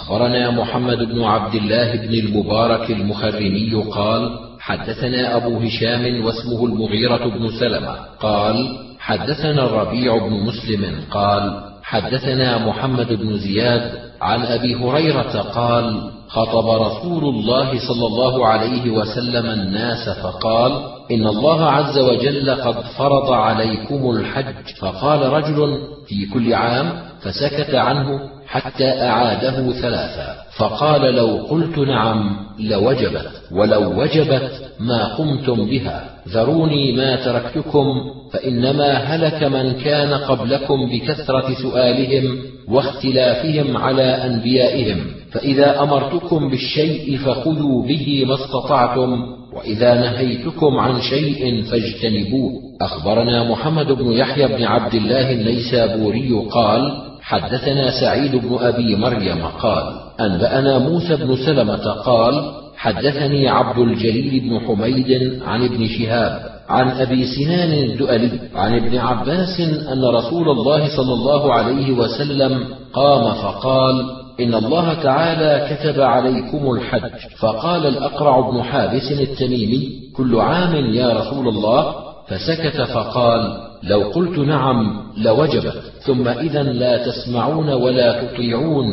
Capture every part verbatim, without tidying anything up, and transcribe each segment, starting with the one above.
أخبرنا محمد بن عبد الله بن المبارك المخرمي قال حدثنا أبو هشام واسمه المغيرة بن سلمة قال حدثنا الربيع بن مسلم قال حدثنا محمد بن زياد عن أبي هريرة قال خطب رسول الله صلى الله عليه وسلم الناس فقال إن الله عز وجل قد فرض عليكم الحج، فقال رجل في كل عام، فسكت عنه حتى أعاده ثلاثا، فقال لو قلت نعم لوجبت، ولو وجبت ما قمتم بها، ذروني ما تركتكم، فإنما هلك من كان قبلكم بكثرة سؤالهم واختلافهم على أنبيائهم، فإذا أمرتكم بالشيء فخذوا به ما استطعتم، وإذا نهيتكم عن شيء فاجتنبوه. أخبرنا محمد بن يحيى بن عبد الله النيسابوري قال حدثنا سعيد بن أبي مريم قال أنبأنا موسى بن سلمة قال حدثني عبد الجليل بن حميد عن ابن شهاب عن أبي سنان الدؤلي عن ابن عباس أن رسول الله صلى الله عليه وسلم قام فقال إن الله تعالى كتب عليكم الحج، فقال الأقرع بن حابس التميمي كل عام يا رسول الله، فسكت فقال لو قلت نعم لوجبت، ثم إذا لا تسمعون ولا تطيعون،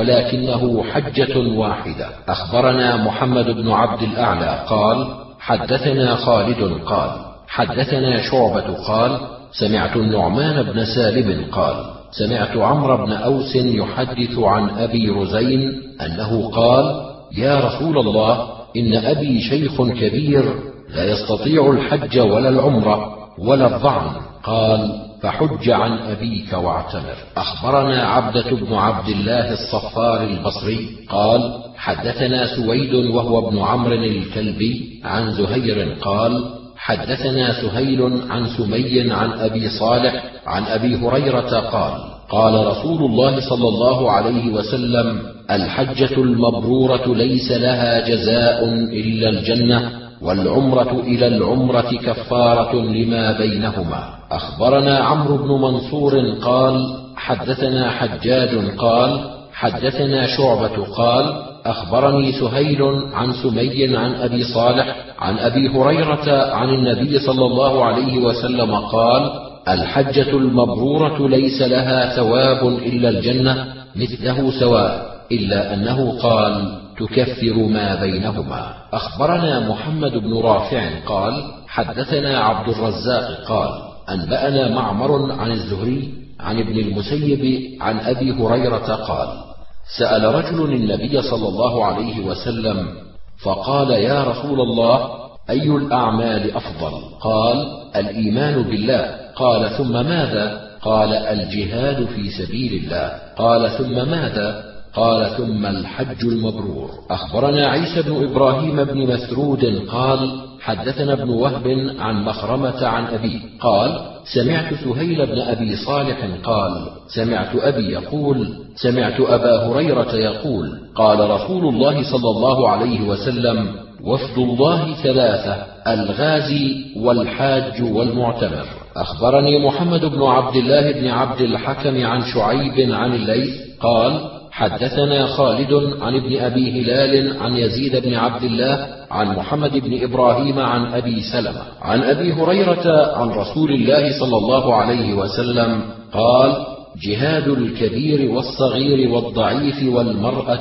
ولكنه حجة واحدة. أخبرنا محمد بن عبد الأعلى قال حدثنا خالد قال حدثنا شعبة قال سمعت النعمان بن سالم قال سمعت عمرو بن أوس يحدث عن أبي رزين أنه قال يا رسول الله إن أبي شيخ كبير لا يستطيع الحج ولا العمرة ولا الظعن، قال فحج عن أبيك واعتمر. أخبرنا عبدة بن عبد الله الصفار البصري قال حدثنا سويد وهو ابن عمرو الكلبي عن زهير قال حدثنا سهيل عن سمي عن أبي صالح عن أبي هريرة قال قال رسول الله صلى الله عليه وسلم الحجة المبرورة ليس لها جزاء إلا الجنة، والعمرة إلى العمرة كفارة لما بينهما. أخبرنا عمرو بن منصور قال حدثنا حجاج قال حدثنا شعبة قال أخبرني سهيل عن سمي عن أبي صالح عن أبي هريرة عن النبي صلى الله عليه وسلم قال الحجة المبرورة ليس لها ثواب إلا الجنة مثله سواء، إلا أنه قال تكفر ما بينهما. أخبرنا محمد بن رافع قال حدثنا عبد الرزاق قال أنبأنا معمر عن الزهري عن ابن المسيب عن أبي هريرة قال سأل رجل النبي صلى الله عليه وسلم فقال يا رسول الله أي الأعمال أفضل؟ قال الإيمان بالله. قال ثم ماذا؟ قال الجهاد في سبيل الله. قال ثم ماذا؟ قال ثم الحج المبرور. أخبرنا عيسى بن إبراهيم بن مسرود قال حدثنا ابن وهب عن مخرمة عن أبيه قال سمعت سهيل بن أبي صالح قال سمعت أبي يقول سمعت أبا هريرة يقول قال رسول الله صلى الله عليه وسلم وفد الله ثلاثة الغازي والحاج والمعتمر. أخبرني محمد بن عبد الله بن عبد الحكم عن شعيب عن الليث قال حدثنا خالد عن ابن أبي هلال عن يزيد بن عبد الله عن محمد بن إبراهيم عن أبي سلمة عن أبي هريرة عن رسول الله صلى الله عليه وسلم قال جهاد الكبير والصغير والضعيف والمرأة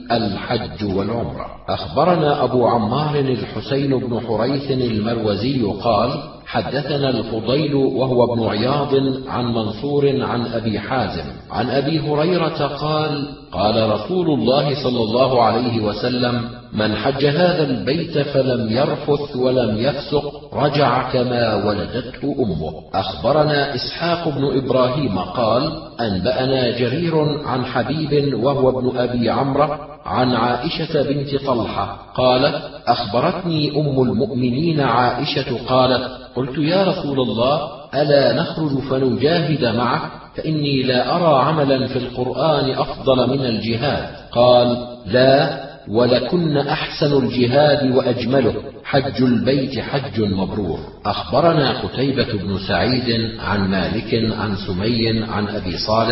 الحج والعمرة. أخبرنا أبو عمار الحسين بن حريث المروزي قال حدثنا الفضيل وهو ابن عياض عن منصور عن أبي حازم عن أبي هريرة قال قال رسول الله صلى الله عليه وسلم من حج هذا البيت فلم يرفث ولم يفسق رجع كما ولدته أمه. أخبرنا إسحاق بن إبراهيم قال أنبأنا جرير عن حبيب وهو ابن أبي عمرو عن عائشة بنت طلحة قالت أخبرتني أم المؤمنين عائشة قالت قلت يا رسول الله ألا نخرج فنجاهد معك؟ فإني لا أرى عملا في القرآن أفضل من الجهاد. قال لا، ولكن أحسن الجهاد وأجمله حج البيت حج مبرور. أخبرنا قتيبة بن سعيد عن مالك عن سمي عن أبي صالح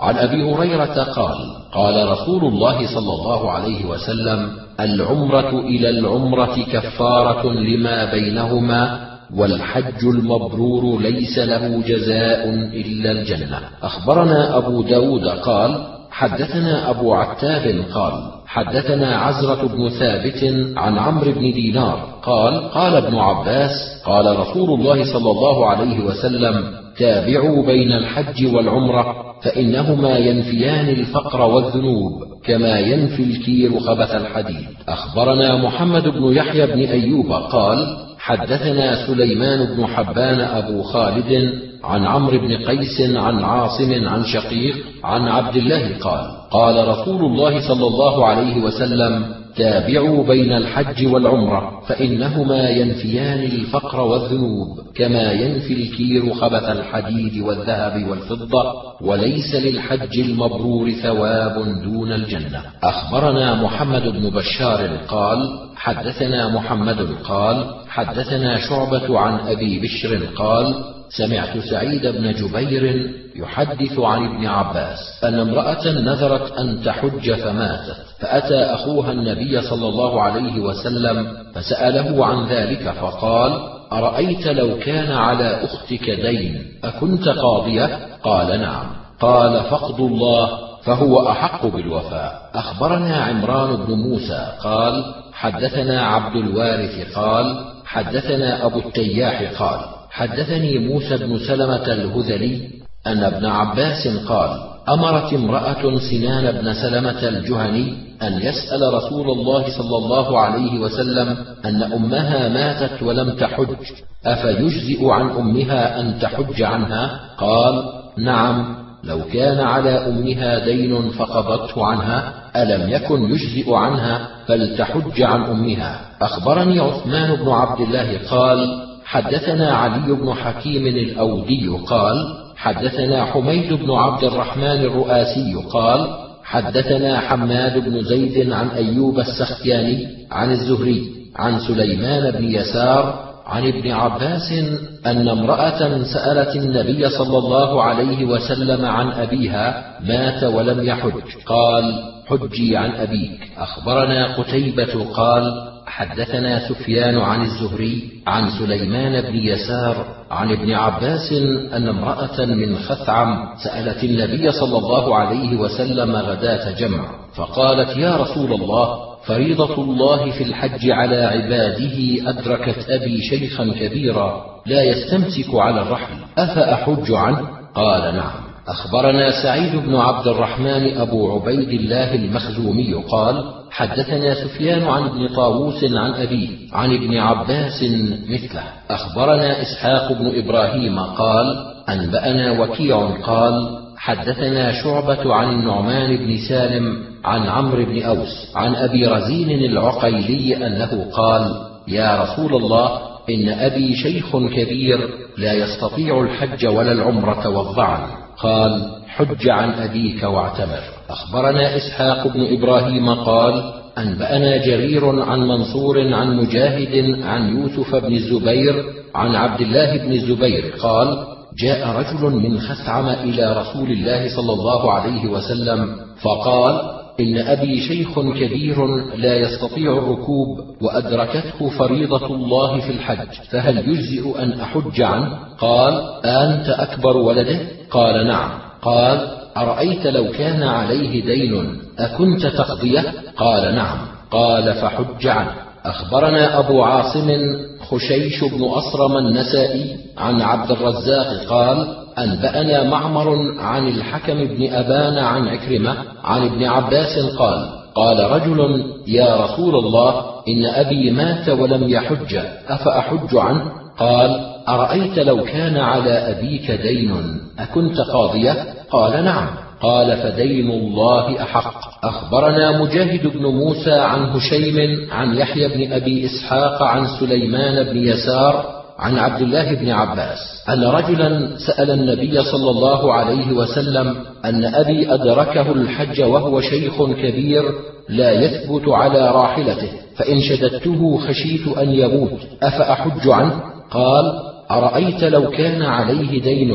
عن أبي هريرة قال قال رسول الله صلى الله عليه وسلم: العمرة إلى العمرة كفارة لما بينهما، والحج المبرور ليس له جزاء إلا الجنة. أخبرنا أبو داود قال حدثنا أبو عتاب قال حدثنا عزرة بن ثابت عن عمرو بن دينار قال قال ابن عباس قال رسول الله صلى الله عليه وسلم: تابعوا بين الحج والعمرة فإنهما ينفيان الفقر والذنوب كما ينفي الكير خبث الحديد. أخبرنا محمد بن يحيى بن أيوب قال حدثنا سليمان بن حبان أبو خالد عن عمرو بن قيس عن عاصم عن شقيق عن عبد الله قال قال رسول الله صلى الله عليه وسلم: تابعوا بين الحج والعمرة فإنهما ينفيان الفقر والذنوب كما ينفي الكير خبث الحديد والذهب والفضة، وليس للحج المبرور ثواب دون الجنة. أخبرنا محمد بن بشار قال حدثنا محمد قال حدثنا شعبة عن أبي بشر قال سمعت سعيد بن جبير يحدث عن ابن عباس أن امرأة نذرت أن تحج فماتت، فأتى أخوها النبي صلى الله عليه وسلم فسأله عن ذلك فقال: أرأيت لو كان على أختك دين أكنت قاضية؟ قال: نعم. قال: فاقض الله فهو أحق بالوفاء. أخبرنا عمران بن موسى قال حدثنا عبد الوارث قال حدثنا أبو التياح قال حدثني موسى بن سلمة الهذلي أن ابن عباس قال: أمرت امرأة سنان بن سلمة الجهني أن يسأل رسول الله صلى الله عليه وسلم أن أمها ماتت ولم تحج، أفيجزئ عن أمها أن تحج عنها؟ قال: نعم، لو كان على أمها دين فقضته عنها ألم يكن يجزئ عنها فلتحج عن أمها. أخبرني عثمان بن عبد الله قال حدثنا علي بن حكيم الأودي قال حدثنا حميد بن عبد الرحمن الرؤاسي قال حدثنا حماد بن زيد عن أيوب السختياني عن الزهري عن سليمان بن يسار عن ابن عباس أن امرأة سألت النبي صلى الله عليه وسلم عن أبيها مات ولم يحج، قال: حجي عن أبيك. أخبرنا قتيبة قال حدثنا سفيان عن الزهري عن سليمان بن يسار عن ابن عباس أن امرأة من خثعم سألت النبي صلى الله عليه وسلم غداة جمع فقالت: يا رسول الله، فريضة الله في الحج على عباده أدركت أبي شيخا كبيرا لا يستمسك على الرحل، أفأحج عنه؟ قال: نعم. أخبرنا سعيد بن عبد الرحمن أبو عبيد الله المخزومي قال حدثنا سفيان عن ابن طاووس عن أبيه عن ابن عباس مثله. أخبرنا إسحاق بن إبراهيم قال أنبأنا وكيع قال حدثنا شعبة عن النعمان بن سالم عن عمرو بن أوس عن أبي رزين العقيلي أنه قال: يا رسول الله، إن أبي شيخ كبير لا يستطيع الحج ولا العمرة والظعن. قال: حج عن أبيك واعتمر. أخبرنا إسحاق بن إبراهيم قال أنبأنا جرير عن منصور عن مجاهد عن يوسف بن الزبير عن عبد الله بن الزبير قال: جاء رجل من خثعم إلى رسول الله صلى الله عليه وسلم فقال: إن أبي شيخ كبير لا يستطيع الركوب وأدركته فريضة الله في الحج، فهل يجزئ أن أحج عنه؟ قال: أنت أكبر ولده؟ قال: نعم. قال: أرأيت لو كان عليه دين أكنت تقضيه؟ قال: نعم. قال: فحج عنه. أخبرنا أبو عاصم خشيش بن أصرم النسائي عن عبد الرزاق قال أنبأنا معمر عن الحكم بن أبان عن عكرمة عن ابن عباس قال: قال رجل: يا رسول الله، إن أبي مات ولم يحج، أفأحج عنه؟ قال: أرأيت لو كان على أبيك دين أكنت قاضية؟ قال: نعم. قال: فدين الله أحق. أخبرنا مجاهد بن موسى عن هشيم عن يحيى بن أبي إسحاق عن سليمان بن يسار عن عبد الله بن عباس أن رجلا سأل النبي صلى الله عليه وسلم أن أبي أدركه الحج وهو شيخ كبير لا يثبت على راحلته، فإن شددته خشيت أن يموت، أفأحج عنه؟ قال: أرأيت لو كان عليه دين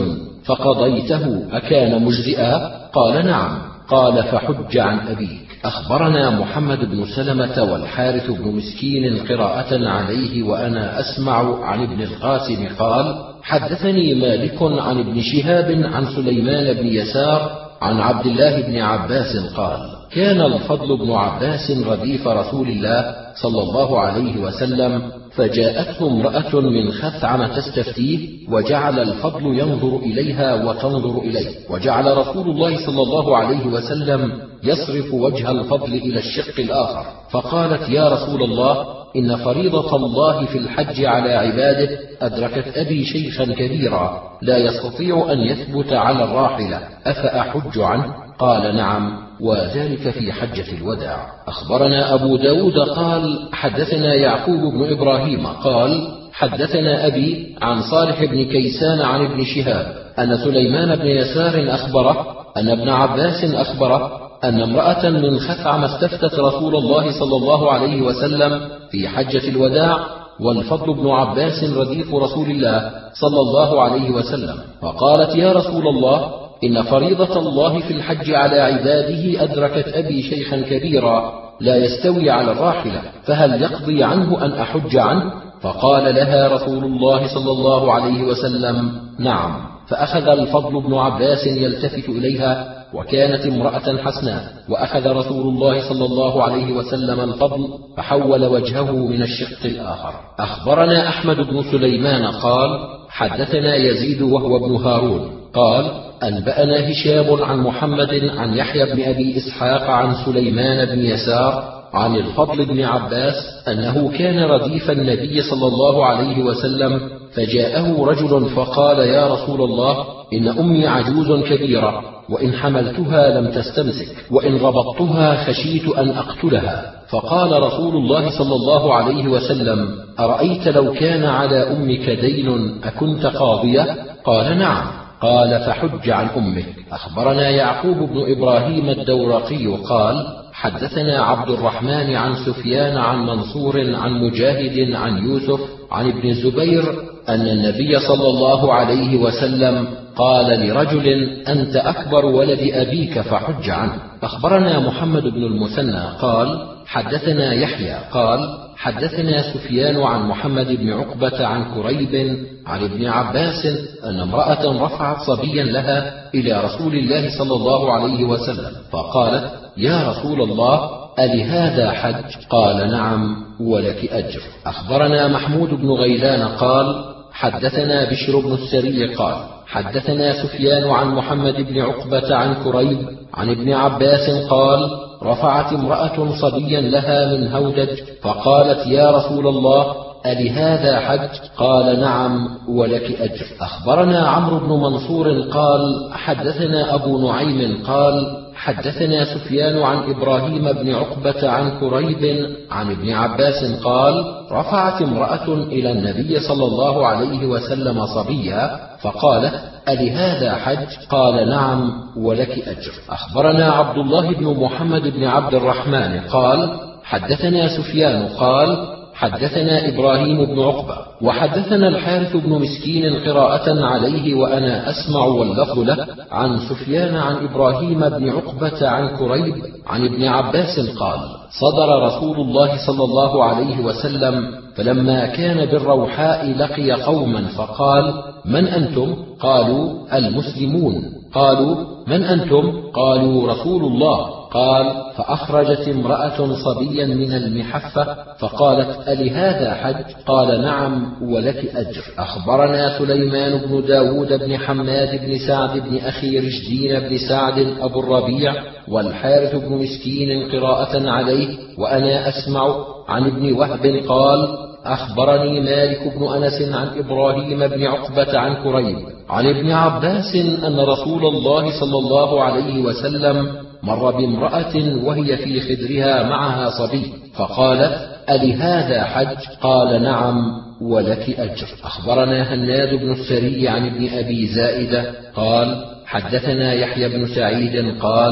فقضيته أكان مجزئا؟ قال نعم. قال فحج عن أبيك. أخبرنا محمد بن سلمة والحارث بن مسكين قراءة عليه وأنا أسمع عن ابن القاسم قال حدثني مالك عن ابن شهاب عن سليمان بن يسار عن عبد الله بن عباس قال كان الفضل بن عباس رديف رسول الله صلى الله عليه وسلم، فجاءته امرأة من خثعم تستفتيه، وجعل الفضل ينظر إليها وتنظر إليه، وجعل رسول الله صلى الله عليه وسلم يصرف وجه الفضل إلى الشق الآخر، فقالت يا رسول الله إن فريضة الله في الحج على عباده أدركت أبي شيخا كبيرا لا يستطيع أن يثبت على الراحلة، أفأحج عنه؟ قال نعم، وذلك في حجة الوداع. أخبرنا أبو داود قال حدثنا يعقوب بن إبراهيم قال حدثنا أبي عن صالح بن كيسان عن ابن شهاب أن سليمان بن يسار أخبره أن ابن عباس أخبره أن امرأة من خثعم استفتت رسول الله صلى الله عليه وسلم في حجة الوداع، والفضل بن عباس رديف رسول الله صلى الله عليه وسلم، فقالت يا رسول الله إن فريضة الله في الحج على عباده أدركت أبي شيخا كبيرا لا يستوي على الراحلة، فهل يقضي عنه أن أحج عنه؟ فقال لها رسول الله صلى الله عليه وسلم نعم. فأخذ الفضل بن عباس يلتفت إليها، وكانت امرأة حسناء، وأخذ رسول الله صلى الله عليه وسلم الفضل فحول وجهه من الشق الآخر. أخبرنا أحمد بن سليمان قال حدثنا يزيد وهو ابن هارون قال أنبأنا هشام عن محمد عن يحيى بن أبي إسحاق عن سليمان بن يسار عن الفضل بن عباس أنه كان رديف النبي صلى الله عليه وسلم، فجاءه رجل فقال يا رسول الله إن أمي عجوز كبيرة، وإن حملتها لم تستمسك، وإن ربطتها خشيت أن أقتلها، فقال رسول الله صلى الله عليه وسلم أرأيت لو كان على أمك دين أكنت قاضية؟ قال نعم. قال فحج عن أمك. أخبرنا يعقوب بن إبراهيم الدورقي قال حدثنا عبد الرحمن عن سفيان عن منصور عن مجاهد عن يوسف عن ابن الزبير أن النبي صلى الله عليه وسلم قال لرجل أنت أكبر ولد أبيك فحج عنه. أخبرنا محمد بن المثنى قال حدثنا يحيى قال حدثنا سفيان عن محمد بن عقبة عن كريب عن ابن عباس أن امرأة رفعت صبيا لها إلى رسول الله صلى الله عليه وسلم، فقالت يا رسول الله ألهذا حج؟ قال نعم ولك أجر. أخبرنا محمود بن غيلان قال حدثنا بشر بن السري قال حدثنا سفيان عن محمد بن عقبة عن كريب عن ابن عباس قال رفعت امرأة صبيا لها من هودج، فقالت يا رسول الله ألهذا حج؟ قال نعم ولك أجر. أخبرنا عمرو بن منصور قال حدثنا أبو نعيم قال حدثنا سفيان عن إبراهيم بن عقبة عن كريب عن ابن عباس قال رفعت امرأة إلى النبي صلى الله عليه وسلم صبيا، فقالت ألهذا حج؟ قال نعم ولك أجر. أخبرنا عبد الله بن محمد بن عبد الرحمن قال حدثنا سفيان قال حدثنا إبراهيم بن عقبة وحدثنا الحارث بن مسكين قراءة عليه وأنا أسمع واللفظ له عن سفيان عن إبراهيم بن عقبة عن كريب عن ابن عباس قال صدر رسول الله صلى الله عليه وسلم فلما كان بالروحاء لقي قوما فقال من أنتم؟ قالوا المسلمون. قالوا من أنتم؟ قالوا رسول الله. قال فأخرجت امرأة صبيا من المحفة فقالت ألهذا حج؟ قال نعم ولك أجر. أخبرنا سليمان بن داود بن حماد بن سعد بن أخي رشدين بن سعد أبو الربيع والحارث بن مسكين قراءة عليه وأنا أسمع عن ابن وهب قال أخبرني مالك بن أنس عن إبراهيم بن عقبة عن كريب عن ابن عباس أن رسول الله صلى الله عليه وسلم مر بامرأة وهي في خدرها معها صبي فقالت ألهذا حج؟ قال نعم ولك أجر. أخبرنا هناد بن السري عن ابن أبي زائدة قال حدثنا يحيى بن سعيد قال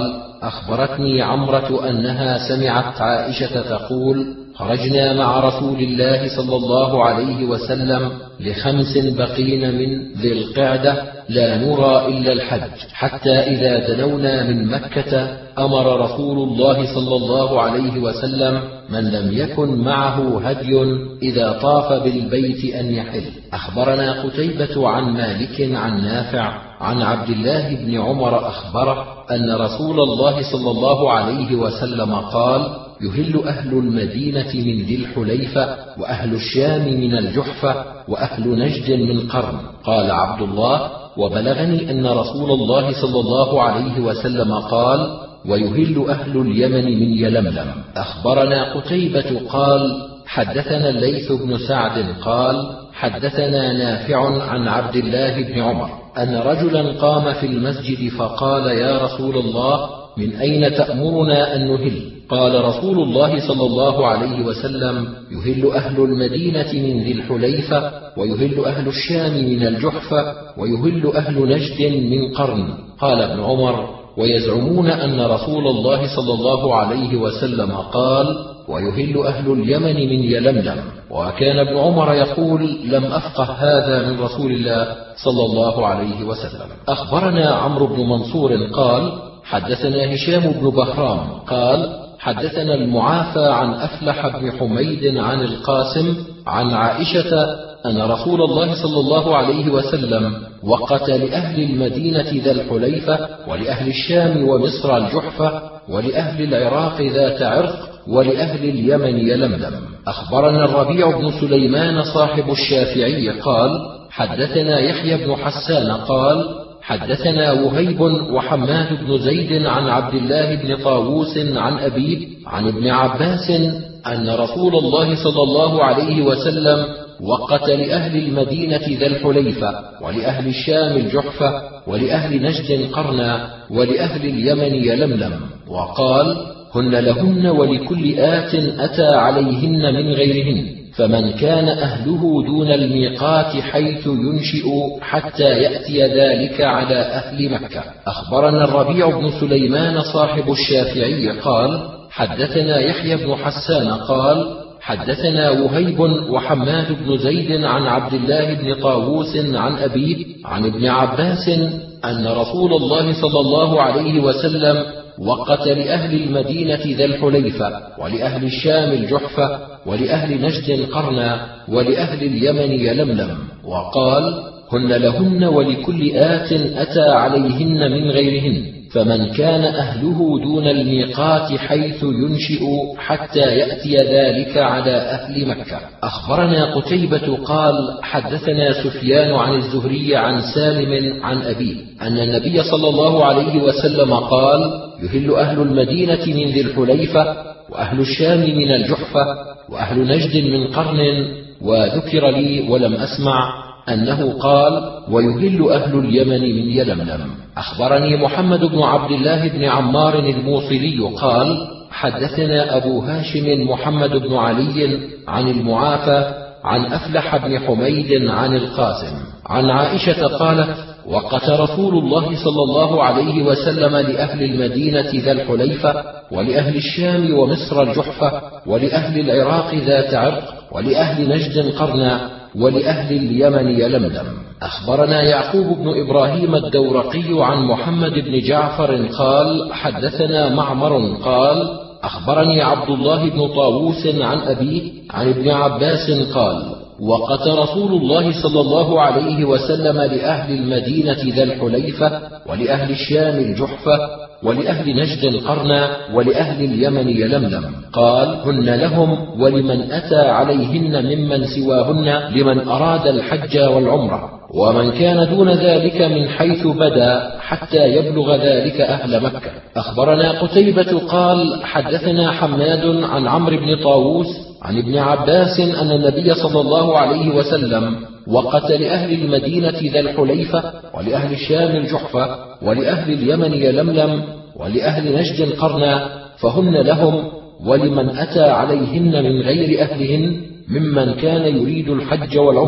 أخبرتني عمرة أنها سمعت عائشة تقول: خرجنا مع رسول الله صلى الله عليه وسلم لخمس بقين من ذي القعدة لا نرى إلا الحج، حتى إذا دنونا من مكة أمر رسول الله صلى الله عليه وسلم من لم يكن معه هدي إذا طاف بالبيت أن يحل. أخبرنا قتيبة عن مالك عن نافع عن عبد الله بن عمر أخبره أن رسول الله صلى الله عليه وسلم قال: يهل أهل المدينة من ذي الحليفة، وأهل الشام من الجحفة، وأهل نجد من قرن. قال عبد الله: وبلغني أن رسول الله صلى الله عليه وسلم قال: ويهل أهل اليمن من يلملم. أخبرنا قتيبة قال: حدثنا الليث بن سعد قال: حدثنا نافع عن عبد الله بن عمر أن رجلا قام في المسجد فقال: يا رسول الله، من أين تأمرنا أن نهل؟ قال رسول الله صلى الله عليه وسلم: يهل أهل المدينة من ذي الحليفة، ويهل أهل الشام من الجحفة، ويهل أهل نجد من قرن. قال ابن عمر: ويزعمون أن رسول الله صلى الله عليه وسلم قال: ويهل أهل اليمن من يلملم. وكان ابن عمر يقول: لم أفقه هذا من رسول الله صلى الله عليه وسلم. أخبرنا عمرو بن منصور قال: حدثنا هشام بن بهرام قال: حدثنا المعافى عن أفلح بن حميد عن القاسم عن عائشة أن رسول الله صلى الله عليه وسلم وقت لأهل المدينة ذا الحليفة، ولأهل الشام ومصر الجحفة، ولأهل العراق ذات عرق، ولأهل اليمن يلملم. أخبرنا الربيع بن سليمان صاحب الشافعي قال: حدثنا يحيى بن حسان قال: حدثنا وهيب وحماد بن زيد عن عبد الله بن طاووس عن أبيه عن ابن عباس أن رسول الله صلى الله عليه وسلم وقت لأهل المدينة ذا الحليفة، ولأهل الشام الجحفة، ولأهل نجد قرنا، ولأهل اليمن يلملم، وقال: هن لهن ولكل آت أتى عليهن من غيرهن، فمن كان أهله دون الميقات حيث ينشئ حتى يأتي ذلك على أهل مكة. أخبرنا الربيع بن سليمان صاحب الشافعي قال: حدثنا يحيى بن حسان قال: حدثنا وهيب وحماد بن زيد عن عبد الله بن طاووس عن أبيه عن ابن عباس أن رسول الله صلى الله عليه وسلم وقت لأهل المدينة ذا الحليفة، ولأهل الشام الجحفة، ولأهل نجد قرنا، ولأهل اليمن يلملم، وقال: هن لهن ولكل آت أتى عليهن من غيرهن، فمن كان أهله دون الميقات حيث ينشئ حتى يأتي ذلك على أهل مكة. أخبرنا قتيبة قال: حدثنا سفيان عن الزهري عن سالم عن أبيه أن النبي صلى الله عليه وسلم قال: يهل أهل المدينة من ذي الحليفة، وأهل الشام من الجحفة، وأهل نجد من قرن. وذكر لي ولم أسمع أنه قال: ويهل أهل اليمن من يلملم. أخبرني محمد بن عبد الله بن عمار الموصلي قال: حدثنا أبو هاشم محمد بن علي عن المعافى عن أفلح بن حميد عن القاسم عن عائشة قالت: وقت رسول الله صلى الله عليه وسلم لأهل المدينة ذا الحليفة، ولأهل الشام ومصر الجحفة، ولأهل العراق ذات عرق، ولأهل نجد قرنا، ولأهل اليمن يلملم. أخبرنا يعقوب بن إبراهيم الدورقي عن محمد بن جعفر قال: حدثنا معمر قال: أخبرني عبد الله بن طاووس عن أبيه عن ابن عباس قال: وقت رسول الله صلى الله عليه وسلم لأهل المدينة ذا الحليفة، ولأهل الشام الجحفة، ولأهل نجد قرنا، ولأهل اليمن يلملم. قال: هن لهم ولمن أتى عليهن ممن سواهن لمن أراد الحج والعمرة، ومن كان دون ذلك من حيث بدا حتى يبلغ ذلك أهل مكة. أخبرنا قتيبة قال: حدثنا حماد عن عمرو بن طاووس عن ابن عباس أن النبي صلى الله عليه وسلم وقت لأهل المدينة ذا الحليفة، ولأهل الشام الجحفة، ولأهل اليمن يلملم، ولأهل نجد قرنا، فهن لهم ولمن أتى عليهن من غير أهلهن ممن كان يريد الحج والعمرة.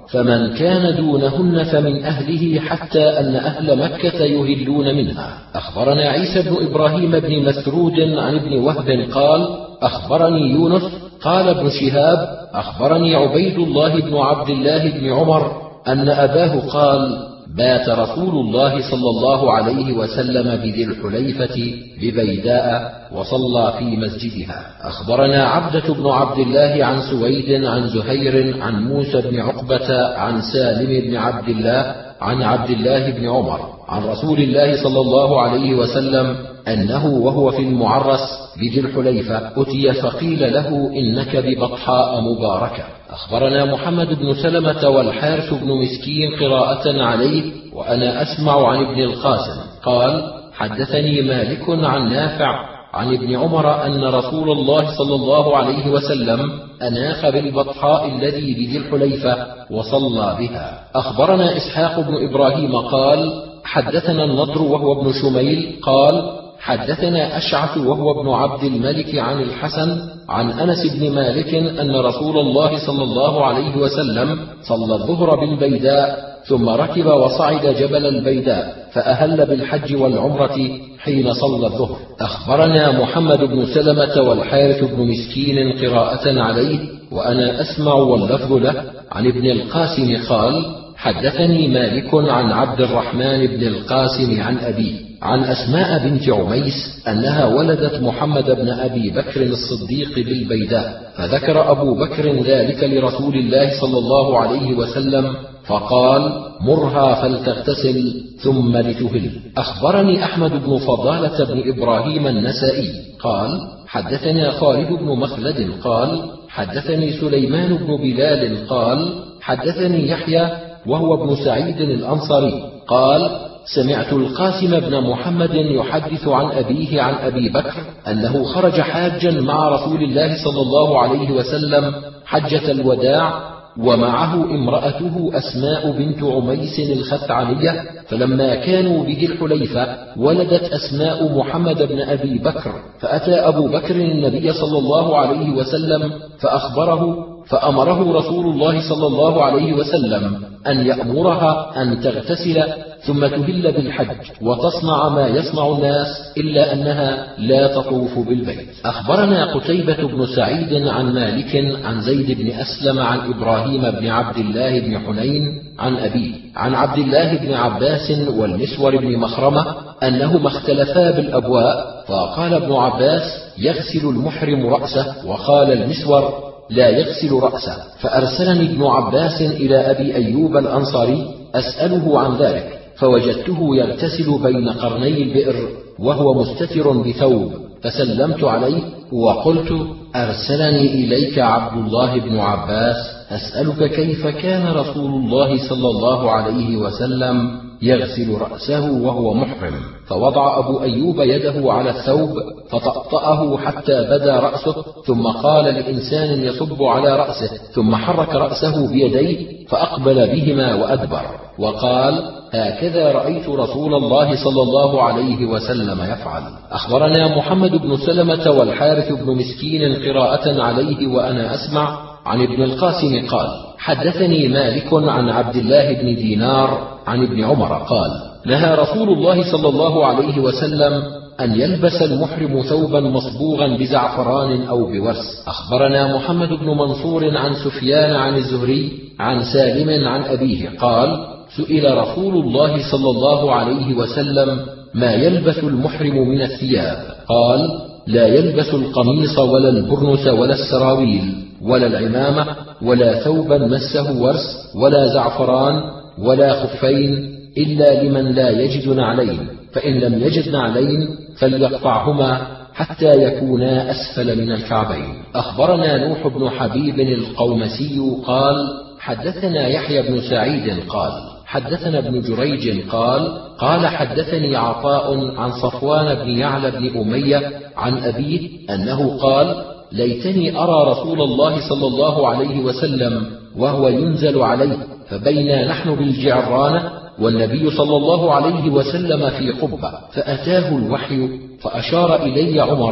فمن كان دونهن فمن أهله حتى أن أهل مكة يهلون منها. أخبرنا عيسى بن إبراهيم بن مسرود عن ابن وهب قال أخبرني يونس قال ابن شهاب أخبرني عبيد الله بن عبد الله بن عمر أن أباه قال بات رسول الله صلى الله عليه وسلم بذي الحليفة ببيداء وصلى في مسجدها. أخبرنا عبدة بن عبد الله عن سويد عن زهير عن موسى بن عقبة عن سالم بن عبد الله عن عبد الله بن عمر عن رسول الله صلى الله عليه وسلم أنه وهو في المعرس بذي الحليفة أتي فقيل له إنك ببطحاء مباركة. أخبرنا محمد بن سلمة والحارث بن مسكين قراءة عليه وأنا أسمع عن ابن القاسم قال حدثني مالك عن نافع عن ابن عمر أن رسول الله صلى الله عليه وسلم أناخ بالبطحاء الذي بذي الحليفة وصلى بها. أخبرنا إسحاق بن إبراهيم قال حدثنا النضر وهو ابن شميل قال حدثنا أشعث وهو ابن عبد الملك عن الحسن عن أنس بن مالك أن رسول الله صلى الله عليه وسلم صلى الظهر بالبيداء ثم ركب وصعد جبل البيداء فأهل بالحج والعمرة حين صلى الظهر. أخبرنا محمد بن سلمة والحارث بن مسكين قراءة عليه وأنا أسمع واللفظ له عن ابن القاسم قال حدثني مالك عن عبد الرحمن بن القاسم عن أبيه عن أسماء بنت عميس أنها ولدت محمد بن أبي بكر الصديق بالبيداء فذكر أبو بكر ذلك لرسول الله صلى الله عليه وسلم فقال مرها فلتغتسل ثم لتهل. أخبرني أحمد بن فضالة بن إبراهيم النسائي قال حدثنا خالد بن مخلد قال حدثني سليمان بن بلال قال حدثني يحيى وهو ابن سعيد الأنصاري قال سمعت القاسم بن محمد يحدث عن أبيه عن أبي بكر أنه خرج حاجا مع رسول الله صلى الله عليه وسلم حجة الوداع ومعه امرأته أسماء بنت عميس الخثعمية فلما كانوا بذي الحليفة ولدت أسماء محمد بن أبي بكر فأتى أبو بكر النبي صلى الله عليه وسلم فأخبره فأمره رسول الله صلى الله عليه وسلم أن يأمرها أن تغتسل ثم تهل بالحج وتصنع ما يصنع الناس إلا أنها لا تطوف بالبيت. أخبرنا قتيبة بن سعيد عن مالك عن زيد بن أسلم عن إبراهيم بن عبد الله بن حنين عن أبيه عن عبد الله بن عباس والمسور بن مخرمة أنهما اختلفا بالأبواء فقال ابن عباس يغسل المحرم رأسه وقال المسور لا يغسل رأسه فأرسلني ابن عباس إلى أبي أيوب الأنصاري أسأله عن ذلك فوجدته يغتسل بين قرني البئر وهو مستتر بثوب فسلمت عليه وقلت أرسلني إليك عبد الله بن عباس أسألك كيف كان رسول الله صلى الله عليه وسلم يغسل رأسه وهو محرم. فوضع أبو أيوب يده على الثوب فطأطأه حتى بدا رأسه ثم قال لإنسان يصب على رأسه ثم حرك رأسه بيديه فأقبل بهما وأدبر وقال هكذا رأيت رسول الله صلى الله عليه وسلم يفعل. أخبرنا محمد بن سلمة والحارث بن مسكين قراءة عليه وأنا أسمع عن ابن القاسم قال حدثني مالك عن عبد الله بن دينار عن ابن عمر قال نهى رسول الله صلى الله عليه وسلم أن يلبس المحرم ثوبا مصبوغا بزعفران أو بورس. أخبرنا محمد بن منصور عن سفيان عن الزهري عن سالم عن أبيه قال سئل رسول الله صلى الله عليه وسلم ما يلبس المحرم من الثياب قال لا يلبس القميص ولا البرنس ولا السراويل ولا العمامة ولا ثوبا مسه ورس ولا زعفران ولا خفين إلا لمن لا يجد نعلين فإن لم يجد نعلين فليقطعهما حتى يكونا أسفل من الكعبين. أخبرنا نوح بن حبيب القومسي قال حدثنا يحيى بن سعيد قال حدثنا ابن جريج قال قال حدثني عطاء عن صفوان بن يعلى بن أمية عن أبيه أنه قال ليتني أرى رسول الله صلى الله عليه وسلم وهو ينزل عليه فبينا نحن بالجعرانة والنبي صلى الله عليه وسلم في قبة فأتاه الوحي فأشار إلي عمر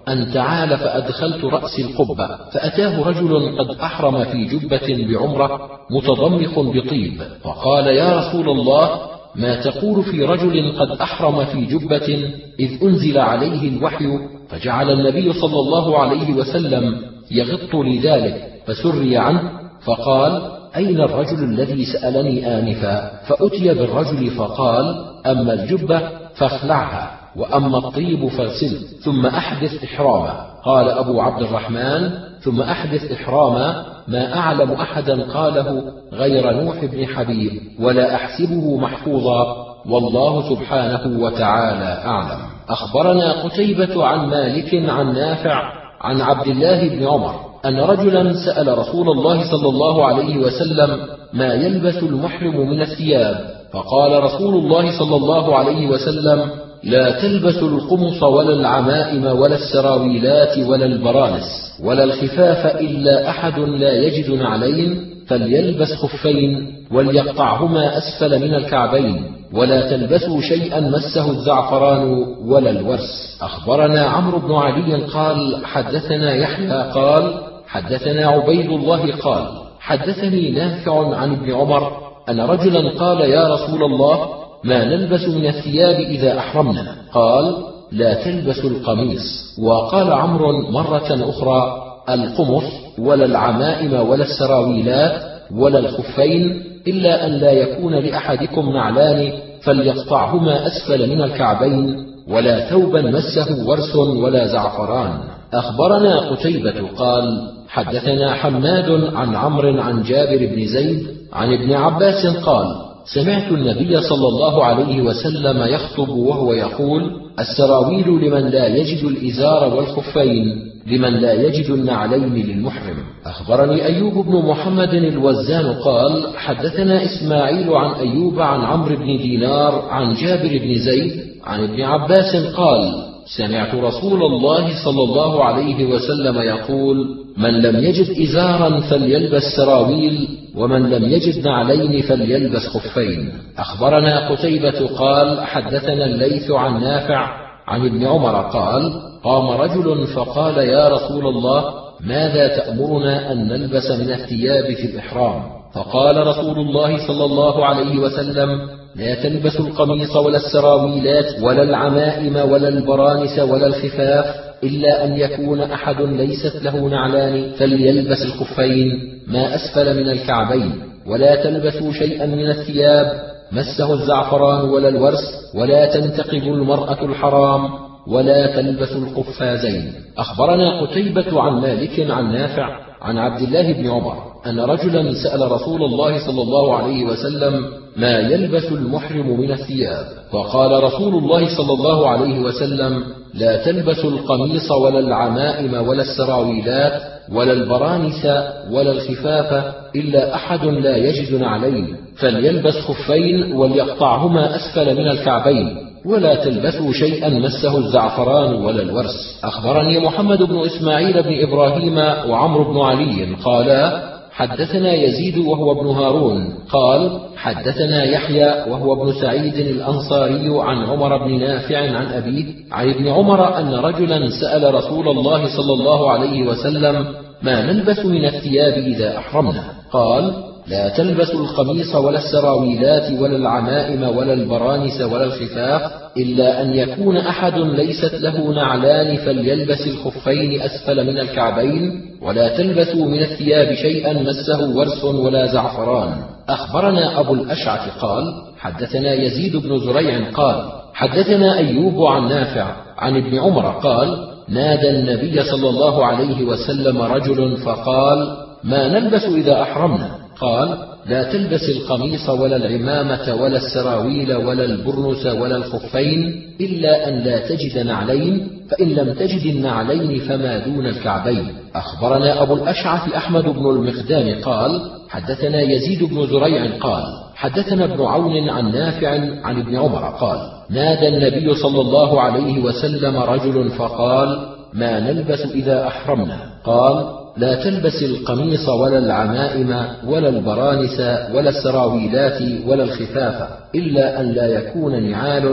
أن تعال فأدخلت رأسي القبة، فأتاه رجل قد أحرم في جبة بعمرة متضمخ بطيب، فقال: يا رسول الله، ما تقول في رجل قد أحرم في جبة إذ أنزل عليه الوحي؟ فجعل النبي صلى الله عليه وسلم يغط لذلك، فسري عنه، فقال: أين الرجل الذي سألني آنفا؟ فأتي بالرجل فقال: أما الجبة فاخلعها، وأما الطيب فاغسله، ثم أحدث إحراما. قال أبو عبد الرحمن: ثم أحدث إحراما ما أعلم أحدا قاله غير نوح بن حبيب، ولا أحسبه محفوظا، والله سبحانه وتعالى أعلم. أخبرنا قتيبة عن مالك عن نافع عن عبد الله بن عمر أن رجلا سأل رسول الله صلى الله عليه وسلم: ما يلبس المحرم من الثياب؟ فقال رسول الله صلى الله عليه وسلم: لا تلبسوا القمص ولا العمائم ولا السراويلات ولا البرانس ولا الخفاف إلا أحد لا يجد نعلين فليلبس خفين وليقطعهما أسفل من الكعبين، ولا تلبسوا شيئا مسه الزعفران ولا الورس. أخبرنا عمرو بن علي قال: حدثنا يحيى قال: حدثنا عبيد الله قال: حدثني نافع عن ابن عمر أن رجلا قال: يا رسول الله، ما نلبس من الثياب إذا أحرمنا؟ قال: لا تلبسوا القميص. وقال عمرو مرة أخرى: القمص ولا العمائم ولا السراويلات ولا الخفين إلا أن لا يكون لأحدكم نعلان فليقطعهما أسفل من الكعبين، ولا ثوبا مسه ورس ولا زعفران. أخبرنا قتيبة قال: حدثنا حماد عن عمرو عن جابر بن زيد عن ابن عباس قال: سمعت النبي صلى الله عليه وسلم يخطب وهو يقول: السراويل لمن لا يجد الإزار والخفين لمن لا يجد النعلين للمحرم. أخبرني أيوب بن محمد الوزان قال: حدثنا إسماعيل عن أيوب عن عمرو بن دينار عن جابر بن زيد عن ابن عباس قال: سمعت رسول الله صلى الله عليه وسلم يقول: من لم يجد إزارا فليلبس سراويل، ومن لم يجد نعلين فليلبس خفين. أخبرنا قتيبة قال: حدثنا الليث عن نافع عن ابن عمر قال: قام رجل فقال: يا رسول الله، ماذا تأمرنا أن نلبس من الثياب في الإحرام؟ فقال رسول الله صلى الله عليه وسلم: لا تلبسوا القميص ولا السراويلات ولا العمائم ولا البرانس ولا الخفاف إلا أن يكون أحد ليست له نعلان فليلبس الخفين ما أسفل من الكعبين، ولا تلبسوا شيئا من الثياب مسه الزعفران ولا الورس، ولا تنتقب المرأة الحرام، ولا تلبس القفازين. أخبرنا قتيبة عن مالك عن نافع عن عبد الله بن عمر أن رجلا سأل رسول الله صلى الله عليه وسلم: ما يلبس المحرم من الثياب؟ فقال رسول الله صلى الله عليه وسلم: لا تلبسوا القميص ولا العمائم ولا السراويلات ولا البرانس ولا الخفاف إلا أحد لا يجد نعلين فليلبس خفين وليقطعهما أسفل من الكعبين، ولا تلبسوا شيئا مسه الزعفران ولا الورس. أخبرني محمد بن إسماعيل بن إبراهيم وعمرو بن علي قالا: حدثنا يزيد وهو ابن هارون قال: حدثنا يحيى وهو ابن سعيد الأنصاري عن عمر بن نافع عن أبيه عن ابن عمر أن رجلا سأل رسول الله صلى الله عليه وسلم: ما نلبس من الثياب إذا أحرمنا؟ قال: لا تلبسوا القميص ولا السراويلات ولا العمائم ولا البرانس ولا الخفاف إلا أن يكون أحد ليست له نعلان فليلبس الخفين أسفل من الكعبين، ولا تلبسوا من الثياب شيئا مسه ورس ولا زعفران. أخبرنا أبو الأشعث قال: حدثنا يزيد بن زريع قال: حدثنا أيوب عن نافع عن ابن عمر قال: نادى النبي صلى الله عليه وسلم رجل فقال: ما نلبس إذا أحرمنا؟ قال: لا تلبس القميص ولا العمامة ولا السراويل ولا البرنس ولا الخفين إلا أن لا تجد نعلين، فإن لم تجد النعلين فما دون الكعبين. أخبرنا أبو الأشعث أحمد بن المقدام قال: حدثنا يزيد بن زريع قال: حدثنا ابن عون عن نافع عن ابن عمر قال: نادى النبي صلى الله عليه وسلم رجل فقال: ما نلبس إذا أحرمنا؟ قال: لا تلبس القميص ولا العمائم ولا البرانس ولا السراويلات ولا الخفاف إلا أن لا يكون نعال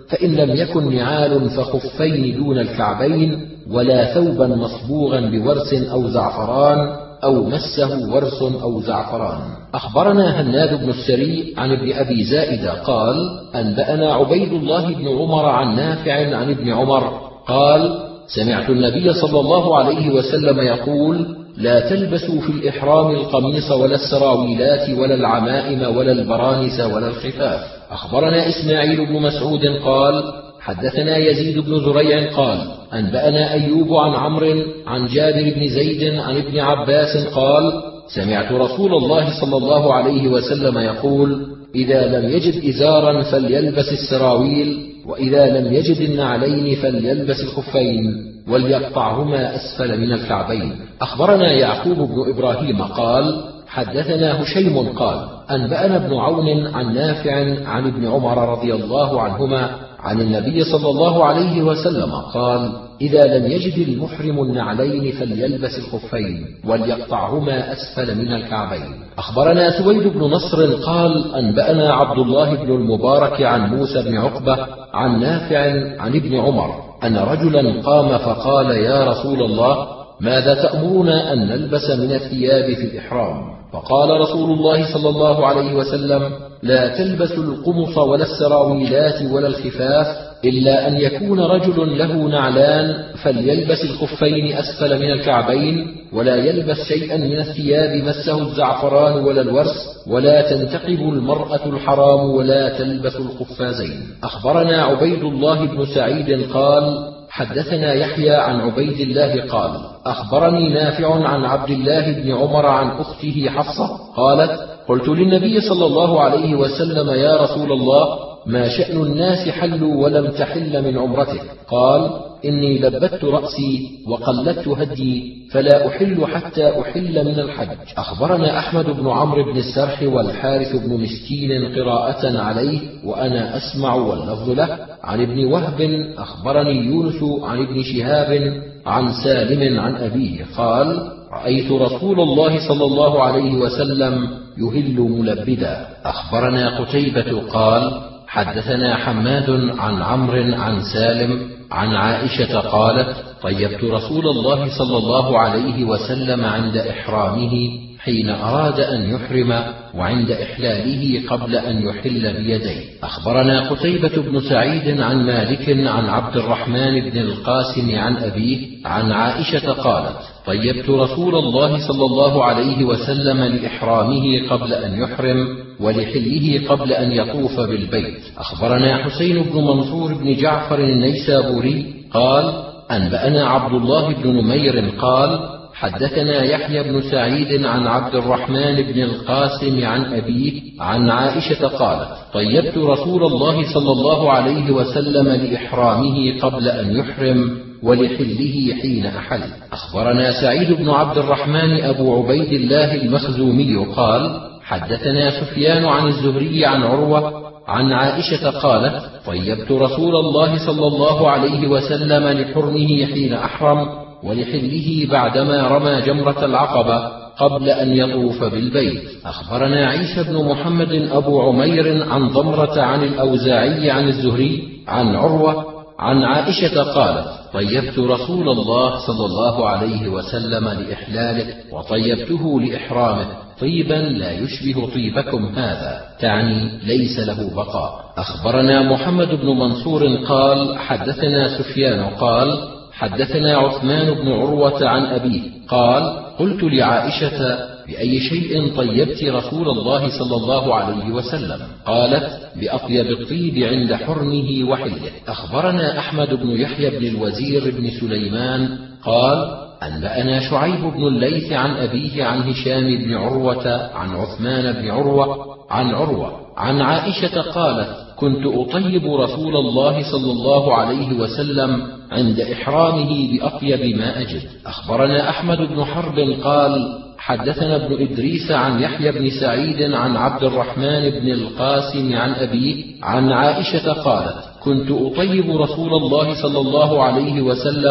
فإن لم يكن نعال فخفين دون الكعبين، ولا ثوبا مصبوغا بورس أو زعفران أو مسه ورس أو زعفران. أخبرنا هناد بن السري عن ابن أبي زائدة قال أنبأنا عبيد الله بن عمر عن نافع عن ابن عمر قال سمعت النبي صلى الله عليه وسلم يقول لا تلبسوا في الإحرام القميص ولا السراويلات ولا العمائم ولا البرانس ولا الخفاف. أخبرنا إسماعيل بن مسعود قال حدثنا يزيد بن زريع قال أنبأنا أيوب عن عمرو عن جابر بن زيد عن ابن عباس قال سمعت رسول الله صلى الله عليه وسلم يقول إذا لم يجد إزارا فليلبس السراويل، وإذا لم يجد النعلين فليلبس الخفين وليقطعهما أسفل من الكعبين. أخبرنا يعقوب بن إبراهيم قال حدثنا هشيم قال أنبأنا ابن عون عن نافع عن ابن عمر رضي الله عنهما عن النبي صلى الله عليه وسلم قال إذا لم يجد المحرم النعلين فليلبس الخفين وليقطعهما أسفل من الكعبين. أخبرنا سويد بن نصر قال أنبأنا عبد الله بن المبارك عن موسى بن عقبة عن نافع عن ابن عمر أن رجلا قام فقال يا رسول الله ماذا تأمرنا أن نلبس من الثياب في الإحرام؟ فقال رسول الله صلى الله عليه وسلم لا تلبسوا القمص ولا السراويلات ولا الخفاف إلا أن يكون رجل له نعلان فليلبس الخفين أسفل من الكعبين، ولا يلبس شيئا من الثياب مسه الزعفران ولا الورس، ولا تنتقب المرأة الحرام ولا تلبس القفازين. أخبرنا عبيد الله بن سعيد قال حدثنا يحيى عن عبيد الله قال أخبرني نافع عن عبد الله بن عمر عن أخته حفصة قالت قلت للنبي صلى الله عليه وسلم يا رسول الله ما شأن الناس حلوا ولم تحل من عمرتك؟ قال إني لبت رأسي وقلدت هدي فلا أحل حتى أحل من الحج. أخبرنا أحمد بن عمرو بن السرح والحارث بن مسكين قراءة عليه وأنا أسمع واللفظ له عن ابن وهب أخبرني يونس عن ابن شهاب عن سالم عن أبيه قال رأيت رسول الله صلى الله عليه وسلم يهل ملبدا. أخبرنا قتيبة قال حدثنا حماد عن عمرو عن سالم عن عائشة قالت طيبت رسول الله صلى الله عليه وسلم عند إحرامه حين أراد أن يحرم وعند إحلاله قبل أن يحل بيديه. أخبرنا قتيبة بن سعيد عن مالك عن عبد الرحمن بن القاسم عن أبيه عن عائشة قالت طيبت رسول الله صلى الله عليه وسلم لإحرامه قبل أن يحرم ولحله قبل أن يطوف بالبيت. أخبرنا حسين بن منصور بن جعفر النيسابوري قال أنبأنا عبد الله بن نمير قال حدثنا يحيى بن سعيد عن عبد الرحمن بن القاسم عن أبيه عن عائشة قالت طيبت رسول الله صلى الله عليه وسلم لإحرامه قبل أن يحرم ولحله حين أحل. أخبرنا سعيد بن عبد الرحمن أبو عبيد الله المخزومي قال حدثنا سفيان عن الزهري عن عروة عن عائشة قالت طيبت رسول الله صلى الله عليه وسلم لحرمه حين أحرم ولحله بعدما رمى جمرة العقبة قبل أن يطوف بالبيت. أخبرنا عيسى بن محمد أبو عمير عن ضمرة عن الأوزاعي عن الزهري عن عروة عن عائشة قالت طيبت رسول الله صلى الله عليه وسلم لإحلاله وطيبته لإحرامه طيبا لا يشبه طيبكم هذا، تعني ليس له بقاء. أخبرنا محمد بن منصور قال حدثنا سفيان قال حدثنا عثمان بن عروة عن أبيه قال قلت لعائشة بأي شيء طيبت رسول الله صلى الله عليه وسلم؟ قالت بأطيب الطيب عند حرمه وحله. أخبرنا أحمد بن يحيى بن الوزير بن سليمان قال أنبأنا شعيب بن الليث عن أبيه عن هشام بن عروة عن عثمان بن عروة عن عروة عن عائشة قالت كنت أطيب رسول الله صلى الله عليه وسلم عند إحرامه بأطيب ما أجد. أخبرنا أحمد بن حرب قال حدثنا ابن إدريس عن يحيى بن سعيد عن عبد الرحمن بن القاسم عن أبيه عن عائشة قالت كنت أطيب رسول الله صلى الله عليه وسلم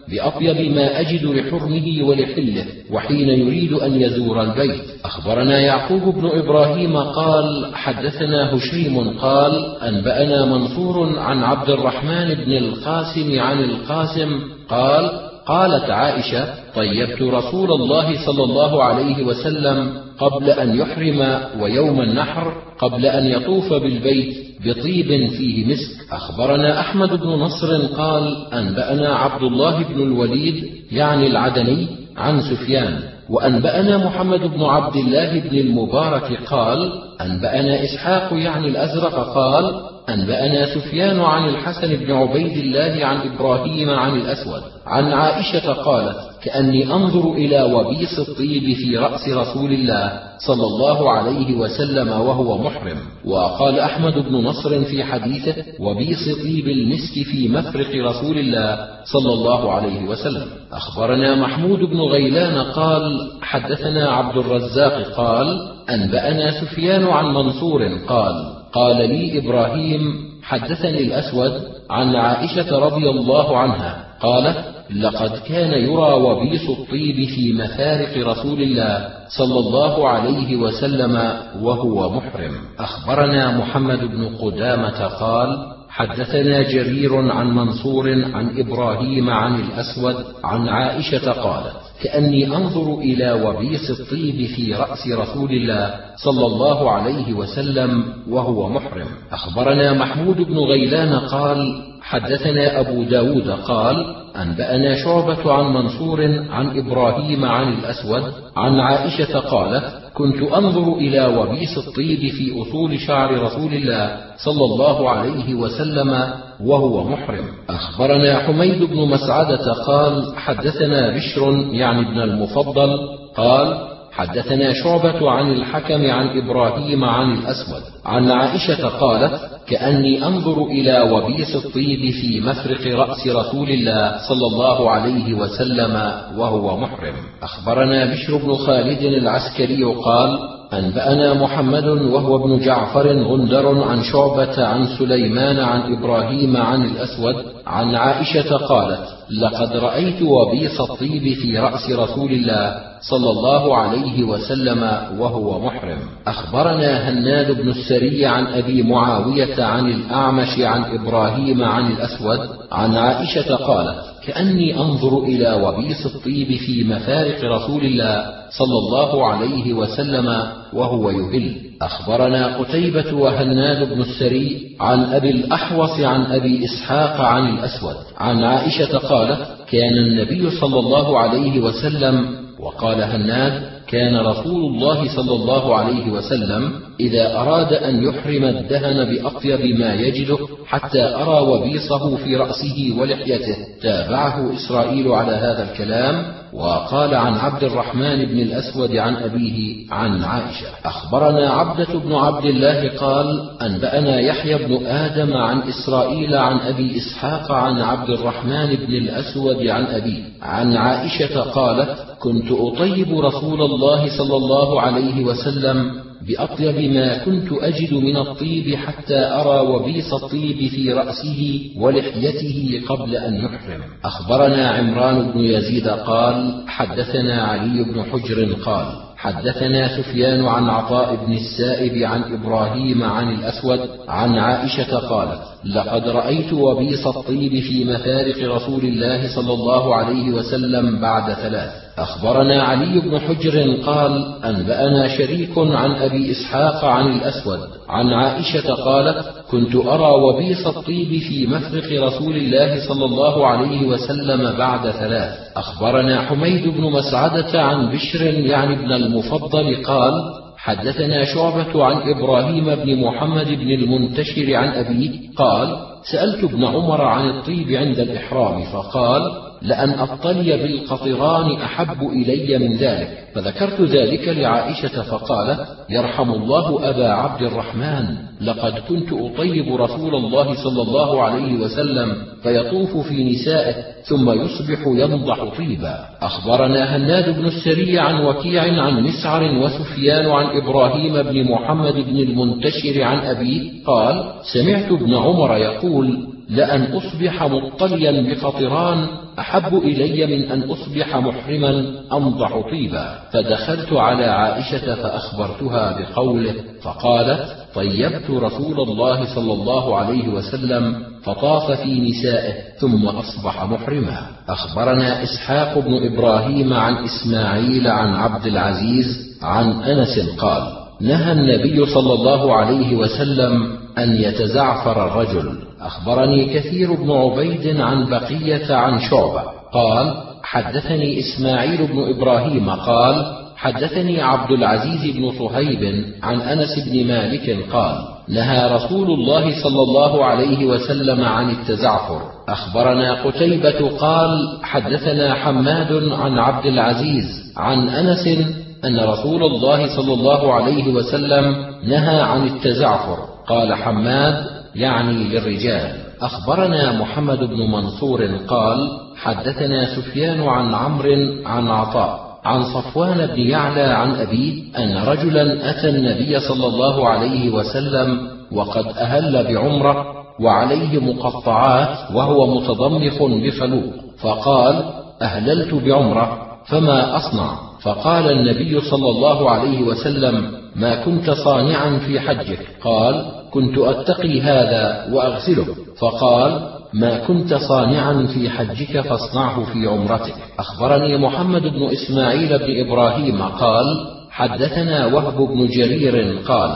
بأطيب ما أجد لحرمه ولحله وحين يريد أن يزور البيت. أخبرنا يعقوب بن إبراهيم قال حدثنا هشيم قال أنبأنا منصور عن عبد الرحمن بن القاسم عن القاسم قال قالت عائشة طيبت رسول الله صلى الله عليه وسلم قبل أن يحرم ويوم النحر قبل أن يطوف بالبيت بطيب فيه مسك. أخبرنا أحمد بن نصر قال أنبأنا عبد الله بن الوليد يعني العدني عن سفيان وأنبأنا محمد بن عبد الله بن المبارك قال أنبأنا إسحاق يعني الأزرق قال أنبأنا سفيان عن الحسن بن عبيد الله عن إبراهيم عن الأسود عن عائشة قالت كأني أنظر إلى وبيص الطيب في رأس رسول الله صلى الله عليه وسلم وهو محرم. وقال أحمد بن نصر في حديثه وبيص طيب المسك في مفرق رسول الله صلى الله عليه وسلم. أخبرنا محمود بن غيلان قال حدثنا عبد الرزاق قال أنبأنا سفيان عن منصور قال قال لي إبراهيم حدثني الأسود عن عائشة رضي الله عنها قالت لقد كان يرى وبيص الطيب في مفارق رسول الله صلى الله عليه وسلم وهو محرم. أخبرنا محمد بن قدامة قال حدثنا جرير عن منصور عن إبراهيم عن الأسود عن عائشة قالت كأني أنظر إلى وبيص الطيب في رأس رسول الله صلى الله عليه وسلم وهو محرم. أخبرنا محمود بن غيلان قال حدثنا أبو داود قال أنبأنا شعبة عن منصور عن إبراهيم عن الأسود عن عائشة قالت كنت أنظر إلى وبيص الطيب في أصول شعر رسول الله صلى الله عليه وسلم وهو محرم. أخبرنا حميد بن مسعدة قال حدثنا بشر يعني ابن المفضل قال حدثنا شعبة عن الحكم عن إبراهيم عن الأسود عن عائشة قالت كأني أنظر إلى وبيص الطيب في مفرق رأس رسول الله صلى الله عليه وسلم وهو محرم. أخبرنا بشر بن خالد العسكري قال أنبأنا محمد وهو ابن جعفر غندر عن شعبة عن سليمان عن إبراهيم عن الأسود عن عائشة قالت لقد رأيت وبيص الطيب في رأس رسول الله صلى الله عليه وسلم وهو محرم. أخبرنا هناد بن السري عن أبي معاوية عن الأعمش عن إبراهيم عن الأسود عن عائشة قالت كأني أنظر إلى وبيص الطيب في مفارق رسول الله صلى الله عليه وسلم وهو يهل. أخبرنا قتيبة وهناد بن السري عن أبي الأحوص عن أبي إسحاق عن الأسود عن عائشة قالت كان النبي صلى الله عليه وسلم وقال هناد كان رسول الله صلى الله عليه وسلم إذا أراد أن يحرم الدهن بأطيب ما يجده حتى أرى وبيصه في رأسه ولحيته. تابعه إسرائيل على هذا الكلام وقال عن عبد الرحمن بن الأسود عن أبيه عن عائشة. أخبرنا عبدة بن عبد الله قال أنبأنا يحيى بن آدم عن إسرائيل عن أبي إسحاق عن عبد الرحمن بن الأسود عن أبيه عن عائشة قالت كنت أطيب رسول الله صلى الله عليه وسلم بأطيب ما كنت أجد من الطيب حتى أرى وبيص الطيب في رأسه ولحيته قبل أن يحرم. أخبرنا عمران بن يزيد قال حدثنا علي بن حجر قال حدثنا سفيان عن عطاء بن السائب عن إبراهيم عن الأسود عن عائشة قالت لقد رأيت وبيص الطيب في مفارق رسول الله صلى الله عليه وسلم بعد ثلاث. أخبرنا علي بن حجر قال أنبأنا شريك عن أبي إسحاق عن الأسود عن عائشة قالت كنت أرى وبيص الطيب في مفرق رسول الله صلى الله عليه وسلم بعد ثلاث. أخبرنا حميد بن مسعدة عن بشر يعني ابن المفضل قال حدثنا شعبة عن إبراهيم بن محمد بن المنتشر عن أبيه قال سألت ابن عمر عن الطيب عند الإحرام فقال لأن أطلي بالقطران أحب إلي من ذلك، فذكرت ذلك لعائشة فقالت يرحم الله أبا عبد الرحمن، لقد كنت أطيب رسول الله صلى الله عليه وسلم فيطوف في نسائه ثم يصبح ينضح طيبا. أخبرنا هناد بن السري عن وكيع عن مسعر وسفيان عن إبراهيم بن محمد بن المنتشر عن أبيه قال سمعت ابن عمر يقول لأن أصبح مطليا بقطران أحب إلي من أن أصبح محرما أمضح طيبا. فدخلت على عائشة فأخبرتها بقوله، فقالت: طيبت رسول الله صلى الله عليه وسلم فطاف في نسائه ثم أصبح محرما. أخبرنا إسحاق بن إبراهيم عن إسماعيل عن عبد العزيز عن أنس قال: نهى النبي صلى الله عليه وسلم أن يتزعفر الرجل. أخبرني كثير بن عبيد عن بقية عن شعبة قال: حدثني إسماعيل بن إبراهيم قال: حدثني عبد العزيز بن صهيب عن أنس بن مالك قال: نهى رسول الله صلى الله عليه وسلم عن التزعفر. أخبرنا قتيبة قال: حدثنا حماد عن عبد العزيز عن أنس أن رسول الله صلى الله عليه وسلم نهى عن التزعفر. قال حماد: يعني للرجال. أخبرنا محمد بن منصور قال: حدثنا سفيان عن عمرو عن عطاء عن صفوان بن يعلى عن أبيه أن رجلا أتى النبي صلى الله عليه وسلم وقد أهل بعمرة وعليه مقطعات وهو متضمخ بخلوق، فقال: أهللت بعمرة فما أصنع؟ فقال النبي صلى الله عليه وسلم: ما كنت صانعا في حجك؟ قال: كنت أتقي هذا وأغسله. فقال: ما كنت صانعا في حجك فاصنعه في عمرتك. أخبرني محمد بن إسماعيل بن إبراهيم قال: حدثنا وهب بن جرير قال: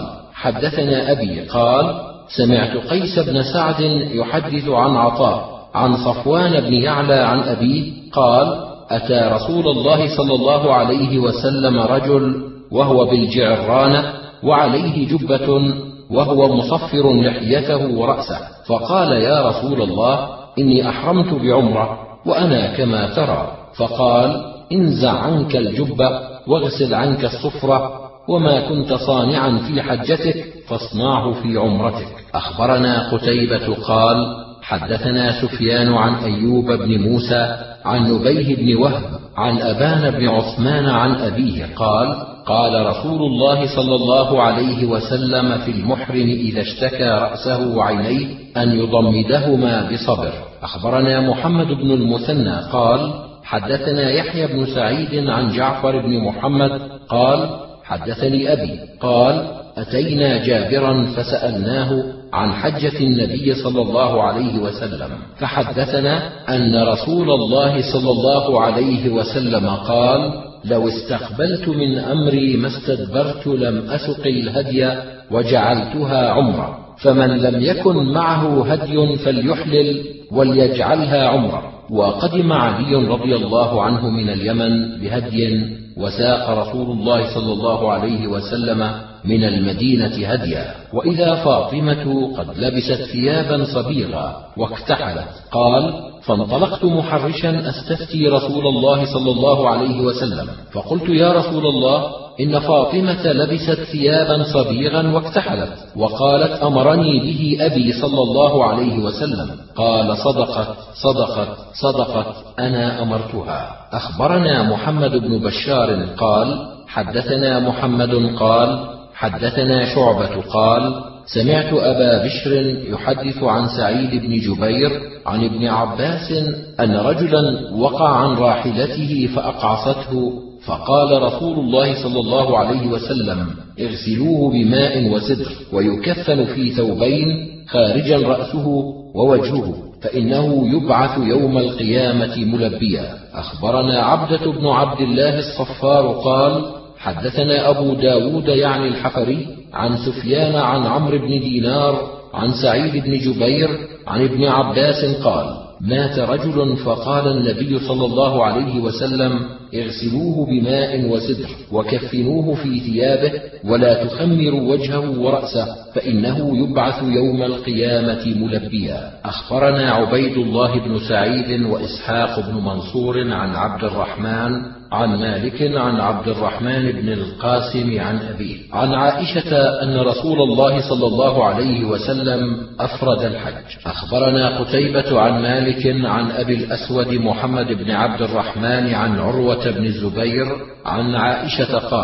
حدثنا أبي قال: سمعت قيس بن سعد يحدث عن عطاء عن صفوان بن يعلى عن أبيه قال: أتى رسول الله صلى الله عليه وسلم رجل وهو بالجعرانة وعليه جبة وهو مصفر لحيته ورأسه، فقال: يا رسول الله، إني أحرمت بعمرة وأنا كما ترى. فقال: انزع عنك الجبة واغسل عنك الصفرة، وما كنت صانعا في حجتك فاصنعه في عمرتك. أخبرنا قتيبة قال: حدثنا سفيان عن أيوب بن موسى عن نبيه بن وهب عن أبان بن عثمان عن أبيه قال: قال رسول الله صلى الله عليه وسلم في المحرم إذا اشتكى رأسه وعينيه أن يضمدهما بصبر. أخبرنا محمد بن المثنى قال: حدثنا يحيى بن سعيد عن جعفر بن محمد قال: حدثني أبي قال: أتينا جابرا فسألناه عن حجة النبي صلى الله عليه وسلم، فحدثنا أن رسول الله صلى الله عليه وسلم قال: لو استقبلت من أمري ما استدبرت لم أسق الهدي وجعلتها عمرة، فمن لم يكن معه هدي فليحلل وليجعلها عمرة. وقدم علي رضي الله عنه من اليمن بهدي، وساق رسول الله صلى الله عليه وسلم من المدينة هديا. وإذا فاطمة قد لبست ثيابا صبيغا واكتحلت، قال: فانطلقت محرشا أستفتي رسول الله صلى الله عليه وسلم، فقلت: يا رسول الله، إن فاطمة لبست ثيابا صبيغا واكتحلت، وقالت: أمرني به أبي صلى الله عليه وسلم. قال: صدقت صدقت صدقت، أنا أمرتها. أخبرنا محمد بن بشار قال: حدثنا محمد قال: حدثنا شعبة قال: سمعت أبا بشر يحدث عن سعيد بن جبير عن ابن عباس أن رجلا وقع عن راحلته فأقعصته، فقال رسول الله صلى الله عليه وسلم: اغسلوه بماء وسدر، ويكفن في ثوبين، خارجا رأسه ووجهه، فإنه يبعث يوم القيامة ملبيا. أخبرنا عبدة بن عبد الله الصفار قال: حدثنا أبو داود يعني الحفري عن سفيان عن عمرو بن دينار عن سعيد بن جبير عن ابن عباس قال: مات رجل فقال النبي صلى الله عليه وسلم: اغسلوه بماء وسدر وكفنوه في ثيابه، ولا تخمروا وجهه ورأسه، فإنه يبعث يوم القيامة ملبيا. أخبرنا عبيد الله بن سعيد وإسحاق بن منصور عن عبد الرحمن عن مالك عن عبد الرحمن بن القاسم عن أبيه عن عائشة أن رسول الله صلى الله عليه وسلم أفرد الحج. أخبرنا قتيبة عن مالك عن أبي الأسود محمد بن عبد الرحمن عن عروة بن الزبير عن عائشة قالت: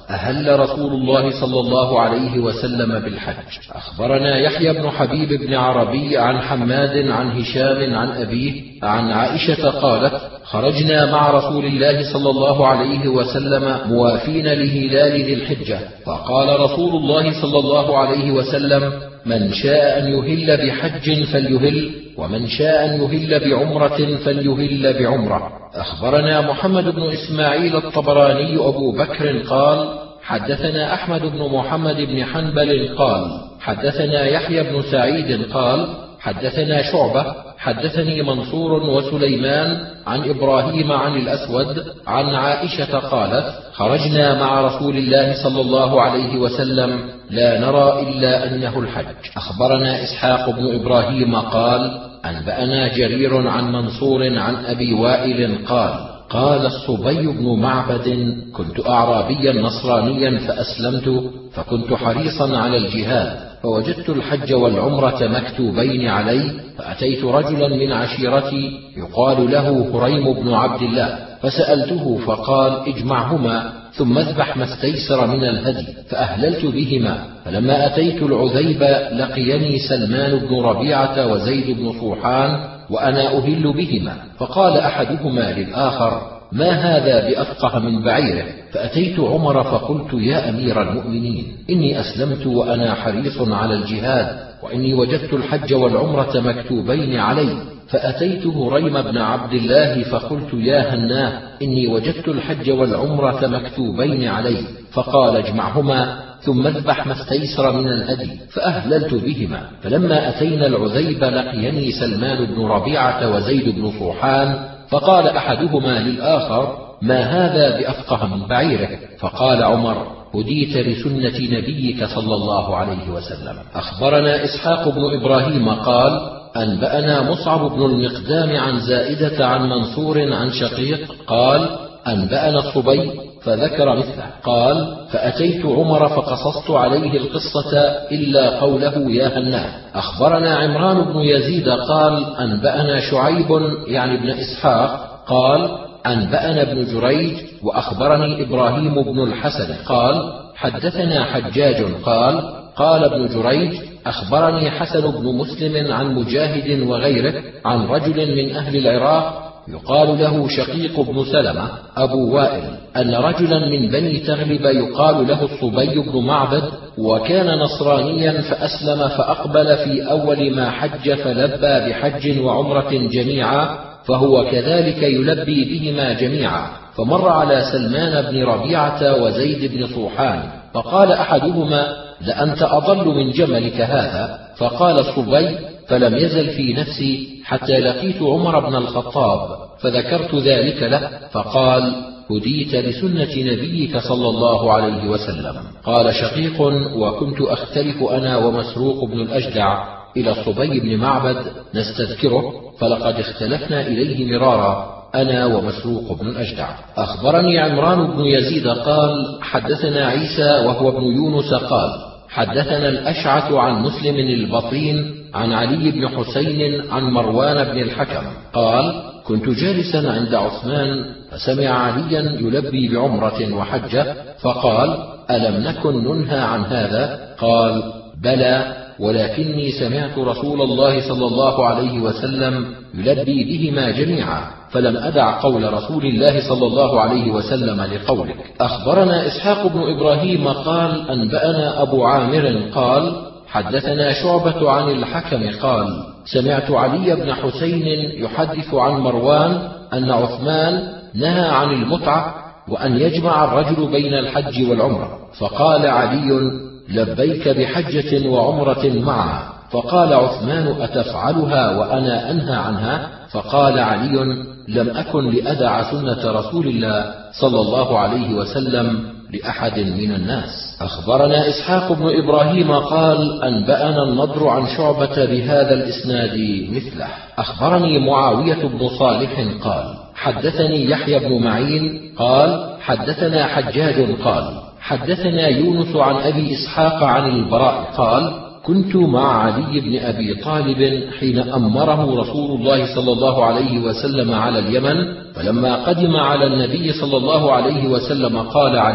أهل رسول الله صلى الله عليه وسلم بالحج. أخبرنا يحيى بن حبيب بن عربي عن حماد عن هشام عن أبيه عن عائشة قالت: خرجنا مع رسول الله صلى الله عليه وسلم موافين لهلال ذي الحجة، فقال رسول الله صلى الله عليه وسلم: من شاء أن يهل بحج فليهل، ومن شاء أن يهل بعمرة فليهل بعمرة. أخبرنا محمد بن إسماعيل الطبراني أبو بكر قال: حدثنا أحمد بن محمد بن حنبل قال: حدثنا يحيى بن سعيد قال: حدثنا شعبة حدثني منصور وسليمان عن إبراهيم عن الأسود عن عائشة قالت: خرجنا مع رسول الله صلى الله عليه وسلم لا نرى إلا أنه الحج. أخبرنا إسحاق بن إبراهيم قال: أنبأنا جرير عن منصور عن أبي وائل قال: قال الصبي بن معبد: كنت أعرابيا نصرانيا فأسلمت، فكنت حريصا على الجهاد، فوجدت الحج والعمرة مكتوبين علي، فأتيت رجلا من عشيرتي يقال له هريم بن عبد الله، فسألته فقال: اجمعهما ثم اذبح ما استيسر من الهدي، فأهللت بهما. فلما أتيت العذيبة لقيني سلمان بن ربيعة وزيد بن صوحان وأنا أهل بهما، فقال أحدهما للآخر: ما هذا بأفقه من بعيره؟ فأتيت عمر فقلت: يا أمير المؤمنين، إني أسلمت وأنا حريص على الجهاد، وإني وجدت الحج والعمرة مكتوبين علي. فأتيت هريم بن عبد الله فقلت: يا هناه، إني وجدت الحج والعمرة مكتوبين علي. فقال: اجمعهما ثم اذبح ما استيسر من الهدي، فأهللت بهما. فلما أتينا العذيبة لقيني سلمان بن ربيعة وزيد بن صوحان، فقال أحدهما للآخر: ما هذا بأفقه من بعيره؟ فقال عمر: هديت لسنة نبيك صلى الله عليه وسلم. أخبرنا إسحاق بن إبراهيم قال: أنبأنا مصعب بن المقدام عن زائدة عن منصور عن شقيق قال: أنبأنا الصبي، فذكر مثله. قال: فأتيت عمر فقصصت عليه القصة إلا قوله يا هناه. أخبرنا عمران بن يزيد قال: أنبأنا شعيب يعني ابن إسحاق قال: أنبأنا ابن جريج، وأخبرني إبراهيم بن الحسن قال: حدثنا حجاج قال: قال ابن جريج: أخبرني حسن بن مسلم عن مجاهد وغيره عن رجل من أهل العراق يقال له شقيق بن سلمة أبو وائل، أن رجلا من بني تغلب يقال له الصبي بن معبد، وكان نصرانيا فأسلم، فأقبل في أول ما حج فلبى بحج وعمرة جميعا، فهو كذلك يلبي بهما جميعا. فمر على سلمان بن ربيعة وزيد بن صوحان، فقال أحدهما: لأنت أضل من جملك هذا. فقال الصبي: فلم يزل في نفسي حتى لقيت عمر بن الخطاب فذكرت ذلك له، فقال: هديت لسنة نبيك صلى الله عليه وسلم. قال شقيق: وكنت أختلف أنا ومسروق بن الأجدع إلى الصبي بن معبد نستذكره، فلقد اختلفنا إليه مرارا أنا ومسروق بن الأجدع. أخبرني عمران بن يزيد قال: حدثنا عيسى وهو ابن يونس قال: حدثنا الأشعث عن مسلم البطين عن علي بن حسين عن مروان بن الحكم قال: كنت جالسا عند عثمان فسمع عليا يلبي بعمرة وحجة، فقال: ألم نكن ننهى عن هذا؟ قال: بلى، ولكني سمعت رسول الله صلى الله عليه وسلم يلبي بهما جميعا، فلم أدع قول رسول الله صلى الله عليه وسلم لقولك. أخبرنا إسحاق بن إبراهيم قال: أنبأنا أبو عامر قال: حدثنا شعبة عن الحكم قال: سمعت علي بن حسين يحدث عن مروان أن عثمان نهى عن المتعة وأن يجمع الرجل بين الحج والعمرة، فقال علي: لبيك بحجة وعمرة معها. فقال عثمان: أتفعلها وأنا أنهى عنها؟ فقال علي: لم أكن لأدع سنة رسول الله صلى الله عليه وسلم لأحد من الناس. أخبرنا إسحاق بن إبراهيم قال: أنبأنا النضر عن شعبة بهذا الإسناد مثله. أخبرني معاوية بن صالح قال: حدثني يحيى بن معين قال: حدثنا حجاج قال: حدثنا يونس عن أبي إسحاق عن البراء قال: كنت مع علي بن أبي طالب حين أمره رسول الله صلى الله عليه وسلم على اليمن، فلما قدم على النبي صلى الله عليه وسلم قال علي: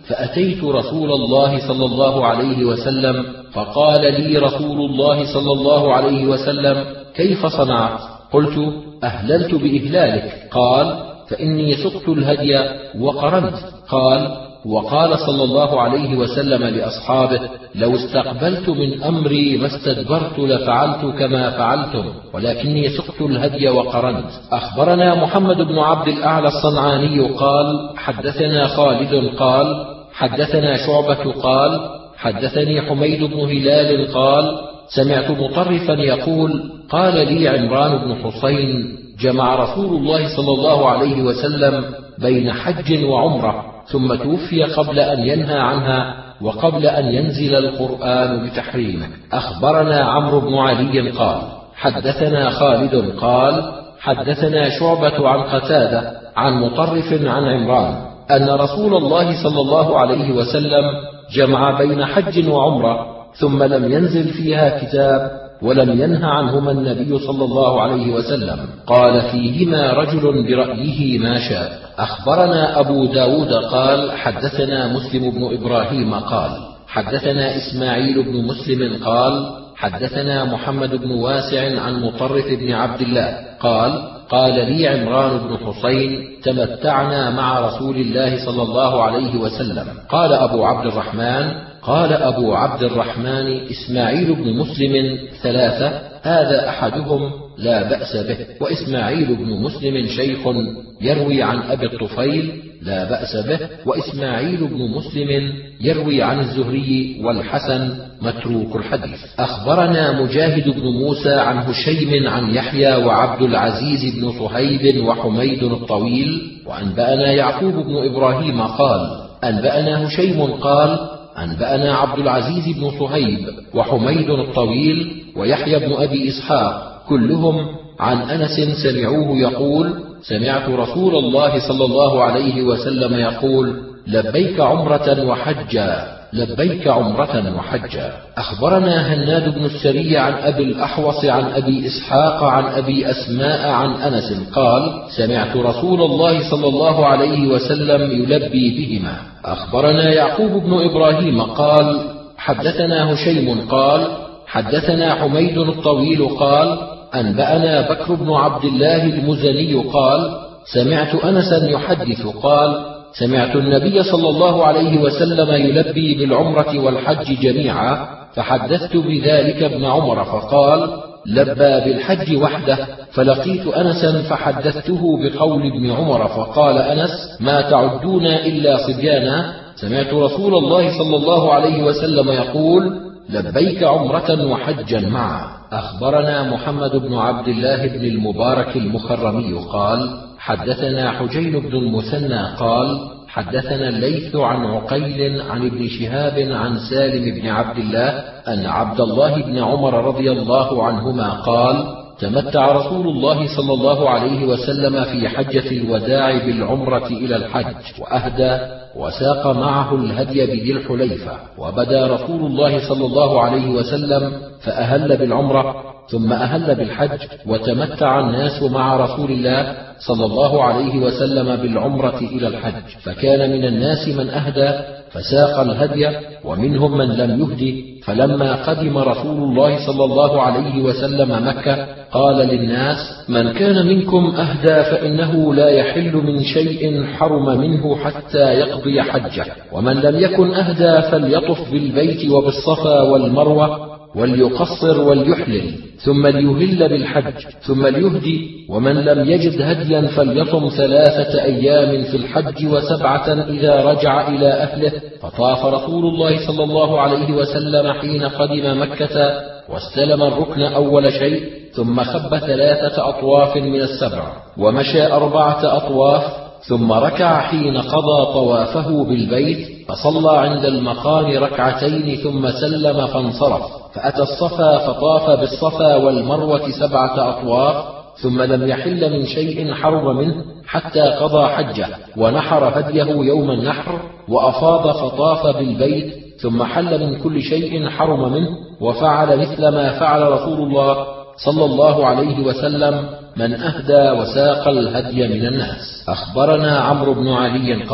فأتيت رسول الله صلى الله عليه وسلم فقال لي رسول الله صلى الله عليه وسلم: كيف صنعت؟ قلت: أهللت بإهلالك. قال: فإني سقت الهدي وقرنت. قال: وقال صلى الله عليه وسلم لأصحابه: لو استقبلت من أمري ما استدبرت لفعلت كما فعلتم، ولكني سقت الهدي وقرنت. أخبرنا محمد بن عبد الأعلى الصنعاني قال: حدثنا خالد قال: حدثنا شعبة قال: حدثني حميد بن هلال قال: سمعت مطرفا يقول: قال لي عمران بن حسين: جمع رسول الله صلى الله عليه وسلم بين حج وعمرة، ثم توفي قبل أن ينهى عنها وقبل أن ينزل القرآن بتحريمه. أخبرنا عمرو بن علي قال: حدثنا خالد قال: حدثنا شعبة عن قتادة عن مطرف عن عمران أن رسول الله صلى الله عليه وسلم جمع بين حج وعمرة ثم لم ينزل فيها كتاب ولم ينه عنهما النبي صلى الله عليه وسلم، قال فيهما رجل برأيه ما شاء. أخبرنا أبو داود قال: حدثنا مسلم بن إبراهيم قال: حدثنا إسماعيل بن مسلم قال: حدثنا محمد بن واسع عن مطرف بن عبد الله قال: قال لي عمران بن حسين: تمتعنا مع رسول الله صلى الله عليه وسلم. قال أبو عبد الرحمن: قال أبو عبد الرحمن إسماعيل بن مسلم ثلاثة، هذا أحدهم لا بأس به، وإسماعيل بن مسلم شيخ يروي عن أبي الطفيل لا بأس به، وإسماعيل بن مسلم يروي عن الزهري والحسن متروك الحديث. أخبرنا مجاهد بن موسى عن هشيم عن يحيى وعبد العزيز بن صهيب وحميد الطويل، وأنبأنا يعقوب بن إبراهيم قال: أنبأنا هشيم قال: أنبأنا عبد العزيز بن صهيب وحميد الطويل ويحيى بن أبي إسحاق كلهم عن أنس سمعوه يقول: سمعت رسول الله صلى الله عليه وسلم يقول: لبيك عمرة وحجا، لبيك عمرة وحجا. أخبرنا هناد بن السري عن أبي الأحوص عن أبي إسحاق عن أبي أسماء عن أنس قال: سمعت رسول الله صلى الله عليه وسلم يلبي بهما. أخبرنا يعقوب بن إبراهيم قال: حدثنا هشيم قال: حدثنا حميد الطويل قال: أنبأنا بكر بن عبد الله المزني قال: سمعت أنسا يحدث قال: سمعت النبي صلى الله عليه وسلم يلبي بالعمرة والحج جميعا، فحدثت بذلك ابن عمر فقال: لبى بالحج وحده، فلقيت أنسا فحدثته بقول ابن عمر فقال أنس: ما تعدون إلا صبيانا، سمعت رسول الله صلى الله عليه وسلم يقول: لبيك عمرة وحجا معا. أخبرنا محمد بن عبد الله بن المبارك المخرمي قال: حدثنا حجين بن المثنى قال: حدثنا الليث عن عقيل عن ابن شهاب عن سالم بن عبد الله أن عبد الله بن عمر رضي الله عنهما قال: تمتع رسول الله صلى الله عليه وسلم في حجة الوداع بالعمرة إلى الحج، وأهدى وساق معه الهدي بذي الحليفة، وبدا رسول الله صلى الله عليه وسلم فأهل بالعمرة ثم أهل بالحج، وتمتع الناس مع رسول الله صلى الله عليه وسلم بالعمرة إلى الحج، فكان من الناس من أهدى فساق الهدي ومنهم من لم يهدي. فلما قدم رسول الله صلى الله عليه وسلم مكة قال للناس: من كان منكم أهدى فإنه لا يحل من شيء حرم منه حتى يقضي حجه، ومن لم يكن أهدى فليطف بالبيت وبالصفا والمروة وليقصر وليحلل، ثم ليهل بالحج ثم ليهدي، ومن لم يجد هديا فليصم ثلاثة أيام في الحج وسبعة إذا رجع إلى أهله. فطاف رسول الله صلى الله عليه وسلم حين قدم مكة واستلم الركن أول شيء، ثم خب ثلاثة أطواف من السبع، ومشى أربعة أطواف، ثم ركع حين قضى طوافه بالبيت، فصلى عند المقام ركعتين ثم سلم فانصرف، فأتى الصفا فطاف بالصفا والمروة سبعة أطواف، ثم لم يحل من شيء حرم منه حتى قضى حجه، ونحر هديه يوم النحر، وأفاض فطاف بالبيت، ثم حل من كل شيء حرم منه، وفعل مثل ما فعل رسول الله صلى الله عليه وسلم من أهدى وساق الهدي من الناس. أخبرنا عمرو بن علي قال: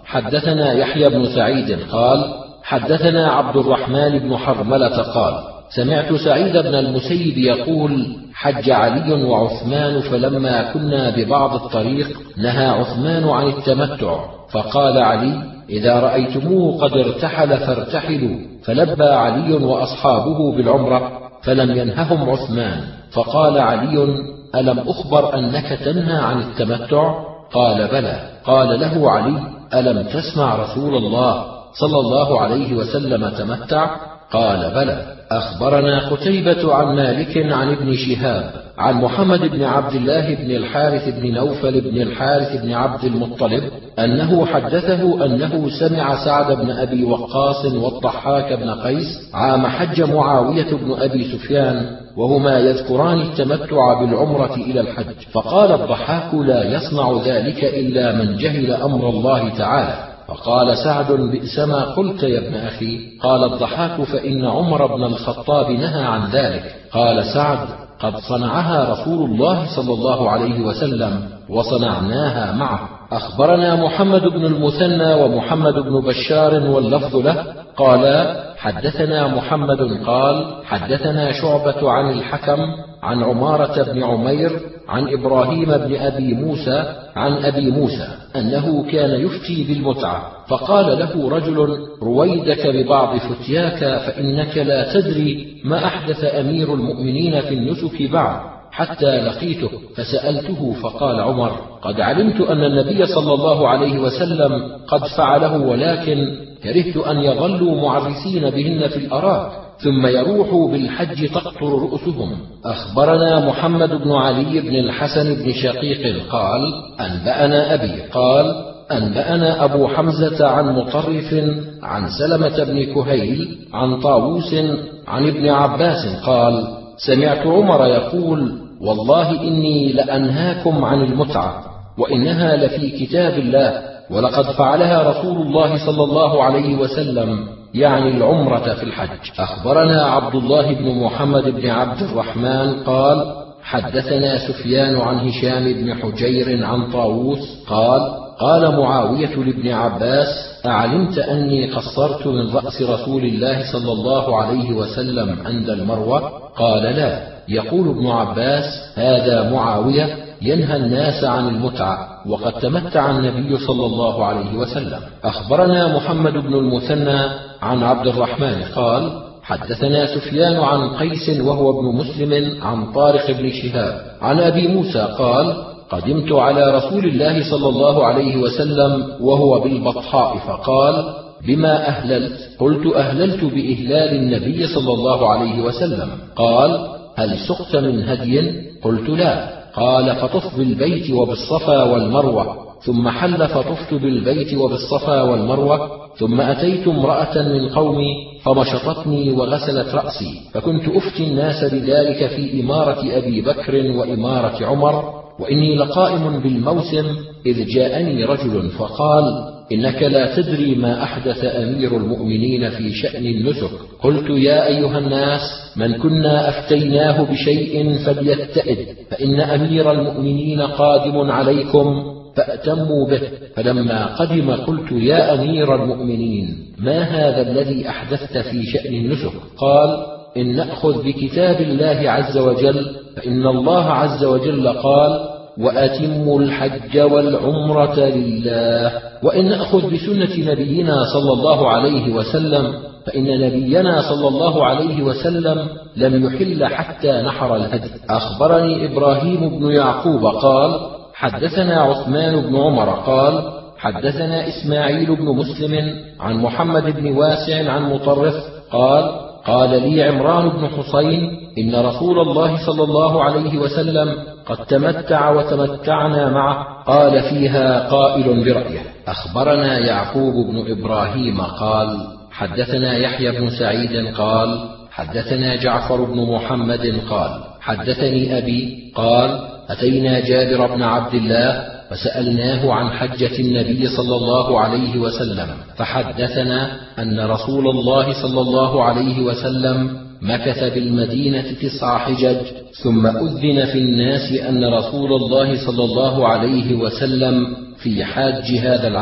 حدثنا يحيى بن سعيد قال حدثنا عبد الرحمن بن حرملة قال سمعت سعيد بن المسيب يقول حج علي وعثمان فلما كنا ببعض الطريق نهى عثمان عن التمتع، فقال علي إذا رأيتموه قد ارتحل فارتحلوا، فلبى علي وأصحابه بالعمرة فلم ينههم عثمان، فقال علي ألم أخبر أنك تنهى عن التمتع؟ قال بلى. قال له علي ألم تسمع رسول الله صلى الله عليه وسلم تمتع؟ قال بلى. أخبرنا قتيبة عن مالك عن ابن شهاب عن محمد بن عبد الله بن الحارث بن نوفل بن الحارث بن عبد المطلب أنه حدثه أنه سمع سعد بن أبي وقاص والضحاك بن قيس عام حج معاوية بن أبي سفيان وهما يذكران التمتع بالعمرة إلى الحج، فقال الضحاك لا يصنع ذلك إلا من جهل أمر الله تعالى. فقال سعد بئس ما قلت يا ابن أخي. قال الضحاك فإن عمر بن الخطاب نهى عن ذلك. قال سعد قد صنعها رسول الله صلى الله عليه وسلم وصنعناها معه. أخبرنا محمد بن المثنى ومحمد بن بشار واللفظ له قالا حدثنا محمد قال حدثنا شعبة عن الحكم عن عمارة بن عمير عن إبراهيم بن أبي موسى عن أبي موسى أنه كان يفتي بالمتعة، فقال له رجل رويدك ببعض فتياك فإنك لا تدري ما أحدث أمير المؤمنين في النسك بعد حتى لقيته، فسألته فقال عمر قد علمت أن النبي صلى الله عليه وسلم قد فعله، ولكن كرهت أن يظلوا معرسين بهن في الأراك ثم يروحوا بالحج تقطر رؤوسهم. أخبرنا محمد بن علي بن الحسن بن شقيق قال أنبأنا أبي قال أنبأنا أبو حمزة عن مطرف عن سلمة بن كهيل عن طاووس عن ابن عباس قال سمعت عمر يقول والله إني لأنهاكم عن المتعة وإنها لفي كتاب الله ولقد فعلها رسول الله صلى الله عليه وسلم، يعني العمرة في الحج. أخبرنا عبد الله بن محمد بن عبد الرحمن قال حدثنا سفيان عن هشام بن حجير عن طاووس قال قال معاوية لابن عباس أعلمت أني قصرت من رأس رسول الله صلى الله عليه وسلم عند المروة؟ قال لا. يقول ابن عباس هذا معاوية ينهى الناس عن المتعة وقد تمتع النبي صلى الله عليه وسلم. أخبرنا محمد بن المثنى عن عبد الرحمن قال حدثنا سفيان عن قيس وهو ابن مسلم عن طارق بن شهاب عن أبي موسى قال قدمت على رسول الله صلى الله عليه وسلم وهو بالبطحاء فقال بما أهللت؟ قلت أهللت بإهلال النبي صلى الله عليه وسلم. قال هل سقت من هدي؟ قلت لا. قال فطف بالبيت وبالصفا والمروة، ثم حل فطفت بالبيت وبالصفا والمروة، ثم أتيت امرأة من قومي فمشطتني وغسلت رأسي، فكنت أفتي الناس بذلك في إمارة أبي بكر وإمارة عمر، وإني لقائم بالموسم إذ جاءني رجل فقال إنك لا تدري ما أحدث أمير المؤمنين في شأن النسك. قلت يا أيها الناس من كنا أفتيناه بشيء فليتئد، فإن أمير المؤمنين قادم عليكم فأتموا به. فلما قدم قلت يا أمير المؤمنين ما هذا الذي أحدثت في شأن النسك؟ قال إن نأخذ بكتاب الله عز وجل فإن الله عز وجل قال وأتموا الحج والعمرة لله، وإن نأخذ بسنة نبينا صلى الله عليه وسلم فإن نبينا صلى الله عليه وسلم لم يحل حتى نحر الهدي. أخبرني إبراهيم بن يعقوب قال حدثنا عثمان بن عمر قال حدثنا إسماعيل بن مسلم عن محمد بن واسع عن مطرف قال قال لي عمران بن حسين إن رسول الله صلى الله عليه وسلم قد تمتع وتمتعنا معه، قال فيها قائل برأيه. أخبرنا يعقوب بن إبراهيم قال حدثنا يحيى بن سعيد قال حدثنا جعفر بن محمد قال حدثني أبي قال أتينا جابر بن عبد الله فسألناه عن حجة النبي صلى الله عليه وسلم، فحدثنا أن رسول الله صلى الله عليه وسلم مكث بالمدينة تسع حجج، ثم أذن في الناس أن رسول الله صلى الله عليه وسلم في حاج هذا العام،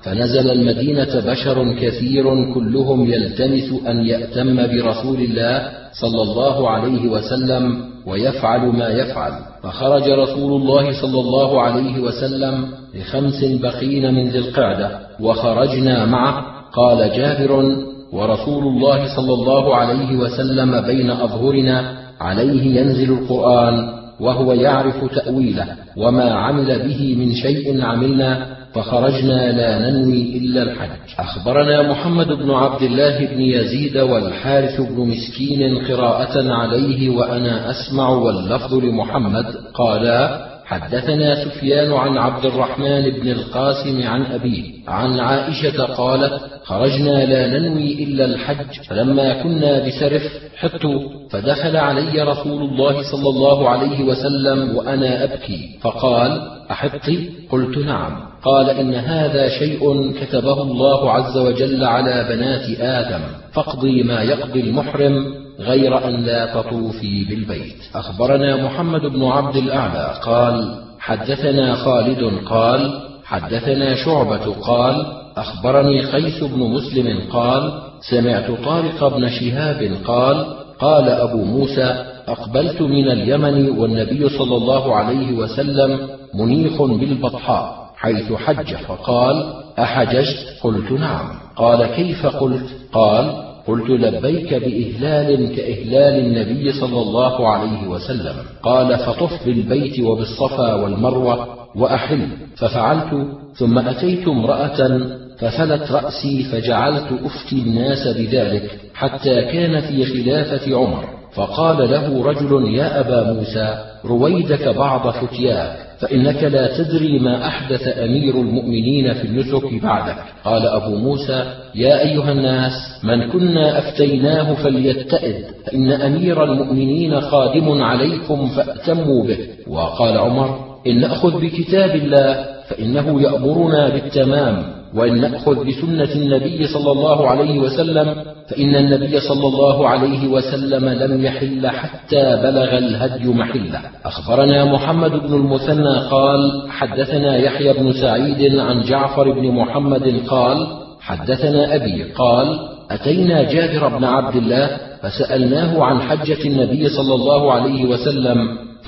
فنزل المدينة بشر كثير كلهم يلتمس أن يأتم برسول الله صلى الله عليه وسلم ويفعل ما يفعل، فخرج رسول الله صلى الله عليه وسلم لخمس بقين من ذي القعدة وخرجنا معه. قال جابر: ورسول الله صلى الله عليه وسلم بين أظهرنا عليه ينزل القرآن وهو يعرف تأويله، وما عمل به من شيء عملنا، فخرجنا لا ننوي إلا الحج. أخبرنا محمد بن عبد الله بن يزيد والحارث بن مسكين قراءة عليه وأنا أسمع واللفظ لمحمد قالا: حدثنا سفيان عن عبد الرحمن بن القاسم عن أبيه عن عائشة قالت: خرجنا لا ننوي إلا الحج، فلما كنا بسرف حط، فدخل علي رسول الله صلى الله عليه وسلم وأنا أبكي، فقال: أحطي؟ قلت: نعم. قال: إن هذا شيء كتبه الله عز وجل على بنات آدم، فاقضي ما يقضي المحرم غير أن لا تطوفي بالبيت. أخبرنا محمد بن عبد الأعلى قال: حدثنا خالد قال: حدثنا شعبة قال: أخبرني قيس بن مسلم قال: سمعت طارق بن شهاب قال: قال أبو موسى: أقبلت من اليمن والنبي صلى الله عليه وسلم منيخ بالبطحاء حيث حج، فقال: أحججت؟ قلت: نعم. قال: كيف قلت؟ قال: قلت: لبيك بإهلال كإهلال النبي صلى الله عليه وسلم. قال: فطف بالبيت وبالصفا والمروة وأحل، ففعلت، ثم أتيت امرأة ففلت رأسي فجعلت أفتي الناس بذلك حتى كان في خلافة عمر، فقال له رجل: يا أبا موسى، رويدك بعض فتياك، فإنك لا تدري ما أحدث أمير المؤمنين في النسك بعدك. قال أبو موسى: يا أيها الناس، من كنا أفتيناه فليتئد، فإن أمير المؤمنين قادم عليكم فأتموا به. وقال عمر: إن نأخذ بكتاب الله فإنه يأمرنا بالتمام، وإن نأخذ بسنة النبي صلى الله عليه وسلم فإن النبي صلى الله عليه وسلم لم يحل حتى بلغ الهدي محله. أخبرنا محمد بن المثنى قال: حدثنا يحيى بن سعيد عن جعفر بن محمد قال: حدثنا أبي قال: أتينا جابر بن عبد الله فسألناه عن حجة النبي صلى الله عليه وسلم،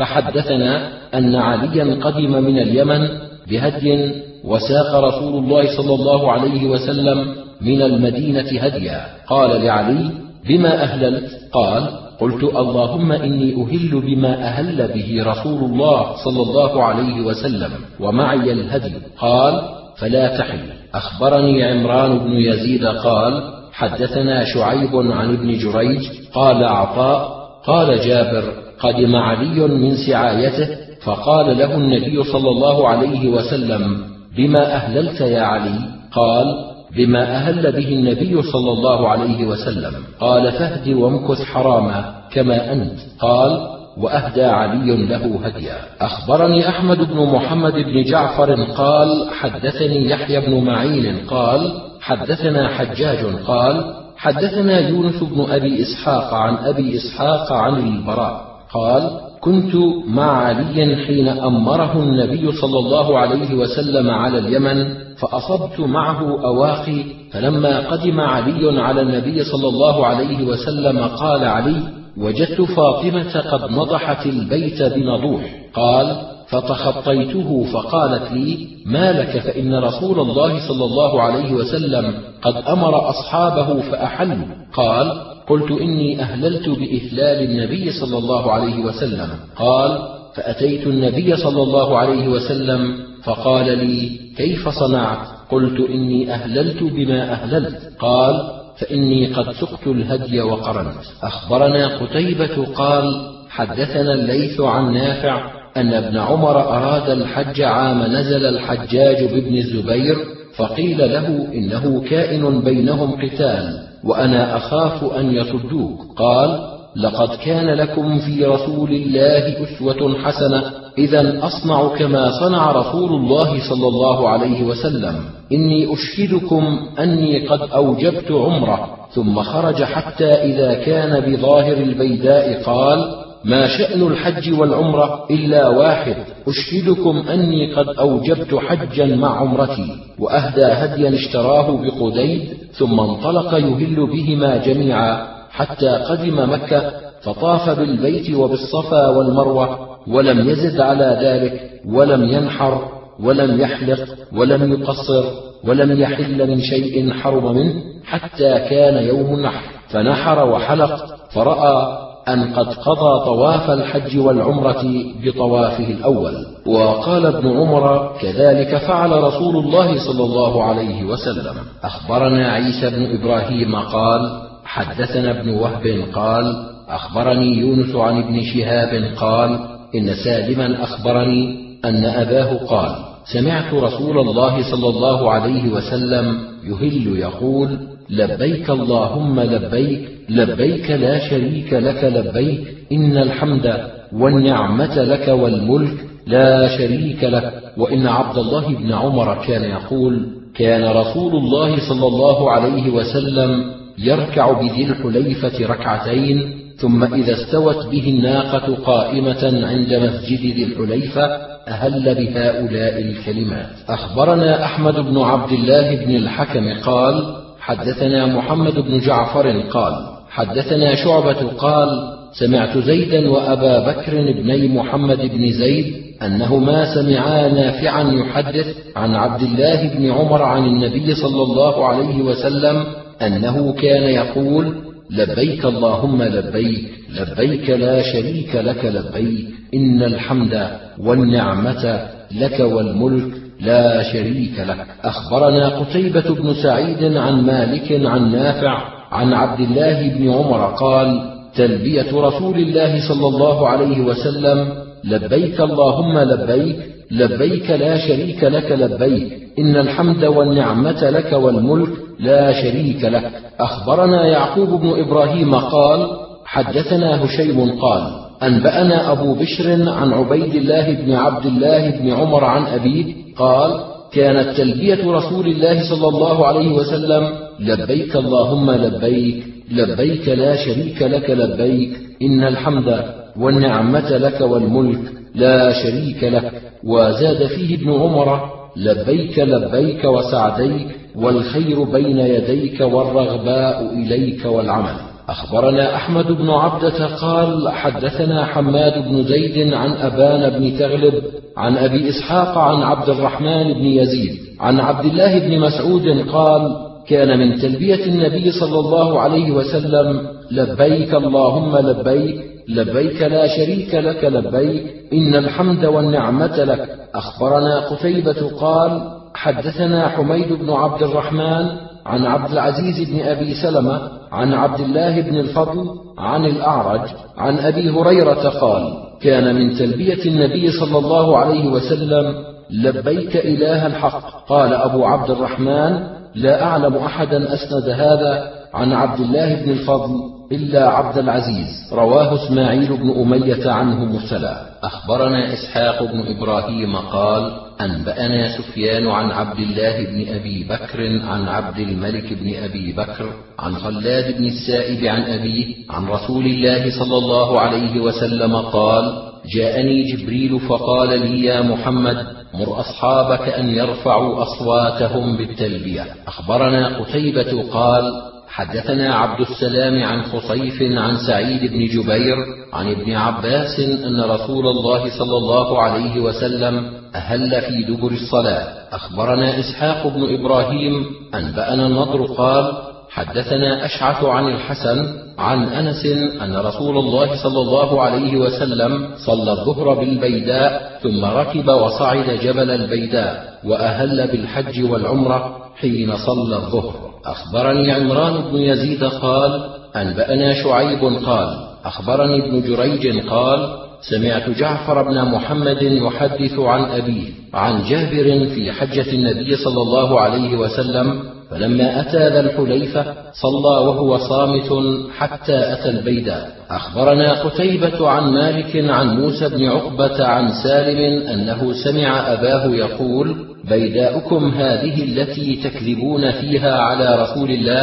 فحدثنا أن عليا قدم من اليمن بهدي، وساق رسول الله صلى الله عليه وسلم من المدينة هديا. قال لعلي: بما أهللت؟ قال: قلت: اللهم إني أهل بما أهل به رسول الله صلى الله عليه وسلم ومعي الهدي. قال: فلا تحل. أخبرني عمران بن يزيد قال: حدثنا شعيب عن ابن جريج قال عطاء قال جابر: قدم علي من سعايته، فقال له النبي صلى الله عليه وسلم: بما أهللت يا علي؟ قال: بما أهل به النبي صلى الله عليه وسلم. قال: فاهد وامكث حراما كما أنت. قال: وأهدى علي له هديا. أخبرني أحمد بن محمد بن جعفر قال: حدثني يحيى بن معين قال: حدثنا حجاج قال: حدثنا يونس بن أبي إسحاق عن أبي إسحاق عن البراء قال: كنت مع علي حين أمره النبي صلى الله عليه وسلم على اليمن، فأصبت معه أواخي، فلما قدم علي على النبي صلى الله عليه وسلم قال علي: وجدت فاطمة قد نضحت البيت بنضوح. قال: فتخطيته فقالت لي: ما لك؟ فإن رسول الله صلى الله عليه وسلم قد أمر أصحابه فأحلوا. قال: قلت: إني أهللت بإهلال النبي صلى الله عليه وسلم. قال: فأتيت النبي صلى الله عليه وسلم فقال لي: كيف صنعت؟ قلت: إني أهللت بما أهللت. قال: فإني قد سقت الهدي وقرنت. أخبرنا قتيبة قال: حدثنا الليث عن نافع أن ابن عمر أراد الحج عام نزل الحجاج بابن الزبير، فقيل له: إنه كائن بينهم قتال وأنا أخاف أن يصدوك. قال: لقد كان لكم في رسول الله أسوة حسنة، إذا أصنع كما صنع رسول الله صلى الله عليه وسلم. إني أشهدكم أني قد أوجبت عمره. ثم خرج حتى إذا كان بظاهر البيداء قال: ما شأن الحج والعمرة إلا واحد، أشهدكم أني قد أوجبت حجا مع عمرتي. وأهدى هديا اشتراه بقديد، ثم انطلق يهل بهما جميعا حتى قدم مكة، فطاف بالبيت وبالصفا والمروة، ولم يزد على ذلك، ولم ينحر ولم يحلق ولم يقصر ولم يحل من شيء حرم منه حتى كان يوم النحر، فنحر وحلق، فرأى أن قد قضى طواف الحج والعمرة بطوافه الأول. وقال ابن عمر: كذلك فعل رسول الله صلى الله عليه وسلم. أخبرنا عيسى بن إبراهيم قال: حدثنا ابن وهب قال: أخبرني يونس عن ابن شهاب قال: إن سالما أخبرني أن أباه قال: سمعت رسول الله صلى الله عليه وسلم يهل يقول: لبيك اللهم لبيك، لبيك لا شريك لك لبيك، إن الحمد والنعمة لك والملك لا شريك لك. وإن عبد الله بن عمر كان يقول: كان رسول الله صلى الله عليه وسلم يركع بذي الحليفة ركعتين، ثم إذا استوت به الناقة قائمة عند مسجد ذي الحليفة أهل بهؤلاء الكلمات. أخبرنا أحمد بن عبد الله بن الحكم قال: حدثنا محمد بن جعفر قال: حدثنا شعبة قال: سمعت زيدا وأبا بكر بن محمد بن زيد أنهما سمعا نافعا يحدث عن عبد الله بن عمر عن النبي صلى الله عليه وسلم أنه كان يقول: لبيك اللهم لبيك، لبيك لا شريك لك لبيك، إن الحمد والنعمة لك والملك لا شريك لك. أخبرنا قتيبة بن سعيد عن مالك عن نافع عن عبد الله بن عمر قال: تلبية رسول الله صلى الله عليه وسلم: لبيك اللهم لبيك، لبيك لا شريك لك لبيك، إن الحمد والنعمة لك والملك لا شريك لك. أخبرنا يعقوب بن إبراهيم قال: حدثنا هشيم قال: أنبأنا أبو بشر عن عبيد الله بن عبد الله بن عمر عن أبيه قال: كانت تلبية رسول الله صلى الله عليه وسلم: لبيك اللهم لبيك، لبيك لا شريك لك لبيك، إن الحمد والنعمة لك والملك لا شريك لك. وزاد فيه ابن عمر: لبيك لبيك وسعديك، والخير بين يديك والرغباء إليك والعمل. أخبرنا أحمد بن عبدة قال: حدثنا حماد بن زيد عن أبان بن تغلب عن أبي إسحاق عن عبد الرحمن بن يزيد عن عبد الله بن مسعود قال: كان من تلبية النبي صلى الله عليه وسلم: لبيك اللهم لبيك، لبيك لا شريك لك لبيك، إن الحمد والنعمة لك. أخبرنا قتيبة قال: حدثنا حميد بن عبد الرحمن عن عبد العزيز بن أبي سلمة عن عبد الله بن الفضل عن الأعرج عن أبي هريرة قال: كان من تلبية النبي صلى الله عليه وسلم: لبيك إله الحق. قال أبو عبد الرحمن: لا أعلم أحدا أسند هذا عن عبد الله بن الفضل إلا عبد العزيز. رواه إسماعيل بن أمية عنه مرسلا. أخبرنا إسحاق بن إبراهيم قال: أنبأنا سفيان عن عبد الله بن أبي بكر عن عبد الملك بن أبي بكر عن خلاد بن السائب عن أبيه عن رسول الله صلى الله عليه وسلم قال: جاءني جبريل فقال لي: يا محمد، مر أصحابك أن يرفعوا أصواتهم بالتلبية. أخبرنا قتيبة قال: حدثنا عبد السلام عن خصيف عن سعيد بن جبير عن ابن عباس أن رسول الله صلى الله عليه وسلم أهل في دبر الصلاة. أخبرنا إسحاق بن إبراهيم أنبأنا النضر قال: حدثنا أشعث عن الحسن عن أنس أن رسول الله صلى الله عليه وسلم صلى الظهر بالبيداء، ثم ركب وصعد جبل البيداء، وأهل بالحج والعمرة حين صلى الظهر. أخبرني عمران بن يزيد قال: أنبأنا شعيب قال: أخبرني ابن جريج قال: سمعت جعفر بن محمد يحدث عن أبيه عن جابر في حجة النبي صلى الله عليه وسلم: فلما أتى ذا الحليفة صلى وهو صامت حتى أتى البيداء. أخبرنا قتيبة عن مالك عن موسى بن عقبة عن سالم أنه سمع أباه يقول: بيداؤكم هذه التي تكذبون فيها على رسول الله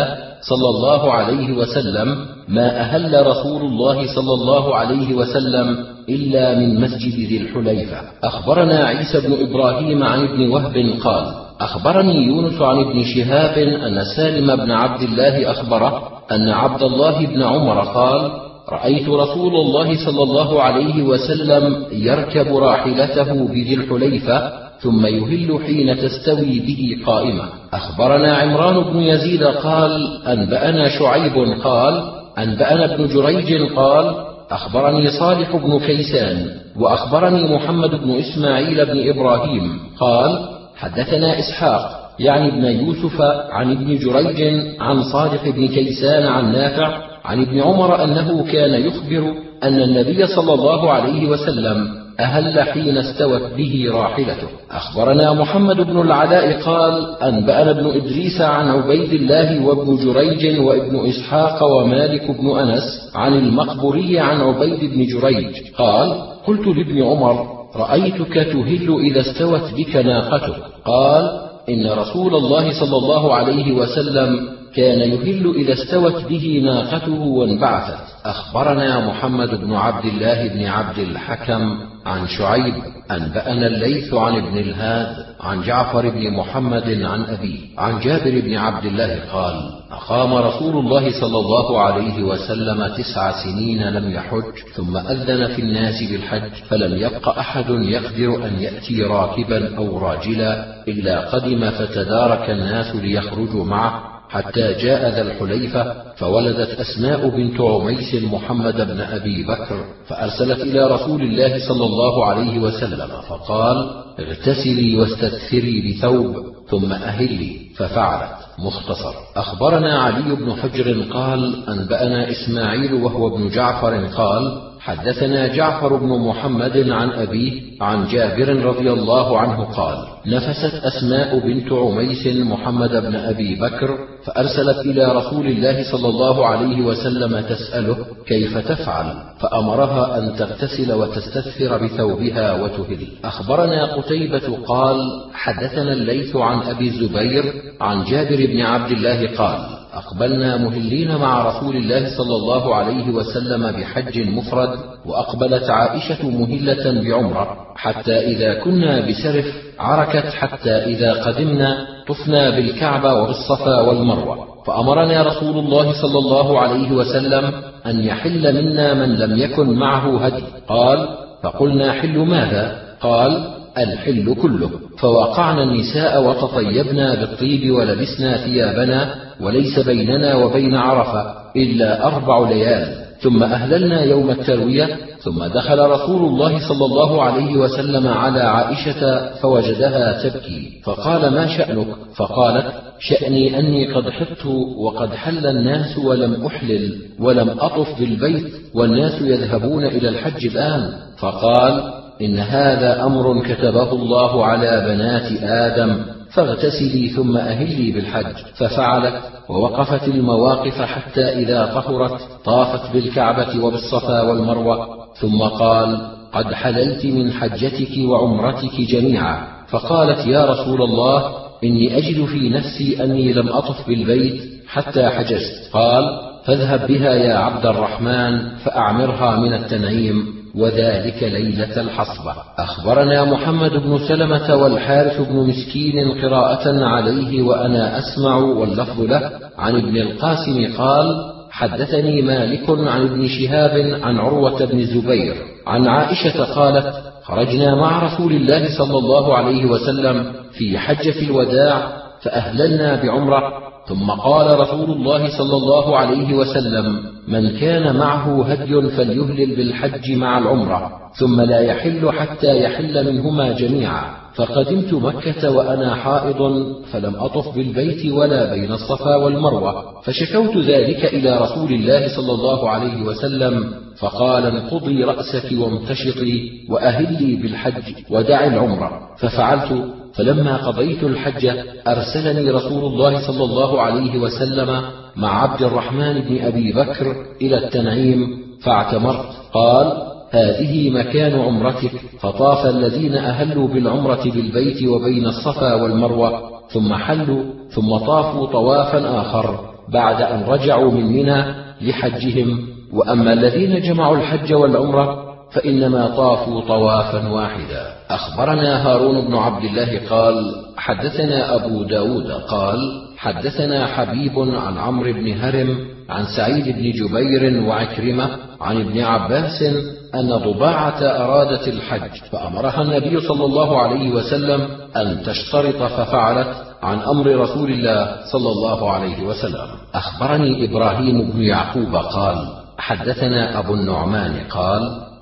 صلى الله عليه وسلم: ما أهل رسول الله صلى الله عليه وسلم إلا من مسجد ذي الحليفة. أخبرنا عيسى بن إبراهيم عن ابن وهب قال: أخبرني يونس عن ابن شهاب أن سالم بن عبد الله أخبره أن عبد الله بن عمر قال: رأيت رسول الله صلى الله عليه وسلم يركب راحلته بذي الحليفة ثم يهل حين تستوي به قائمة. أخبرنا عمران بن يزيد قال: أنبأنا شعيب قال: أنبأنا ابن جريج قال: أخبرني صالح بن كيسان وأخبرني محمد بن إسماعيل بن إبراهيم قال: حدثنا إسحاق يعني ابن يوسف عن ابن جريج عن صالح بن كيسان عن نافع عن ابن عمر أنه كان يخبر أن النبي صلى الله عليه وسلم أهل حين استوت به راحلته. أخبرنا محمد بن العلاء قال: أنبأنا ابن إدريس عن عبيد الله وابن جريج وابن إسحاق ومالك بن أنس عن المقبوري عن عبيد بن جريج قال: قلت لابن عمر: رأيتك تهل إذا استوت بك ناقتك. قال: إن رسول الله صلى الله عليه وسلم كان يهل إذا استوت به ناقته وانبعثت. أخبرنا محمد بن عبد الله بن عبد الحكم عن شعيب أنبأنا الليث عن ابن الهاد عن جعفر بن محمد عن أبيه عن جابر بن عبد الله قال: أقام رسول الله صلى الله عليه وسلم تسع سنين لم يحج، ثم أذن في الناس بالحج، فلم يبق أحد يقدر أن يأتي راكبا أو راجلا إلا قدم فتدارك الناس ليخرجوا معه حتى جاء ذا الحليفة، فولدت أسماء بنت عميس محمد بن أبي بكر، فأرسلت إلى رسول الله صلى الله عليه وسلم فقال: اغتسلي واستكثري بثوب ثم أهلي، ففعلت. مختصر. أخبرنا علي بن حجر قال: أنبأنا إسماعيل وهو ابن جعفر قال: حدثنا جعفر بن محمد عن أبيه عن جابر رضي الله عنه قال: نفست أسماء بنت عميس محمد بن أبي بكر، فأرسلت إلى رسول الله صلى الله عليه وسلم تسأله كيف تفعل، فأمرها أن تغتسل وتستثفر بثوبها وتهل. أخبرنا قتيبة قال: حدثنا الليث عن أبي الزبير عن جابر بن عبد الله قال: أقبلنا مهلين مع رسول الله صلى الله عليه وسلم بحج مفرد، وأقبلت عائشة مهلة بعمرة، حتى إذا كنا بسرف عركت، حتى إذا قدمنا طفنا بالكعبة وبالصفا والمروة، فأمرنا رسول الله صلى الله عليه وسلم أن يحل منا من لم يكن معه هدي. قال: فقلنا: حل ماذا؟ قال: الحل كله. فوقعنا النساء وتطيبنا بالطيب ولبسنا ثيابنا، وليس بيننا وبين عرفة إلا أربع ليال، ثم أهللنا يوم التروية. ثم دخل رسول الله صلى الله عليه وسلم على عائشة فوجدها تبكي، فقال: ما شأنك؟ فقالت: شأني أني قد حطت وقد حل الناس ولم أحلل ولم أطف بالبيت، والناس يذهبون إلى الحج الآن. فقال: إن هذا أمر كتبه الله على بنات آدم، فاغتسلي ثم أهلي بالحج. ففعلت، ووقفت المواقف حتى إذا طهرت طافت بالكعبة وبالصفا والمروة، ثم قال: قد حللت من حجتك وعمرتك جميعا. فقالت: يا رسول الله، إني أجد في نفسي أني لم أطف بالبيت حتى حججت. قال: فاذهب بها يا عبد الرحمن فأعمرها من التنعيم، وذلك ليلة الحصبة. أخبرنا محمد بن سلمة والحارث بن مسكين قراءة عليه وأنا أسمع واللفظ له عن ابن القاسم قال: حدثني مالك عن ابن شهاب عن عروة بن الزبير عن عائشة قالت: خرجنا مع رسول الله صلى الله عليه وسلم في حجة الوداع فأهللنا بعمرة، ثم قال رسول الله صلى الله عليه وسلم: من كان معه هدي فليهلل بالحج مع العمرة، ثم لا يحل حتى يحل منهما جميعا. فقدمت مكة وأنا حائض، فلم أطف بالبيت ولا بين الصفا والمروة، فشكوت ذلك إلى رسول الله صلى الله عليه وسلم، فقال: انقضي رأسك وامتشطي وأهلي بالحج ودعي العمرة. ففعلت، فلما قضيت الحج أرسلني رسول الله صلى الله عليه وسلم مع عبد الرحمن بن أبي بكر إلى التنعيم فاعتمرت. قال: هذه مكان عمرتك. فطاف الذين أهلوا بالعمرة بالبيت وبين الصفا والمروة، ثم حلوا، ثم طافوا طوافا آخر، بعد أن رجعوا من منى لحجهم. وأما الذين جمعوا الحج والعمرة فإنما طافوا طوافا واحدا. أخبرنا هارون بن عبد الله قال حدثنا أبو داود قال حدثنا حبيب عن عمرو بن هرم عن سعيد بن جبير وعكرمة عن ابن عباس أن ضباعة أرادت الحج فأمرها النبي صلى الله عليه وسلم أن تشترط ففعلت عن أمر رسول الله صلى الله عليه وسلم. أخبرني إبراهيم بن يعقوب قال حدثنا أبو النعمان قال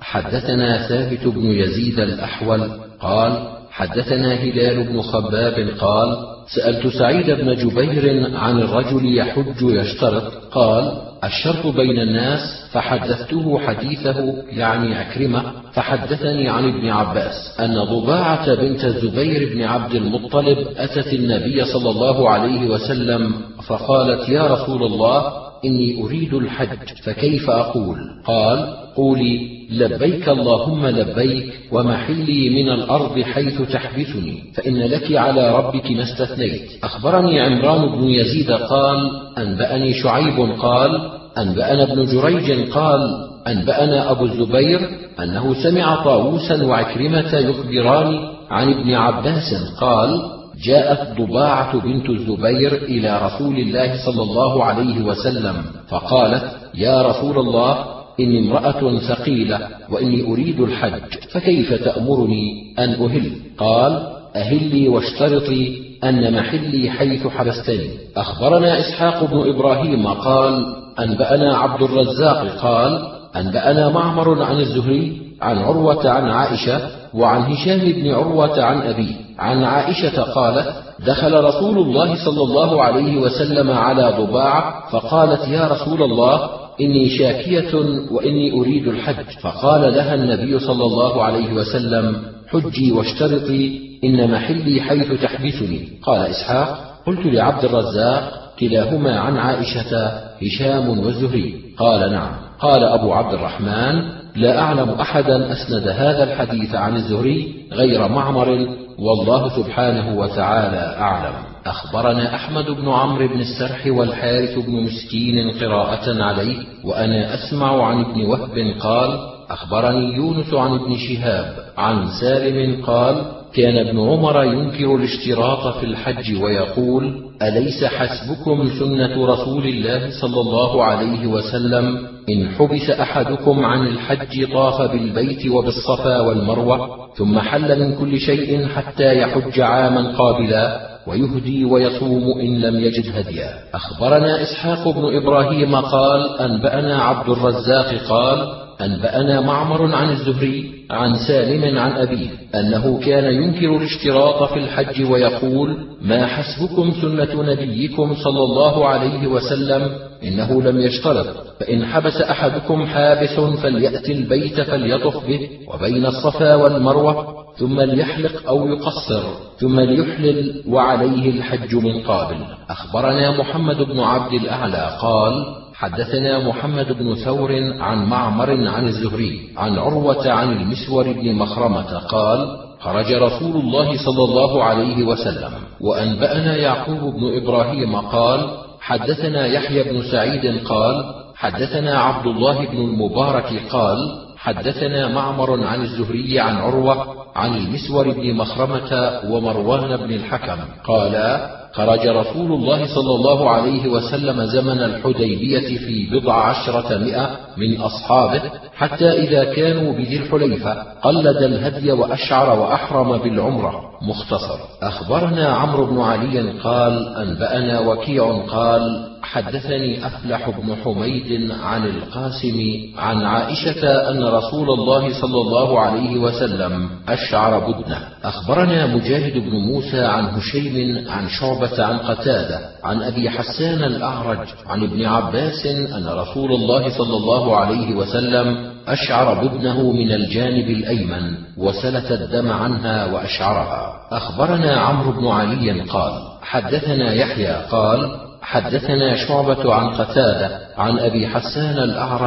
حدثنا ثابت بن يزيد الأحول قال حدثنا هلال بن خباب قال سألت سعيد بن جبير عن الرجل يحج يشترط قال الشرط بين الناس، فحدثته حديثه يعني عكرمة، فحدثني عن ابن عباس أن ضباعة بنت الزبير بن عبد المطلب أتت النبي صلى الله عليه وسلم فقالت يا رسول الله إني أريد الحج فكيف أقول؟ قال قولي لبيك اللهم لبيك ومحلي من الأرض حيث تحبسني فإن لك على ربك ما استثنيت. أخبرني عمران بن يزيد قال أنبأني شعيب قال أنبأنا ابن جريج قال أنبأنا أبو الزبير أنه سمع طاووسا وعكرمة يخبران عن ابن عباس قال جاءت ضباعة بنت الزبير إلى رسول الله صلى الله عليه وسلم فقالت يا رسول الله إني امرأة ثقيلة وإني أريد الحج فكيف تأمرني أن أهل؟ قال أهلي واشترطي أن محلي حيث حبستني. أخبرنا إسحاق بن إبراهيم قال أنبأنا عبد الرزاق قال أنبأنا معمر عن الزهري عن عروة عن عائشة وعن هشام بن عروة عن أبيه عن عائشة قالت دخل رسول الله صلى الله عليه وسلم على ضباعة فقالت يا رسول الله إني شاكية وإني أريد الحج فقال لها النبي صلى الله عليه وسلم حجي واشترطي إن محلي حيث تحبسني. قال إسحاق قلت لعبد الرزاق كلاهما عن عائشة هشام والزهري قال نعم. قال أبو عبد الرحمن لا أعلم أحدا أسند هذا الحديث عن الزهري غير معمر والله سبحانه وتعالى أعلم. أخبرنا أحمد بن عمرو بن السرح والحارث بن مسكين قراءة عليه وأنا أسمع عن ابن وهب قال أخبرني يونس عن ابن شهاب عن سالم قال كان ابن عمر ينكر الاشتراط في الحج ويقول أليس حسبكم سنة رسول الله صلى الله عليه وسلم إن حبس أحدكم عن الحج طاف بالبيت وبالصفا والمروة ثم حل من كل شيء حتى يحج عاما قابلا ويهدي ويصوم إن لم يجد هديا. أخبرنا إسحاق بن إبراهيم قال أنبأنا عبد الرزاق قال أنبأنا معمر عن الزهري عن سالم عن أبيه أنه كان ينكر الاشتراط في الحج ويقول ما حسبكم سنة نبيكم صلى الله عليه وسلم إنه لم يشترط فإن حبس أحدكم حابس فليأتي البيت فليطف به وبين الصفا والمروة ثم ليحلق أو يقصر ثم ليحلل وعليه الحج من قابل. أخبرنا محمد بن عبد الأعلى قال حدثنا محمد بن ثور عن معمر عن الزهري عن عروة عن المسور بن مخرمة قال خرج رسول الله صلى الله عليه وسلم. وأنبأنا يعقوب بن إبراهيم قال حدثنا يحيى بن سعيد قال حدثنا عبد الله بن المبارك قال حدثنا معمر عن الزهري عن عروة عن المسور بن مخرمة ومروان بن الحكم قالا خرج رسول الله صلى الله عليه وسلم زمن الحديبية في بضع عشرة مئة من أصحابه حتى إذا كانوا بذي الحليفة قلد الهدي وأشعر وأحرم بالعمرة. مختصر. أخبرنا عمرو بن علي قال أنبأنا وكيع قال حدثني أفلح بن حميد عن القاسم عن عائشة أن رسول الله صلى الله عليه وسلم أشعر بدنه. أخبرنا مجاهد بن موسى عن هشيم عن شعبة عن قتادة عن أبي حسان الأعرج عن ابن عباس أن رسول الله صلى الله عليه وسلم أشعر بدنه من الجانب الأيمن وسلت الدم عنها وأشعرها. أخبرنا عمرو بن علي قال حدثنا يحيى قال حدثنا شعبة عن قتادة عن أبي حسان الأعرج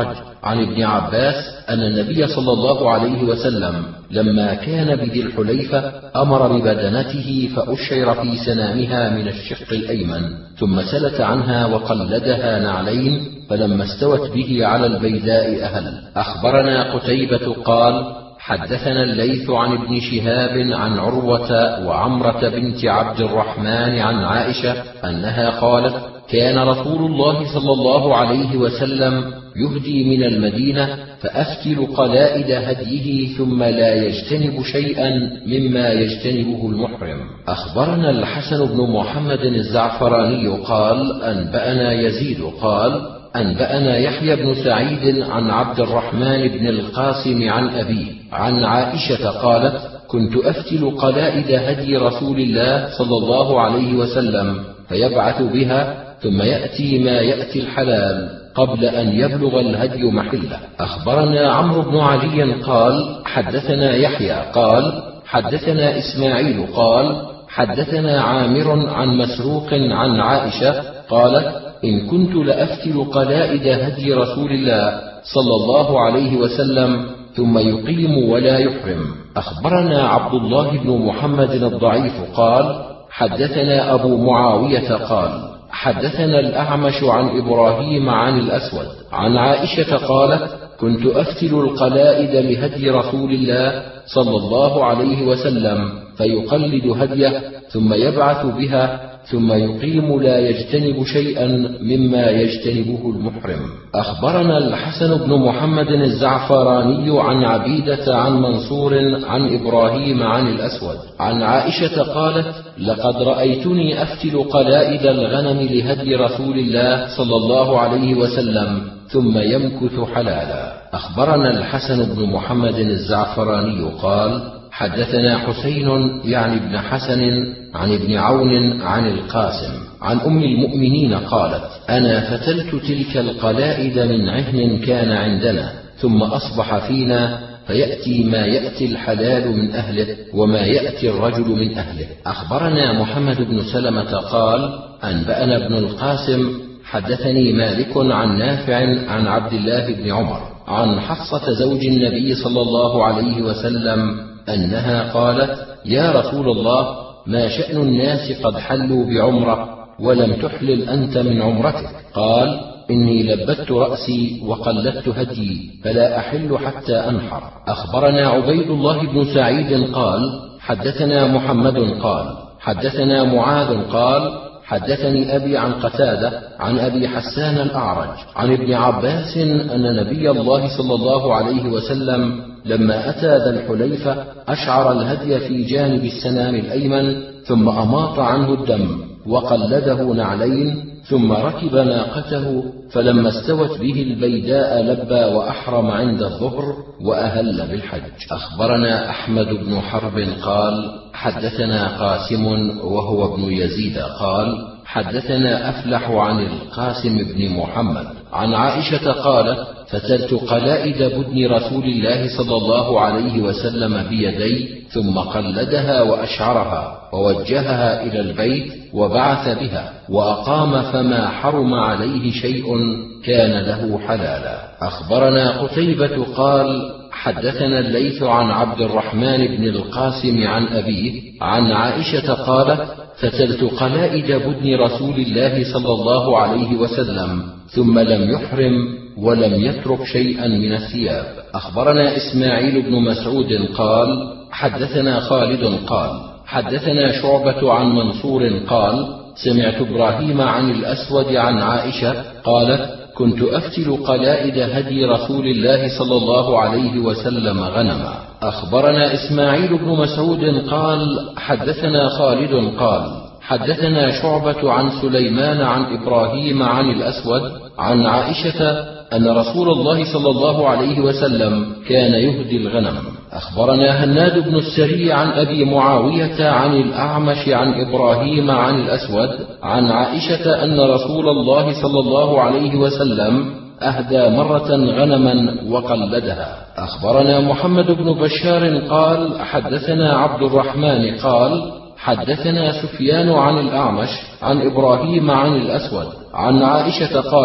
عن ابن عباس أن النبي صلى الله عليه وسلم لما كان بذي الحليفة أمر ببدنته فأشعر في سنامها من الشق الأيمن، ثم سلت عنها وقلدها نعلين، فلما استوت به على البيداء أهل. أخبرنا قتيبة قال: حدثنا الليث عن ابن شهاب عن عروة وعمرة بنت عبد الرحمن عن عائشة أنها قالت: كان رسول الله صلى الله عليه وسلم يهدي من المدينة فأفتل قلائد هديه ثم لا يجتنب شيئا مما يجتنبه المحرم. أخبرنا الحسن بن محمد الزعفراني قال: أنبأنا يزيد قال: أنبأنا يحيى بن سعيد عن عبد الرحمن بن القاسم عن أبيه عن عائشة قالت: كنت أفتل قلائد هدي رسول الله صلى الله عليه وسلم فيبعث بها ثم يأتي ما يأتي الحلال قبل أن يبلغ الهدي محله. أخبرنا عمرو بن علي قال: حدثنا يحيى قال: حدثنا إسماعيل قال: حدثنا عامر عن مسروق عن عائشة قالت: إن كنت لأفتل قلائد هدي رسول الله صلى الله عليه وسلم ثم يقيم ولا يحرم. أخبرنا عبد الله بن محمد الضعيف قال: حدثنا أبو معاوية قال: حدثنا الأعمش عن إبراهيم عن الأسود عن عائشة قالت: كنت أفتل القلائد لهدي رسول الله صلى الله عليه وسلم فيقلد هديه ثم يبعث بها ثم يقيم لا يجتنب شيئا مما يجتنبه المحرم. أخبرنا الحسن بن محمد الزعفراني عن عبيدة عن منصور عن إبراهيم عن الأسود عن عائشة قالت: لقد رأيتني أفتل قلائد الغنم لهدي رسول الله صلى الله عليه وسلم ثم يمكث حلالا. أخبرنا الحسن بن محمد الزعفراني قال: حدثنا حسين يعني ابن حسن عن ابن عون عن القاسم عن أم المؤمنين قالت: أنا فتلت تلك القلائد من عهن كان عندنا ثم أصبح فينا فيأتي ما يأتي الحلال من أهله وما يأتي الرجل من أهله. أخبرنا محمد بن سلمة قال: أنبأنا ابن القاسم حدثني مالك عن نافع عن عبد الله بن عمر عن حفصة زوج النبي صلى الله عليه وسلم أنها قالت: يا رسول الله، ما شأن الناس قد حلوا بعمرة ولم تحلل أنت من محرمتك؟ قال: إني لبت رأسي وقلدت هدي فلا أحل حتى أنحر. أخبرنا عبيد الله بن سعيد قال: حدثنا محمد قال: حدثنا معاذ قال: حدثني أبي عن قتادة عن أبي حسان الأعرج عن ابن عباس أن نبي الله صلى الله عليه وسلم لما أتى ذا الحليفة أشعر الهدي في جانب السنام الأيمن ثم أماط عنه الدم وقلده نعلين ثم ركب ناقته، فلما استوت به البيداء لبى وأحرم عند الظهر وأهل بالحج. أخبرنا أحمد بن حرب قال: حدثنا قاسم وهو ابن يزيد قال: حدثنا أفلح عن القاسم بن محمد عن عائشة قالت: فتلت قلائد بدن رسول الله صلى الله عليه وسلم بيدي ثم قلدها وأشعرها ووجهها إلى البيت وبعث بها وأقام فما حرم عليه شيء كان له حلالا. أخبرنا قتيبة قال: حدثنا الليث عن عبد الرحمن بن القاسم عن أبيه عن عائشة قالت: فتلت قلائد بدن رسول الله صلى الله عليه وسلم ثم لم يحرم ولم يترك شيئا من الثياب. أخبرنا إسماعيل بن مسعود قال: حدثنا خالد قال: حدثنا شعبة عن منصور قال: سمعت إبراهيم عن الأسود عن عائشة قالت: كنت أفتل قلائد هدي رسول الله صلى الله عليه وسلم غنما. أخبرنا إسماعيل بن مسعود قال: حدثنا خالد قال: حدثنا شعبة عن سليمان عن إبراهيم عن الأسود عن عائشة أن رسول الله صلى الله عليه وسلم كان يهدي الغنم. أخبرنا هناد بن السري عن أبي معاوية عن الأعمش عن إبراهيم عن الأسود عن عائشة أن رسول الله صلى الله عليه وسلم أهدى مرة غنما وقلدها. أخبرنا محمد بن بشار قال: حدثنا عبد الرحمن قال: حدثنا سفيان عن الأعمش عن إبراهيم عن الأسود عن عائشة قالت: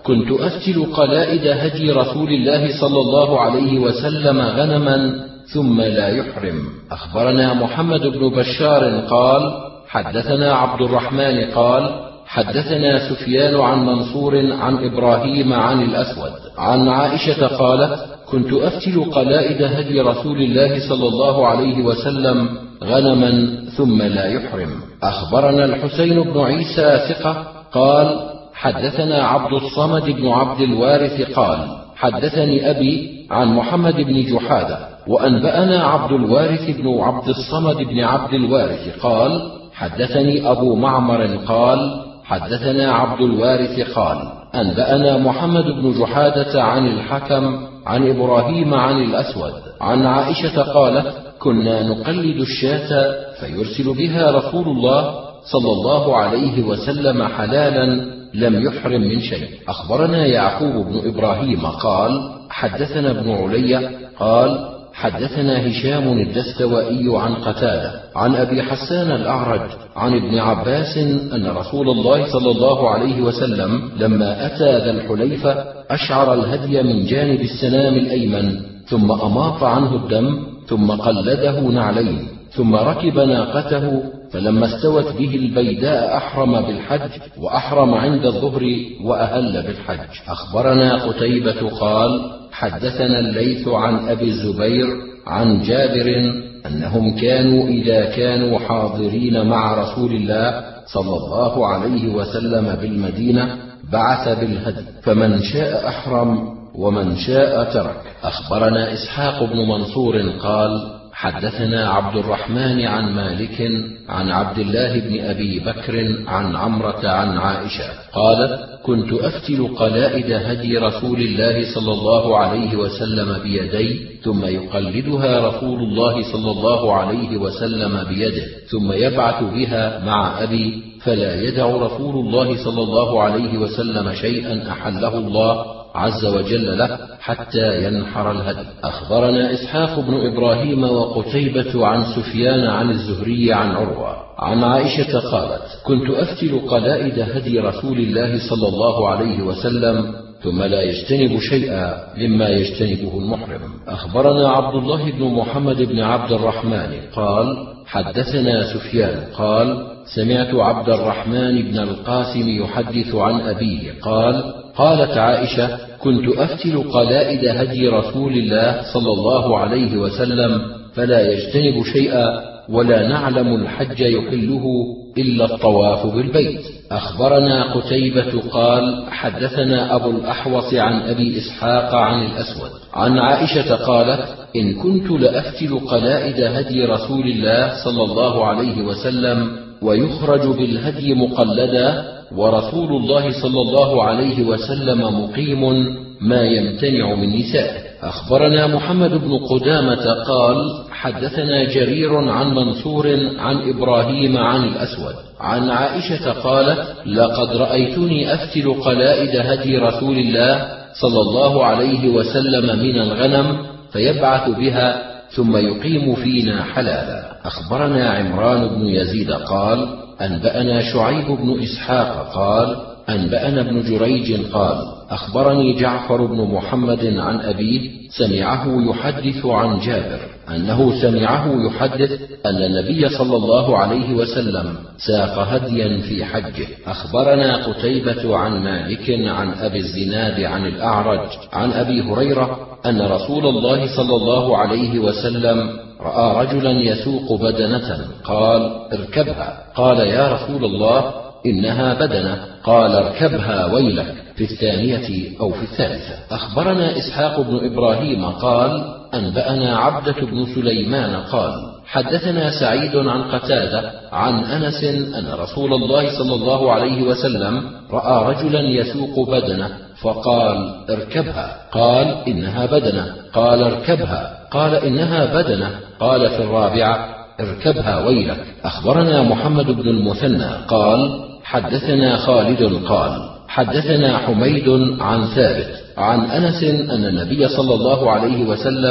كنت أفتل قلائد هدي رسول الله صلى الله عليه وسلم غنما ثم لا يحرم. أخبرنا محمد بن بشار قال حدثنا عبد الرحمن قال حدثنا سفيان عن منصور عن إبراهيم عن الأسود عن عائشة قالت كنت أفتل قلائد هدي رسول الله صلى الله عليه وسلم غنما ثم لا يحرم. أخبرنا الحسين بن عيسى ثقة قال حدثنا عبد الصمد بن عبد الوارث قال حدثني أبي عن محمد بن جحادة وأنبأنا عبد الوارث بن عبد الصمد بن عبد الوارث قال حدثني أبو معمر قال حدثنا عبد الوارث قال أنبأنا محمد بن جحادة عن الحكم عن إبراهيم عن الأسود عن عائشة قالت كنا نقلد الشاة فيرسل بها رسول الله صلى الله عليه وسلم حلالا لم يحرم من شيء. أخبرنا يعقوب بن إبراهيم قال حدثنا ابن علي قال حدثنا هشام الدستوائي عن قتادة عن أبي حسان الأعرج عن ابن عباس أن رسول الله صلى الله عليه وسلم لما أتى ذا الحليفة أشعر الهدي من جانب السنام الأيمن ثم أماط عنه الدم ثم قلده نعلين ثم ركب ناقته فلما استوت به البيداء أحرم بالحج وأحرم عند الظهر وأهل بالحج. أخبرنا قتيبة قال حدثنا الليث عن أبي الزبير عن جابر أنهم كانوا إذا كانوا حاضرين مع رسول الله صلى الله عليه وسلم بالمدينة بعث بالهدي فمن شاء أحرم ومن شاء ترك. أخبرنا إسحاق بن منصور قال حدثنا عبد الرحمن عن مالك عن عبد الله بن أبي بكر عن عمرة عن عائشة قالت كنت أفتل قلائد هدي رسول الله صلى الله عليه وسلم بيدي ثم يقلدها رسول الله صلى الله عليه وسلم بيده ثم يبعث بها مع أبي فلا يدع رسول الله صلى الله عليه وسلم شيئا أحله الله عز وجل له حتى ينحر الهدي. أخبرنا إسحاق بن إبراهيم وقتيبة عن سفيان عن الزهري عن عروة عن عائشة قالت كنت أفتل قلائد هدي رسول الله صلى الله عليه وسلم ثم لا يجتنب شيئا مما يجتنبه المحرم. أخبرنا عبد الله بن محمد بن عبد الرحمن قال حدثنا سفيان قال سمعت عبد الرحمن بن القاسم يحدث عن أبيه قال قالت عائشة كنت أفتل قلائد هدي رسول الله صلى الله عليه وسلم فلا يجتنب شيئا ولا نعلم الحج يحله إلا الطواف بالبيت. أخبرنا قتيبة قال حدثنا أبو الأحوص عن أبي إسحاق عن الأسود عن عائشة قالت إن كنت لأفتل قلائد هدي رسول الله صلى الله عليه وسلم ويخرج بالهدي مقلدا ورسول الله صلى الله عليه وسلم مقيم ما يمتنع من نسائه. أخبرنا محمد بن قدامة قال حدثنا جرير عن منصور عن إبراهيم عن الأسود عن عائشة قالت لقد رأيتني أفتل قلائد هدي رسول الله صلى الله عليه وسلم من الغنم فيبعث بها ثم يقيم فينا حلالا. أخبرنا عمران بن يزيد قال أنبأنا شعيب بن إسحاق قال أنبأنا ابن جريج قال أخبرني جعفر بن محمد عن أبيه سمعه يحدث عن جابر أنه سمعه يحدث أن النبي صلى الله عليه وسلم ساق هديا في حجه. أخبرنا قتيبة عن مالك عن أبي الزناد عن الأعرج عن أبي هريرة أن رسول الله صلى الله عليه وسلم رأى رجلا يسوق بدنة قال اركبها قال يا رسول الله إنها بدنة قال اركبها ويلك في الثانية أو في الثالثة. أخبرنا إسحاق بن إبراهيم قال أنبأنا عبدة بن سليمان قال حدثنا سعيد عن قتادة عن أنس أن رسول الله صلى الله عليه وسلم رأى رجلا يسوق بدنة فقال اركبها قال إنها بدنة قال اركبها قال إنها بدنة قال في الرابعة اركبها ويلك. أخبرنا محمد بن المثنى قال حدثنا خالد قال حدثنا حميد عن ثابت عن أنس أن النبي صلى الله عليه وسلم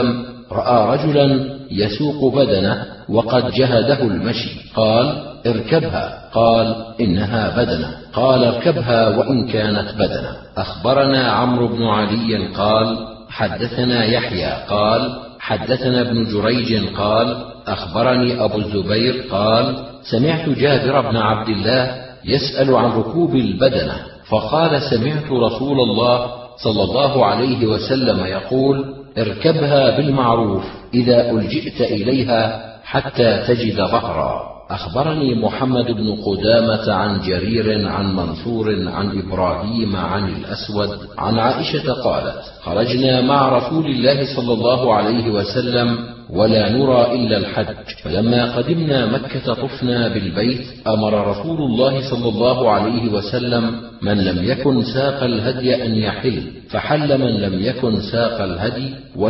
رأى رجلا يسوق بدنه وقد جهده المشي، قال: اركبها. قال: إنها بدنة. قال: اركبها وإن كانت بدنة. أخبرنا عمرو بن علي قال: حدثنا يحيى قال: حدثنا ابن جريج قال: أخبرني أبو الزبير قال: سمعت جابر بن عبد الله يسأل عن ركوب البدنة، فقال: سمعت رسول الله صلى الله عليه وسلم يقول: اركبها بالمعروف إذا ألجئت إليها حتى تجد ظهرا. أخبرني محمد بن قدامة عن جرير عن منصور عن إبراهيم عن الأسود عن عائشة قالت: خرجنا مع رسول الله صلى الله عليه وسلم ولا نرى إلا الحج، فلما قدمنا مكة طفنا بالبيت، أمر رسول الله صلى الله عليه وسلم من لم يكن ساق الهدي أن يحل، فحل من لم يكن ساق الهدي،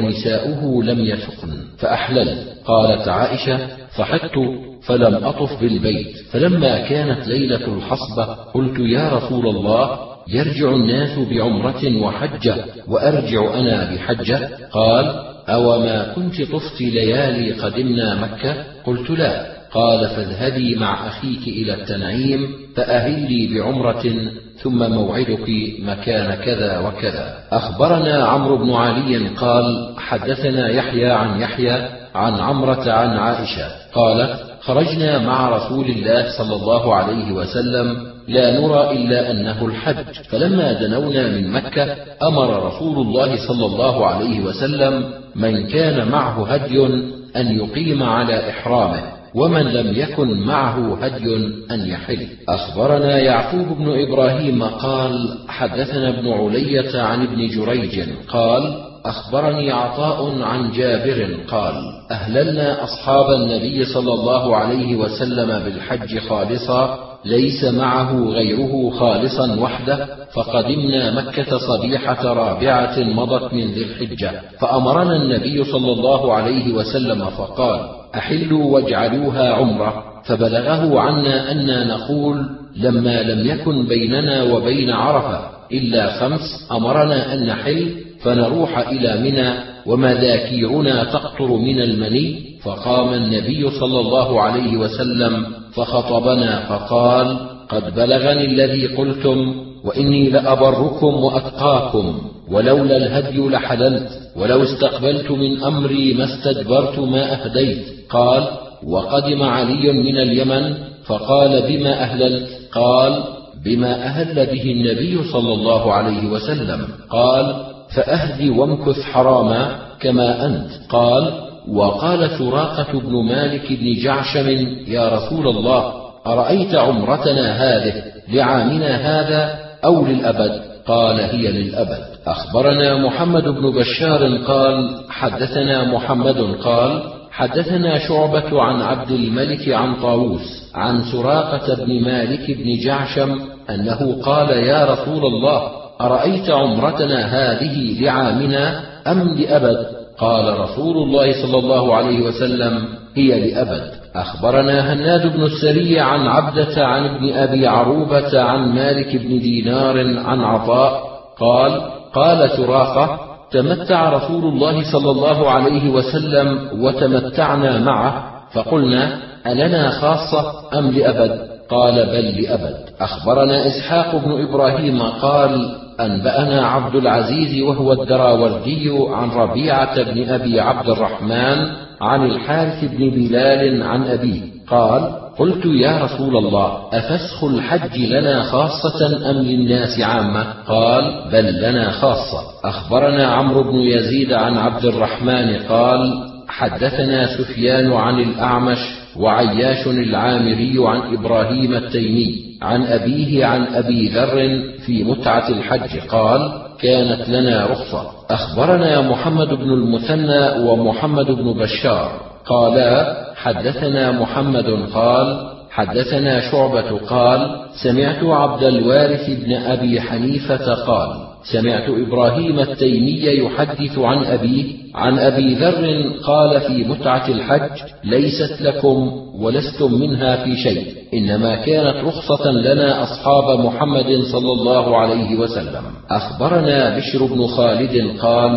ونساؤه لم يسقن فأحلل. قالت عائشة: فحدت فلم أطف بالبيت، فلما كانت ليلة الحصبة قلت: يا رسول الله، يرجع الناس بعمرة وحجة وأرجع أنا بحجة؟ قال: أوما كنت طفت ليالي قدمنا مكة؟ قلت: لا. قال: فاذهبي مع أخيك إلى التنعيم فأهلي بعمرة، ثم موعدك مكان كذا وكذا. أخبرنا عمرو بن علي قال: حدثنا يحيى عن يحيى عن عمرة عن عائشة قالت: خرجنا مع رسول الله صلى الله عليه وسلم لا نرى إلا أنه الحج، فلما دنونا من مكة أمر رسول الله صلى الله عليه وسلم من كان معه هدي أن يقيم على إحرامه، ومن لم يكن معه هدي أن يحل. أخبرنا يعقوب بن إبراهيم قال: حدثنا ابن علية عن ابن جريج قال: أخبرني عطاء عن جابر قال: أهللنا أصحاب النبي صلى الله عليه وسلم بالحج خالصا، ليس معه غيره خالصا وحده، فقدمنا مكة صبيحة رابعة مضت من ذي الحجة، فأمرنا النبي صلى الله عليه وسلم فقال: أحلوا واجعلوها عمرة، فبلغه عنا أنا نقول: لما لم يكن بيننا وبين عرفة إلا خمس أمرنا أن نحل فنروح إلى منى ومذاكيرنا تقطر من المني، فقام النبي صلى الله عليه وسلم فخطبنا فقال: قد بلغني الذي قلتم، وإني لأبركم وأتقاكم، ولولا الهدي لحللت، ولو استقبلت من أمري ما استدبرت ما أهديت. قال: وقدم علي من اليمن فقال: بما أهللت؟ قال: بما أهل به النبي صلى الله عليه وسلم. قال: فأهدي وامكث حراما كما أنت. قال: وقال سراقة بن مالك بن جعشم: يا رسول الله، أرأيت عمرتنا هذه لعامنا هذا أو للأبد؟ قال: هي للأبد. أخبرنا محمد بن بشار قال: حدثنا محمد قال: حدثنا شعبة عن عبد الملك عن طاووس عن سراقة بن مالك بن جعشم أنه قال: يا رسول الله، أرأيت عمرتنا هذه لعامنا أم لأبد؟ قال رسول الله صلى الله عليه وسلم: هي لأبد. أخبرنا هناد بن السري عن عبدة عن ابن أبي عروبة عن مالك بن دينار عن عطاء قال: قال سراقة: تمتع رسول الله صلى الله عليه وسلم وتمتعنا معه، فقلنا: ألنا خاصة أم لأبد؟ قال: بل لأبد. أخبرنا إسحاق بن إبراهيم قال: أنبأنا عبد العزيز وهو الدراوردي عن ربيعة بن أبي عبد الرحمن عن الحارث بن بلال عن أبيه قال: قلت: يا رسول الله، أفسخ الحج لنا خاصة أم للناس عامة؟ قال: بل لنا خاصة. أخبرنا عمرو بن يزيد عن عبد الرحمن قال: حدثنا سفيان عن الأعمش وعياش العامري عن إبراهيم التيمي عن أبيه عن أبي ذر في متعة الحج قال: كانت لنا رخصة. أخبرنا محمد بن المثنى ومحمد بن بشار قالا: حدثنا محمد قال: حدثنا شعبة قال: سمعت عبد الوارث بن أبي حنيفة قال: سمعت إبراهيم التيمي يحدث عن أبيه عن أبي ذر قال في متعة الحج: ليست لكم ولستم منها في شيء، إنما كانت رخصة لنا أصحاب محمد صلى الله عليه وسلم. أخبرنا بشر بن خالد قال: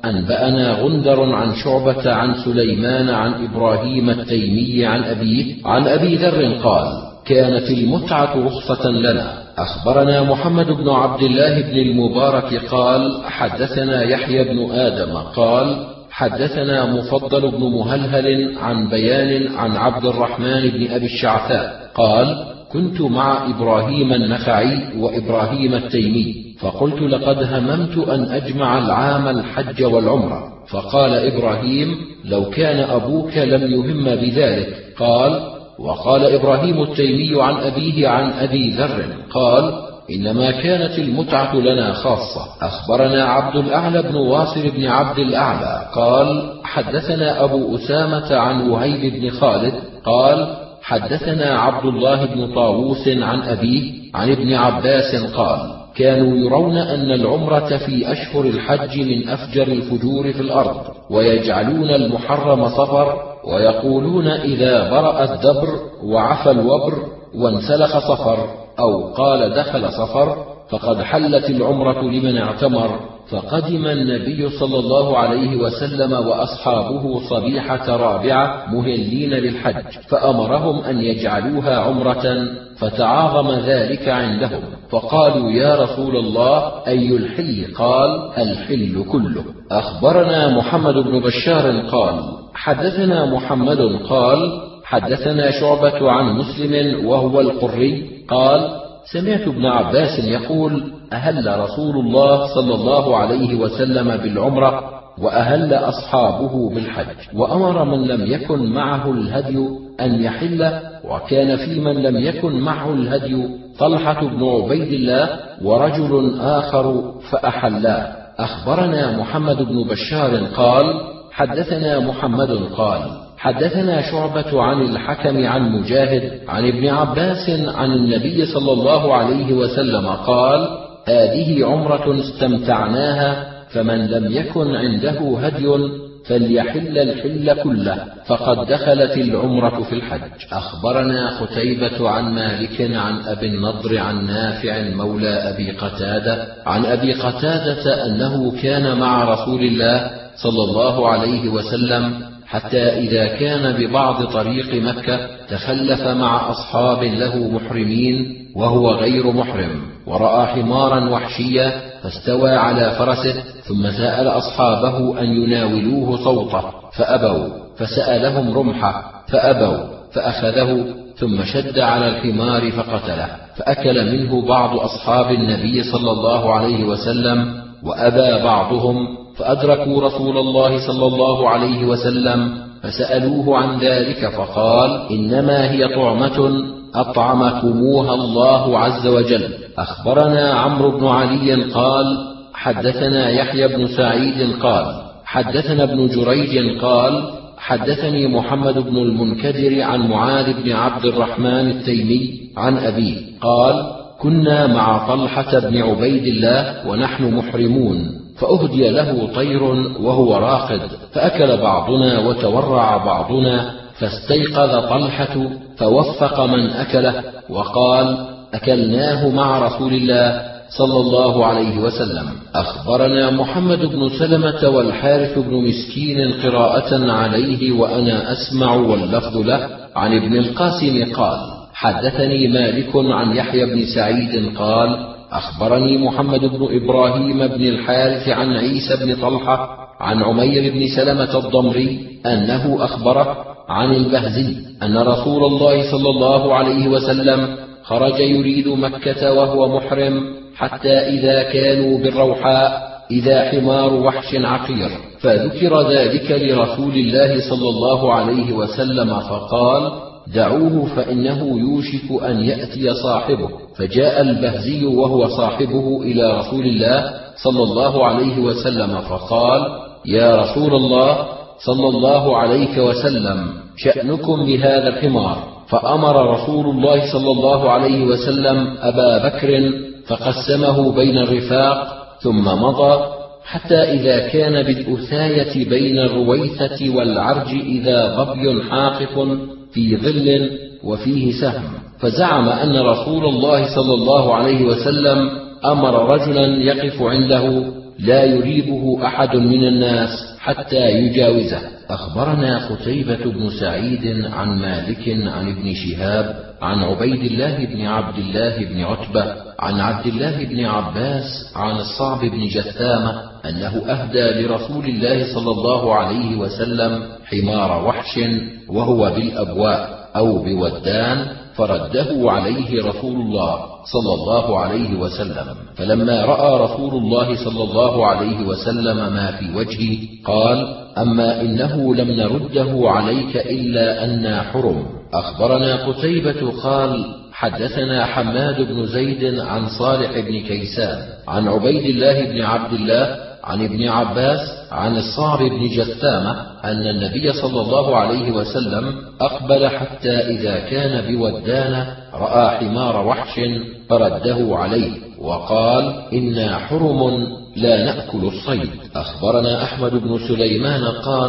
أنبأنا غندر عن شعبة عن سليمان عن إبراهيم التيمي عن أبيه عن أبي ذر قال: كانت المتعة رخصة لنا. أخبرنا محمد بن عبد الله بن المبارك قال: حدثنا يحيى بن آدم قال: حدثنا مفضل بن مهلهل عن بيان عن عبد الرحمن بن أبي الشعثاء قال: كنت مع إبراهيم النخعي وإبراهيم التيمي، فقلت: لقد هممت أن أجمع العام الحج والعمرة. فقال إبراهيم: لو كان أبوك لم يهم بذلك. قال: وقال إبراهيم التيمي عن أبيه عن أبي ذر قال: إنما كانت المتعة لنا خاصة. أخبرنا عبد الأعلى بن واصل بن عبد الأعلى قال: حدثنا أبو أسامة عن وهيب بن خالد قال: حدثنا عبد الله بن طاووس عن أبيه عن ابن عباس قال: كانوا يرون أن العمرة في أشهر الحج من أفجر الفجور في الأرض، ويجعلون المحرم صفر، ويقولون إذا برأ الدبر وعفى الوبر وانسلخ صفر، أو قال دخل صفر، فقد حلت العمرة لمن اعتمر. فقدم النبي صلى الله عليه وسلم وأصحابه صبيحة رابعة مهلين للحج، فأمرهم أن يجعلوها عمرة، فتعاظم ذلك عندهم، فقالوا: يا رسول الله، أي الحل؟ قال: الحل كله. أخبرنا محمد بن بشار قال: حدثنا محمد قال: حدثنا شعبة عن مسلم وهو القري قال: سمعت ابن عباس يقول: أهل رسول الله صلى الله عليه وسلم بالعمرة، وأهل أصحابه بالحج، وأمر من لم يكن معه الهدي أن يحل، وكان في من لم يكن معه الهدي طلحة بن عبيد الله ورجل آخر فأحلا. أخبرنا محمد بن بشار قال: حدثنا محمد قال: حدثنا شعبة عن الحكم عن مجاهد عن ابن عباس عن النبي صلى الله عليه وسلم قال: هذه عمرة استمتعناها، فمن لم يكن عنده هدي فليحل الحل كله، فقد دخلت العمرة في الحج. أخبرنا قتيبة عن مالك عن أبي النضر عن نافع مولى أبي قتادة عن أبي قتادة أنه كان مع رسول الله صلى الله عليه وسلم حتى إذا كان ببعض طريق مكة تخلف مع أصحاب له محرمين وهو غير محرم، ورأى حمارا وحشيا فاستوى على فرسه، ثم سأل أصحابه أن يناولوه صوته فأبوا، فسألهم رمحه فأبوا، فأخذه ثم شد على الحمار فقتله، فأكل منه بعض أصحاب النبي صلى الله عليه وسلم، وأبى بعضهم، فأدركوا رسول الله صلى الله عليه وسلم فسألوه عن ذلك، فقال: إنما هي طعمة أطعمكموها الله عز وجل. أخبرنا عمرو بن علي قال: حدثنا يحيى بن سعيد قال: حدثنا ابن جريج قال: حدثني محمد بن المنكدر عن معاذ بن عبد الرحمن التيمي عن أبيه قال: كنا مع طلحة بن عبيد الله ونحن محرمون، فأهدي له طير وهو راقد، فأكل بعضنا وتورع بعضنا، فاستيقظ طلحة فوفق من أكله وقال: أكلناه مع رسول الله صلى الله عليه وسلم. أخبرنا محمد بن سلمة والحارث بن مسكين قراءة عليه وأنا أسمع واللفظ له عن ابن القاسم قال: حدثني مالك عن يحيى بن سعيد قال: أخبرني محمد بن إبراهيم بن الحارث عن عيسى بن طلحة عن عمير بن سلمة الضمري أنه أخبره عن البهزي أن رسول الله صلى الله عليه وسلم خرج يريد مكة وهو محرم، حتى إذا كانوا بالروحاء إذا حمار وحش عقير، فذكر ذلك لرسول الله صلى الله عليه وسلم فقال: دعوه فإنه يوشك أن يأتي صاحبه. فجاء البهزي وهو صاحبه إلى رسول الله صلى الله عليه وسلم فقال: يا رسول الله صلى الله عليه وسلم، شأنكم بهذا الحمار. فأمر رسول الله صلى الله عليه وسلم أبا بكر فقسمه بين الرفاق، ثم مضى حتى إذا كان بالأثاية بين الرويثة والعرج إذا ظبي حاقق في ظل وفيه سهم، فزعم أن رسول الله صلى الله عليه وسلم أمر رجلا يقف عنده لا يريبه أحد من الناس حتى يجاوزه. أخبرنا قتيبة بن سعيد عن مالك عن ابن شهاب عن عبيد الله بن عبد الله بن عتبة عن عبد الله بن عباس عن الصعب بن جثامة أنه أهدى لرسول الله صلى الله عليه وسلم حمار وحش وهو بالأبواء أو بودان، فرده عليه رسول الله صلى الله عليه وسلم، فلما رأى رسول الله صلى الله عليه وسلم ما في وجهه قال: أما إنه لم نرده عليك إلا أنا حرم. أخبرنا قتيبة قال: حدثنا حماد بن زيد عن صالح بن كيسان عن عبيد الله بن عبد الله عن ابن عباس عن الصعب بن جثامة أن النبي صلى الله عليه وسلم أقبل حتى إذا كان بودان رأى حمار وحش فرده عليه وقال: إنا حرم لا نأكل الصيد. أخبرنا أحمد بن سليمان قال: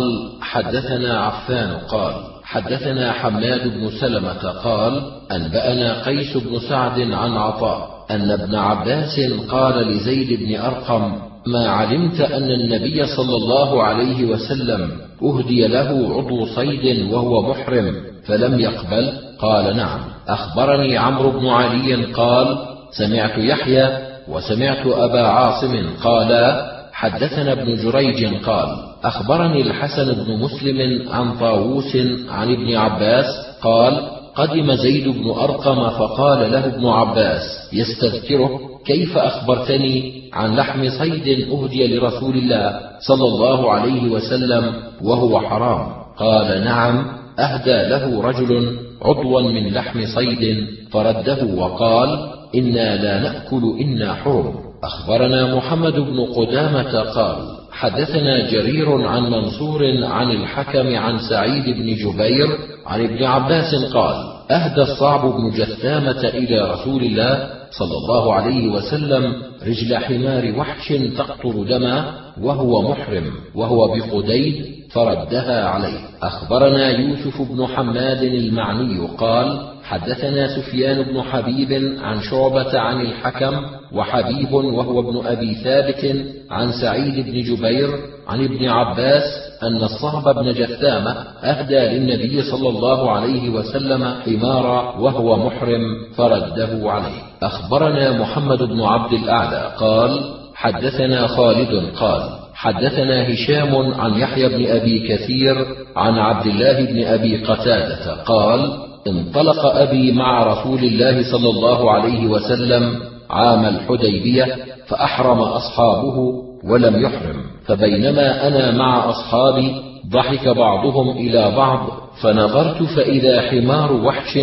حدثنا عفان قال: حدثنا حماد بن سلمة قال: أنبأنا قيس بن سعد عن عطاء أن ابن عباس قال لزيد بن أرقم: ما علمت أن النبي صلى الله عليه وسلم أهدي له عضو صيد وهو محرم فلم يقبل؟ قال: نعم. أخبرني عمرو بن علي قال: سمعت يحيى وسمعت أبا عاصم قالا: حدثنا ابن جريج قال: أخبرني الحسن بن مسلم عن طاووس عن ابن عباس قال: قدم زيد بن أرقم فقال له ابن عباس يستذكره: كيف أخبرتني عن لحم صيد أهدي لرسول الله صلى الله عليه وسلم وهو حرام؟ قال: نعم، أهدى له رجل عضوا من لحم صيد فرده وقال: إنا لا نأكل إنا حرم. أخبرنا محمد بن قدامة قال: حدثنا جرير عن منصور عن الحكم عن سعيد بن جبير عن ابن عباس قال: أهدى الصعب بن جثامة إلى رسول الله صلى الله عليه وسلم رجل حمار وحش تقطر دما وهو محرم وهو بقديد فردها عليه. أخبرنا يوسف بن حماد المعني قال: حدثنا سفيان بن حبيب عن شعبة عن الحكم وحبيب وهو ابن أبي ثابت عن سعيد بن جبير عن ابن عباس أن الصعب بن جثامة أهدى للنبي صلى الله عليه وسلم حمارا وهو محرم فرده عليه. أخبرنا محمد بن عبد الأعلى قال: حدثنا خالد قال: حدثنا هشام عن يحيى بن أبي كثير عن عبد الله بن أبي قتادة قال: انطلق أبي مع رسول الله صلى الله عليه وسلم عام الحديبية فأحرم أصحابه ولم يحرم، فبينما أنا مع أصحابي ضحك بعضهم إلى بعض فنظرت فإذا حمار وحش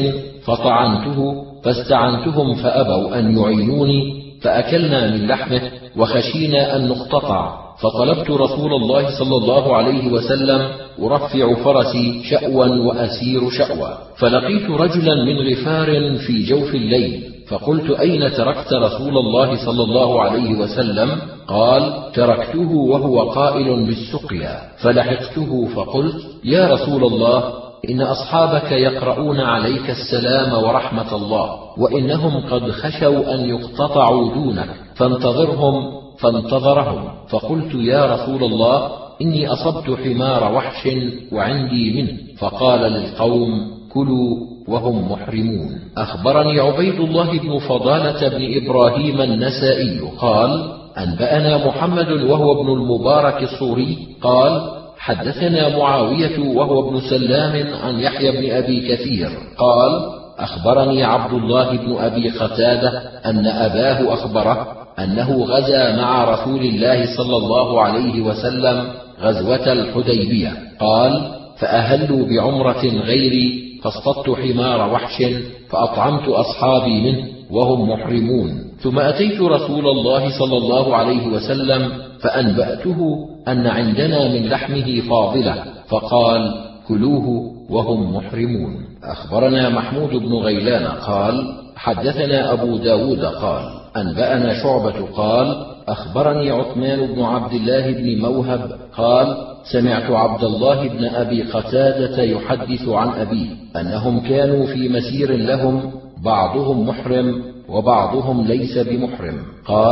فطعنته فاستعنتهم فأبوا أن يعينوني فأكلنا من لحمه وخشينا أن نقتطع، فطلبت رسول الله صلى الله عليه وسلم أرفع فرسي شأوا وأسير شأوا، فلقيت رجلا من غفار في جوف الليل فقلت: أين تركت رسول الله صلى الله عليه وسلم؟ قال: تركته وهو قائل بالسقيا، فلحقته فقلت: يا رسول الله، إن أصحابك يقرؤون عليك السلام ورحمة الله، وإنهم قد خشوا أن يقتطعوا دونك، فانتظرهم. فانتظرهم، فقلت: يا رسول الله، إني أصبت حمار وحش وعندي منه. فقال للقوم: كلوا وهم محرمون. أخبرني عبيد الله بن فضالة بن إبراهيم النسائي قال: أنبأنا محمد وهو ابن المبارك الصوري قال: حدثنا معاوية وهو ابن سلام عن يحيى بن أبي كثير قال: أخبرني عبد الله بن أبي قتادة أن أباه أخبره أنه غزا مع رسول الله صلى الله عليه وسلم غزوة الحديبية. قال: فأهلوا بعمرة غيري فاصطدت حمار وحش فأطعمت أصحابي منه وهم محرمون، ثم أتيت رسول الله صلى الله عليه وسلم فأنبأته أن عندنا من لحمه فاضلة، فقال: كلوه وهم محرمون. أخبرنا محمود بن غيلان قال: حدثنا أبو داود قال: أنبأنا شعبة قال: أخبرني عثمان بن عبد الله بن موهب قال: سمعت عبد الله بن أبي قتادة يحدث عن أبيه أنهم كانوا في مسير لهم بعضهم محرم وبعضهم ليس بمحرم. قال: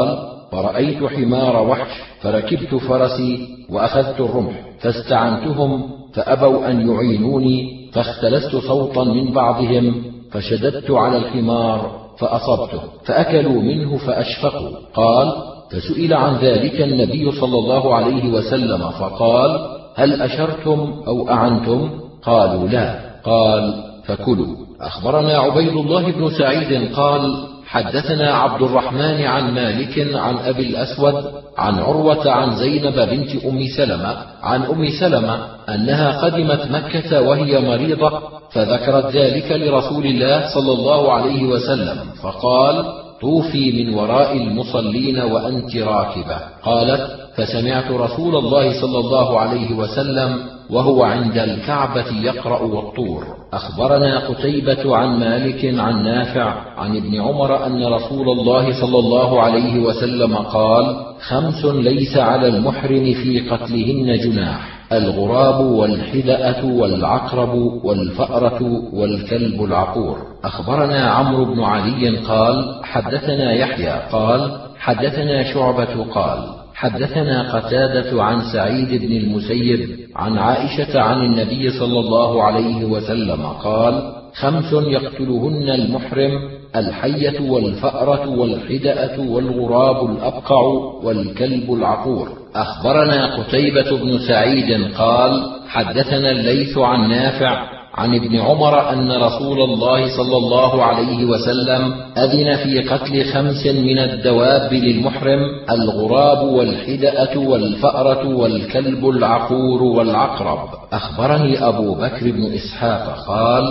فرأيت حمار وحش فركبت فرسي وأخذت الرمح فاستعنتهم فأبوا أن يعينوني، فاختلست صوتا من بعضهم فشددت على الحمار فأصبته فأكلوا منه فأشفقوا. قال: فسئل عن ذلك النبي صلى الله عليه وسلم فقال: هل أشرتم أو أعنتم؟ قالوا: لا. قال: فكلوا. أخبرنا عبيد الله بن سعيد قال: حدثنا عبد الرحمن عن مالك عن أبي الأسود عن عروة عن زينب بنت أم سلمة عن أم سلمة أنها قدمت مكة وهي مريضة، فذكرت ذلك لرسول الله صلى الله عليه وسلم فقال: طوفي من وراء المصلين وأنت راكبة. قالت: فسمعت رسول الله صلى الله عليه وسلم وهو عند الكعبة يقرأ والطور. أخبرنا قتيبة عن مالك عن نافع عن ابن عمر أن رسول الله صلى الله عليه وسلم قال: خمس ليس على المحرم في قتلهن جناح: الغراب والحدأة والعقرب والفأرة والكلب العقور. أخبرنا عمرو بن علي قال: حدثنا يحيى قال: حدثنا شعبة قال: حدثنا قتادة عن سعيد بن المسيب عن عائشة عن النبي صلى الله عليه وسلم قال: خمس يقتلهن المحرم: الحية والفأرة والحدأة والغراب الأبقع والكلب العقور. أخبرنا قتيبة بن سعيد قال: حدثنا الليث عن نافع عن ابن عمر أن رسول الله صلى الله عليه وسلم أذن في قتل خمس من الدواب للمحرم: الغراب والحدأة والفأرة والكلب العقور والعقرب. أخبرني أبو بكر بن إسحاق قال: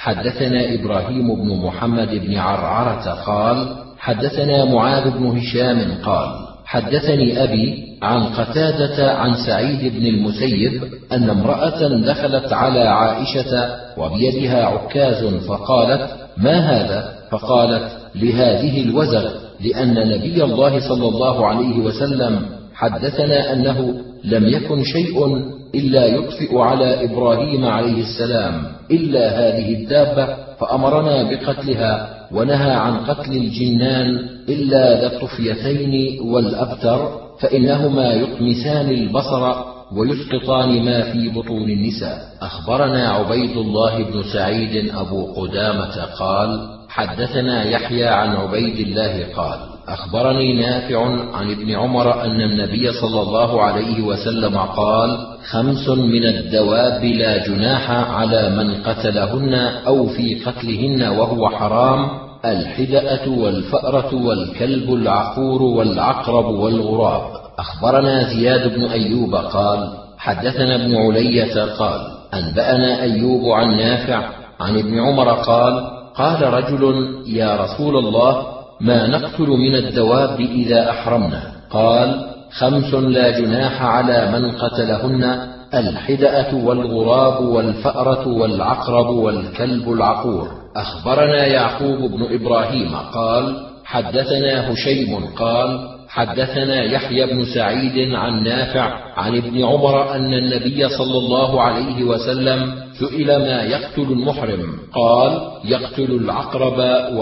حدثنا إبراهيم بن محمد بن عرعرة قال: حدثنا معاذ بن هشام قال: حدثني أبي عن قتادة عن سعيد بن المسيب أن امرأة دخلت على عائشة وبيدها عكاز فقالت: ما هذا؟ فقالت: لهذه الوزغ، لأن نبي الله صلى الله عليه وسلم حدثنا أنه لم يكن شيء إلا يطفئ على إبراهيم عليه السلام إلا هذه الدابة، فأمرنا بقتلها، ونهى عن قتل الجنان إلا ذا الطفيتين والأبتر، فإنهما يطمسان البصر ويسقطان ما في بطون النساء. أخبرنا عبيد الله بن سعيد أبو قدامة قال: حدثنا يحيى عن عبيد الله قال: أخبرني نافع عن ابن عمر أن النبي صلى الله عليه وسلم قال: خمس من الدواب لا جناح على من قتلهن أو في قتلهن وهو حرام: الحدأة والفأرة والكلب العقور والعقرب والغراب. أخبرنا زياد بن أيوب قال: حدثنا ابن علية قال: أنبأنا أيوب عن نافع عن ابن عمر قال: قال رجل: يا رسول الله، ما نقتل من الدواب إذا أحرمنا؟ قال: خمس لا جناح على من قتلهن: الحدأة والغراب والفأرة والعقرب والكلب العقور. أخبرنا يعقوب بن إبراهيم قال: حدثنا هشيم قال: حدثنا يحيى بن سعيد عن نافع عن ابن عمر أن النبي صلى الله عليه وسلم سئل: ما يقتل المحرم؟ قال: يقتل العقرب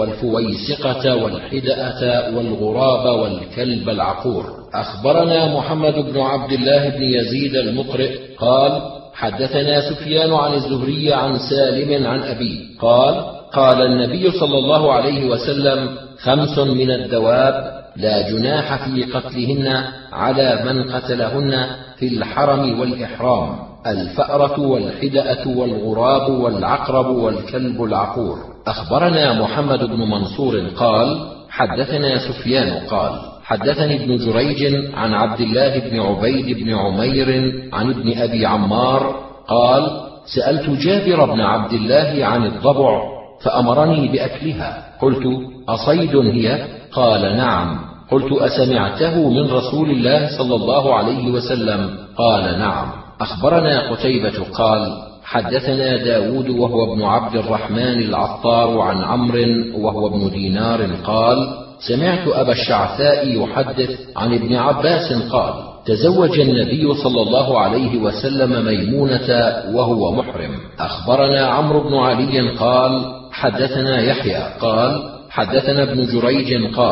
والفويسقة والحدأة والغراب والكلب العقور. أخبرنا محمد بن عبد الله بن يزيد المقرئ قال: حدثنا سفيان عن الزهري عن سالم عن أبيه قال: قال النبي صلى الله عليه وسلم: خمس من الدواب لا جناح في قتلهن على من قتلهن في الحرم والإحرام: الفأرة والحدأة والغراب والعقرب والكلب العقور. أخبرنا محمد بن منصور قال: حدثنا سفيان قال: حدثني ابن جريج عن عبد الله بن عبيد بن عمير عن ابن أبي عمار قال: سألت جابر بن عبد الله عن الضبع فأمرني بأكلها. قلت: أصيد هي؟ قال: نعم. قلت: أسمعته من رسول الله صلى الله عليه وسلم؟ قال: نعم. أخبرنا قتيبة قال: حدثنا داود وهو ابن عبد الرحمن العطار عن عمرو وهو ابن دينار قال: سمعت أبا الشعثاء يحدث عن ابن عباس قال: تزوج النبي صلى الله عليه وسلم ميمونة وهو محرم. أخبرنا عمرو بن علي قال: حدثنا يحيى قال: حدثنا ابن جريج قال: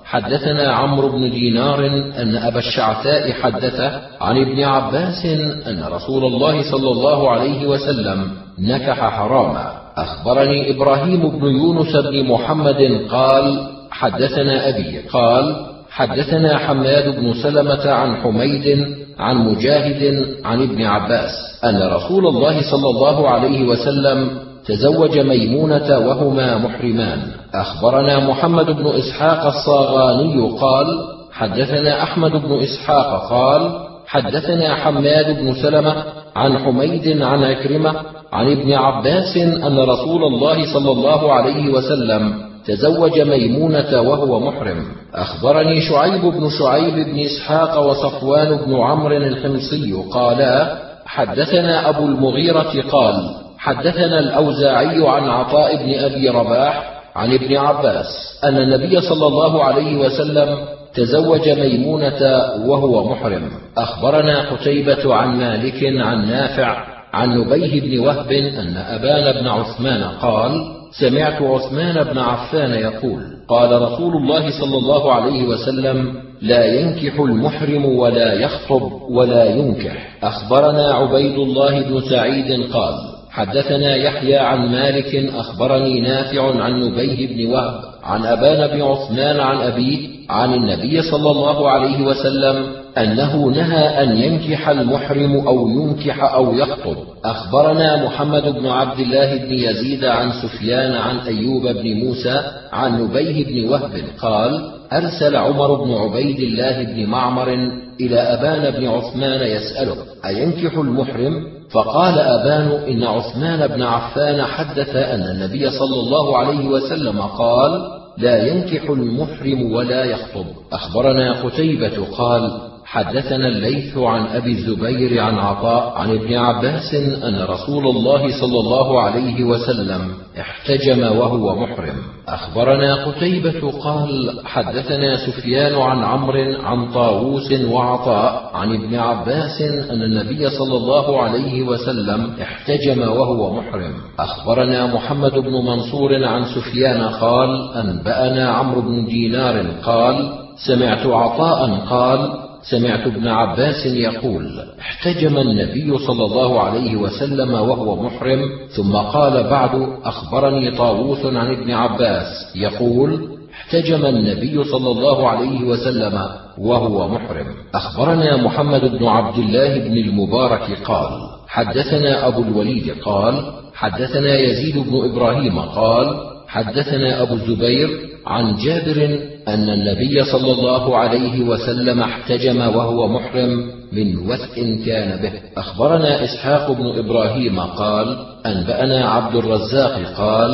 حدثنا عمرو بن دينار أن أبا الشعثاء حدثه عن ابن عباس أن رسول الله صلى الله عليه وسلم نكح حراما. أخبرني إبراهيم بن يونس بن محمد قال حدثنا أبي قال حدثنا حماد بن سلمة عن حميد عن مجاهد عن ابن عباس أن رسول الله صلى الله عليه وسلم تزوج ميمونة وهما محرمان. أخبرنا محمد بن إسحاق الصاغاني قال حدثنا أحمد بن إسحاق قال حدثنا حماد بن سلمة عن حميد عن عكرمة عن ابن عباس أن رسول الله صلى الله عليه وسلم تزوج ميمونة وهو محرم. أخبرني شعيب بن شعيب بن إسحاق وصفوان بن عمرو الحمصي قالا حدثنا أبو المغيرة قال حدثنا الأوزاعي عن عطاء بن أبي رباح عن ابن عباس أن النبي صلى الله عليه وسلم تزوج ميمونة وهو محرم. أخبرنا قتيبة عن مالك عن نافع عن نبيه بن وهب أن أبان بن عثمان قال سمعت عثمان بن عفان يقول قال رسول الله صلى الله عليه وسلم لا ينكح المحرم ولا يخطب ولا ينكح. أخبرنا عبيد الله بن سعيد قال حدثنا يحيى عن مالك أخبرني نافع عن نبيه بن وهب عن أبان بن عثمان عن أبيه عن النبي صلى الله عليه وسلم أنه نهى أن ينكح المحرم أو ينكح أو يخطب. أخبرنا محمد بن عبد الله بن يزيد عن سفيان عن أيوب بن موسى عن نبيه بن وهب قال أرسل عمر بن عبيد الله بن معمر إلى أبان بن عثمان يسأله أينكح المحرم؟ فقال أبان إن عثمان بن عفان حدث أن النبي صلى الله عليه وسلم قال لا ينكح المحرم ولا يخطب. أخبرنا قتيبة قال حدثنا الليث عن أبي الزبير عن عطاء عن ابن عباس أن رسول الله صلى الله عليه وسلم احتجم وهو محرم. أخبرنا قتيبة قال حدثنا سفيان عن عمرو عن طاووس وعطاء عن ابن عباس أن النبي صلى الله عليه وسلم احتجم وهو محرم. أخبرنا محمد بن منصور عن سفيان قال أنبأنا عمرو بن دينار قال سمعت عطاء قال سمعت ابن عباس يقول احتجم النبي صلى الله عليه وسلم وهو محرم. ثم قال بعد أخبرني طاووس عن ابن عباس يقول احتجم النبي صلى الله عليه وسلم وهو محرم. أخبرنا محمد بن عبد الله بن المبارك قال حدثنا أبو الوليد قال حدثنا يزيد بن إبراهيم قال حدثنا أبو الزبير عن جابر أن النبي صلى الله عليه وسلم احتجم وهو محرم من وثء كان به. أخبرنا إسحاق بن إبراهيم قال أنبأنا عبد الرزاق قال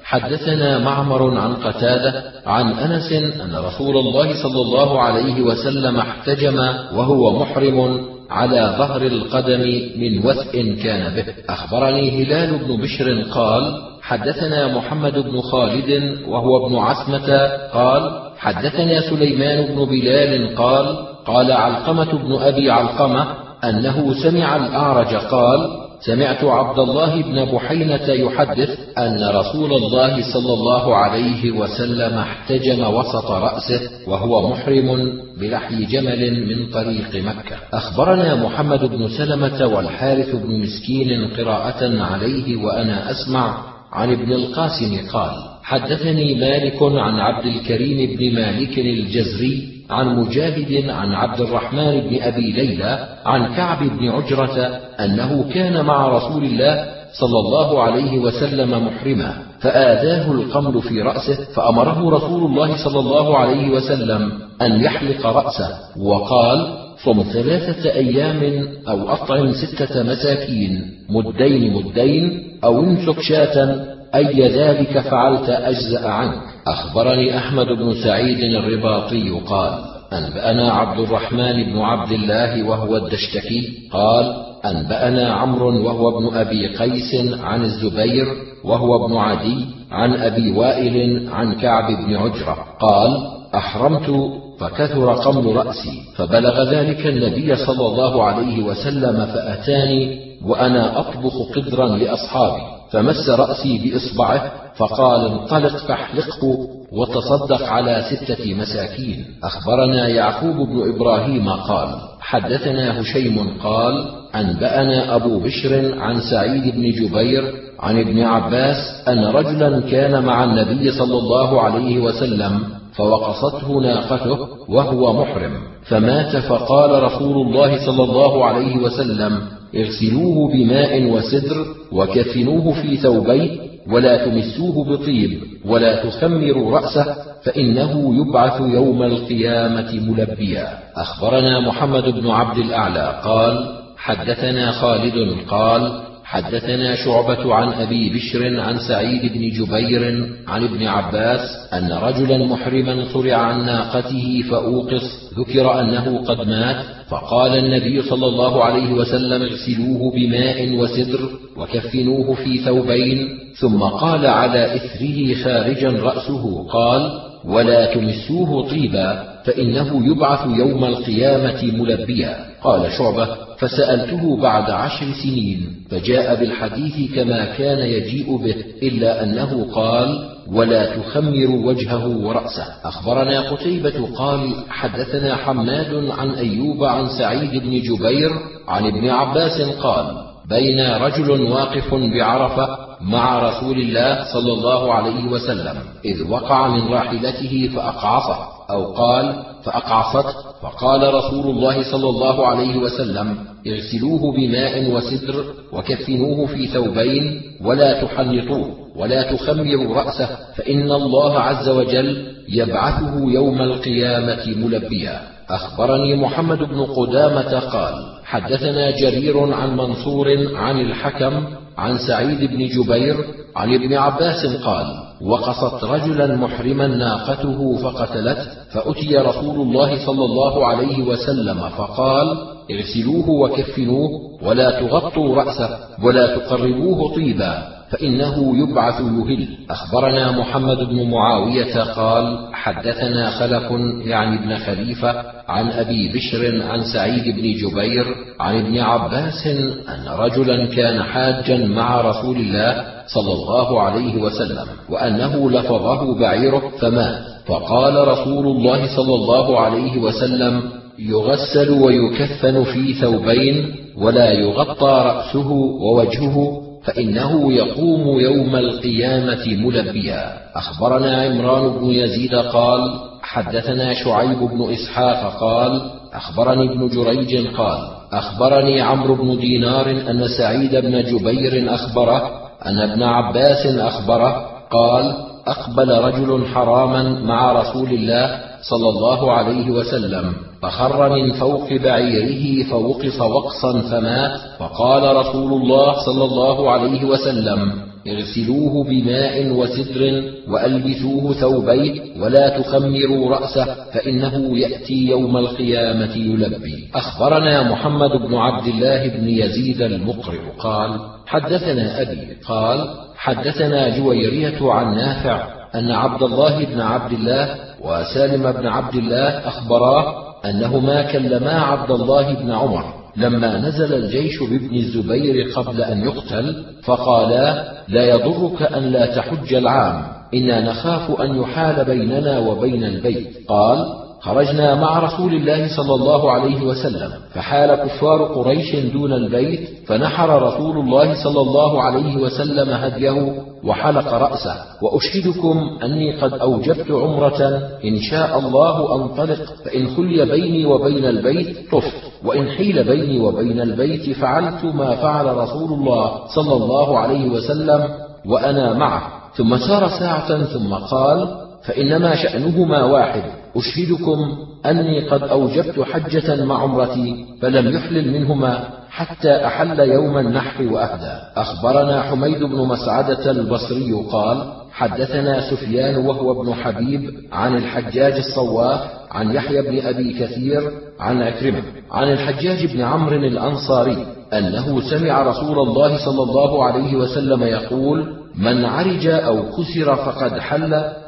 حدثنا معمر عن قتادة عن أنس أن رسول الله صلى الله عليه وسلم احتجم وهو محرم على ظهر القدم من وثء كان به. أخبرني هلال بن بشر قال حدثنا محمد بن خالد وهو ابن عسمة قال حدثنا سليمان بن بلال قال قال علقمة بن أبي علقمة أنه سمع الأعرج قال سمعت عبد الله بن بحينة يحدث أن رسول الله صلى الله عليه وسلم احتجم وسط رأسه وهو محرم بلحي جمل من طريق مكة. أخبرنا محمد بن سلمة والحارث بن مسكين قراءة عليه وأنا أسمع عن ابن القاسم قال حدثني مالك عن عبد الكريم بن مالك الجزري عن مجاهد عن عبد الرحمن بن أبي ليلى عن كعب بن عجرة أنه كان مع رسول الله صلى الله عليه وسلم محرما فآذاه القمل في رأسه فأمره رسول الله صلى الله عليه وسلم أن يحلق رأسه وقال صم ثلاثة أيام أو أطعم ستة مساكين مدين مدين أو انسك شاة أي ذلك فعلت أجزأ عنك. أخبرني أحمد بن سعيد الرباطي قال أنبأنا عبد الرحمن بن عبد الله وهو الدشتكي قال أنبأنا عمرو وهو ابن أبي قيس عن الزبير وهو ابن عدي عن أبي وائل عن كعب بن عجرة قال أحرمت فكثر قمل رأسي فبلغ ذلك النبي صلى الله عليه وسلم فأتاني وأنا أطبخ قدرا لأصحابي فمس رأسي بإصبعه فقال: انطلق فاحلقه وتصدق على ستة مساكين. أخبرنا يعقوب بن إبراهيم قال: حدثنا هشيم قال: أنبأنا أبو بشر عن سعيد بن جبير عن ابن عباس أن رجلا كان مع النبي صلى الله عليه وسلم فوقصته ناقته وهو محرم فمات، فقال رسول الله صلى الله عليه وسلم: اغسلوه بماء وسدر وكفنوه في ثوبيه ولا تمسوه بطيب ولا تخمروا رأسه فإنه يبعث يوم القيامة ملبيا. أخبرنا محمد بن عبد الأعلى قال: حدثنا خالد قال: حدثنا شعبة عن أبي بشر عن سعيد بن جبير عن ابن عباس أن رجلا محرما صرع عن ناقته فأوقص، ذكر أنه قد مات، فقال النبي صلى الله عليه وسلم: اغسلوه بماء وسدر وكفنوه في ثوبين، ثم قال على إثره خارجا رأسه قال: ولا تمسوه طيبا فإنه يبعث يوم القيامة ملبيا. قال شعبة: فسألته بعد عشر سنين فجاء بالحديث كما كان يجيء به، إلا أنه قال: ولا تخمر وجهه ورأسه. أخبرنا قتيبة قال: حدثنا حماد عن أيوب عن سعيد بن جبير عن ابن عباس قال: بين رجل واقف بعرفة مع رسول الله صلى الله عليه وسلم إذ وقع من راحلته فأقعصه، أو قال فأقعصته، فقال رسول الله صلى الله عليه وسلم: اغسلوه بماء وسدر وكفنوه في ثوبين ولا تحنطوه ولا تخمروا رأسه فإن الله عز وجل يبعثه يوم القيامة ملبيا. أخبرني محمد بن قدامة قال: حدثنا جرير عن منصور عن الحكم عن سعيد بن جبير عن ابن عباس قال: وقصت رجلا محرما ناقته فقتلته، فأتي رسول الله صلى الله عليه وسلم فقال: اغسلوه وكفنوه ولا تغطوا رأسه ولا تقربوه طيبا فإنه يبعث يهل. أخبرنا محمد بن معاوية قال: حدثنا خلف يعني ابن خليفة عن أبي بشر عن سعيد بن جبير عن ابن عباس أن رجلا كان حاجا مع رسول الله صلى الله عليه وسلم وأنه لفظه بعيره فمات، فقال رسول الله صلى الله عليه وسلم: يغسل ويكفن في ثوبين ولا يغطى رأسه ووجهه فإنه يقوم يوم القيامة ملبيا. أخبرنا عمران بن يزيد قال: حدثنا شعيب بن إسحاق قال: أخبرني ابن جريج قال: أخبرني عمرو بن دينار أن سعيد بن جبير أخبره أن ابن عباس أخبره قال: أقبل رجل حراما مع رسول الله صلى الله عليه وسلم فخر من فوق بعيره فوقص وقصا فمات، فقال رسول الله صلى الله عليه وسلم: اغسلوه بماء وسدر وألبسوه ثوبيه ولا تخمروا رأسه فإنه يأتي يوم القيامة يلبي. أخبرنا محمد بن عبد الله بن يزيد المقرئ قال: حدثنا أبي قال: حدثنا جويرية عن نافع أن عبد الله بن عبد الله وسالم بن عبد الله أخبراه أنهما كلما عبد الله بن عمر لما نزل الجيش بابن الزبير قبل أن يقتل فقالا: لا يضرك أن لا تحج العام، إنا نخاف أن يحال بيننا وبين البيت. قال: خرجنا مع رسول الله صلى الله عليه وسلم فحال كفار قريش دون البيت، فنحر رسول الله صلى الله عليه وسلم هديه وحلق رأسه، وأشهدكم أني قد أوجبت عمرة إن شاء الله أنطلق، فإن خلي بيني وبين البيت طفت، وإن حيل بيني وبين البيت فعلت ما فعل رسول الله صلى الله عليه وسلم وأنا معه. ثم سار ساعة ثم قال: فإنما شأنهما واحد، أشهدكم أني قد أوجبت حجة مع عمرتي فلم يحلل منهما حتى أحل يوم النحر وأهدى. أخبرنا حميد بن مسعدة البصري قال: حدثنا سفيان وهو ابن حبيب عن الحجاج الصواف عن يحيى بن أبي كثير عن عكرمة عن الحجاج بن عمرو الأنصاري أنه سمع رسول الله صلى الله عليه وسلم يقول: من عرج أو كسر فقد حل،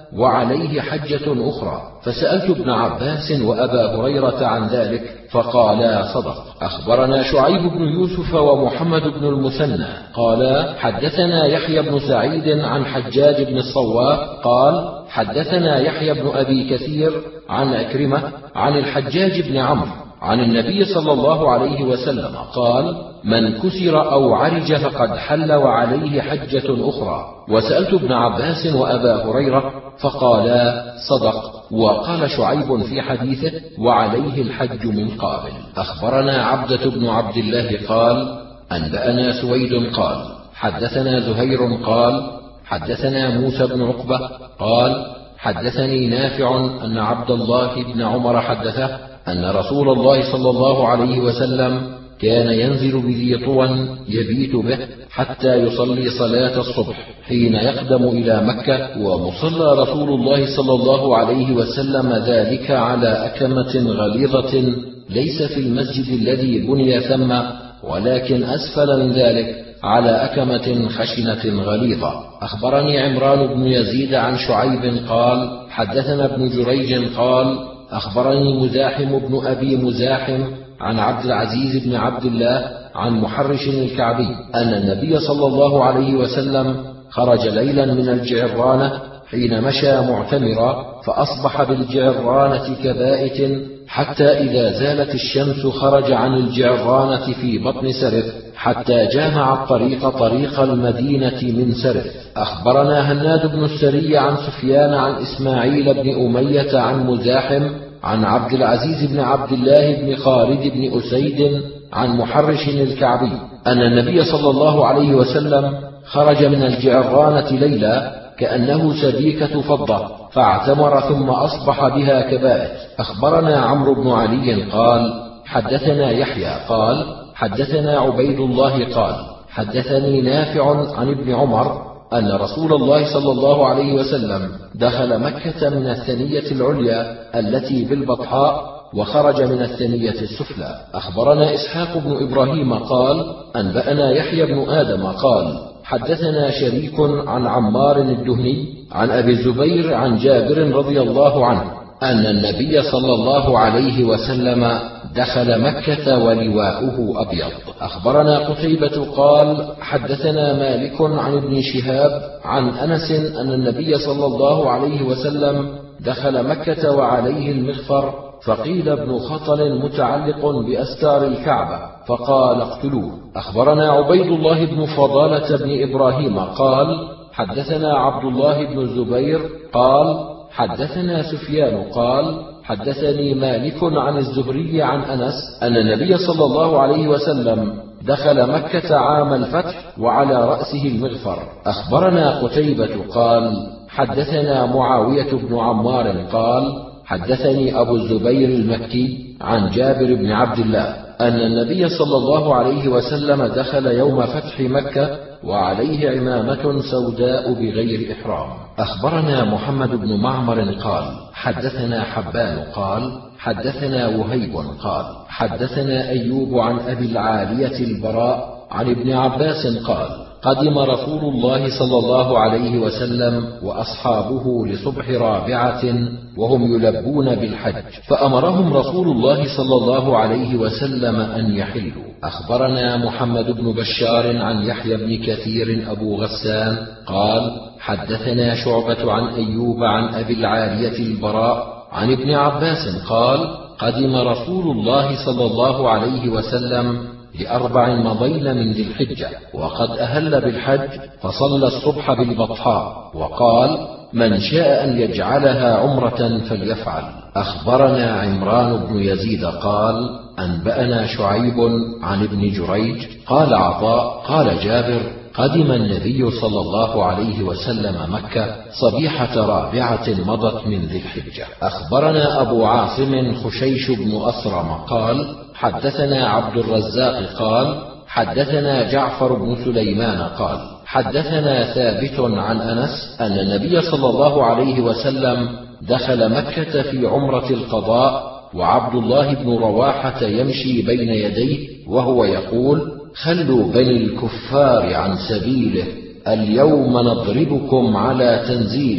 وعليه حجة أخرى. فسألت ابن عباس وأبا هريرة عن ذلك فقالا صدق. أخبرنا شعيب بن يوسف ومحمد بن المثنى قالا حدثنا يحيى بن سعيد عن حجاج بن الصواب قال حدثنا يحيى بن أبي كثير عن أكرمة عن الحجاج بن عمرو عن النبي صلى الله عليه وسلم قال من كسر أو عرج فقد حل وعليه حجة أخرى. وسألت ابن عباس وأبا هريرة فقالا صدق. وقال شعيب في حديثه وعليه الحج من قابل. أخبرنا عبدة بن عبد الله قال أنبأنا سويد قال حدثنا زهير قال حدثنا موسى بن عقبة قال حدثني نافع أن عبد الله بن عمر حدثه أن رسول الله صلى الله عليه وسلم كان ينزل بذي طوى يبيت به حتى يصلي صلاة الصبح حين يقدم إلى مكة، ومصلى رسول الله صلى الله عليه وسلم ذلك على أكمة غليظة ليس في المسجد الذي بني ثم، ولكن أسفل من ذلك على أكمة خشنة غليظة. أخبرني عمران بن يزيد عن شعيب قال حدثنا ابن جريج قال أخبرني مزاحم بن أبي مزاحم عن عبد العزيز بن عبد الله عن محرش الكعبي أن النبي صلى الله عليه وسلم خرج ليلا من الجعرانة حين مشى معتمرا، فأصبح بالجعرانة كبائت حتى إذا زالت الشمس خرج عن الجعرانة في بطن سرف حتى جامع الطريق طريق المدينة من سرف. أخبرنا هناد بن السري عن سفيان عن إسماعيل بن أمية عن مزاحم عن عبد العزيز بن عبد الله بن خالد بن أسيد عن محرش الكعبي أن النبي صلى الله عليه وسلم خرج من الجعرانة ليلا كأنه سبيكة فضة فاعتمر ثم أصبح بها كبائت. أخبرنا عمرو بن علي قال حدثنا يحيى قال حدثنا عبيد الله قال حدثني نافع عن ابن عمر أن رسول الله صلى الله عليه وسلم دخل مكة من الثنية العليا التي بالبطحاء وخرج من الثنية السفلى. أخبرنا إسحاق بن إبراهيم قال أنبأنا يحيى بن آدم قال حدثنا شريك عن عمار الدهني عن أبي الزبير عن جابر رضي الله عنه أن النبي صلى الله عليه وسلم دخل مكة ولواؤه أبيض. أخبرنا قتيبة قال حدثنا مالك عن ابن شهاب عن أنس أن النبي صلى الله عليه وسلم دخل مكة وعليه المغفر، فقيل ابن خطل متعلق بأستار الكعبة فقال اقتلوه. أخبرنا عبيد الله بن فضالة بن إبراهيم قال حدثنا عبد الله بن الزبير قال حدثنا سفيان قال حدثني مالك عن الزهري عن أنس أن النبي صلى الله عليه وسلم دخل مكة عام الفتح وعلى رأسه المغفر. أخبرنا قتيبة قال حدثنا معاوية بن عمار قال حدثني أبو الزبير المكي عن جابر بن عبد الله أن النبي صلى الله عليه وسلم دخل يوم فتح مكة وعليه عمامة سوداء بغير إحرام. أخبرنا محمد بن معمر قال حدثنا حبان قال حدثنا وهيب قال حدثنا أيوب عن أبي العالية البراء عن ابن عباس قال قدم رسول الله صلى الله عليه وسلم وأصحابه لصبح رابعة وهم يلبون بالحج، فأمرهم رسول الله صلى الله عليه وسلم أن يحلوا. أخبرنا محمد بن بشار عن يحيى بن كثير أبو غسان قال حدثنا شعبة عن أيوب عن أبي العالية البراء عن ابن عباس قال قدم رسول الله صلى الله عليه وسلم لأربع مضين من ذي الحجة وقد أهل بالحج، فصلى الصبح بالبطحاء وقال من شاء أن يجعلها عمرة فليفعل. أخبرنا عمران بن يزيد قال أنبأنا شعيب عن ابن جريج قال عطاء قال جابر قدم النبي صلى الله عليه وسلم مكة صبيحة رابعة مضت من ذي الحجة. أخبرنا أبو عاصم خشيش بن أسرم قال حدثنا عبد الرزاق قال حدثنا جعفر بن سليمان قال حدثنا ثابت عن أنس أن النبي صلى الله عليه وسلم دخل مكة في عمرة القضاء وعبد الله بن رواحة يمشي بين يديه وهو يقول خلوا بني الكفار عن سبيله اليوم نضربكم على تنزيله،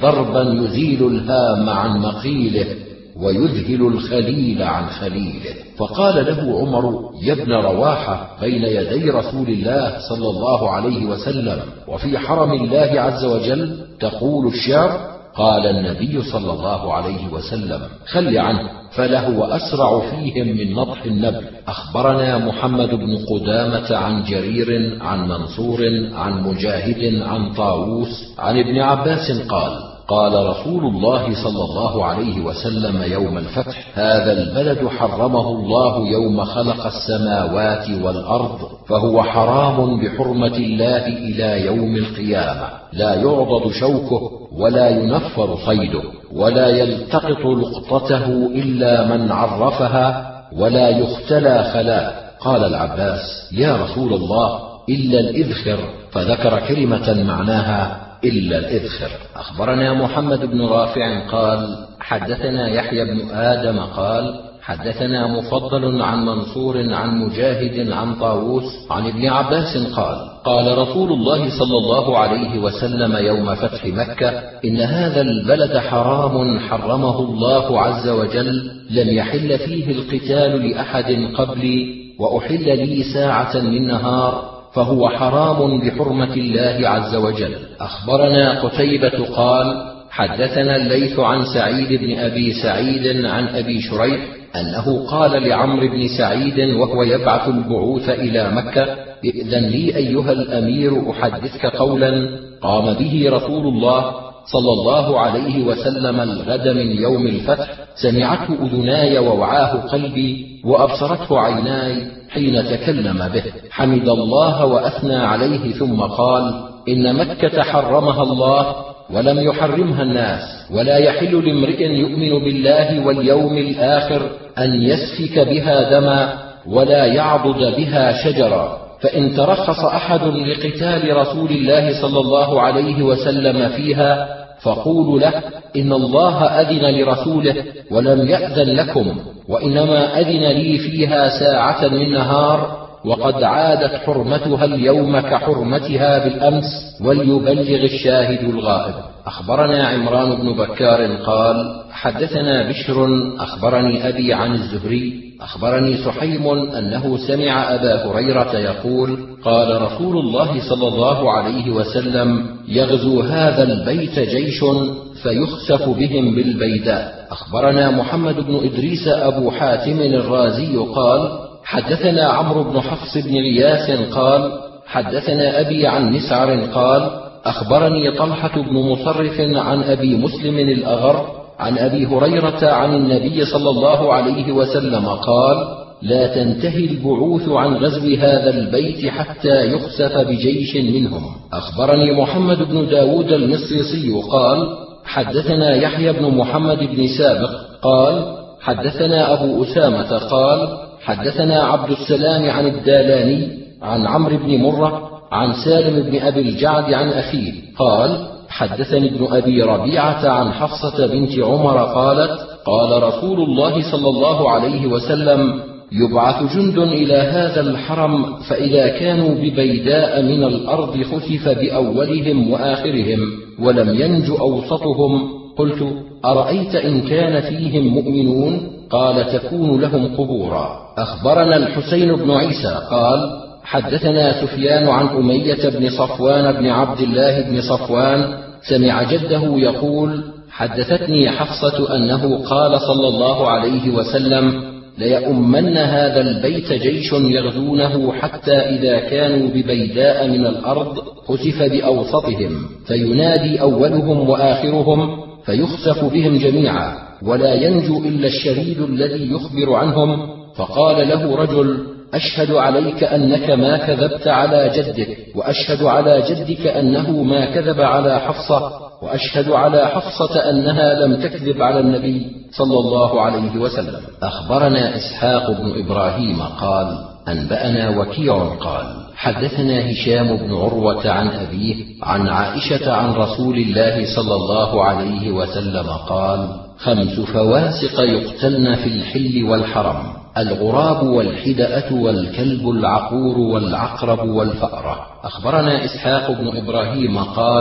ضربا يزيل الهام عن مقيله ويذهل الخليل عن خليله. فقال له عمر: يا ابن رواحة، بين يدي رسول الله صلى الله عليه وسلم وفي حرم الله عز وجل تقول الشعر؟ قال النبي صلى الله عليه وسلم: خل عنه، فلهو أسرع فيهم من نضح النبل. أخبرنا محمد بن قدامة عن جرير عن منصور عن مجاهد عن طاووس عن ابن عباس قال: قال رسول الله صلى الله عليه وسلم يوم الفتح: هذا البلد حرمه الله يوم خلق السماوات والأرض، فهو حرام بحرمة الله إلى يوم القيامة، لا يعضد شوكه ولا ينفر صيده ولا يلتقط لقطته إلا من عرفها ولا يختلى خلاه. قال العباس: يا رسول الله، إلا الإذخر، فذكر كلمة معناها إلا الإذخر. أخبرنا محمد بن رافع قال: حدثنا يحيى بن آدم قال: حدثنا مفضل عن منصور عن مجاهد عن طاووس عن ابن عباس قال: قال رسول الله صلى الله عليه وسلم يوم فتح مكة: إن هذا البلد حرام حرمه الله عز وجل، لم يحل فيه القتال لأحد قبلي، وأحل لي ساعة من نهار، فهو حرام بحرمة الله عز وجل. أخبرنا قتيبة قال: حدثنا الليث عن سعيد بن أبي سعيد عن أبي شريح أنه قال لعمرو بن سعيد وهو يبعث البعوث إلى مكة: ائذن لي أيها الأمير أحدثك قولا قام به رسول الله صلى الله عليه وسلم الغد من يوم الفتح، سمعته أذناي ووعاه قلبي وأبصرته عيناي حين تكلم به، حمد الله وأثنى عليه، ثم قال: إن مكة حرمها الله ولم يحرمها الناس، ولا يحل لامرئ يؤمن بالله واليوم الآخر أن يسفك بها دما ولا يعضد بها شجرا، فإن ترخص أحد لقتال رسول الله صلى الله عليه وسلم فيها فقولوا له: إن الله أذن لرسوله ولم يأذن لكم، وإنما أذن لي فيها ساعة من نهار، وقد عادت حرمتها اليوم كحرمتها بالأمس، وليبلغ الشاهد الغائب. أخبرنا عمران بن بكار قال: حدثنا بشر أخبرني أبي عن الزهري أخبرني سحيم أنه سمع أبا هريرة يقول: قال رسول الله صلى الله عليه وسلم: يغزو هذا البيت جيش فيخسف بهم بالبيداء. أخبرنا محمد بن إدريس أبو حاتم الرازي قال: حدثنا عمرو بن حفص بن غياث قال: حدثنا أبي عن مسعر قال: أخبرني طلحة بن مصرف عن أبي مسلم الأغر عن أبي هريرة عن النبي صلى الله عليه وسلم قال: لا تنتهي البعوث عن غزو هذا البيت حتى يخسف بجيش منهم. أخبرني محمد بن داود المصيصي قال: حدثنا يحيى بن محمد بن سابق قال: حدثنا أبو أسامة قال: حدثنا عبد السلام عن الدالاني عن عمرو بن مرة عن سالم بن أبي الجعد عن أخيه قال: حدثني ابن أبي ربيعة عن حفصة بنت عمر قالت: قال رسول الله صلى الله عليه وسلم: يبعث جند إلى هذا الحرم، فإذا كانوا ببيداء من الأرض خسف بأولهم وآخرهم ولم ينج أوسطهم. قلت: أرأيت إن كان فيهم مؤمنون؟ قال: تكون لهم قبورا. أخبرنا الحسين بن عيسى قال: حدثنا سفيان عن أمية بن صفوان بن عبد الله بن صفوان سمع جده يقول: حدثتني حفصة أنه قال صلى الله عليه وسلم: ليؤمن هذا البيت جيش يغزونه حتى إذا كانوا ببيداء من الأرض خسف بأوسطهم، فينادي أولهم وآخرهم فيخسف بهم جميعا، ولا ينجو إلا الشريد الذي يخبر عنهم. فقال له رجل: أشهد عليك أنك ما كذبت على جدك، وأشهد على جدك أنه ما كذب على حفصة، وأشهد على حفصة أنها لم تكذب على النبي صلى الله عليه وسلم. أخبرنا إسحاق بن إبراهيم قال: أنبأنا وكيع قال: حدثنا هشام بن عروة عن أبيه عن عائشة عن رسول الله صلى الله عليه وسلم قال: خمس فواسق يقتلن في الحل والحرم: الغراب والحدأة والكلب العقور والعقرب والفأرة. أخبرنا إسحاق بن إبراهيم قال: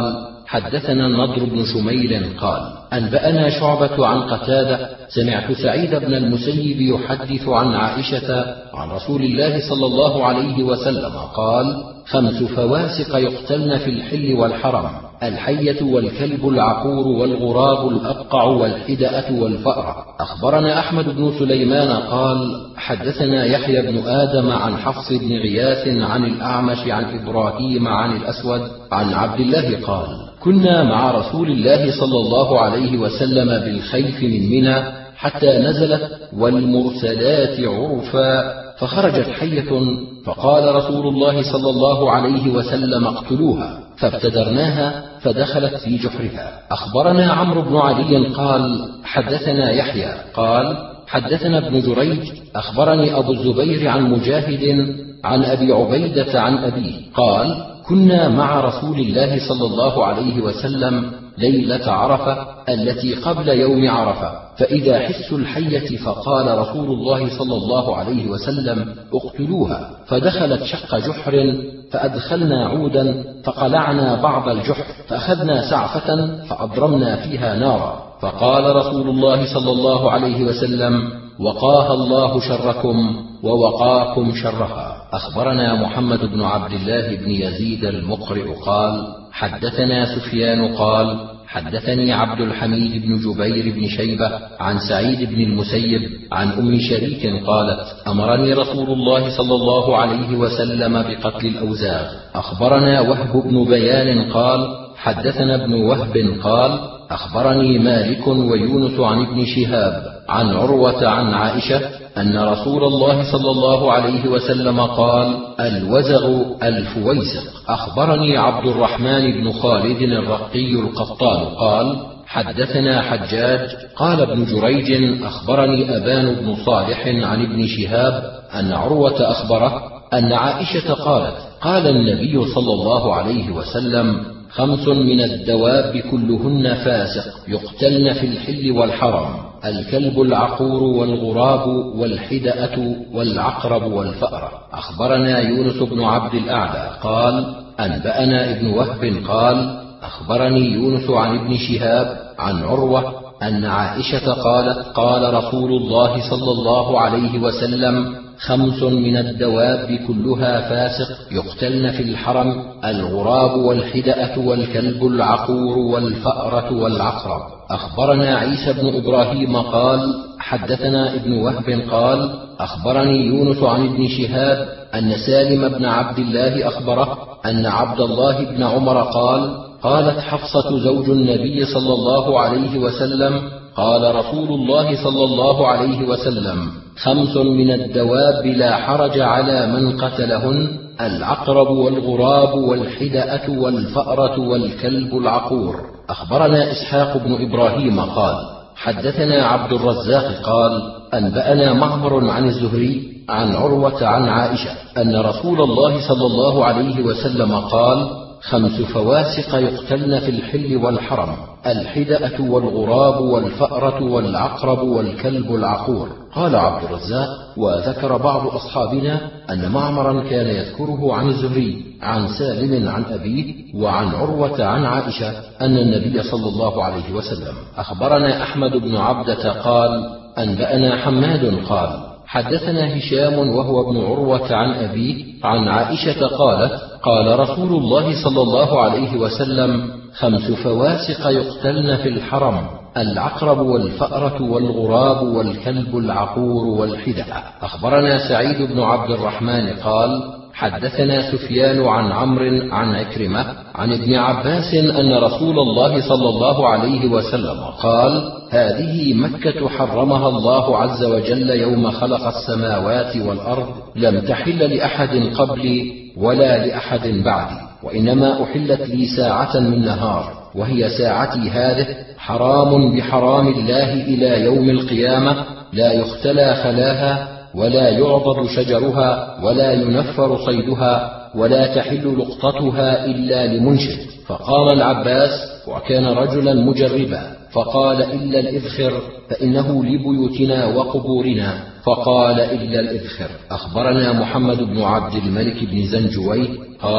حدثنا النضر بن شميل قال أنبأنا شعبة عن قتادة سمعت سعيد بن المسيب يحدث عن عائشة عن رسول الله صلى الله عليه وسلم قال خمس فواسق يقتلن في الحل والحرم: الحية والكلب العقور والغراب الأبقع والحدأة والفأرة. أخبرنا أحمد بن سليمان قال حدثنا يحيى بن آدم عن حفص بن غياث عن الأعمش عن إبراهيم عن الأسود عن عبد الله قال كنا مع رسول الله صلى الله عليه وسلم بالخيف من منى حتى نزلت والمرسلات عرفا، فخرجت حية فقال رسول الله صلى الله عليه وسلم اقتلوها، فابتدرناها فدخلت في جحرها. أخبرنا عمرو بن علي قال حدثنا يحيى قال حدثنا ابن جريج أخبرني أبو الزبير عن مجاهد عن أبي عبيدة عن أبيه قال كنا مع رسول الله صلى الله عليه وسلم ليلة عرفة التي قبل يوم عرفة، فإذا حس الحية فقال رسول الله صلى الله عليه وسلم اقتلوها، فدخلت شق جحر فأدخلنا عودا فقلعنا بعض الجحر فأخذنا سعفة فأضرمنا فيها نارا، فقال رسول الله صلى الله عليه وسلم وقاها الله شركم ووقاكم شرها. أخبرنا محمد بن عبد الله بن يزيد المقرئ قال حدثنا سفيان قال حدثني عبد الحميد بن جبير بن شيبة عن سعيد بن المسيب عن أم شريك قالت أمرني رسول الله صلى الله عليه وسلم بقتل الأوزاغ. أخبرنا وهب بن بيان قال حدثنا ابن وهب قال أخبرني مالك ويونس عن ابن شهاب عن عروة عن عائشة أن رسول الله صلى الله عليه وسلم قال الوزغ الفويسق. أخبرني عبد الرحمن بن خالد الرقي القطان قال حدثنا حجاج قال ابن جريج أخبرني أبان بن صالح عن ابن شهاب أن عروة أخبره أن عائشة قالت قال النبي صلى الله عليه وسلم خمس من الدواب كلهن فاسق يقتلن في الحل والحرم: الكلب العقور والغراب والحدأة والعقرب والفأرة. أخبرنا يونس بن عبد الأعلى قال أنبأنا ابن وهب قال أخبرني يونس عن ابن شهاب عن عروة أن عائشة قالت قال رسول الله صلى الله عليه وسلم خمس من الدواب كلها فاسق يقتلن في الحرم: الغراب والحدأة والكلب العقور والفأرة والعقرب. أخبرنا عيسى بن إبراهيم قال حدثنا ابن وهب قال أخبرني يونس عن ابن شهاب أن سالم بن عبد الله أخبره أن عبد الله بن عمر قال قالت حفصة زوج النبي صلى الله عليه وسلم قال رسول الله صلى الله عليه وسلم خمس من الدواب لا حرج على من قتلهن: العقرب والغراب والحدأة والفأرة والكلب العقور. أخبرنا إسحاق بن إبراهيم قال حدثنا عبد الرزاق قال أنبأنا معمر عن الزهري عن عروة عن عائشة أن رسول الله صلى الله عليه وسلم قال خمس فواسق يقتلن في الحل والحرم: الحدأة والغراب والفأرة والعقرب والكلب العقور. قال عبد الرزاق وذكر بعض أصحابنا أن معمرا كان يذكره عن الزهري عن سالم عن أبيه وعن عروة عن عائشة أن النبي صلى الله عليه وسلم. أخبرنا أحمد بن عبدة قال أنبأنا حماد قال حدثنا هشام وهو ابن عروة عن أبيه عن عائشة قالت قال رسول الله صلى الله عليه وسلم خمس فواسق يقتلن في الحرم: العقرب والفأرة والغراب والكلب العقور والحدأة. أخبرنا سعيد بن عبد الرحمن قال حدثنا سفيان عن عمرو عن عكرمة عن ابن عباس أن رسول الله صلى الله عليه وسلم قال هذه مكة حرمها الله عز وجل يوم خلق السماوات والأرض، لم تحل لأحد قبلي ولا لأحد بعدي، وإنما أحلت لي ساعة من نهار وهي ساعتي هذه، حرام بحرام الله إلى يوم القيامة، لا يختلى خلاها ولا يعضد شجرها ولا ينفر صيدها ولا تحل لقطتها إلا لمنشد. فقام العباس وكان رجلا مجربا فقال إلا الإذخر فإنه لبيوتنا وقبورنا، فقال إلا الإذخر. أخبرنا محمد بن عبد الملك بن زنجوي قال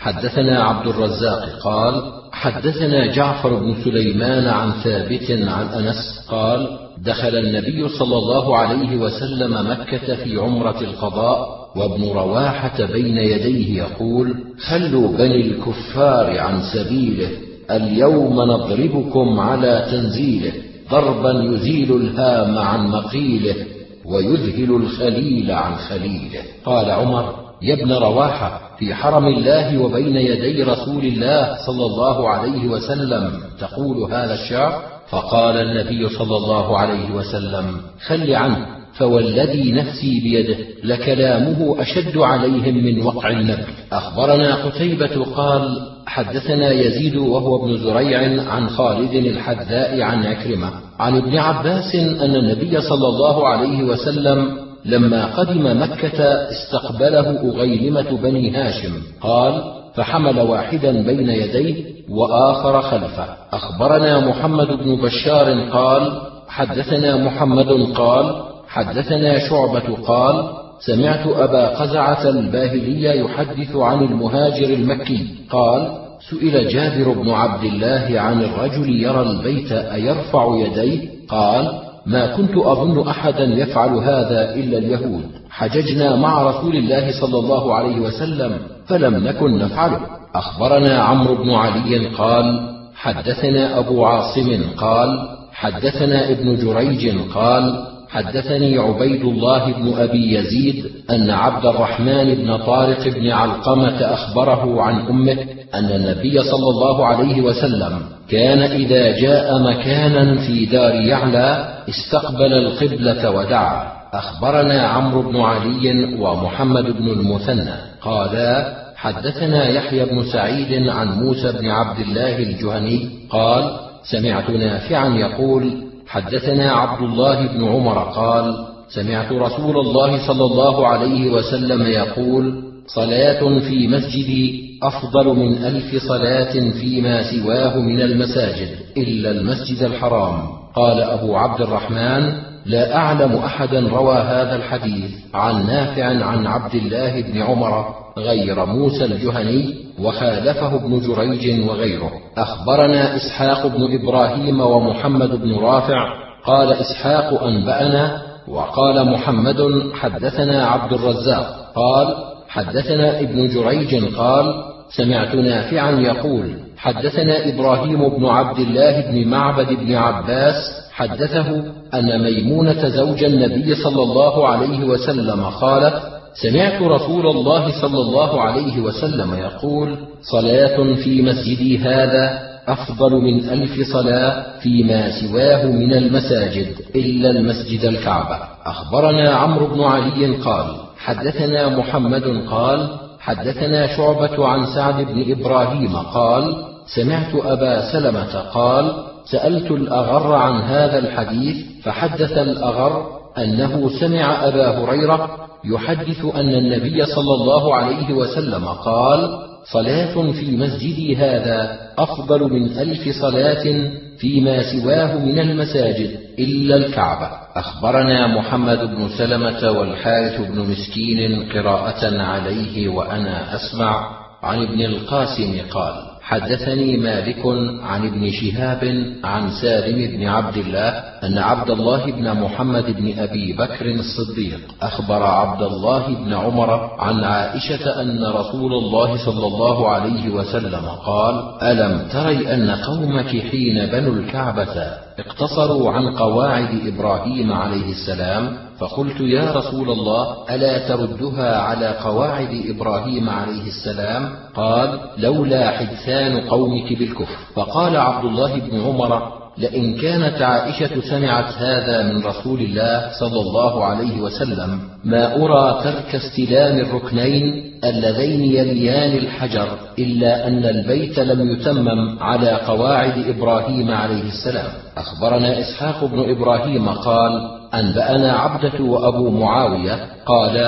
حدثنا عبد الرزاق قال حدثنا جعفر بن سليمان عن ثابت عن أنس قال دخل النبي صلى الله عليه وسلم مكة في عمرة القضاء وابن رواحة بين يديه يقول خلوا بني الكفار عن سبيله، اليوم نضربكم على تنزيله، ضربا يزيل الهام عن مقيله ويذهل الخليل عن خليله. قال عمر يا ابن رواحة في حرم الله وبين يدي رسول الله صلى الله عليه وسلم تقول هذا الشعر؟ فقال النبي صلى الله عليه وسلم خل عنه، فوالذي نفسي بيده لكلامه أشد عليهم من وقع النبل. أخبرنا قتيبة قال حدثنا يزيد وهو ابن زريع عن خالد الحذاء عن عكرمة عن ابن عباس أن النبي صلى الله عليه وسلم لما قدم مكة استقبله أغيلمة بني هاشم قال فحمل واحدا بين يديه وآخر خلفه. أخبرنا محمد بن بشار قال حدثنا محمد قال حدثنا شعبة قال سمعت أبا قزعة الباهلي يحدث عن المهاجر المكي قال سئل جابر بن عبد الله عن الرجل يرى البيت أيرفع يديه؟ قال ما كنت أظن أحدا يفعل هذا إلا اليهود، حججنا مع رسول الله صلى الله عليه وسلم فلم نكن نفعله. أخبرنا عمرو بن علي قال حدثنا أبو عاصم قال حدثنا ابن جريج قال حدثني عبيد الله بن أبي يزيد أن عبد الرحمن بن طارق بن علقمة أخبره عن أمه أن النبي صلى الله عليه وسلم كان إذا جاء مكانا في دار يعلى استقبل القبلة ودعا. أخبرنا عمرو بن علي ومحمد بن المثنى قالا حدثنا يحيى بن سعيد عن موسى بن عبد الله الجهني قال سمعت نافعا يقول حدثنا عبد الله بن عمر قال سمعت رسول الله صلى الله عليه وسلم يقول صلاة في مسجدي أفضل من ألف صلاة فيما سواه من المساجد إلا المسجد الحرام. قال أبو عبد الرحمن لا أعلم أحدا روى هذا الحديث عن نافع عن عبد الله بن عمر غير موسى الجهني وخالفه ابن جريج وغيره. أخبرنا إسحاق بن إبراهيم ومحمد بن رافع قال إسحاق أنبأنا وقال محمد حدثنا عبد الرزاق قال حدثنا ابن جريج قال سمعت نافعا يقول حدثنا إبراهيم بن عبد الله بن معبد بن عباس حدثه أن ميمونة زوج النبي صلى الله عليه وسلم قالت سمعت رسول الله صلى الله عليه وسلم يقول صلاة في مسجدي هذا أفضل من ألف صلاة فيما سواه من المساجد إلا المسجد الكعبة. أخبرنا عمرو بن علي قال حدثنا محمد قال حدثنا شعبة عن سعد بن إبراهيم قال سمعت أبا سلمة قال سألت الأغر عن هذا الحديث فحدث الأغر أنه سمع أبا هريرة يحدث أن النبي صلى الله عليه وسلم قال صلاة في مسجدي هذا أفضل من ألف صلاة فيما سواه من المساجد إلا الكعبة. أخبرنا محمد بن سلمة والحارث بن مسكين قراءة عليه وأنا أسمع عن ابن القاسم قال حدثني مالك عن ابن شهاب عن سالم بن عبد الله أن عبد الله بن محمد بن أبي بكر الصديق أخبر عبد الله بن عمر عن عائشة أن رسول الله صلى الله عليه وسلم قال ألم تري أن قومك حين بنوا الكعبة اقتصروا عن قواعد إبراهيم عليه السلام؟ فقلت يا رسول الله ألا تردها على قواعد إبراهيم عليه السلام؟ قال لولا حدثان قومك بالكفر. فقال عبد الله بن عمر لئن كانت عائشة سمعت هذا من رسول الله صلى الله عليه وسلم ما أرى ترك استلام الركنين اللذين يليان الحجر إلا أن البيت لم يتمم على قواعد إبراهيم عليه السلام. أخبرنا إسحاق بن إبراهيم قال أنبأنا عبدة وأبو معاوية قالا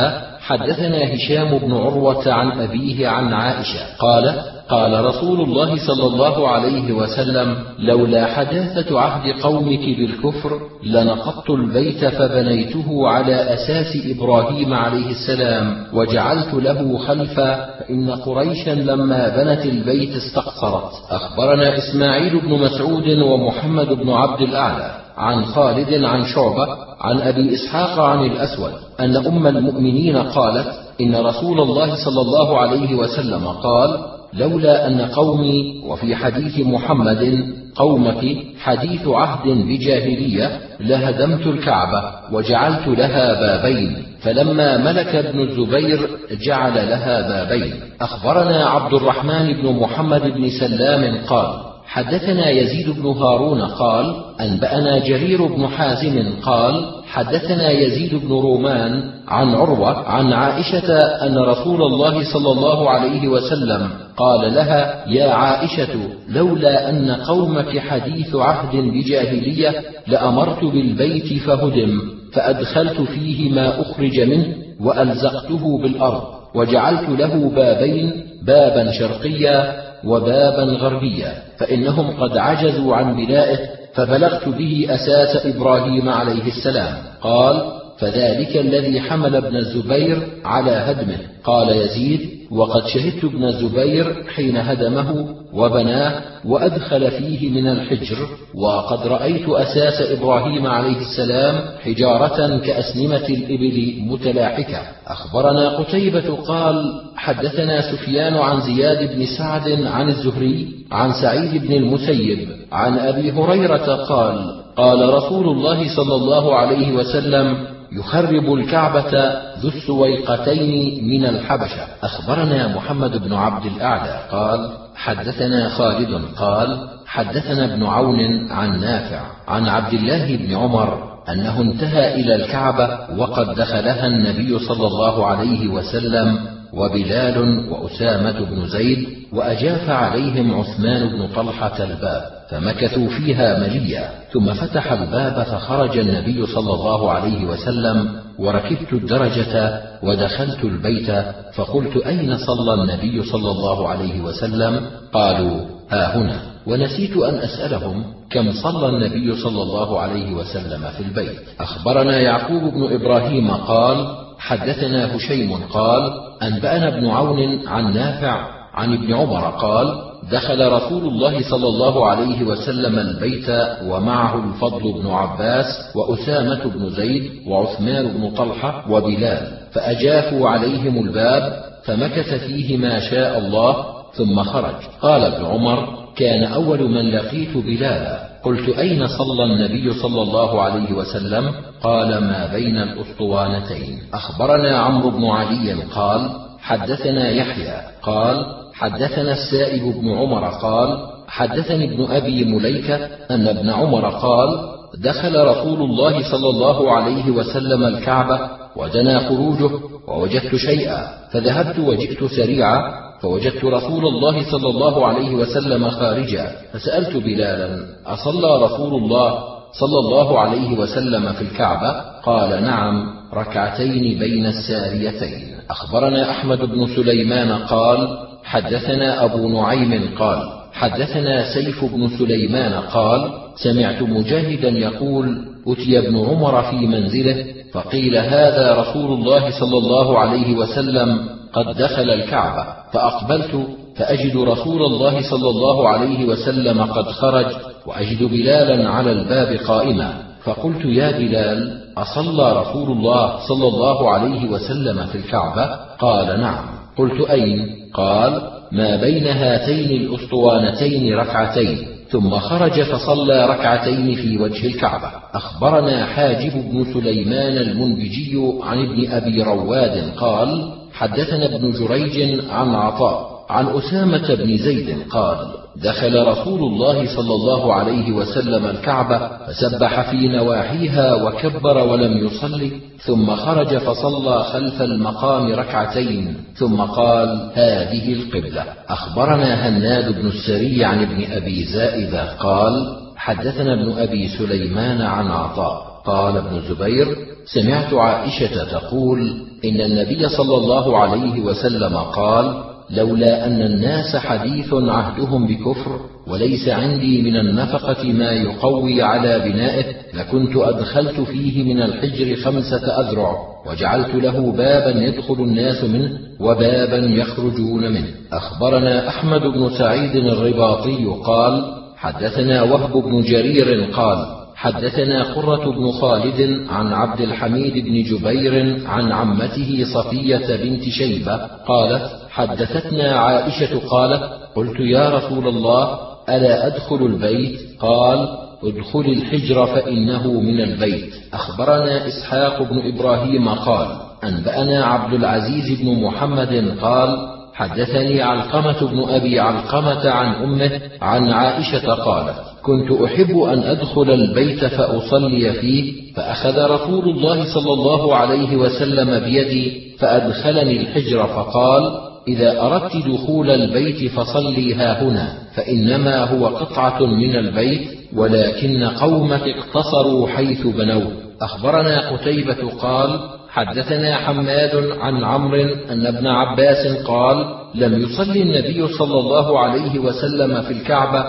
حدثنا هشام بن عروة عن أبيه عن عائشة قال قال رسول الله صلى الله عليه وسلم لولا حداثة عهد قومك بالكفر لنقضت البيت فبنيته على أساس إبراهيم عليه السلام وجعلت له خلفا فإن قريشا لما بنت البيت استقصرت. أخبرنا إسماعيل بن مسعود ومحمد بن عبد الأعلى عن خالد عن شعبة عن أبي إسحاق عن الأسود أن أم المؤمنين قالت إن رسول الله صلى الله عليه وسلم قال لولا أن قومي وفي حديث محمد قومك حديث عهد بجاهلية لهدمت الكعبة وجعلت لها بابين فلما ملك ابن الزبير جعل لها بابين. أخبرنا عبد الرحمن بن محمد بن سلام قال حدثنا يزيد بن هارون قال أنبأنا جرير بن حازم قال حدثنا يزيد بن رومان عن عروة عن عائشة أن رسول الله صلى الله عليه وسلم قال لها يا عائشة لولا أن قومك حديث عهد بجاهلية لأمرت بالبيت فهدم فأدخلت فيه ما أخرج منه وألزقته بالأرض وجعلت له بابين بابا شرقيا وبابا غربيا فإنهم قد عجزوا عن بنائه فبلغت به أساس إبراهيم عليه السلام. قال فذلك الذي حمل ابن الزبير على هدمه. قال يزيد وقد شهدت ابن الزبير حين هدمه وبناه وأدخل فيه من الحجر وقد رأيت أساس إبراهيم عليه السلام حجارة كأسنمة الإبل متلاحكة. أخبرنا قتيبة قال حدثنا سفيان عن زياد بن سعد عن الزهري عن سعيد بن المسيب عن أبي هريرة قال قال رسول الله صلى الله عليه وسلم يخرب الكعبة ذو السويقتين من الحبشة. أخبرنا محمد بن عبد الأعلى قال حدثنا خالد قال حدثنا ابن عون عن نافع عن عبد الله بن عمر أنه انتهى إلى الكعبة وقد دخلها النبي صلى الله عليه وسلم وبلال وأسامة بن زيد وأجاف عليهم عثمان بن طلحة الباب فمكثوا فيها مليا ثم فتح الباب فخرج النبي صلى الله عليه وسلم وركبت الدرجة ودخلت البيت فقلت أين صلى النبي صلى الله عليه وسلم؟ قالوا ها هنا. ونسيت أن أسألهم كم صلى النبي صلى الله عليه وسلم في البيت. أخبرنا يعقوب بن إبراهيم قال حدثنا هشيم قال أنبأنا ابن عون عن نافع عن ابن عمر قال دخل رسول الله صلى الله عليه وسلم البيت ومعه الفضل بن عباس وأسامة بن زيد وعثمان بن طلحة وبلال فأجافوا عليهم الباب فمكث فيه ما شاء الله ثم خرج. قال ابن عمر كان أول من لقيت بلالا قلت أين صلى النبي صلى الله عليه وسلم؟ قال ما بين الأسطوانتين. أخبرنا عمرو بن علي قال حدثنا يحيى قال حدثنا السائب بن عمر قال حدثني ابن أبي مليكة أن ابن عمر قال دخل رسول الله صلى الله عليه وسلم الكعبة ودنا خروجه ووجدت شيئا فذهبت وجئت سريعا فوجدت رسول الله صلى الله عليه وسلم خارجا فسألت بلالا أصلى رسول الله صلى الله عليه وسلم في الكعبة؟ قال نعم ركعتين بين الساريتين. أخبرنا أحمد بن سليمان قال حدثنا أبو نعيم قال حدثنا سيف بن سليمان قال سمعت مجاهدا يقول أتي ابن عمر في منزله فقيل هذا رسول الله صلى الله عليه وسلم قد دخل الكعبة فأقبلت فأجد رسول الله صلى الله عليه وسلم قد خرج وأجد بلالا على الباب قائما فقلت يا بلال أصلى رسول الله صلى الله عليه وسلم في الكعبة؟ قال نعم. قلت أين؟ قال ما بين هاتين الأسطوانتين ركعتين ثم خرج فصلى ركعتين في وجه الكعبة. أخبرنا حاجب بن سليمان المنبجي عن ابن أبي رواد قال حدثنا ابن جريج عن عطاء عن أسامة بن زيد قال دخل رسول الله صلى الله عليه وسلم الكعبة فسبح في نواحيها وكبر ولم يصلي ثم خرج فصلى خلف المقام ركعتين ثم قال هذه القبلة. أخبرنا هناد بن السري عن ابن أبي زائدة قال حدثنا ابن أبي سليمان عن عطاء قال ابن زبير سمعت عائشة تقول إن النبي صلى الله عليه وسلم قال: لولا أن الناس حديث عهدهم بكفر وليس عندي من النفقة ما يقوي على بنائه لكنت أدخلت فيه من الحجر خمسة أذرع وجعلت له بابا يدخل الناس منه وبابا يخرجون منه. أخبرنا أحمد بن سعيد الرباطي قال: حدثنا وهب بن جرير قال: حدثنا قرة بن خالد عن عبد الحميد بن جبير عن عمته صفية بنت شيبة قالت: حدثتنا عائشة قالت: قلت يا رسول الله ألا أدخل البيت؟ قال: ادخل الحجر فإنه من البيت. أخبرنا إسحاق بن إبراهيم قال: أنبأنا عبد العزيز بن محمد قال: حدثني علقمة بن أبي علقمة عن أمه عن عائشة قالت: كنت أحب أن أدخل البيت فأصلي فيه فأخذ رسول الله صلى الله عليه وسلم بيدي فأدخلني الحجر فقال: إذا أردت دخول البيت فصلي هاهنا فإنما هو قطعة من البيت ولكن قومك اقتصروا حيث بنوه. أخبرنا قتيبة قال: حدثنا حماد عن عمرو أن ابن عباس قال: لم يصلي النبي صلى الله عليه وسلم في الكعبة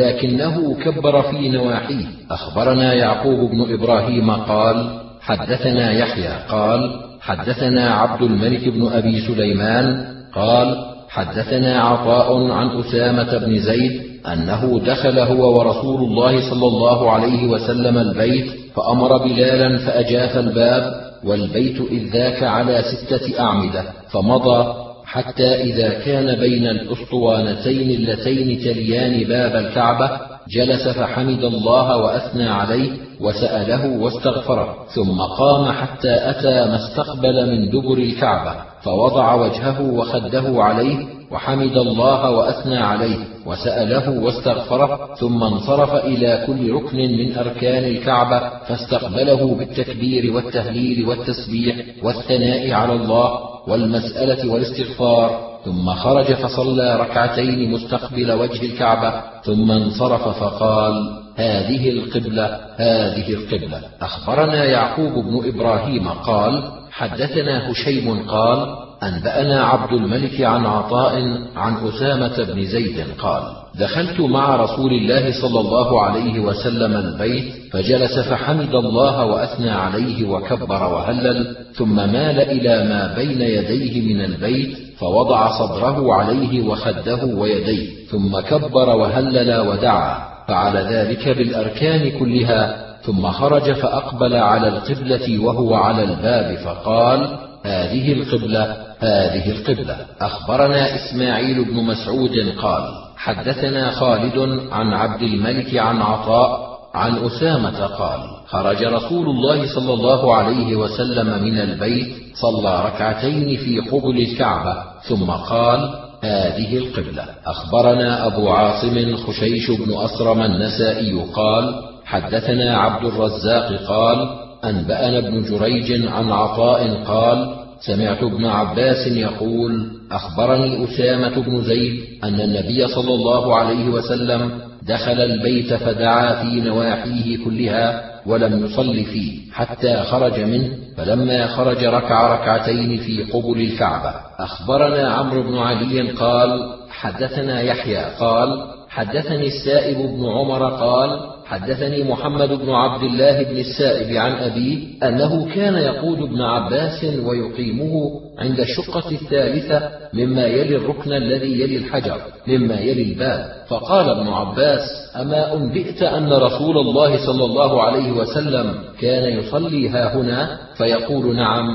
ولكنه كبر في نواحيه. أخبرنا يعقوب بن إبراهيم قال: حدثنا يحيى قال: حدثنا عبد الملك بن أبي سليمان قال: حدثنا عطاء عن أسامة بن زيد أنه دخل هو ورسول الله صلى الله عليه وسلم البيت فأمر بلالا فأجاف الباب والبيت إذ ذاك على ستة أعمدة فمضى حتى إذا كان بين الأسطوانتين اللتين تليان باب الكعبة جلس فحمد الله وأثنى عليه وسأله واستغفره ثم قام حتى أتى ما استقبل من دبر الكعبة فوضع وجهه وخده عليه وحمد الله وأثنى عليه وسأله واستغفره ثم انصرف إلى كل ركن من أركان الكعبة فاستقبله بالتكبير والتهليل والتسبيح والثناء على الله والمسألة والاستغفار ثم خرج فصلى ركعتين مستقبل وجه الكعبة ثم انصرف فقال: هذه القبلة هذه القبلة. أخبرنا يعقوب بن إبراهيم قال: حدثنا هشيم قال: أنبأنا عبد الملك عن عطاء عن أسامة بن زيد قال: دخلت مع رسول الله صلى الله عليه وسلم البيت فجلس فحمد الله وأثنى عليه وكبر وهلل ثم مال إلى ما بين يديه من البيت فوضع صدره عليه وخده ويديه ثم كبر وهلل ودعا فعل ذلك بالأركان كلها ثم خرج فأقبل على القبلة وهو على الباب فقال: هذه القبلة هذه القبلة. أخبرنا إسماعيل بن مسعود قال: حدثنا خالد عن عبد الملك عن عطاء عن أسامة قال: خرج رسول الله صلى الله عليه وسلم من البيت صلى ركعتين في قبل الكعبة ثم قال: هذه القبلة. أخبرنا أبو عاصم خشيش بن أسرم النسائي قال: حدثنا عبد الرزاق قال: أنبأنا ابن جريج عن عطاء قال: سمعت ابن عباس يقول: أخبرني أسامة بن زيد أن النبي صلى الله عليه وسلم دخل البيت فدعا في نواحيه كلها ولم يصل فيه حتى خرج منه فلما خرج ركع ركعتين في قبل الكعبة. أخبرنا عمرو بن علي قال: حدثنا يحيى قال: حدثني السائب بن عمر قال: حدثني محمد بن عبد الله بن السائب عن أبيه أنه كان يقود ابن عباس ويقيمه عند الشقة الثالثة مما يلي الركن الذي يلي الحجر مما يلي الباب فقال ابن عباس: أما أنبئت أن رسول الله صلى الله عليه وسلم كان يصلي هاهنا؟ فيقول: نعم،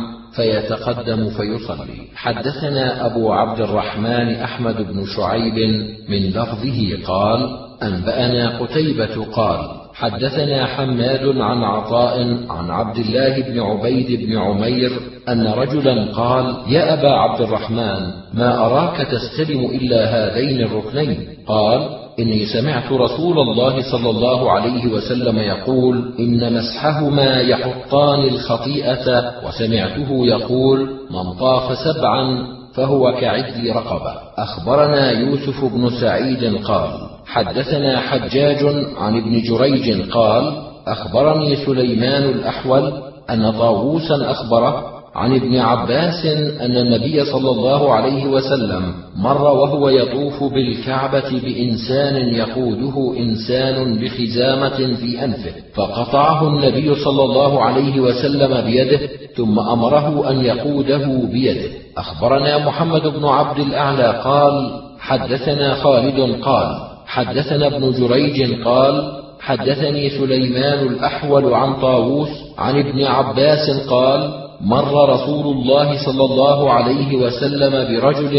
فيتقدم فيصلي. حدثنا أبو عبد الرحمن أحمد بن شعيب من لفظه قال: أنبأنا قتيبة قال: حدثنا حماد عن عطاء عن عبد الله بن عبيد بن عمير أن رجلا قال: يا أبا عبد الرحمن، ما أراك تستلم إلا هذين الركنين؟ قال: إني سمعت رسول الله صلى الله عليه وسلم يقول: إن مسحهما يحطان الخطيئة، وسمعته يقول: من طاف سبعا فهو كعدل رقبة. أخبرنا يوسف بن سعيد قال: حدثنا حجاج عن ابن جريج قال: أخبرني سليمان الأحول أن طاووسا أخبره عن ابن عباس أن النبي صلى الله عليه وسلم مر وهو يطوف بالكعبة بإنسان يقوده إنسان بخزامة في أنفه، فقطعه النبي صلى الله عليه وسلم بيده ثم أمره أن يقوده بيده. أخبرنا محمد بن عبد الأعلى قال حدثنا خالد قال حدثنا ابن جريج قال حدثني سليمان الأحول عن طاووس عن ابن عباس قال مر رسول الله صلى الله عليه وسلم برجل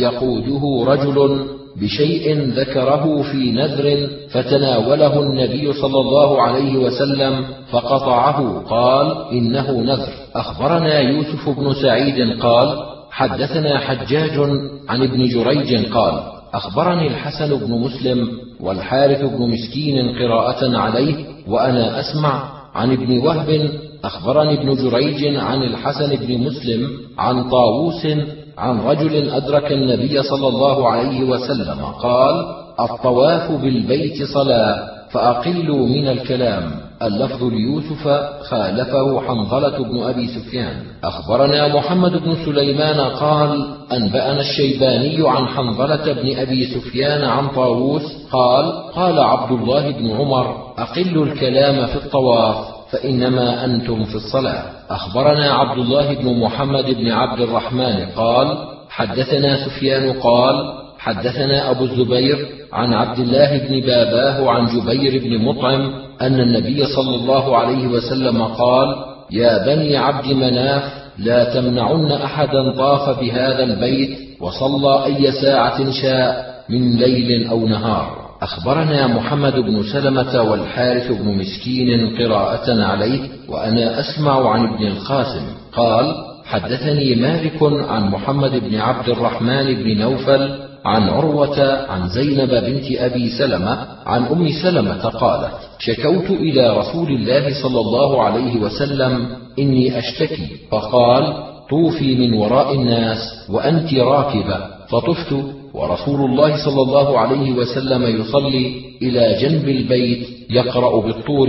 يقوده رجل بشيء ذكره في نذر فتناوله النبي صلى الله عليه وسلم فقطعه، قال إنه نذر. أخبرنا يوسف بن سعيد قال حدثنا حجاج عن ابن جريج قال أخبرني الحسن بن مسلم والحارث بن مسكين قراءة عليه وأنا أسمع عن ابن وهب أخبرني ابن جريج عن الحسن بن مسلم عن طاووس عن رجل أدرك النبي صلى الله عليه وسلم قال الطواف بالبيت صلاة فأقلوا من الكلام. اللفظ ليوسف خالفه حنظلة بن أبي سفيان. أخبرنا محمد بن سليمان قال أنبأنا الشيباني عن حنظلة بن أبي سفيان عن طاووس قال قال عبد الله بن عمر أقلوا الكلام في الطواف فإنما أنتم في الصلاة. أخبرنا عبد الله بن محمد بن عبد الرحمن قال حدثنا سفيان قال حدثنا أبو الزبير عن عبد الله بن باباه عن جبير بن مطعم أن النبي صلى الله عليه وسلم قال يا بني عبد مناف لا تمنعن أحدا طاف بهذا البيت وصلى أي ساعة شاء من ليل أو نهار. أخبرنا محمد بن سلمة والحارث بن مسكين قراءة عليه وأنا أسمع عن ابن القاسم قال حدثني مالك عن محمد بن عبد الرحمن بن نوفل عن عروة عن زينب بنت أبي سلمة عن أم سلمة قالت شكوت إلى رسول الله صلى الله عليه وسلم إني أشتكي، فقال طوفي من وراء الناس وأنت راكبة، فطفت ورسول الله صلى الله عليه وسلم يصلي إلى جنب البيت يقرأ بالطور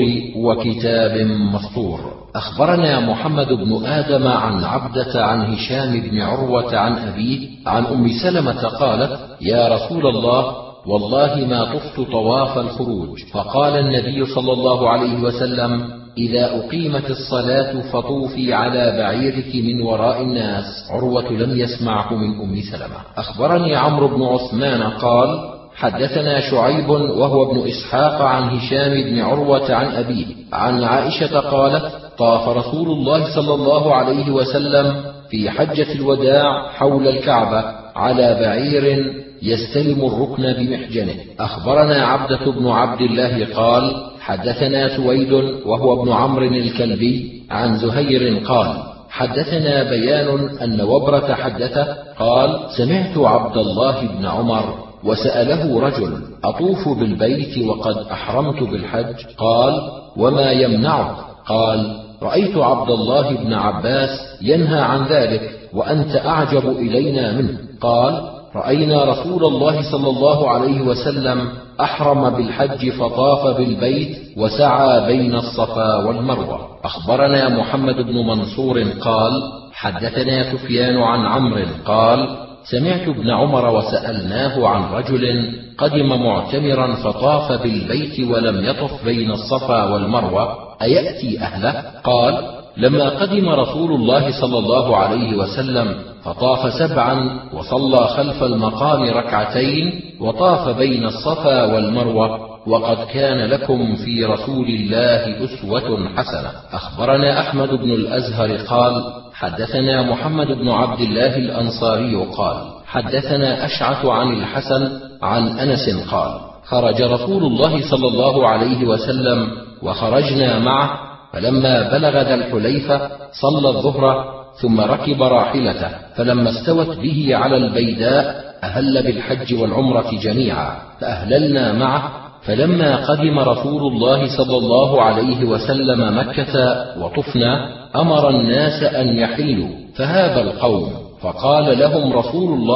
وكتاب مسطور. أخبرنا محمد بن آدم عن عبدة عن هشام بن عروة عن أبيه عن أم سلمة قالت يا رسول الله والله ما طفت طواف الخروج، فقال النبي صلى الله عليه وسلم إذا أقيمت الصلاة فطوفي على بعيرك من وراء الناس. عروة لم يسمعه من أم سلمة. أخبرني عمرو بن عثمان قال حدثنا شعيب وهو ابن إسحاق عن هشام بن عروة عن أبيه عن عائشة قالت طاف رسول الله صلى الله عليه وسلم في حجة الوداع حول الكعبة على بعير يستلم الركن بمحجنه. أخبرنا عبدة بن عبد الله قال حدثنا سويد وهو ابن عمرو الكلبي عن زهير قال حدثنا بيان أن وبرة حدثه قال سمعت عبد الله بن عمر وسأله رجل أطوف بالبيت وقد أحرمت بالحج؟ قال وما يمنعك؟ قال رأيت عبد الله بن عباس ينهى عن ذلك وأنت أعجب إلينا منه. قال رأينا رسول الله صلى الله عليه وسلم أحرم بالحج فطاف بالبيت وسعى بين الصفا والمروة. أخبرنا محمد بن منصور قال حدثنا سفيان عن عمرو قال سمعت ابن عمر وسألناه عن رجل قدم معتمرا فطاف بالبيت ولم يطف بين الصفا والمروة أيأتي أهله؟ قال لما قدم رسول الله صلى الله عليه وسلم فطاف سبعا وصلى خلف المقام ركعتين وطاف بين الصفا والمروة وقد كان لكم في رسول الله أسوة حسنة. أخبرنا أحمد بن الأزهر قال حدثنا محمد بن عبد الله الأنصاري قال حدثنا أشعث عن الحسن عن أنس قال خرج رسول الله صلى الله عليه وسلم وخرجنا معه، فلما بلغ ذا الحليفة صلى الظهر ثم ركب راحلته، فلما استوت به على البيداء أهل بالحج والعمرة جميعا، فأهللنا معه. فلما قدم رسول الله صلى الله عليه وسلم مكة وطفنا أمر الناس أن يحلوا، فهاب القوم، فقال لهم رسول الله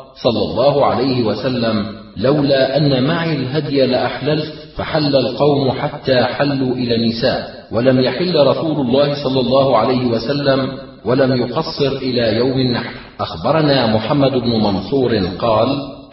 صلى الله عليه وسلم: لولا أن معي الهدي لأحللت. فحل القوم حتى حلوا إلى النساء، ولم يحل رسول الله صلى الله عليه وسلم ولم يقصر إلى يوم النحر. أخبرنا محمد بن منصور قال: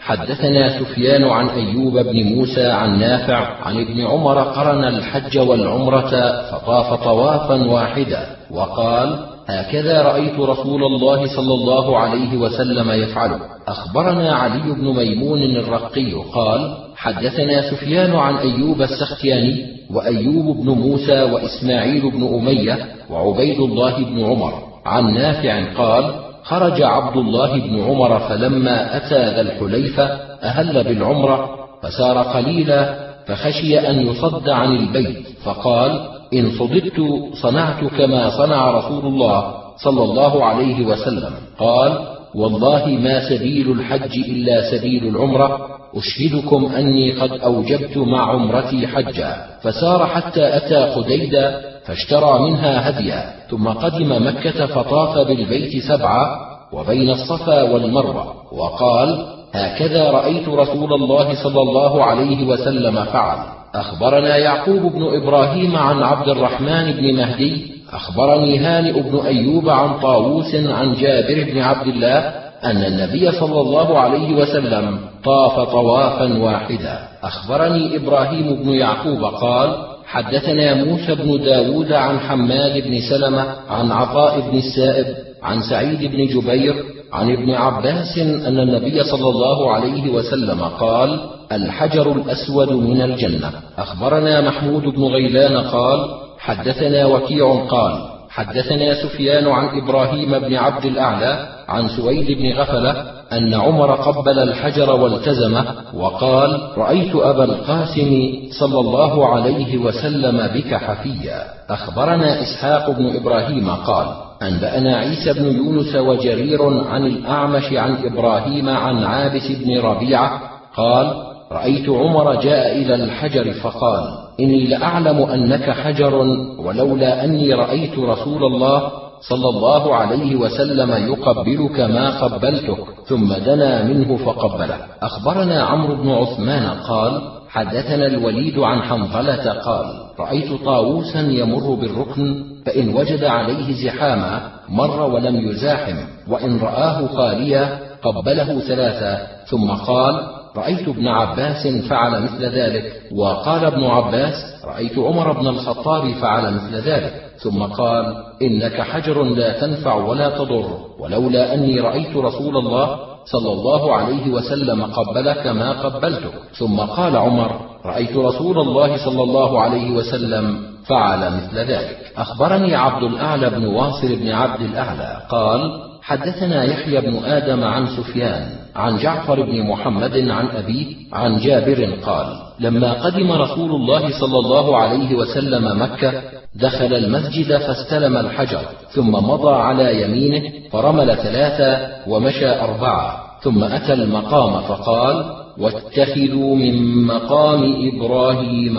حدثنا سفيان عن أيوب بن موسى عن نافع عن ابن عمر قرن الحج والعمرة فطاف طوافا واحدا، وقال: هكذا رأيت رسول الله صلى الله عليه وسلم يفعله. أخبرنا علي بن ميمون الرقي قال: حدثنا سفيان عن أيوب السختياني وأيوب بن موسى وإسماعيل بن أمية وعبيد الله بن عمر عن نافع قال: خرج عبد الله بن عمر فلما أتى ذا الحليفة أهل بالعمرة، فسار قليلا فخشي أن يصد عن البيت، فقال: إن صددت صنعت كما صنع رسول الله صلى الله عليه وسلم. قال: والله ما سبيل الحج إلا سبيل العمرة، أشهدكم أني قد أوجبت مع عمرتي حجا. فسار حتى أتى قديدا فاشترى منها هديا، ثم قدم مكة فطاف بالبيت سبعة وبين الصفا والمروة، وقال: هكذا رأيت رسول الله صلى الله عليه وسلم فعل. أخبرنا يعقوب بن إبراهيم عن عبد الرحمن بن مهدي أخبرني هانئ بن أيوب عن طاووس عن جابر بن عبد الله أن النبي صلى الله عليه وسلم طاف طوافا واحدا. أخبرني إبراهيم بن يعقوب قال: حدثنا موسى بن داود عن حماد بن سلمة عن عطاء بن السائب عن سعيد بن جبير عن ابن عباس أن النبي صلى الله عليه وسلم قال: الحجر الأسود من الجنة. أخبرنا محمود بن غيلان قال: حدثنا وكيع قال: حدثنا سفيان عن إبراهيم بن عبد الأعلى عن سويد بن غفلة أن عمر قبل الحجر والتزمه، وقال: رأيت أبا القاسم صلى الله عليه وسلم بك حفيا. أخبرنا إسحاق بن إبراهيم قال: أنبأنا عيسى بن يونس وجرير عن الأعمش عن إبراهيم عن عابس بن ربيعة قال: رأيت عمر جاء إلى الحجر فقال: إني لأعلم أنك حجر، ولولا أني رأيت رسول الله صلى الله عليه وسلم يقبلك ما قبلتك، ثم دنا منه فقبله. أخبرنا عمرو بن عثمان قال: حدثنا الوليد عن حنظلة قال: رأيت طاووسا يمر بالركن، فإن وجد عليه زحاما مر ولم يزاحم، وإن رآه خاليا قبله ثلاثة، ثم قال: رأيت ابن عباس فعل مثل ذلك. وقال ابن عباس: رأيت عمر بن الخطاب فعل مثل ذلك. ثم قال: إنك حجر لا تنفع ولا تضر، ولولا أني رأيت رسول الله صلى الله عليه وسلم قبلك ما قبلتك. ثم قال عمر: رأيت رسول الله صلى الله عليه وسلم فعل مثل ذلك. أخبرني عبد الأعلى بن واصل بن عبد الأعلى قال: حدثنا يحيى بن آدم عن سفيان عن جعفر بن محمد عن أبيه عن جابر قال: لما قدم رسول الله صلى الله عليه وسلم مكة دخل المسجد فاستلم الحجر، ثم مضى على يمينه فرمل ثلاثة ومشى أربعة، ثم أتى المقام فقال: واتخذوا من مقام إبراهيم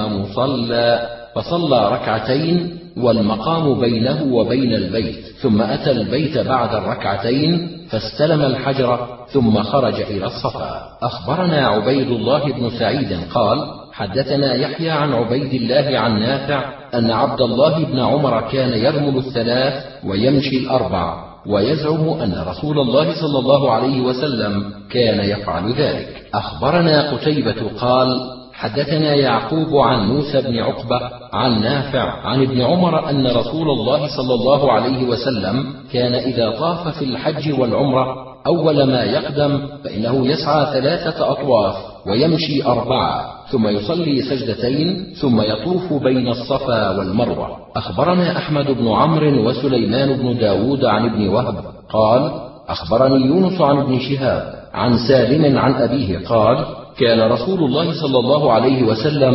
مصلى، فصلى ركعتين والمقام بينه وبين البيت، ثم أتى البيت بعد الركعتين فاستلم الحجر ثم خرج إلى الصفا. أخبرنا عبيد الله بن سعيد قال: حدثنا يحيى عن عبيد الله عن نافع أن عبد الله بن عمر كان يرمل الثلاث ويمشي الأربع، ويزعم أن رسول الله صلى الله عليه وسلم كان يفعل ذلك. أخبرنا قتيبة قال: حدثنا يعقوب عن موسى بن عقبة عن نافع عن ابن عمر أن رسول الله صلى الله عليه وسلم كان إذا طاف في الحج والعمرة أول ما يقدم فإنه يسعى ثلاثة أطواف ويمشي أربعة، ثم يصلي سجدتين، ثم يطوف بين الصفا والمروة. أخبرنا أحمد بن عمرو وسليمان بن داود عن ابن وهب قال: أخبرني يونس عن ابن شهاب عن سالم عن أبيه قال: كان رسول الله صلى الله عليه وسلم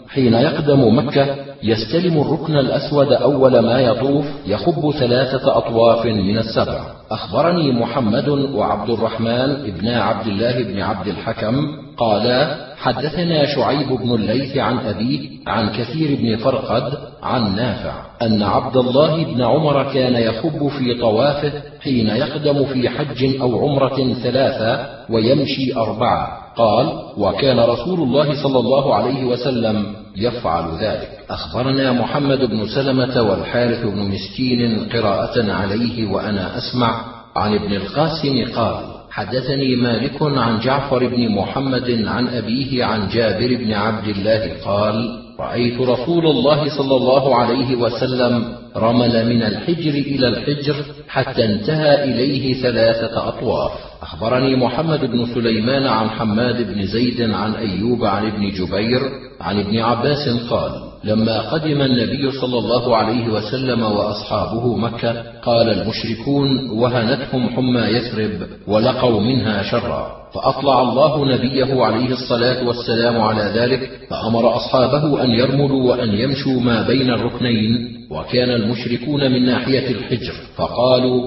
حين يقدم مكة يستلم الركن الأسود أول ما يطوف يخب ثلاثة أطواف من السبع. أخبرني محمد وعبد الرحمن ابن عبد الله بن عبد الحكم قالا حدثنا شعيب بن الليث عن أبيه عن كثير بن فرقد عن نافع أن عبد الله بن عمر كان يخب في طوافه حين يقدم في حج أو عمرة ثلاثة ويمشي أربعة. قال وكان رسول الله صلى الله عليه وسلم يفعل ذلك. أخبرنا محمد بن سلمة والحارث بن مسكين قراءة عليه وأنا أسمع عن ابن القاسم قال حدثني مالك عن جعفر بن محمد عن أبيه عن جابر بن عبد الله قال رأيت رسول الله صلى الله عليه وسلم رمل من الحجر إلى الحجر حتى انتهى إليه ثلاثة أطواف. أخبرني محمد بن سليمان عن حماد بن زيد عن أيوب عن ابن جبير عن ابن عباس قال لما قدم النبي صلى الله عليه وسلم وأصحابه مكة قال المشركون وهنتهم حمى يثرب ولقوا منها شرا، فأطلع الله نبيه عليه الصلاة والسلام على ذلك فأمر أصحابه أن يرملوا وأن يمشوا ما بين الركنين، وكان المشركون من ناحية الحجر فقالوا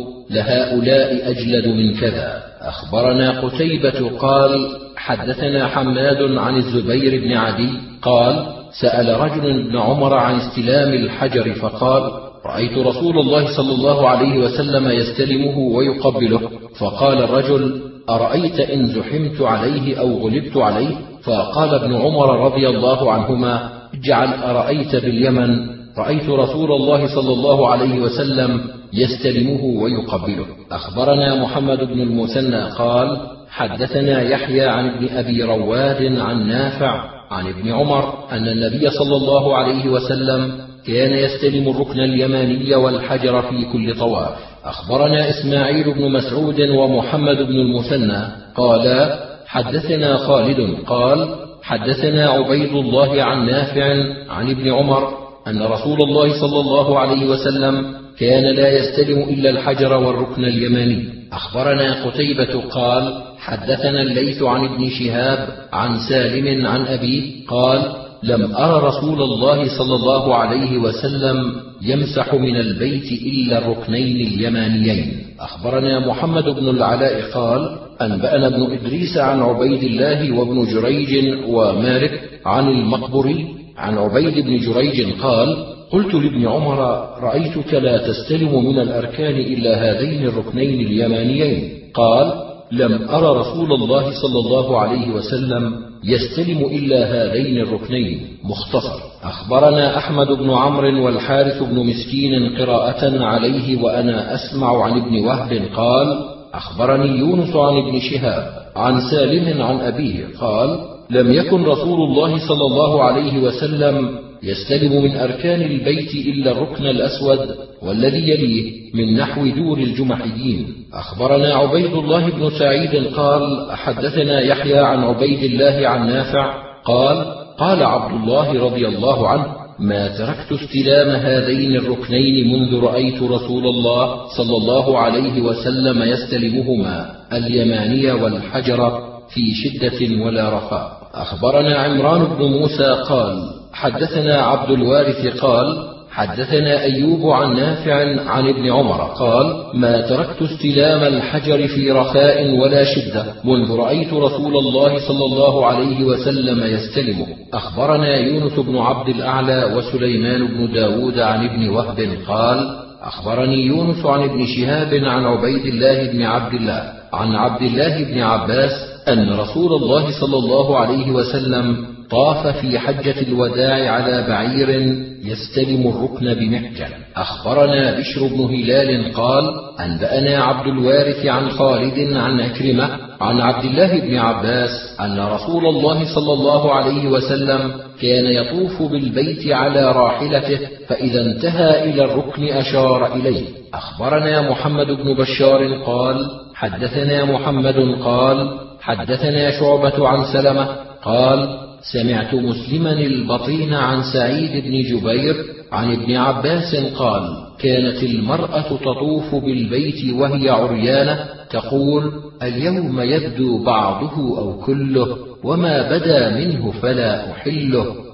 لهؤلاء أجلد من كذا. أخبرنا قتيبة قال حدثنا حماد عن الزبير بن عدي قال سأل رجل ابن عمر عن استلام الحجر فقال رأيت رسول الله صلى الله عليه وسلم يستلمه ويقبله، فقال الرجل أرأيت إن زحمت عليه أو غلبت عليه؟ فقال ابن عمر رضي الله عنهما اجعل أرأيت باليمن، رأيت رسول الله صلى الله عليه وسلم يستلمه ويقبله. أخبرنا محمد بن المثنى قال حدثنا يحيى عن ابن أبي رواد عن نافع عن ابن عمر أن النبي صلى الله عليه وسلم كان يستلم الركن اليماني والحجر في كل طواف. أخبرنا إسماعيل بن مسعود ومحمد بن المثنى قالا حدثنا خالد قال حدثنا عبيد الله عن نافع عن ابن عمر أن رسول الله صلى الله عليه وسلم كان لا يستلم إلا الحجر والركن اليماني. أخبرنا قتيبة قال حدثنا الليث عن ابن شهاب عن سالم عن أبيه قال لم أر رسول الله صلى الله عليه وسلم يمسح من البيت إلا الركنين اليمانيين. أخبرنا محمد بن العلاء قال أنبأنا ابن إدريس عن عبيد الله وابن جريج ومالك عن المقبري عن عبيد بن جريج قال قلت لابن عمر رأيتك لا تستلم من الأركان إلا هذين الركنين اليمانيين. قال لم أر رسول الله صلى الله عليه وسلم يستلم إلا هذين الركنين. مختصر. أخبرنا أحمد بن عمرو والحارث بن مسكين قراءة عليه وأنا أسمع عن ابن وهب قال أخبرني يونس عن ابن شهاب عن سالم عن أبيه قال لم يكن رسول الله صلى الله عليه وسلم يستلم من أركان البيت إلا الركن الأسود والذي يليه من نحو دور الجمحيين. أخبرنا عبيد الله بن سعيد قال حدثنا يحيى عن عبيد الله عن نافع قال قال عبد الله رضي الله عنه ما تركت استلام هذين الركنين منذ رأيت رسول الله صلى الله عليه وسلم يستلمهما اليماني والحجر في شدة ولا رخاء. أخبرنا عمران بن موسى قال حدثنا عبد الوارث قال حدثنا أيوب عن نافع عن ابن عمر قال ما تركت استلام الحجر في رخاء ولا شدة منذ رأيت رسول الله صلى الله عليه وسلم يستلمه. أخبرنا يونس بن عبد الأعلى وسليمان بن داود عن ابن وهب قال أخبرني يونس عن ابن شهاب عن عبيد الله بن عبد الله عن عبد الله بن عباس أن رسول الله صلى الله عليه وسلم طاف في حجة الوداع على بعير يستلم الركن بمحجن. أخبرنا بشر بن هلال قال أنبأنا عبد الوارث عن خالد عن أكرمة عن عبد الله بن عباس أن رسول الله صلى الله عليه وسلم كان يطوف بالبيت على راحلته فإذا انتهى إلى الركن أشار إليه. أخبرنا محمد بن بشار قال حدثنا محمد قال حدثنا شعبة عن سلمة قال سمعت مسلما البطين عن سعيد بن جبير عن ابن عباس قال كانت المرأة تطوف بالبيت وهي عريانة تقول اليوم يبدو بعضه أو كله وما بدا منه فلا أحله.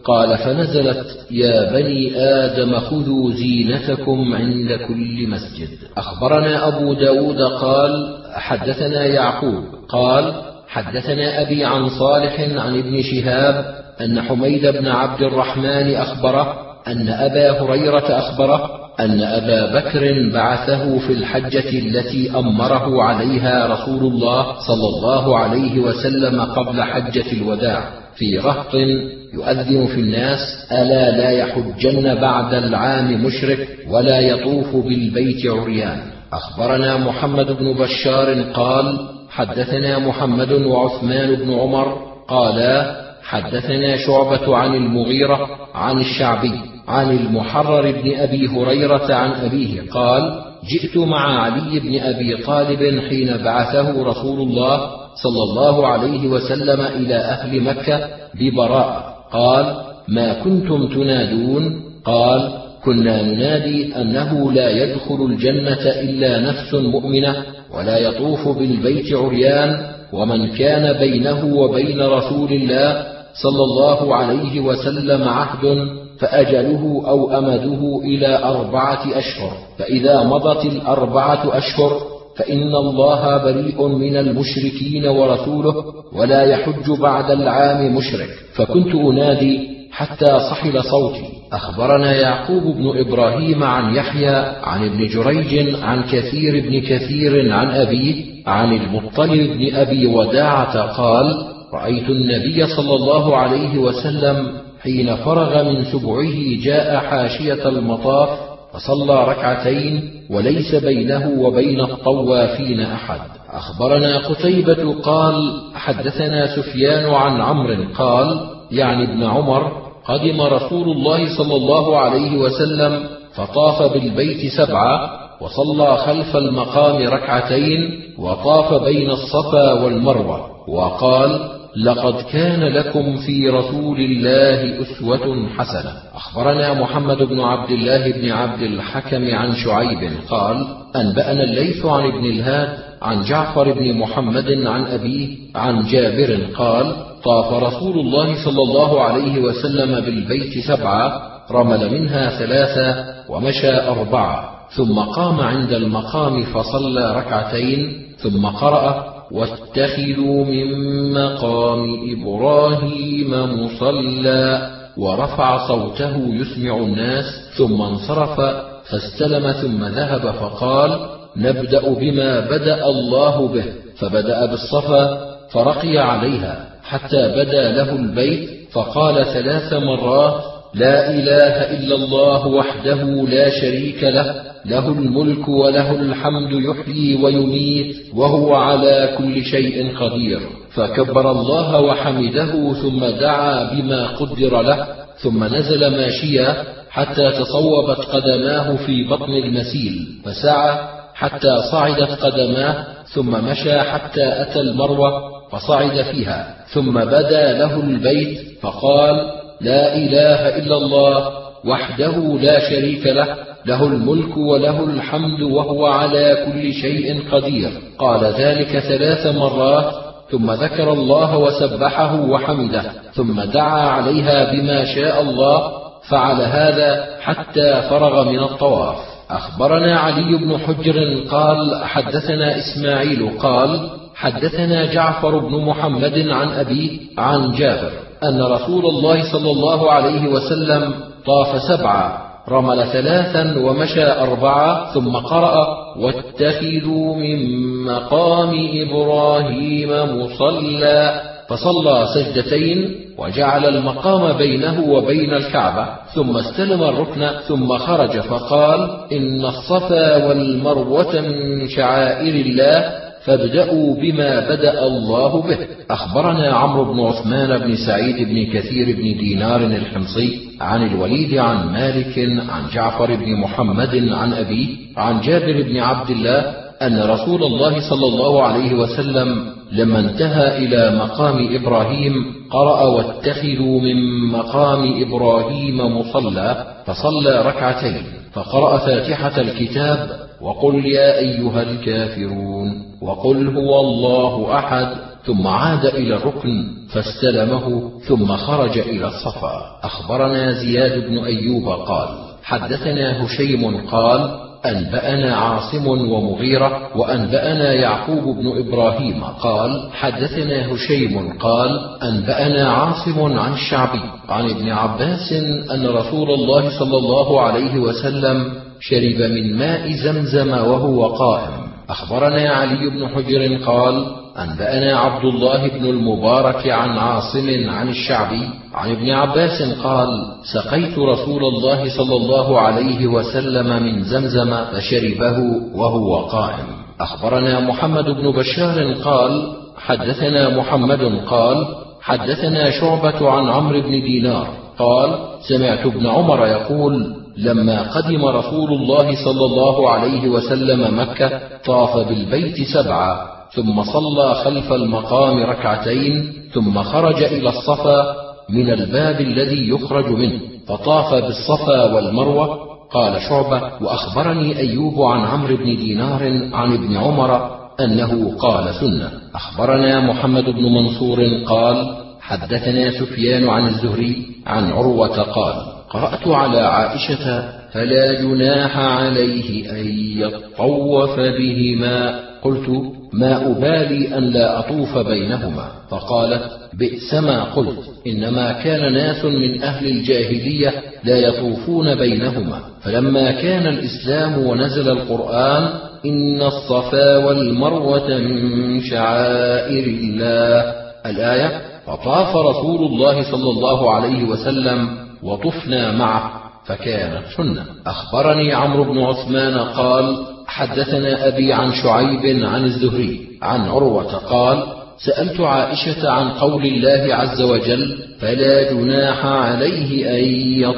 قال فنزلت يا بني آدم خذوا زينتكم عند كل مسجد. أخبرنا أبو داود قال حدثنا يعقوب قال حدثنا أبي عن صالح عن ابن شهاب أن حميد بن عبد الرحمن أخبره أن أبا هريرة أخبره أن أبا بكر بعثه في الحجة التي أمره عليها رسول الله صلى الله عليه وسلم قبل حجة الوداع في رهط يؤذن في الناس ألا لا يحجن بعد العام مشرك ولا يطوف بالبيت عريان. أخبرنا محمد بن بشار قال حدثنا محمد وعثمان بن عمر قالا حدثنا شعبة عن المغيرة عن الشعبي عن المحرر بن أبي هريرة عن أبيه قال جئت مع علي بن أبي طالب حين بعثه رسول الله صلى الله عليه وسلم إلى أهل مكة ببراء. قال ما كنتم تنادون؟ قال كنا ننادي أنه لا يدخل الجنة إلا نفس مؤمنة ولا يطوف بالبيت عريان ومن كان بينه وبين رسول الله صلى الله عليه وسلم عهد فأجله أو أمده إلى أربعة أشهر، فإذا مضت الأربعة أشهر فإن الله بريء من المشركين ورسوله ولا يحج بعد العام مشرك. فكنت أنادي حتى صحل صوتي. أخبرنا يعقوب بن إبراهيم عن يحيى عن ابن جريج عن كثير بن كثير عن أبيه عن المطلب بن أبي وداعة قال رأيت النبي صلى الله عليه وسلم حين فرغ من سبعه جاء حاشية المطاف فصلى ركعتين وليس بينه وبين الطوافين أحد. أخبرنا قتيبة قال حدثنا سفيان عن عمرو قال يعني ابن عمر قدم رسول الله صلى الله عليه وسلم فطاف بالبيت سبعة وصلى خلف المقام ركعتين وطاف بين الصفا والمروة وقال لقد كان لكم في رسول الله أسوة حسنة. أخبرنا محمد بن عبد الله بن عبد الحكم عن شعيب قال أنبأنا الليث عن ابن الهاد عن جعفر بن محمد عن أبيه عن جابر قال طاف رسول الله صلى الله عليه وسلم بالبيت سبعة رمل منها ثلاثة ومشى أربعة ثم قام عند المقام فصلى ركعتين ثم قرأ واتخذوا من مقام إبراهيم مصلى ورفع صوته يسمع الناس ثم انصرف فاستلم ثم ذهب فقال نبدأ بما بدأ الله به فبدأ بالصفا فرقي عليها حتى بدا له البيت فقال ثلاث مرات لا إله إلا الله وحده لا شريك له له الملك وله الحمد يحيي ويميت وهو على كل شيء قدير. فكبر الله وحمده ثم دعا بما قدر له ثم نزل ماشيا حتى تصوبت قدماه في بطن المسيل فسعى حتى صعدت قدماه ثم مشى حتى أتى المروة فصعد فيها ثم بدا له البيت فقال لا إله إلا الله وحده لا شريك له له الملك وله الحمد وهو على كل شيء قدير. قال ذلك ثلاث مرات ثم ذكر الله وسبحه وحمده ثم دعا عليها بما شاء الله فعل هذا حتى فرغ من الطواف. أخبرنا علي بن حجر قال حدثنا إسماعيل قال حدثنا جعفر بن محمد عن أبيه عن جابر أن رسول الله صلى الله عليه وسلم طاف سبعة رمل ثلاثا ومشى أربعة ثم قرأ واتخذوا من مقام إبراهيم مصلى فصلى سجدتين وجعل المقام بينه وبين الكعبة ثم استلم الركن ثم خرج فقال إن الصفا والمروة من شعائر الله فابدأوا بما بدأ الله به. أخبرنا عمرو بن عثمان بن سعيد بن كثير بن دينار الحمصي عن الوليد عن مالك عن جعفر بن محمد عن أبيه عن جابر بن عبد الله أن رسول الله صلى الله عليه وسلم لما انتهى إلى مقام إبراهيم قرأ واتخذوا من مقام إبراهيم مصلى فصلى ركعتين فقرأ فاتحة الكتاب وقل يا أيها الكافرون وقل هو الله أحد، ثم عاد إلى الركن فاستلمه ثم خرج إلى الصفا. أخبرنا زياد بن أيوب قال حدثنا هشيم قال أنبأنا عاصم ومغيرة وأنبأنا يعقوب بن إبراهيم قال حدثنا هشيم قال أنبأنا عاصم عن الشعبي عن ابن عباس أن رسول الله صلى الله عليه وسلم شرب من ماء زمزم وهو قائم. أخبرنا علي بن حجر قال أنبأنا عبد الله بن المبارك عن عاصم عن الشعبي عن ابن عباس قال سقيت رسول الله صلى الله عليه وسلم من زمزم فشربه وهو قائم. أخبرنا محمد بن بشار قال حدثنا محمد قال حدثنا شعبة عن عمرو بن دينار قال سمعت ابن عمر يقول لما قدم رسول الله صلى الله عليه وسلم مكة طاف بالبيت سبعة ثم صلى خلف المقام ركعتين ثم خرج إلى الصفا من الباب الذي يخرج منه فطاف بالصفا والمروة. قال شعبة وأخبرني أيوب عن عمرو بن دينار عن ابن عمر أنه قال سنة. أخبرنا محمد بن منصور قال حدثنا سفيان عن الزهري عن عروة قال قرأت على عائشة فلا جناح عليه أن يطوف بهما. قلت ما أبالي أن لا أطوف بينهما، فقالت بئس ما قلت، إنما كان ناس من أهل الجاهلية لا يطوفون بينهما، فلما كان الإسلام ونزل القرآن إن الصفا والمروة من شعائر الله الآية فطاف رسول الله صلى الله عليه وسلم وطفنا معه فكانت سنة. أخبرني عمرو بن عثمان قال حدثنا أبي عن شعيب عن الزهري عن عروة قال سألت عائشة عن قول الله عز وجل فلا جناح عليه أن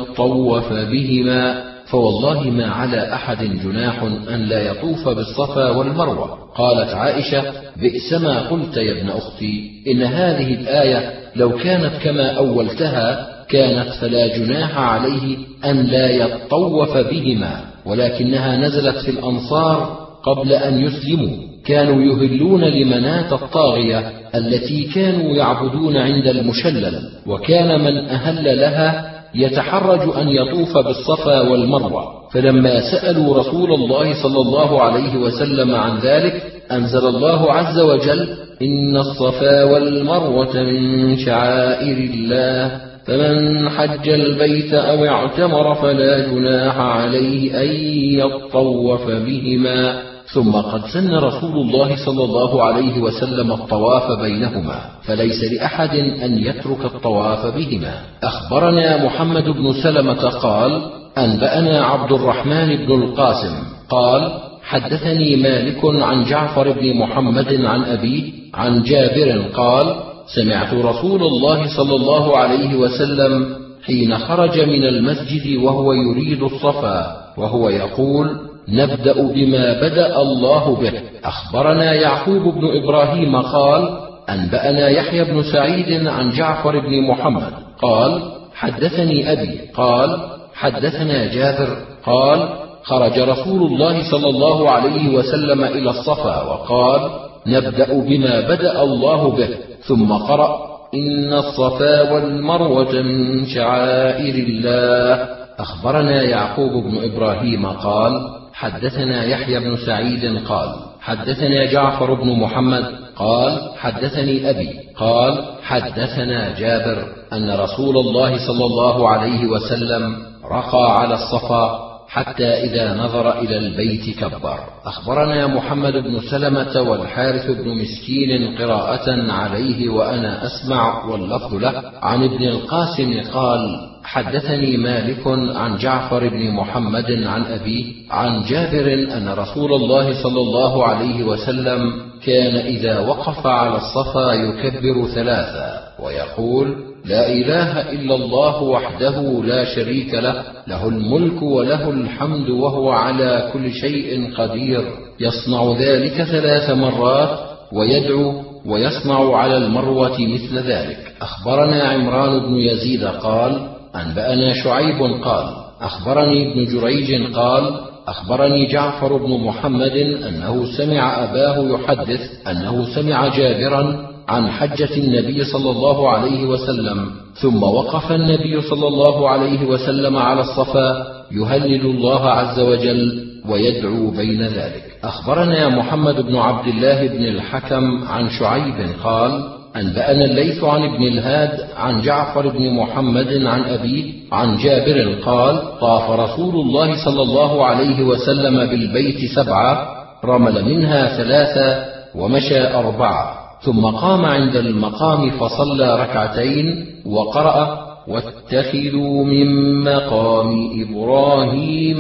يطوف بهما، فوالله ما على أحد جناح أن لا يطوف بالصفا والمروة. قالت عائشة بئس ما قلت يا ابن أختي، إن هذه الآية لو كانت كما أولتها كانت فلا جناح عليه أن لا يطوف بهما، ولكنها نزلت في الأنصار قبل أن يسلموا، كانوا يهلون لمناة الطاغية التي كانوا يعبدون عند المشلل، وكان من أهل لها يتحرج أن يطوف بالصفا والمروة، فلما سألوا رسول الله صلى الله عليه وسلم عن ذلك أنزل الله عز وجل إن الصفا والمروة من شعائر الله فمن حج البيت أو اعتمر فلا جناح عليه أن يطوف بهما. ثم قد سن رسول الله صلى الله عليه وسلم الطواف بينهما، فليس لأحد أن يترك الطواف بهما. أخبرنا محمد بن سلمة قال أنبأنا عبد الرحمن بن القاسم قال حدثني مالك عن جعفر بن محمد عن أبيه عن جابر قال سمعت رسول الله صلى الله عليه وسلم حين خرج من المسجد وهو يريد الصفا وهو يقول نبدأ بما بدأ الله به. أخبرنا يعقوب بن إبراهيم قال أنبأنا يحيى بن سعيد عن جعفر بن محمد قال حدثني أبي قال حدثنا جابر قال خرج رسول الله صلى الله عليه وسلم إلى الصفا وقال نبدأ بما بدأ الله به، ثم قرأ إن الصفا والمروة من شعائر الله. أخبرنا يعقوب بن إبراهيم قال حدثنا يحيى بن سعيد قال حدثنا جعفر بن محمد قال حدثني أبي قال حدثنا جابر أن رسول الله صلى الله عليه وسلم رقى على الصفا حتى إذا نظر إلى البيت كبر. أخبرنا محمد بن سلمة والحارث بن مسكين قراءة عليه وأنا أسمع واللفظ له عن ابن القاسم قال حدثني مالك عن جعفر بن محمد عن أبيه عن جابر أن رسول الله صلى الله عليه وسلم كان إذا وقف على الصفا يكبر ثلاثا ويقول لا إله إلا الله وحده لا شريك له له الملك وله الحمد وهو على كل شيء قدير، يصنع ذلك ثلاث مرات ويدعو ويصنع على المروة مثل ذلك. أخبرنا عمران بن يزيد قال أنبأنا شعيب قال أخبرني ابن جريج قال أخبرني جعفر بن محمد أنه سمع أباه يحدث أنه سمع جابرا عن حجة النبي صلى الله عليه وسلم، ثم وقف النبي صلى الله عليه وسلم على الصفا يهلل الله عز وجل ويدعو بين ذلك. أخبرنا محمد بن عبد الله بن الحكم عن شعيب قال أنبأنا الليث عن ابن الهاد عن جعفر بن محمد عن أبيه عن جابر قال طاف رسول الله صلى الله عليه وسلم بالبيت سبعة، رمل منها ثلاثة ومشى أربعة، ثم قام عند المقام فصلى ركعتين وقرأ واتخذوا من مقام إبراهيم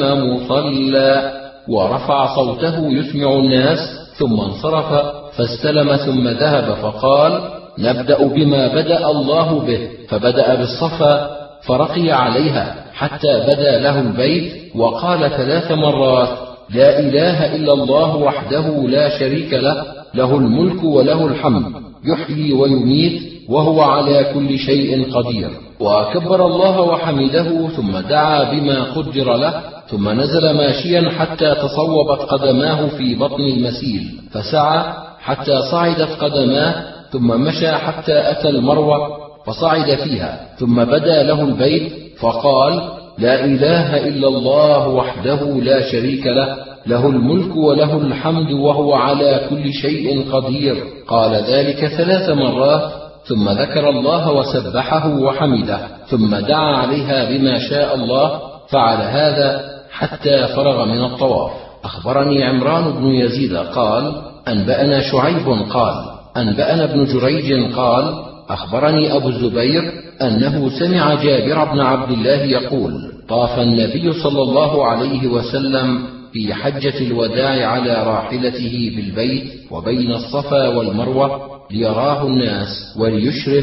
مصلى، ورفع صوته يسمع الناس، ثم انصرف فاستلم ثم ذهب فقال نبدأ بما بدأ الله به، فبدأ بالصفا فرقي عليها حتى بدا له البيت، وقال ثلاث مرات لا إله إلا الله وحده لا شريك له، له الملك وله الحمد، يحيي ويميت وهو على كل شيء قدير، وكبر الله وحمده، ثم دعا بما قدر له، ثم نزل ماشيا حتى تصوبت قدماه في بطن المسيل، فسعى حتى صعدت قدماه، ثم مشى حتى أتى المروة فصعد فيها، ثم بدا له البيت فقال لا إله إلا الله وحده لا شريك له، له الملك وله الحمد وهو على كل شيء قدير. قال ذلك ثلاث مرات، ثم ذكر الله وسبحه وحمده، ثم دعا عليها بما شاء الله، فعل هذا حتى فرغ من الطواف. أخبرني عمران بن يزيد قال أنبأنا شعيب قال أنبأنا ابن جريج قال أخبرني أبو الزبير أنه سمع جابر بن عبد الله يقول طاف النبي صلى الله عليه وسلم في حجة الوداع على راحلته بالبيت وبين الصفا والمروة ليراه الناس وليشرف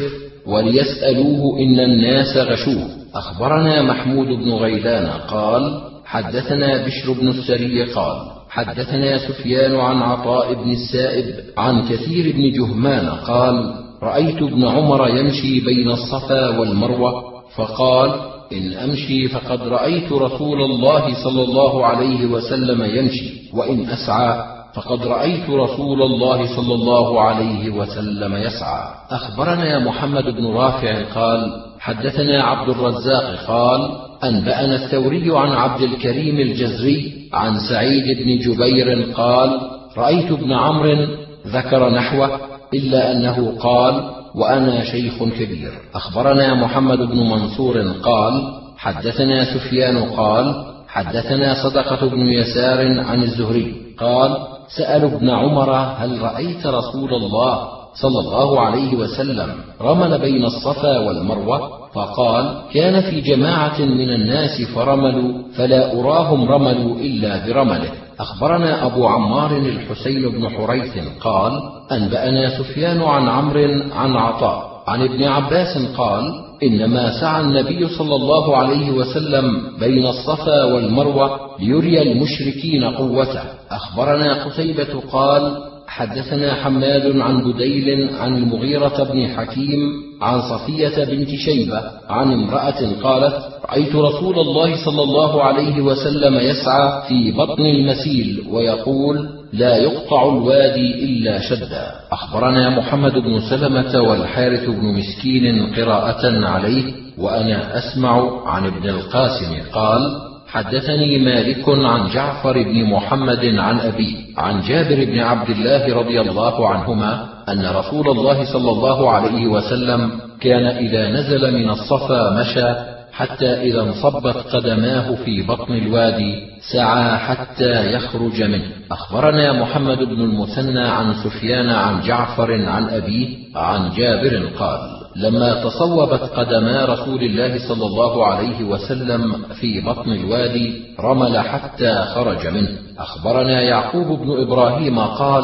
وليسألوه إن الناس غشوه. أخبرنا محمود بن غيلان قال حدثنا بشر بن السري قال حدثنا سفيان عن عطاء بن السائب عن كثير بن جهمان قال رأيت ابن عمر يمشي بين الصفا والمروة فقال إن أمشي فقد رأيت رسول الله صلى الله عليه وسلم يمشي، وإن أسعى فقد رأيت رسول الله صلى الله عليه وسلم يسعى. أخبرنا محمد بن رافع قال حدثنا عبد الرزاق قال أنبأنا الثوري عن عبد الكريم الجزري عن سعيد بن جبير قال رأيت ابن عمرو ذكر نحوه إلا أنه قال وأنا شيخ كبير. أخبرنا محمد بن منصور قال حدثنا سفيان قال حدثنا صدقة بن يسار عن الزهري قال سألوا ابن عمر هل رأيت رسول الله صلى الله عليه وسلم رمل بين الصفا والمروة؟ فقال كان في جماعة من الناس فرملوا فلا أراهم رملوا إلا برمله. أخبرنا أبو عمار الحسين بن حريث قال أنبأنا سفيان عن عمرو عن عطاء عن ابن عباس قال إنما سعى النبي صلى الله عليه وسلم بين الصفا والمروة ليري المشركين قوته. أخبرنا قتيبة قال حدثنا حماد عن بديل عن المغيرة بن حكيم عن صفية بنت شيبة عن امرأة قالت رأيت رسول الله صلى الله عليه وسلم يسعى في بطن المسيل ويقول لا يقطع الوادي إلا شدا. أخبرنا محمد بن سلمة والحارث بن مسكين قراءة عليه وأنا أسمع عن ابن القاسم قال حدثني مالك عن جعفر بن محمد عن أبيه عن جابر بن عبد الله رضي الله عنهما أن رسول الله صلى الله عليه وسلم كان إذا نزل من الصفا مشى حتى إذا انصبت قدماه في بطن الوادي سعى حتى يخرج منه. أخبرنا محمد بن المثنى عن سفيان عن جعفر عن أبيه عن جابر قال لما تصوبت قدما رسول الله صلى الله عليه وسلم في بطن الوادي رمل حتى خرج منه. أخبرنا يعقوب بن إبراهيم قال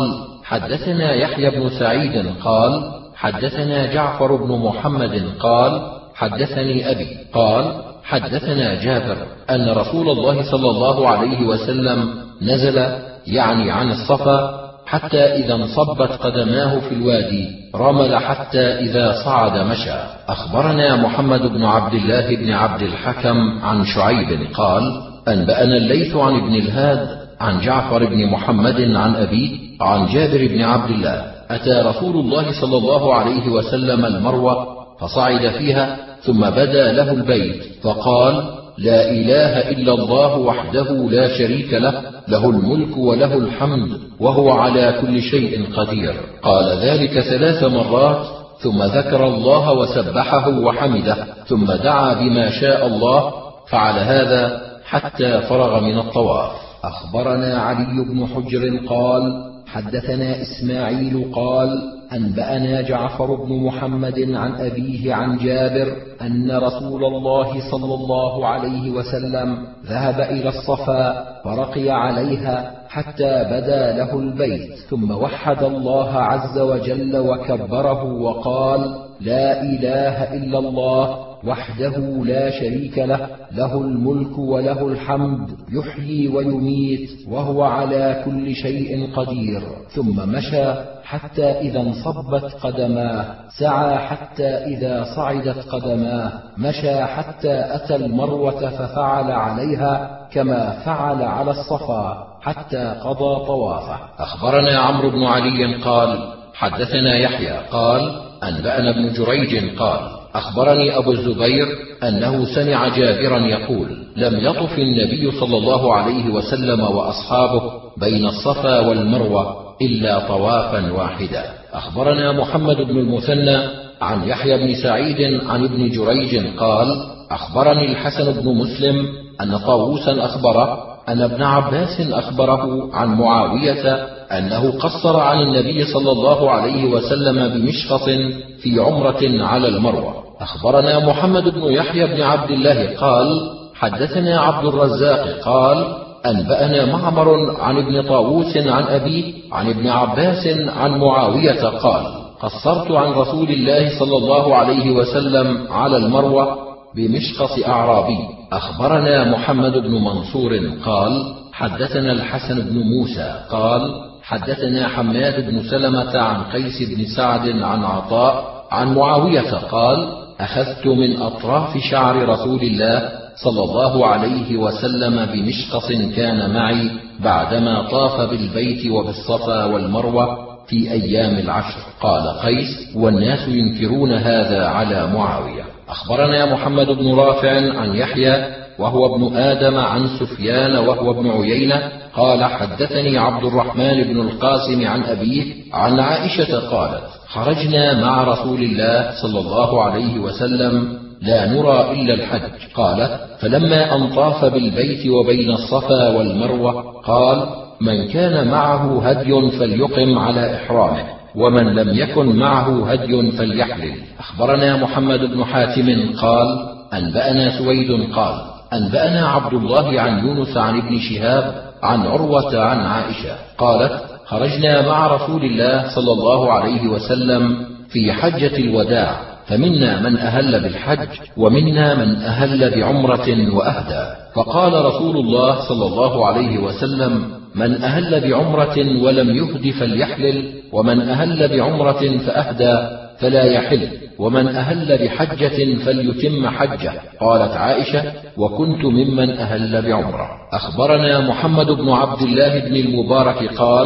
حدثنا يحيى بن سعيد قال حدثنا جعفر بن محمد قال حدثني أبي قال حدثنا جابر أن رسول الله صلى الله عليه وسلم نزل يعني عن الصفا حتى إذا انصبت قدماه في الوادي رمل حتى إذا صعد مشى. أخبرنا محمد بن عبد الله بن عبد الحكم عن شعيب قال أنبأنا الليث عن ابن الهاد عن جعفر بن محمد عن أبيه عن جابر بن عبد الله: أتى رسول الله صلى الله عليه وسلم المروة فصعد فيها ثم بدا له البيت فقال: لا إله إلا الله وحده لا شريك له، له الملك وله الحمد وهو على كل شيء قدير. قال ذلك ثلاث مرات ثم ذكر الله وسبحه وحمده ثم دعا بما شاء الله، فعل هذا حتى فرغ من الطواف. أخبرنا علي بن حجر قال: حدثنا إسماعيل قال: أنبأنا جعفر بن محمد عن أبيه عن جابر أن رسول الله صلى الله عليه وسلم ذهب إلى الصفا فرقي عليها حتى بدا له البيت، ثم وحد الله عز وجل وكبره وقال: لا إله إلا الله وحده لا شريك له، له الملك وله الحمد يحيي ويميت وهو على كل شيء قدير. ثم مشى حتى إذا انصبت قدماه، سعى حتى إذا صعدت قدماه، مشى حتى أتى المروة ففعل عليها كما فعل على الصفا حتى قضى طوافه. أخبرنا عمرو بن علي قال: حدثنا يحيى قال: أنبأنا ابن جريج قال: أخبرني أبو الزبير أنه سمع جابرا يقول: لم يطف النبي صلى الله عليه وسلم وأصحابه بين الصفا والمروة إلا طوافا واحدا. أخبرنا محمد بن المثنى عن يحيى بن سعيد عن ابن جريج قال: أخبرني الحسن بن مسلم أن طاووسا أخبره أن ابن عباس أخبره عن معاوية أنه قصر عن النبي صلى الله عليه وسلم بمشخص في عمرة على المروة. أخبرنا محمد بن يحيى بن عبد الله قال: حدثنا عبد الرزاق قال: أنبأنا معمر عن ابن طاووس عن أبيه عن ابن عباس عن معاوية قال: قصرت عن رسول الله صلى الله عليه وسلم على المروة بمشخص أعرابي. أخبرنا محمد بن منصور قال: حدثنا الحسن بن موسى قال: حدثنا حماد بن سلمة عن قيس بن سعد عن عطاء عن معاوية قال: أخذت من أطراف شعر رسول الله صلى الله عليه وسلم بمشقص كان معي بعدما طاف بالبيت وبالصفا والمروة في أيام العشر. قال قيس: والناس ينكرون هذا على معاوية. أخبرنا محمد بن رافع عن يحيى وهو ابن آدم عن سفيان وهو ابن عيينة قال: حدثني عبد الرحمن بن القاسم عن أبيه عن عائشة قالت: خرجنا مع رسول الله صلى الله عليه وسلم لا نرى إلا الحج. قالت: فلما أن طاف بالبيت وبين الصفا والمروة قال: من كان معه هدي فليقم على إحرامه، ومن لم يكن معه هدي فليحلل. أخبرنا محمد بن حاتم قال: أنبأنا سويد قال: أنبأنا عبد الله عن يونس عن ابن شهاب عن عروة عن عائشة قالت: خرجنا مع رسول الله صلى الله عليه وسلم في حجة الوداع، فمنا من أهل بالحج ومنا من أهل بعمرة وأهدى. فقال رسول الله صلى الله عليه وسلم: من أهل بعمرة ولم يهد فليحلل، ومن أهل بعمرة فأهدى فلا يحل، ومن أهل بحجة فليتم حجه. قالت عائشة: وكنت ممن أهل بعمرة. أخبرنا محمد بن عبد الله بن المبارك قال: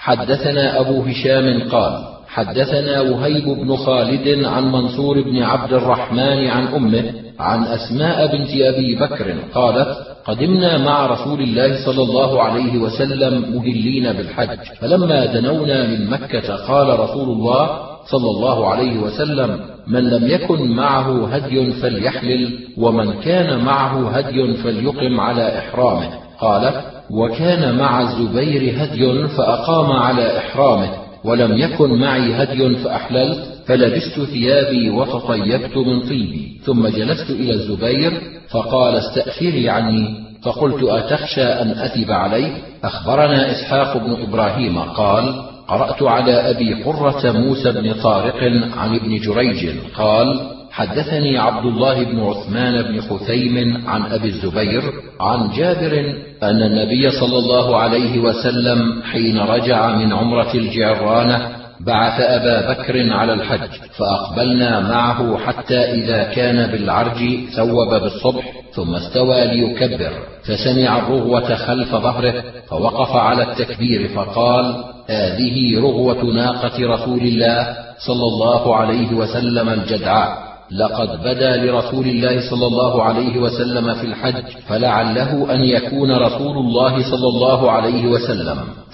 حدثنا أبو هشام قال: حدثنا وهيب بن خالد عن منصور بن عبد الرحمن عن أمه عن أسماء بنت أبي بكر قالت: قدمنا مع رسول الله صلى الله عليه وسلم مهلين بالحج، فلما دنونا من مكة قال رسول الله صلى الله عليه وسلم: من لم يكن معه هدي فليحلل، ومن كان معه هدي فليقم على إحرامه. قالت: وكان مع الزبير هدي فأقام على إحرامه، ولم يكن معي هدي فأحللت، فلبست ثيابي وتطيبت من طيبي، ثم جلست إلى الزبير فقال: استأثري عني، فقلت: أتخشى أن أثب عليك؟ أخبرنا إسحاق بن إبراهيم قال: قرأت على أبي قرة موسى بن طارق عن ابن جريج قال: حدثني عبد الله بن عثمان بن خثيم عن أبي الزبير عن جابر أن النبي صلى الله عليه وسلم حين رجع من عمرة الجعرانة بعث أبا بكر على الحج، فأقبلنا معه حتى إذا كان بالعرج ثوب بالصبح ثم استوى ليكبر، فسمع الرغوة خلف ظهره فوقف على التكبير فقال: هذه رغوة ناقة رسول الله صلى الله عليه وسلم الجدعاء، لقد بدا لرسول الله صلى الله عليه وسلم في الحج، فلعله أن يكون رسول الله صلى الله عليه وسلم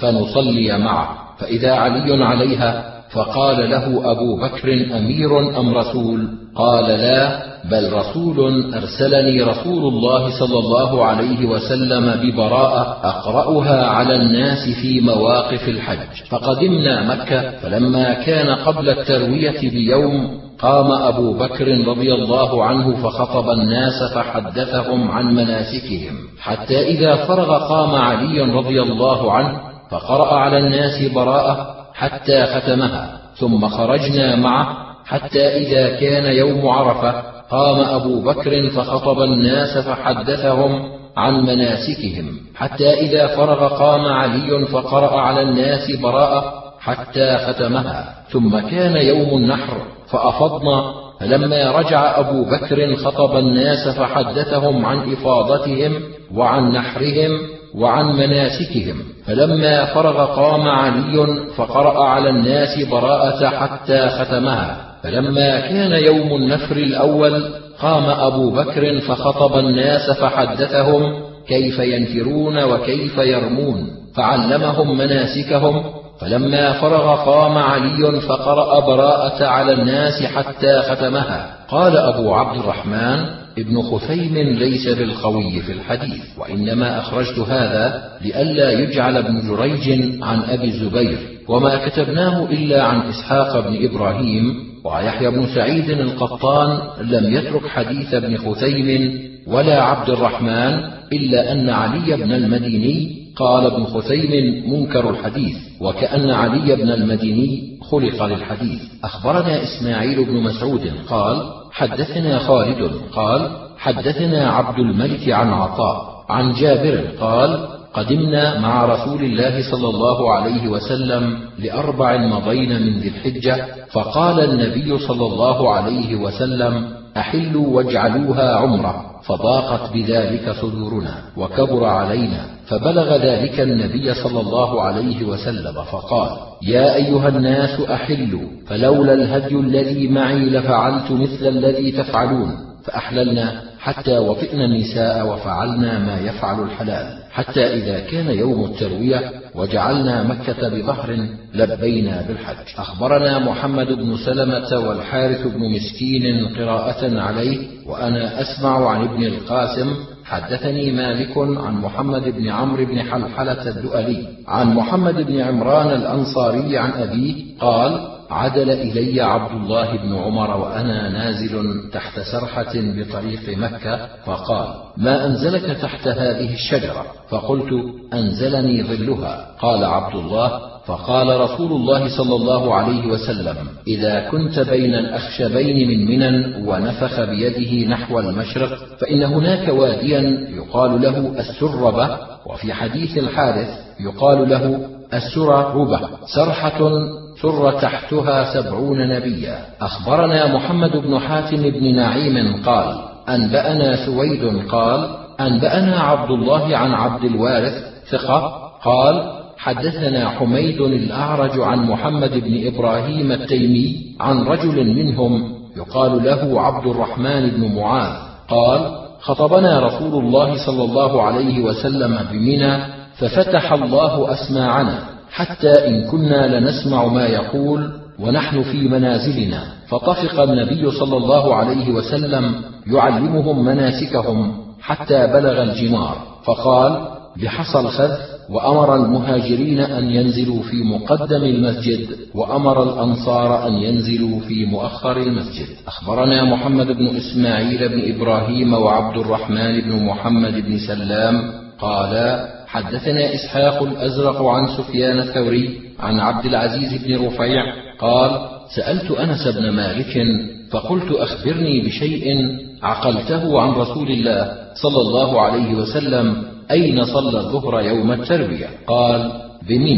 فنصلي معه. فإذا علي عليها، فقال له أبو بكر: أمير أم رسول؟ قال: لا، بل رسول أرسلني رسول الله صلى الله عليه وسلم ببراءة أقرأها على الناس في مواقف الحج. فقدمنا مكة، فلما كان قبل التروية بيوم قام أبو بكر رضي الله عنه فخطب الناس فحدثهم عن مناسكهم، حتى إذا فرغ قام علي رضي الله عنه فقرأ على الناس براءة حتى ختمها، ثم خرجنا معه حتى إذا كان يوم عرفة قام أبو بكر فخطب الناس فحدثهم عن مناسكهم، حتى إذا فرغ قام علي فقرأ على الناس براءة حتى ختمها، ثم كان يوم النحر فأفضنا، فلما رجع أبو بكر خطب الناس فحدثهم عن إفاضتهم وعن نحرهم وعن مناسكهم، فلما فرغ قام علي فقرأ على الناس براءة حتى ختمها، فلما كان يوم النفر الأول قام أبو بكر فخطب الناس فحدثهم كيف ينفرون وكيف يرمون، فعلمهم مناسكهم، فلما فرغ قام علي فقرأ براءة على الناس حتى ختمها. قال أبو عبد الرحمن: ابن خثيم ليس بالقوي في الحديث، وإنما أخرجت هذا لئلا يجعل ابن جريج عن أبي الزبير، وما كتبناه إلا عن إسحاق بن إبراهيم، ويحيى بن سعيد القطان لم يترك حديث ابن خثيم ولا عبد الرحمن، إلا أن علي بن المديني قال ابن خثيم منكر الحديث، وكأن علي بن المديني خلق للحديث. أخبرنا إسماعيل بن مسعود قال: حدثنا خالد قال: حدثنا عبد الملك عن عطاء عن جابر قال: قدمنا مع رسول الله صلى الله عليه وسلم لأربع مضين من ذي الحجة، فقال النبي صلى الله عليه وسلم: أحلوا واجعلوها عمرة، فضاقت بذلك صدورنا وكبر علينا، فبلغ ذلك النبي صلى الله عليه وسلم فقال: يا أيها الناس أحلوا، فلولا الهدي الذي معي لفعلت مثل الذي تفعلون، فأحللنا حتى وطئنا النساء وفعلنا ما يفعل الحلال، حتى إذا كان يوم التروية وجعلنا مكة بظهر لبينا بالحج. أخبرنا محمد بن سلمة والحارث بن مسكين قراءة عليه، وأنا أسمع عن ابن القاسم. حدثني مالك عن محمد بن عمرو بن حلحلة الدؤلي عن محمد بن عمران الأنصاري عن أبيه قال: عدل إلي عبد الله بن عمر وأنا نازل تحت سرحة بطريق مكة، فقال: ما أنزلك تحت هذه الشجرة؟ فقلت: أنزلني ظلها. قال عبد الله: فقال رسول الله صلى الله عليه وسلم: إذا كنت بين الأخشبين من منى ونفخ بيده نحو المشرق، فإن هناك واديا يقال له السربة، وفي حديث الحارث يقال له السرربة، سرحة سر تحتها سبعون نبيا. أخبرنا محمد بن حاتم بن نعيم قال: أنبأنا سويد قال: أنبأنا عبد الله عن عبد الوارث ثقة قال: حدثنا حميد الأعرج عن محمد بن إبراهيم التيمي عن رجل منهم يقال له عبد الرحمن بن معاذ قال: خطبنا رسول الله صلى الله عليه وسلم بمنى، ففتح الله أسماعنا حتى إن كنا لنسمع ما يقول ونحن في منازلنا، فطفق النبي صلى الله عليه وسلم يعلمهم مناسكهم حتى بلغ الجمار، فقال: بحصى الخذ، وأمر المهاجرين أن ينزلوا في مقدم المسجد، وأمر الأنصار أن ينزلوا في مؤخر المسجد. أخبرنا محمد بن إسماعيل بن إبراهيم وعبد الرحمن بن محمد بن سلام قالا: حدثنا إسحاق الأزرق عن سفيان الثوري عن عبد العزيز بن رفيع قال: سألت أنس بن مالك فقلت: أخبرني بشيء عقلته عن رسول الله صلى الله عليه وسلم، أين صلى الظهر يوم التروية؟ قال: بمنى.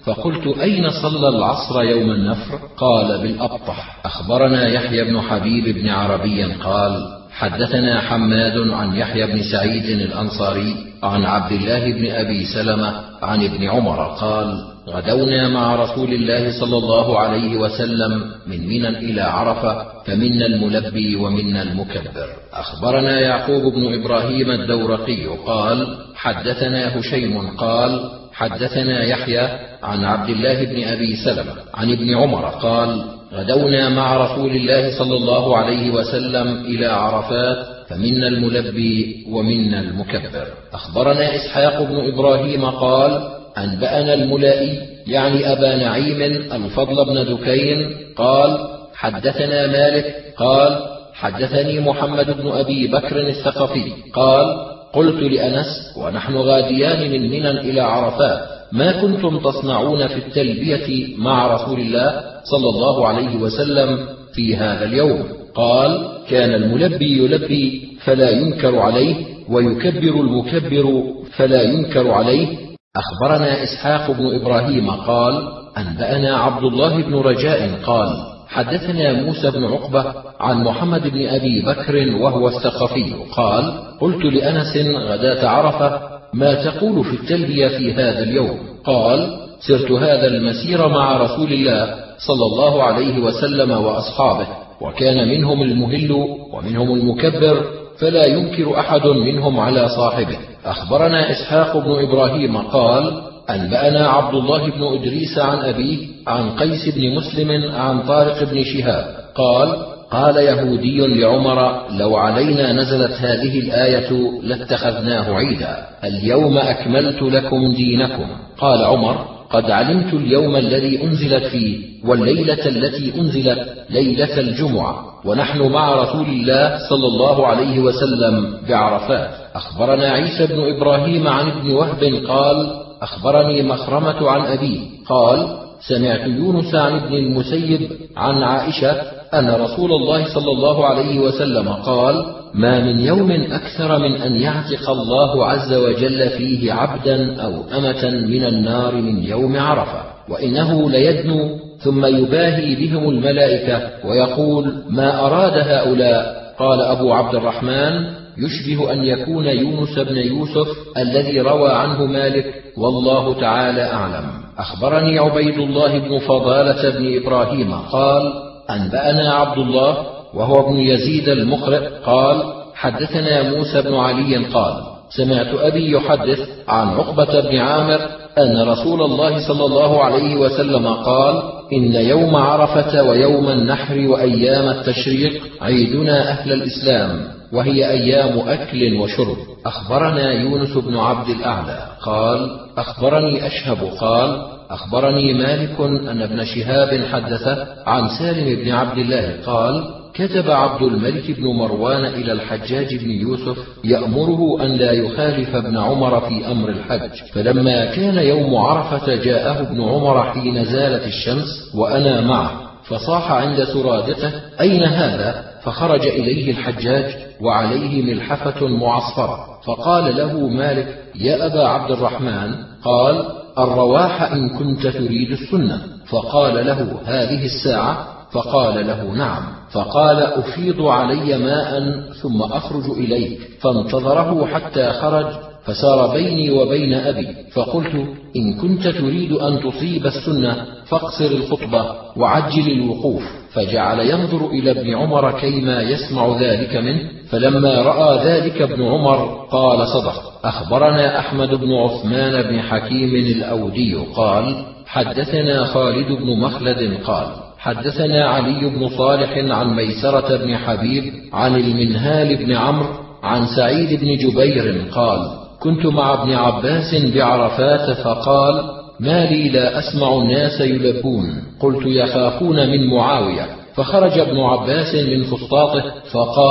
فقلت: أين صلى العصر يوم النفر؟ قال: بالأبطح. أخبرنا يحيى بن حبيب بن عربي قال: حدثنا حماد عن يحيى بن سعيد الأنصاري عن عبد الله بن أبي سلمة عن ابن عمر قال: غدونا مع رسول الله صلى الله عليه وسلم من منى إلى عرفة، فمنا الملبي ومنا المكبر. أخبرنا يعقوب بن إبراهيم الدورقي قال: حدثنا هشيم قال: حدثنا يحيى عن عبد الله بن أبي سلمة عن ابن عمر قال: غدونا مع رسول الله صلى الله عليه وسلم إلى عرفات، فمنا الملبي ومنا المكبر. أخبرنا إسحاق بن إبراهيم قال: أنبأنا الملائي يعني أبا نعيم الفضل بن دكين قال: حدثنا مالك قال: حدثني محمد بن أبي بكر الثقفي قال: قلت لأنس ونحن غاديان من منى إلى عرفات: ما كنتم تصنعون في التلبية مع رسول الله صلى الله عليه وسلم في هذا اليوم؟ قال: كان الملبي يلبي فلا ينكر عليه، ويكبر المكبر فلا ينكر عليه. أخبرنا إسحاق بن إبراهيم قال: أنبأنا عبد الله بن رجاء قال: حدثنا موسى بن عقبة عن محمد بن أبي بكر وهو الثقفي قال: قلت لأنس غداة عرفة: ما تقول في التلبية في هذا اليوم؟ قال: سرت هذا المسير مع رسول الله صلى الله عليه وسلم وأصحابه، وكان منهم المهل ومنهم المكبر، فلا ينكر أحد منهم على صاحبه. أخبرنا إسحاق بن إبراهيم قال: أنبأنا عبد الله بن إدريس عن أبيه عن قيس بن مسلم عن طارق بن شهاب قال: قال يهودي لعمر: لو علينا نزلت هذه الآية لاتخذناه عيدا، اليوم أكملت لكم دينكم. قال عمر: قد علمت اليوم الذي أنزلت فيه، والليلة التي أنزلت ليلة الجمعة، ونحن مع رسول الله صلى الله عليه وسلم بعرفات. أخبرنا عيسى بن إبراهيم عن ابن وهب قال: أخبرني مخرمة عن أبيه قال: سمعت يونس عن ابن المسيب عن عائشة أن رسول الله صلى الله عليه وسلم قال: ما من يوم أكثر من أن يعتق الله عز وجل فيه عبدا أو أمة من النار من يوم عرفة، وإنه ليدنو ثم يباهي بهم الملائكة ويقول: ما أراد هؤلاء؟ قال أبو عبد الرحمن: يشبه أن يكون يونس بن يوسف الذي روى عنه مالك، والله تعالى أعلم. أخبرني عبيد الله بن فضالة بن إبراهيم قال: أنبأنا عبد الله وهو ابن يزيد المقرئ قال: حدثنا موسى بن علي قال: سمعت أبي يحدث عن عقبة بن عامر أن رسول الله صلى الله عليه وسلم قال: إن يوم عرفة ويوم النحر وأيام التشريق عيدنا أهل الإسلام، وهي أيام أكل وشرب. أخبرنا يونس بن عبد الأعلى قال: أخبرني أشهب قال: أخبرني مالك أن ابن شهاب حدث عن سالم بن عبد الله قال: كتب عبد الملك بن مروان إلى الحجاج بن يوسف يأمره أن لا يخالف ابن عمر في أمر الحج، فلما كان يوم عرفة جاءه ابن عمر حين زالت الشمس وأنا معه، فصاح عند سرادقه: أين هذا؟ فخرج إليه الحجاج وعليه ملحفة معصفرة، فقال له مالك: يا أبا عبد الرحمن، قال: الرواح إن كنت تريد السنة. فقال له: هذه الساعة؟ فقال له: نعم. فقال: أفيض علي ماء ثم أخرج إليك. فانتظره حتى خرج، فسار بيني وبين أبي، فقلت: إن كنت تريد أن تصيب السنة فاقصر الخطبة وعجل الوقوف. فجعل ينظر إلى ابن عمر كيما يسمع ذلك منه، فلما رأى ذلك ابن عمر قال: صدق. أخبرنا أحمد بن عثمان بن حكيم الأودي قال: حدثنا خالد بن مخلد قال: حدثنا علي بن صالح عن ميسرة بن حبيب عن المنهال بن عمرو عن سعيد بن جبير قال: كنت مع ابن عباس بعرفات، فقال: ما لي لا أسمع الناس يلبون؟ قلت: يخافون من معاوية. فخرج ابن عباس من فسطاطه فقال: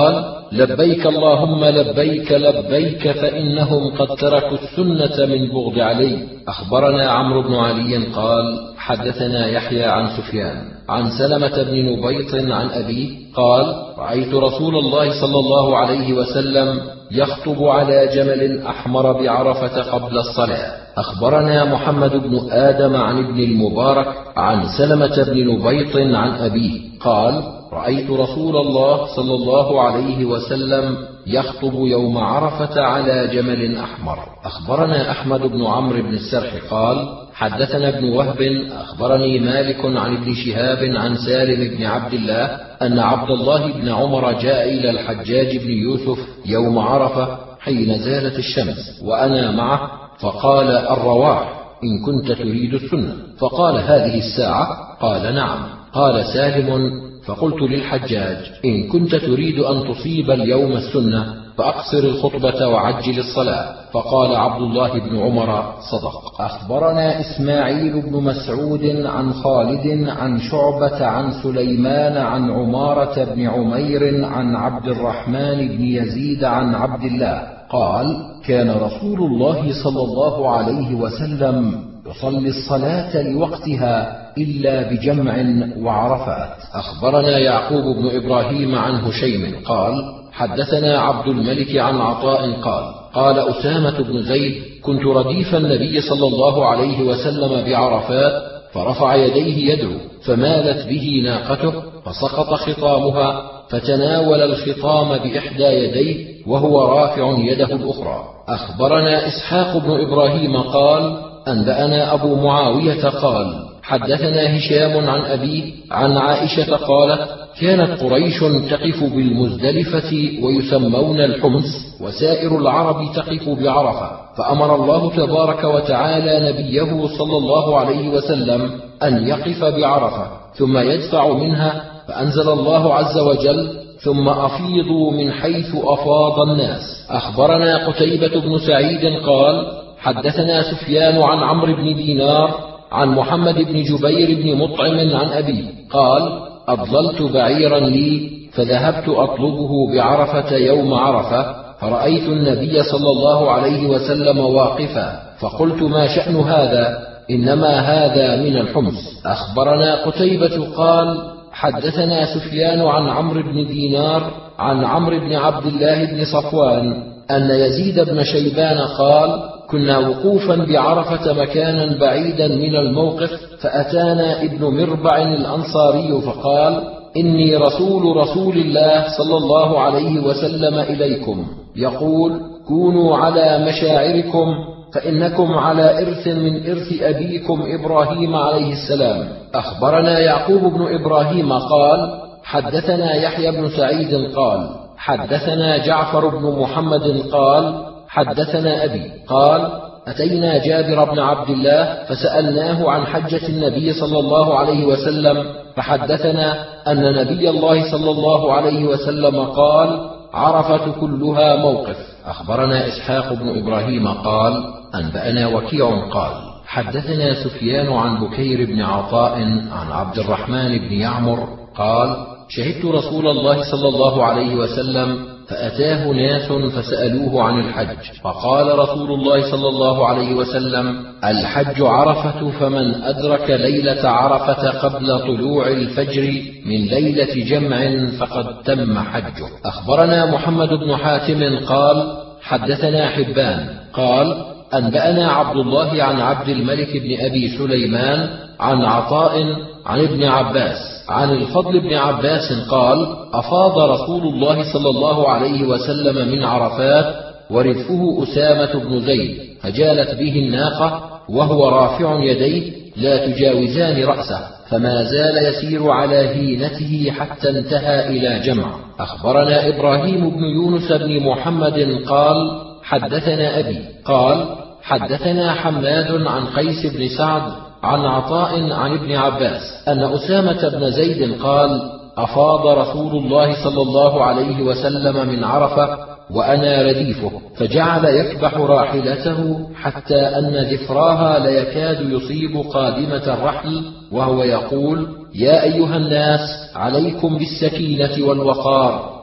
لبيك اللهم لبيك لبيك فإنهم قد تركوا السنة من بغض علي. أخبرنا عمرو بن علي قال حدثنا يحيى عن سفيان عن سلمة بن نبيط عن أبيه قال رأيت رسول الله صلى الله عليه وسلم يخطب على جمل أحمر بعرفة قبل الصلاة. أخبرنا محمد بن آدم عن ابن المبارك عن سلمة بن نبيط عن أبيه قال رأيت رسول الله صلى الله عليه وسلم يخطب يوم عرفة على جمل أحمر. أخبرنا أحمد بن عمرو بن السرح قال حدثنا ابن وهب أخبرني مالك عن ابن شهاب عن سالم بن عبد الله أن عبد الله بن عمر جاء إلى الحجاج بن يوسف يوم عرفة حين زالت الشمس وأنا معه فقال الرواح إن كنت تريد السنة. فقال هذه الساعة؟ قال نعم. قال سالم فقلت للحجاج إن كنت تريد أن تصيب اليوم السنة فأقصر الخطبة وعجل الصلاة. فقال عبد الله بن عمر صدق. أخبرنا إسماعيل بن مسعود عن خالد عن شعبة عن سليمان عن عمارة بن عمير عن عبد الرحمن بن يزيد عن عبد الله قال كان رسول الله صلى الله عليه وسلم يصلي الصلاة لوقتها إلا بجمع وعرفات. أخبرنا يعقوب بن إبراهيم عن هشيم قال حدثنا عبد الملك عن عطاء قال قال أسامة بن زيد كنت رديف النبي صلى الله عليه وسلم بعرفات فرفع يديه يدعو فمالت به ناقته فسقط خطامها فتناول الخطام بإحدى يديه وهو رافع يده الأخرى. أخبرنا إسحاق بن إبراهيم قال أنبأنا أبو معاوية قال حدثنا هشام عن أبيه عن عائشة قالت كانت قريش تقف بالمزدلفة ويسمون الحمص وسائر العرب تقف بعرفة فأمر الله تبارك وتعالى نبيه صلى الله عليه وسلم أن يقف بعرفة ثم يدفع منها فأنزل الله عز وجل ثم أفيضوا من حيث أفاض الناس. أخبرنا قتيبة بن سعيد قال حدثنا سفيان عن عمرو بن دينار عن محمد بن جبير بن مطعم عن أبيه قال أضللت بعيرا لي فذهبت أطلبه بعرفة يوم عرفة فرأيت النبي صلى الله عليه وسلم واقفا فقلت ما شأن هذا؟ إنما هذا من الحمص. أخبرنا قتيبة قال حدثنا سفيان عن عمرو بن دينار عن عمرو بن عبد الله بن صفوان أن يزيد بن شيبان قال كنا وقوفا بعرفة مكانا بعيدا من الموقف فأتانا ابن مربع الأنصاري فقال إني رسول رسول الله صلى الله عليه وسلم إليكم يقول كونوا على مشاعركم فإنكم على إرث من إرث أبيكم إبراهيم عليه السلام. أخبرنا يعقوب بن إبراهيم قال حدثنا يحيى بن سعيد قال حدثنا جعفر بن محمد قال حدثنا أبي قال أتينا جابر بن عبد الله فسألناه عن حجة النبي صلى الله عليه وسلم فحدثنا أن نبي الله صلى الله عليه وسلم قال عرفة كلها موقف. أخبرنا إسحاق بن إبراهيم قال أنبأنا وكيع قال حدثنا سفيان عن بكير بن عطاء عن عبد الرحمن بن يعمر قال شهدت رسول الله صلى الله عليه وسلم فأتاه ناس فسألوه عن الحج فقال رسول الله صلى الله عليه وسلم الحج عرفة فمن أدرك ليلة عرفة قبل طلوع الفجر من ليلة جمع فقد تم حجه. أخبرنا محمد بن حاتم قال حدثنا حبان قال أنبأنا عبد الله عن عبد الملك بن أبي سليمان عن عطاء عن ابن عباس عن الفضل بن عباس قال أفاض رسول الله صلى الله عليه وسلم من عرفات وردفه أسامة بن زيد فجالت به الناقة وهو رافع يديه لا تجاوزان رأسه فما زال يسير على هينته حتى انتهى إلى جمع. أخبرنا إبراهيم بن يونس بن محمد قال حدثنا أبي قال حدثنا حماد عن قيس بن سعد عن عطاء عن ابن عباس أن أسامة بن زيد قال أفاض رسول الله صلى الله عليه وسلم من عرفة وأنا رديفه فجعل يكبح راحلته حتى أن ذفراها ليكاد يصيب قادمة الرحل وهو يقول يا أيها الناس عليكم بالسكينة والوقار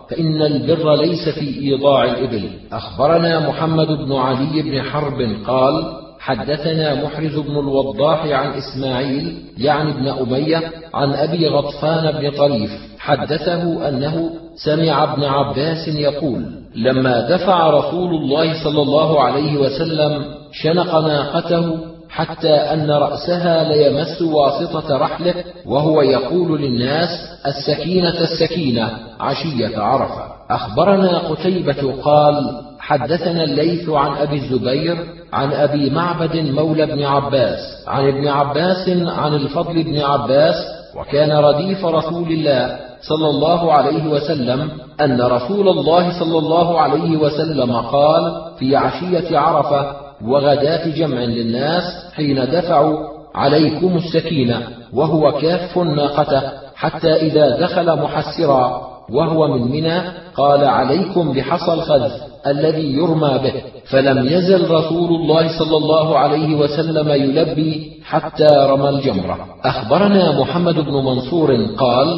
فإن البر ليس في إيضاع الإبل. أخبرنا محمد بن علي بن حرب قال حدثنا محرز بن الوضاح عن إسماعيل يعني ابن أمية عن أبي غطفان بن طريف حدثه أنه سمع ابن عباس يقول لما دفع رسول الله صلى الله عليه وسلم شنق ناقته حتى أن رأسها ليمس واسطة رحله وهو يقول للناس السكينة السكينة عشية عرفة. أخبرنا قتيبة قال حدثنا الليث عن أبي الزبير عن أبي معبد مولى بن عباس عن ابن عباس عن الفضل بن عباس وكان رديف رسول الله صلى الله عليه وسلم أن رسول الله صلى الله عليه وسلم قال في عشية عرفة وغداة جمع للناس حين دفعوا عليكم السكينة وهو كاف ناقته حتى إذا دخل محسرا وهو من منى قال عليكم بحصى الخذ الذي يرمى به، فلم يزل رسول الله صلى الله عليه وسلم يلبي حتى رمى الجمرة. أخبرنا محمد بن منصور قال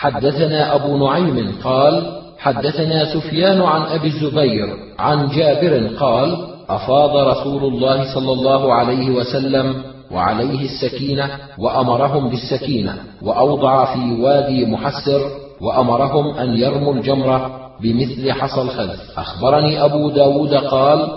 حدثنا أبو نعيم قال حدثنا سفيان عن أبي الزبير عن جابر قال أفاض رسول الله صلى الله عليه وسلم وعليه السكينة وأمرهم بالسكينة وأوضع في وادي محسر وأمرهم أن يرموا الجمرة بمثل حصى الخذ. أخبرني أبو داود قال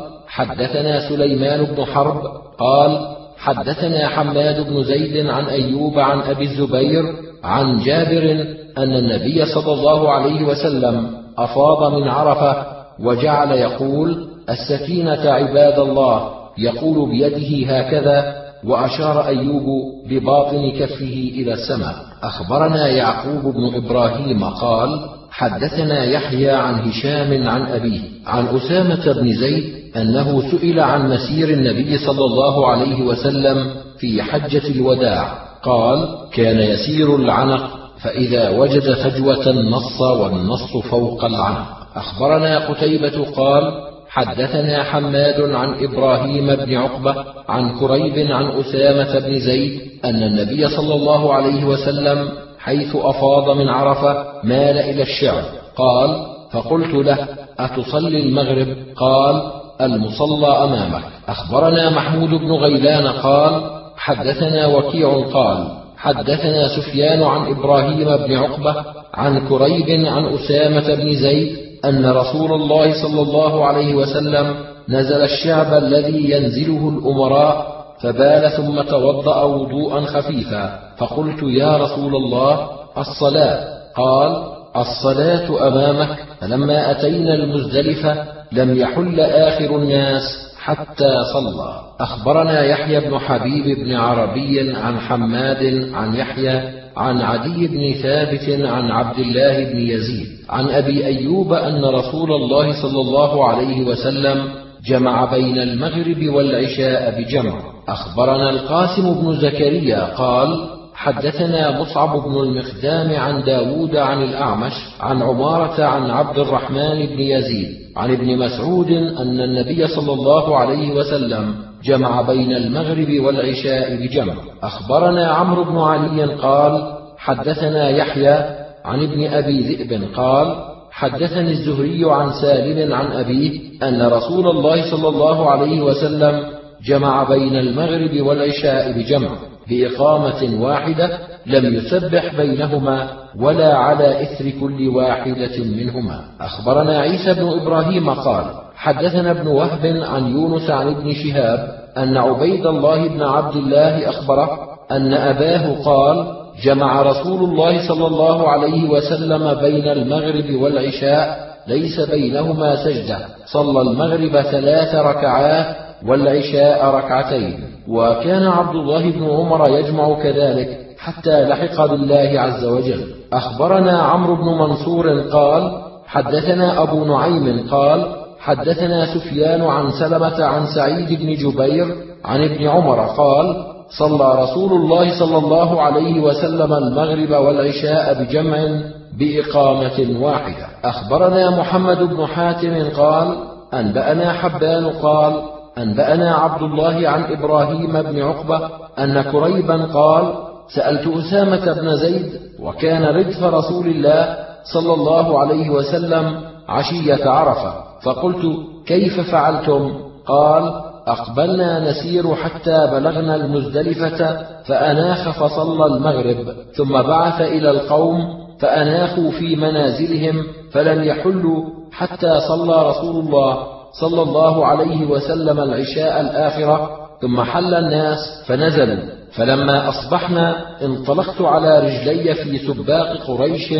حدثنا سليمان بن حرب قال حدثنا حماد بن زيد عن أيوب عن أبي الزبير عن جابر أن النبي صلى الله عليه وسلم أفاض من عرفة وجعل يقول السكينة عباد الله يقول بيده هكذا وأشار أيوب بباطن كفه إلى السماء. أخبرنا يعقوب بن إبراهيم قال حدثنا يحيى عن هشام عن أبيه عن أسامة بن زيد أنه سئل عن مسير النبي صلى الله عليه وسلم في حجة الوداع قال كان يسير العنق فإذا وجد فجوة نص والنص فوق العنق. أخبرنا قتيبة قال حدثنا حماد عن إبراهيم بن عقبة عن كريب عن أسامة بن زيد أن النبي صلى الله عليه وسلم حيث أفاض من عرفة مال إلى الشعب قال فقلت له أتصلي المغرب؟ قال المصلى أمامك. أخبرنا محمود بن غيلان قال حدثنا وكيع قال حدثنا سفيان عن إبراهيم بن عقبة عن كريب عن أسامة بن زيد أن رسول الله صلى الله عليه وسلم نزل الشعب الذي ينزله الأمراء فبال ثم توضأ وضوءا خفيفا فقلت يا رسول الله الصلاة؟ قال الصلاة أمامك. فلما أتينا المزدلفة لم يحل آخر الناس حتى صلى. أخبرنا يحيى بن حبيب بن عربي عن حماد عن يحيى عن عدي بن ثابت عن عبد الله بن يزيد عن أبي أيوب أن رسول الله صلى الله عليه وسلم جمع بين المغرب والعشاء بجمع. أخبرنا القاسم بن زكريا قال حدثنا مصعب بن المخدام عن داود عن الأعمش عن عمارة عن عبد الرحمن بن يزيد عن ابن مسعود أن النبي صلى الله عليه وسلم جمع بين المغرب والعشاء بجمع. أخبرنا عمرو بن علي قال حدثنا يحيى عن ابن أبي ذئب قال حدثني الزهري عن سالم عن أبيه أن رسول الله صلى الله عليه وسلم جمع بين المغرب والعشاء بجمع بإقامة واحدة لم يسبح بينهما ولا على إثر كل واحدة منهما. أخبرنا عيسى بن إبراهيم قال حدثنا ابن وهب عن يونس عن ابن شهاب أن عبيد الله بن عبد الله أخبره أن أباه قال جمع رسول الله صلى الله عليه وسلم بين المغرب والعشاء ليس بينهما سجدة صلى المغرب ثلاث ركعات والعشاء ركعتين. وكان عبد الله بن عمر يجمع كذلك حتى لحق بالله عز وجل. أخبرنا عمرو بن منصور قال حدثنا أبو نعيم قال حدثنا سفيان عن سلمة عن سعيد بن جبير عن ابن عمر قال صلى رسول الله صلى الله عليه وسلم المغرب والعشاء بجمع بإقامة واحدة. أخبرنا محمد بن حاتم قال أنبأنا حبان قال أنبأنا عبد الله عن إبراهيم بن عقبة أن كريبا قال سألت أسامة بن زيد وكان ردف رسول الله صلى الله عليه وسلم عشية عرفة، فقلت: كيف فعلتم؟ قال: أقبلنا نسير حتى بلغنا المزدلفة فأناخ فصلى المغرب، ثم بعث إلى القوم فأناخوا في منازلهم فلم يحلوا حتى صلى رسول الله صلى الله عليه وسلم العشاء الآخرة، ثم حل الناس فنزلوا. فلما أصبحنا انطلقت على رجلي في سباق قريش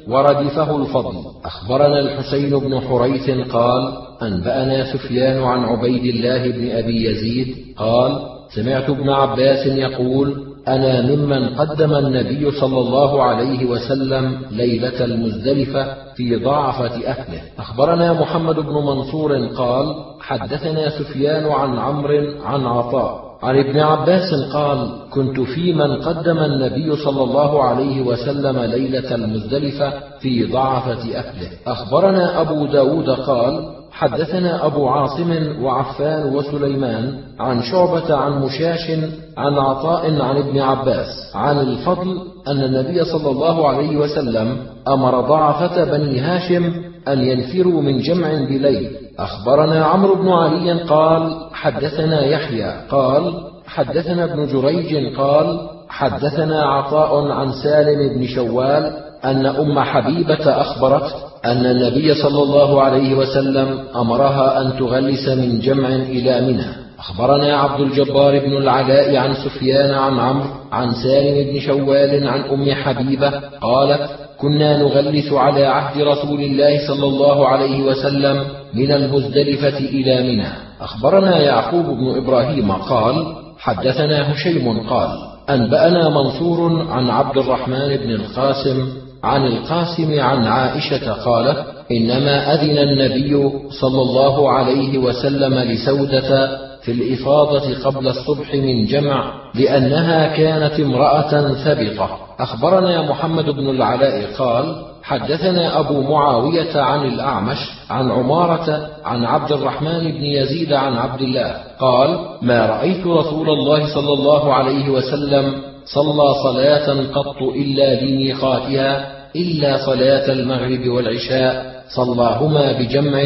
وردفه الفضل. أخبرنا الحسين بن حريث قال: أنبأنا سفيان عن عبيد الله بن أبي يزيد قال: سمعت ابن عباس يقول: أنا ممن قدم النبي صلى الله عليه وسلم ليلة المزدلفة في ضعفة أهله. أخبرنا محمد بن منصور قال: حدثنا سفيان عن عمرو عن عطاء عن ابن عباس قال: كنت في من قدم النبي صلى الله عليه وسلم ليلة المزدلفة في ضعفة أهله. أخبرنا أبو داود قال: حدثنا أبو عاصم وعفان وسليمان عن شعبة عن مشاش عن عطاء عن ابن عباس عن الفضل أن النبي صلى الله عليه وسلم أمر ضعفة بني هاشم أن ينفروا من جمع بليل. أخبرنا عمرو بن علي قال: حدثنا يحيى قال: حدثنا ابن جريج قال: حدثنا عطاء عن سالم بن شوال أن أم حبيبة أخبرت أن النبي صلى الله عليه وسلم أمرها أن تغلس من جمع إلى منى. أخبرنا عبد الجبار بن العلاء عن سفيان عن عمرو عن سالم بن شوال عن أم حبيبة قالت: كنا نغلس على عهد رسول الله صلى الله عليه وسلم من المزدلفة إلى منى. أخبرنا يعقوب بن إبراهيم قال: حدثنا هشيم قال: أنبأنا منصور عن عبد الرحمن بن القاسم عن القاسم عن عائشة قالت: إنما أذن النبي صلى الله عليه وسلم لسودة في الإفاضة قبل الصبح من جمع لأنها كانت امرأة ثبطة. أخبرنا محمد بن العلاء قال: حدثنا أبو معاوية عن الأعمش عن عمارة عن عبد الرحمن بن يزيد عن عبد الله قال: ما رأيت رسول الله صلى الله عليه وسلم صلى صلاة قط إلا لميقاتها إلا صلاة المغرب والعشاء صلاهما بجمع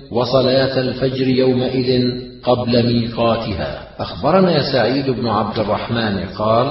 وصلاة الفجر يومئذ قبل ميقاتها. أخبرنا سعيد بن عبد الرحمن قال: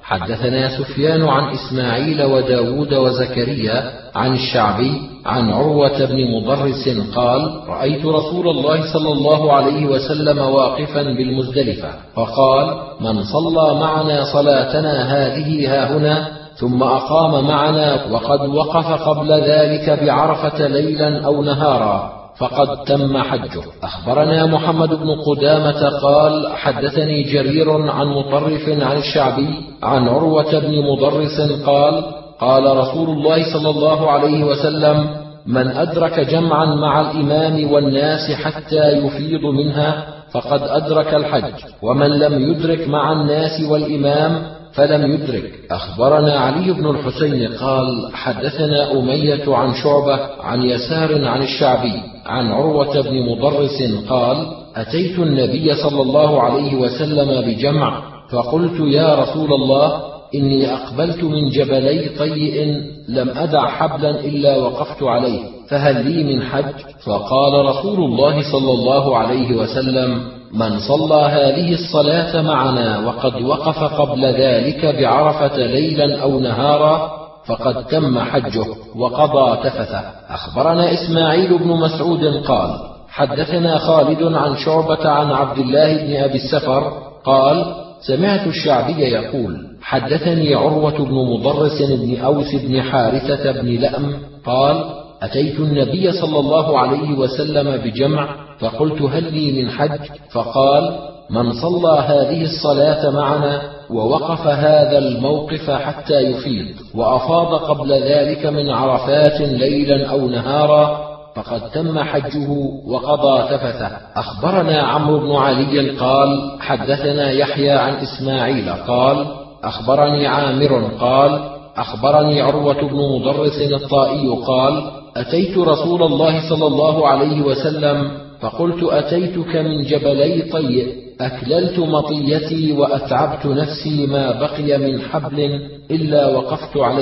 حدثنا سفيان عن إسماعيل وداود وزكريا عن الشعبي عن عروة بن مضرس قال: رأيت رسول الله صلى الله عليه وسلم واقفا بالمزدلفة فقال: من صلى معنا صلاتنا هذه هاهنا ثم أقام معنا وقد وقف قبل ذلك بعرفة ليلا أو نهارا فقد تم حجه. أخبرنا محمد بن قدامة قال: حدثني جرير عن مطرف عن الشعبي عن عروة بن مضرس قال: قال رسول الله صلى الله عليه وسلم: من أدرك جمعا مع الإمام والناس حتى يفيض منها فقد أدرك الحج، ومن لم يدرك مع الناس والإمام فلم يدرك. أخبرنا علي بن الحسين قال: حدثنا أمية عن شعبة عن يسار عن الشعبي عن عروة بن مضرس قال: أتيت النبي صلى الله عليه وسلم بجمع فقلت: يا رسول الله، إني أقبلت من جبلي طيء لم أدع حبلا إلا وقفت عليه، فهل لي من حج؟ فقال رسول الله صلى الله عليه وسلم: من صلى هذه الصلاة معنا وقد وقف قبل ذلك بعرفة ليلا أو نهارا فقد تم حجه وقضى تفثه. أخبرنا إسماعيل بن مسعود قال: حدثنا خالد عن شعبة عن عبد الله بن أبي السفر قال: سمعت الشعبي يقول: حدثني عروة بن مضرس بن أوس بن حارثة بن لأم قال: أتيت النبي صلى الله عليه وسلم بجمع فقلت: هل لي من حج؟ فقال: من صلى هذه الصلاة معنا ووقف هذا الموقف حتى يفيض وأفاض قبل ذلك من عرفات ليلا أو نهارا فقد تم حجه وقضى تفثه. أخبرنا عمرو بن علي قال: حدثنا يحيى عن إسماعيل قال: أخبرني عامر قال: أخبرني عروة بن مضرس الطائي قال: أتيت رسول الله صلى الله عليه وسلم فقلت: أتيتك من جبلي طيء أكللت مطيتي وأتعبت نفسي ما بقي من حبل إلا وقفت عليه،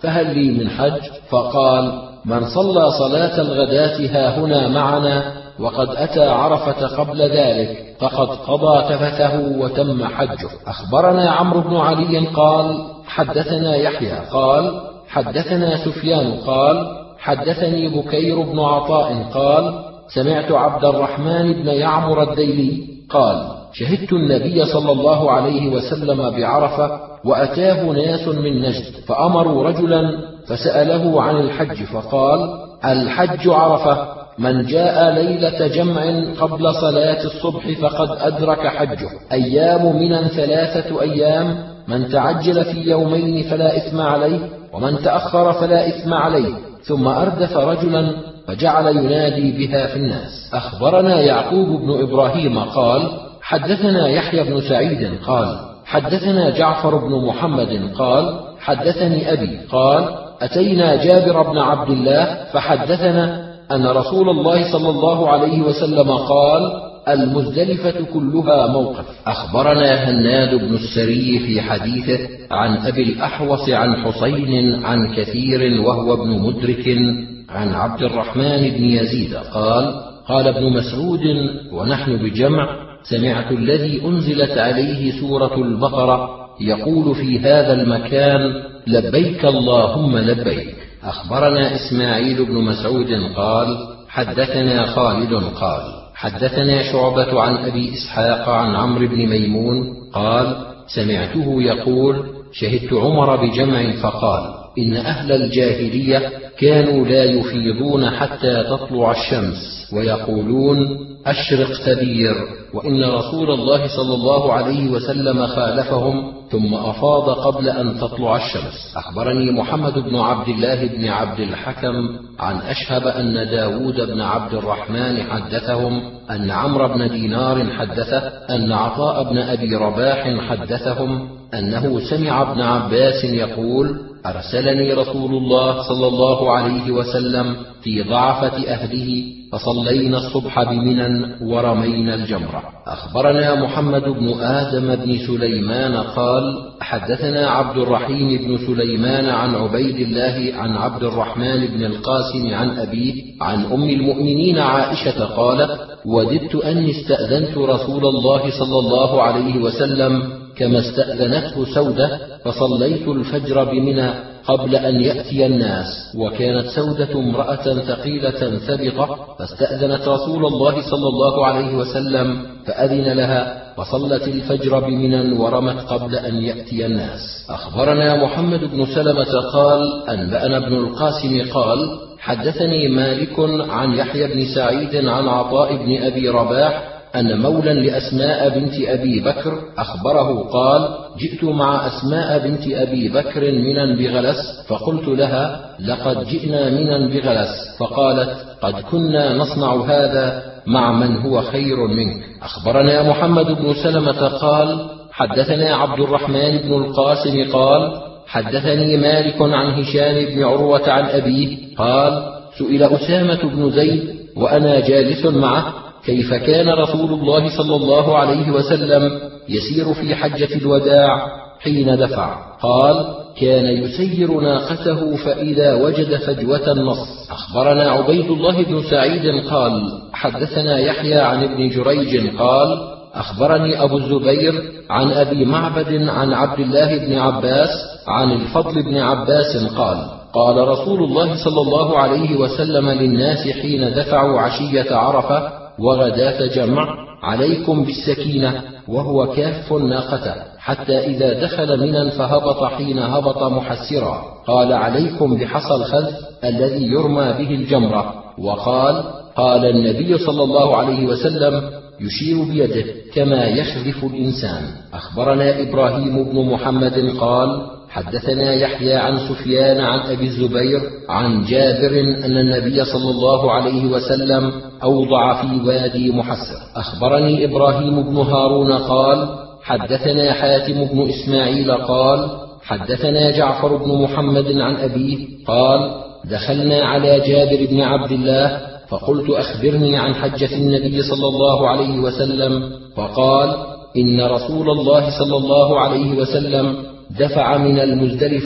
فهل لي من حج؟ فقال: من صلى صلاة الغداة هاهنا معنا وقد أتى عرفة قبل ذلك فقد قضى تفثه وتم حجه. أخبرنا عمرو بن علي قال: حدثنا يحيى قال: حدثنا سفيان قال: حدثني بكير بن عطاء قال: سمعت عبد الرحمن بن يعمر الديلي قال: شهدت النبي صلى الله عليه وسلم بعرفة وأتاه ناس من نجد فأمروا رجلا فسأله عن الحج فقال: الحج عرفة، من جاء ليلة جمع قبل صلاة الصبح فقد أدرك حجه. أيام منى ثلاثة أيام، من تعجل في يومين فلا إثم عليه، ومن تأخر فلا إثم عليه. ثم أردف رجلا فجعل ينادي بها في الناس. أخبرنا يعقوب بن إبراهيم قال: حدثنا يحيى بن سعيد قال: حدثنا جعفر بن محمد قال: حدثني أبي قال: أتينا جابر بن عبد الله فحدثنا أن رسول الله صلى الله عليه وسلم قال: المزدلفة كلها موقف. أخبرنا هناد بن السري في حديثه عن أبي الأحوص عن حسين عن كثير وهو ابن مدرك عن عبد الرحمن بن يزيد قال: قال ابن مسعود ونحن بجمع: سمعت الذي أنزلت عليه سورة البقرة يقول في هذا المكان: لبيك اللهم لبيك. أخبرنا إسماعيل بن مسعود قال: حدثنا خالد قال: حدثنا شعبة عن أبي إسحاق عن عمرو بن ميمون قال: سمعته يقول: شهدت عمر بجمع فقال: إن أهل الجاهلية كانوا لا يفيضون حتى تطلع الشمس ويقولون: أشرق تبير، وإن رسول الله صلى الله عليه وسلم خالفهم ثم أفاض قبل أن تطلع الشمس. أخبرني محمد بن عبد الله بن عبد الحكم عن أشهب أن داود بن عبد الرحمن حدثهم أن عمرو بن دينار حدثه أن عطاء بن أبي رباح حدثهم أنه سمع ابن عباس يقول: أرسلني رسول الله صلى الله عليه وسلم في ضعفة أهله فصلينا الصبح بمنى ورمينا الجمرة. أخبرنا محمد بن آدم بن سليمان قال: حدثنا عبد الرحيم بن سليمان عن عبيد الله عن عبد الرحمن بن القاسم عن أبيه عن أم المؤمنين عائشة قالت: وددت أني استأذنت رسول الله صلى الله عليه وسلم كما استأذنته سودة فصليت الفجر بمنى قبل أن يأتي الناس، وكانت سودة امرأة ثقيلة ثبطة فاستأذنت رسول الله صلى الله عليه وسلم فأذن لها فصلت الفجر بمنى ورمت قبل أن يأتي الناس. أخبرنا محمد بن سلمة قال: أنبأنا ابن القاسم قال: حدثني مالك عن يحيى بن سعيد عن عطاء بن أبي رباح أن مولا لأسماء بنت أبي بكر أخبره قال: جئت مع أسماء بنت أبي بكر منى بغلس فقلت لها: لقد جئنا منى بغلس، فقالت: قد كنا نصنع هذا مع من هو خير منك. أخبرنا محمد بن سلمة قال: حدثنا عبد الرحمن بن القاسم قال: حدثني مالك عن هشام بن عروة عن أبيه قال: سئل أسامة بن زيد وأنا جالس معه: كيف كان رسول الله صلى الله عليه وسلم يسير في حجة الوداع حين دفع؟ قال: كان يسير ناقته فإذا وجد فجوة النص. أخبرنا عبيد الله بن سعيد قال: حدثنا يحيى عن ابن جريج قال: أخبرني أبو الزبير عن أبي معبد عن عبد الله بن عباس عن الفضل بن عباس قال: قال رسول الله صلى الله عليه وسلم للناس حين دفعوا عشية عرفة وغداة جمع: عليكم بالسكينة، وهو كاف ناقته حتى إذا دخل منى فهبط حين هبط محسرا. قال: عليكم بحصى الخذ الذي يرمى به الجمرة. وقال: قال النبي صلى الله عليه وسلم يشير بيده كما يخذف الإنسان. أخبرنا إبراهيم بن محمد قال: حدثنا يحيى عن سفيان عن أبي الزبير عن جابر أن النبي صلى الله عليه وسلم أوضع في وادي محسر. أخبرني إبراهيم بن هارون قال: حدثنا حاتم بن إسماعيل قال: حدثنا جعفر بن محمد عن أبيه قال: دخلنا على جابر بن عبد الله فقلت: أخبرني عن حجة النبي صلى الله عليه وسلم. فقال: إن رسول الله صلى الله عليه وسلم دفع من المزدلفة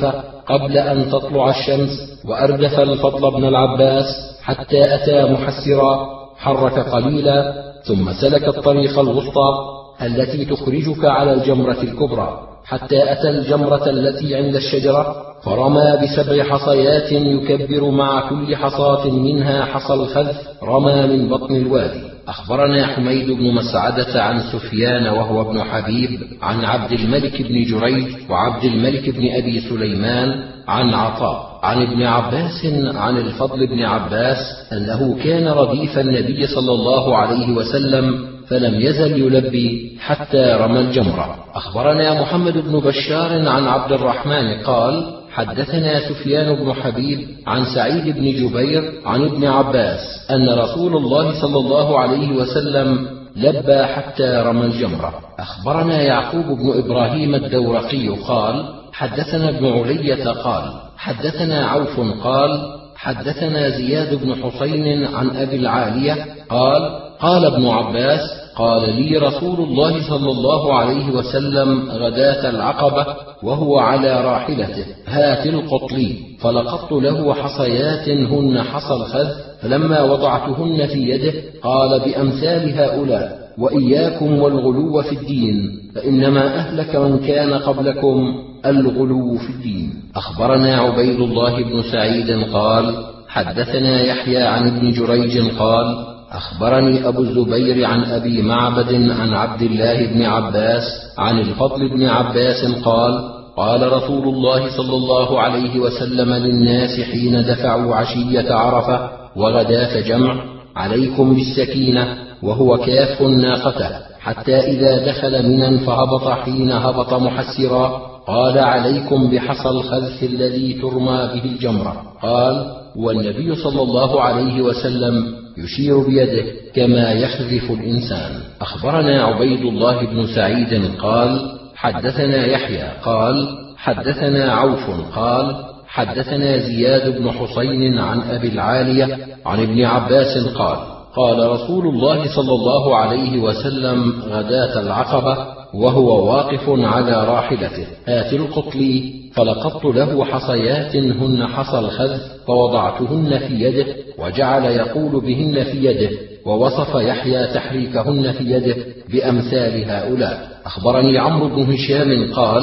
قبل أن تطلع الشمس، وأردف الفضل بن العباس حتى أتى محسرا، حرك قليلا ثم سلك الطريق الوسطى التي تخرجك على الجمرة الكبرى، حتى أتى الجمرة التي عند الشجرة، فرمى بسبع حصيات يكبر مع كل حصاة منها حصى الخذف، رمى من بطن الوادي. أخبرنا حميد بن مسعدة عن سفيان وهو ابن حبيب عن عبد الملك بن جريج وعبد الملك بن أبي سليمان عن عطاء عن ابن عباس عن الفضل بن عباس أنه كان رديف النبي صلى الله عليه وسلم فلم يزل يلبي حتى رمى الجمرة. أخبرنا محمد بن بشار عن عبد الرحمن قال حدثنا سفيان بن حبيب عن سعيد بن جبير عن ابن عباس أن رسول الله صلى الله عليه وسلم لبى حتى رمى الجمرة. أخبرنا يعقوب بن إبراهيم الدورقي قال حدثنا ابن علية قال حدثنا عوف قال حدثنا زياد بن حسين عن أبي العالية قال قال ابن عباس قال لي رسول الله صلى الله عليه وسلم غداة العقبة وهو على راحلته هات القطلي، فلقطت له حصيات هن حصى الخذ، فلما وضعتهن في يده قال بأمثال هؤلاء وإياكم والغلو في الدين، فإنما أهلك من كان قبلكم الغلو في الدين. أخبرنا عبيد الله بن سعيد قال حدثنا يحيى عن ابن جريج قال أخبرني أبو الزبير عن أبي معبد عن عبد الله بن عباس عن الفضل بن عباس قال قال رسول الله صلى الله عليه وسلم للناس حين دفعوا عشية عرفة وغداة جمع عليكم بالسكينة، وهو كاف ناقته، حتى إذا دخل منى فهبط حين هبط محسرا قال عليكم بحصى الخذف الذي ترمى به الجمرة، قال والنبي صلى الله عليه وسلم يشير بيده كما يخذف الإنسان. أخبرنا عبيد الله بن سعيد قال حدثنا يحيى قال حدثنا عوف قال حدثنا زياد بن حسين عن أبي العالية عن ابن عباس قال قال رسول الله صلى الله عليه وسلم غداة العقبة وهو واقف على راحلته آت القطلي، فلقطت له حصيات هن حصى الخذف فوضعتهن في يده وجعل يقول بهن في يده، ووصف يحيى تحريكهن في يده بأمثال هؤلاء. أخبرني عمرو بن هشام قال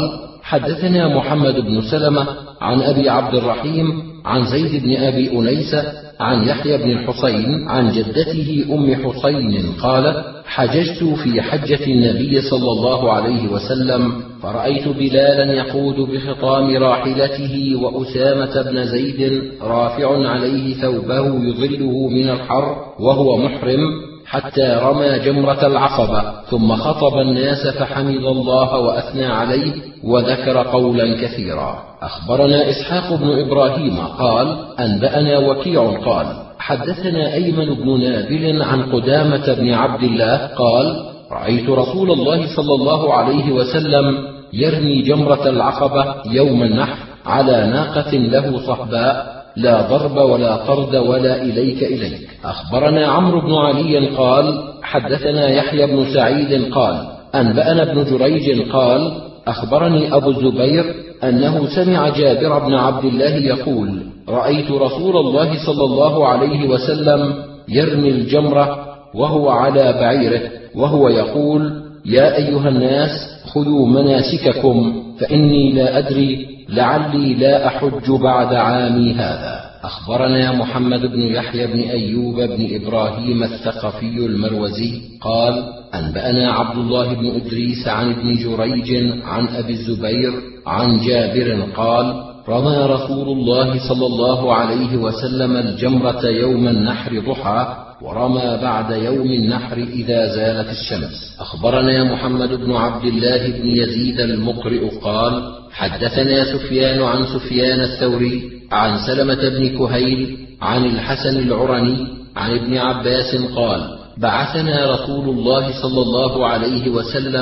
حدثنا محمد بن سلمة عن أبي عبد الرحيم عن زيد بن أبي أنيسة عن يحيى بن الحسين عن جدته أم حسين قال حججت في حجة النبي صلى الله عليه وسلم فرأيت بلالا يقود بخطام راحلته وأسامة بن زيد رافع عليه ثوبه يظله من الحر وهو محرم حتى رمى جمرة العقبة، ثم خطب الناس فحمد الله وأثنى عليه وذكر قولا كثيرا. أخبرنا إسحاق بن إبراهيم قال أنبأنا وكيع قال حدثنا أيمن بن نابل عن قدامة بن عبد الله قال رأيت رسول الله صلى الله عليه وسلم يرمي جمرة العقبة يوم النحر على ناقة له صحباء لا ضرب ولا طرد ولا إليك إليك. أخبرنا عمرو بن علي قال حدثنا يحيى بن سعيد قال أنبأنا ابن جريج قال أخبرني أبو الزبير أنه سمع جابر بن عبد الله يقول رأيت رسول الله صلى الله عليه وسلم يرمي الجمرة وهو على بعيره وهو يقول يا أيها الناس خذوا مناسككم فإني لا أدري لعلي لا أحج بعد عامي هذا. أخبرنا محمد بن يحيى بن أيوب بن إبراهيم الثقفي المروزي قال أنبأنا عبد الله بن إدريس عن ابن جريج عن أبي الزبير عن جابر قال رمى رسول الله صلى الله عليه وسلم الجمرة يوم النحر ضحى ورمى بعد يوم النحر إذا زالت الشمس. أخبرنا محمد بن عبد الله بن يزيد المقرئ قال حدثنا سفيان عن سفيان الثوري عن سلمة بن كهيل عن الحسن العرني عن ابن عباس قال بعثنا رسول الله صلى الله عليه وسلم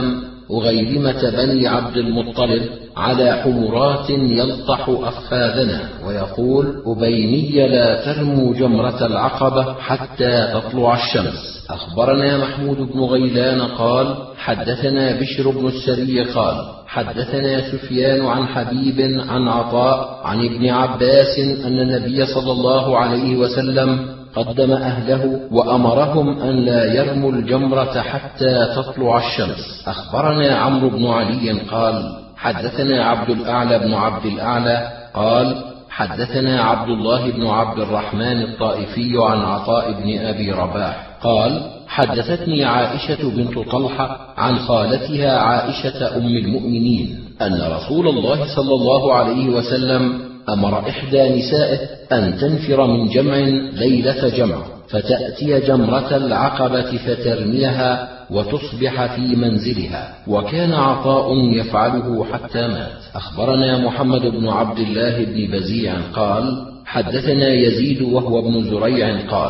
أغيلمة بني عبد المطلب على حمرات يلطح أفخاذنا، ويقول: أبيني لا ترموا جمرة العقبة حتى تطلع الشمس. أخبرنا محمود بن غيلان قال: حدثنا بشر بن السري قال: حدثنا سفيان عن حبيب عن عطاء عن ابن عباس أن النبي صلى الله عليه وسلم قدم أهله وأمرهم أن لا يرموا الجمرة حتى تطلع الشمس. أخبرنا عمرو بن علي قال: حدثنا عبد الأعلى بن عبد الأعلى قال: حدثنا عبد الله بن عبد الرحمن الطائفي عن عطاء بن أبي رباح قال: حدثتني عائشة بنت طلحة عن خالتها عائشة أم المؤمنين أن رسول الله صلى الله عليه وسلم أمر إحدى نسائه أن تنفر من جمع ليلة جمع، فتأتي جمرة العقبة فترميها وتصبح في منزلها، وكان عطاء يفعله حتى مات. أخبرنا محمد بن عبد الله بن بزيع قال: حدثنا يزيد وهو ابن زريع قال: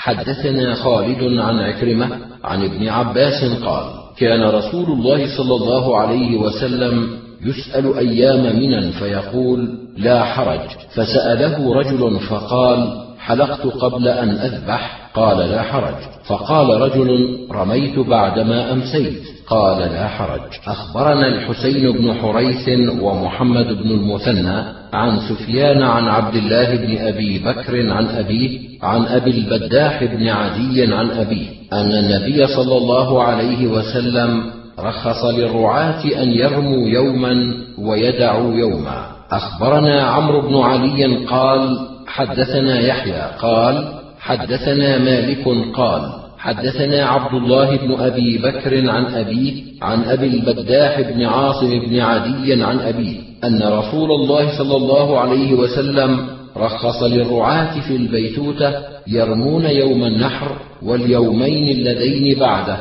حدثنا خالد عن عكرمة عن ابن عباس قال: كان رسول الله صلى الله عليه وسلم يسأل أيام منى فيقول: لا حرج، فسأله رجل فقال: حلقت قبل أن أذبح، قال: لا حرج. فقال رجل: رميت بعدما أمسيت، قال: لا حرج. أخبرنا الحسين بن حريث ومحمد بن المثنى عن سفيان عن عبد الله بن أبي بكر عن أبيه عن أبي البداح بن عدي عن أبيه أن النبي صلى الله عليه وسلم رخص للرعاة أن يرموا يوما ويدعوا يوما. أخبرنا عمرو بن علي قال: حدثنا يحيى قال: حدثنا مالك قال: حدثنا عبد الله بن أبي بكر عن أبيه عن أبي البداح بن عاصم بن عدي عن أبيه أن رسول الله صلى الله عليه وسلم رخص للرعاة في البيتوتة يرمون يوم النحر واليومين اللذين بعده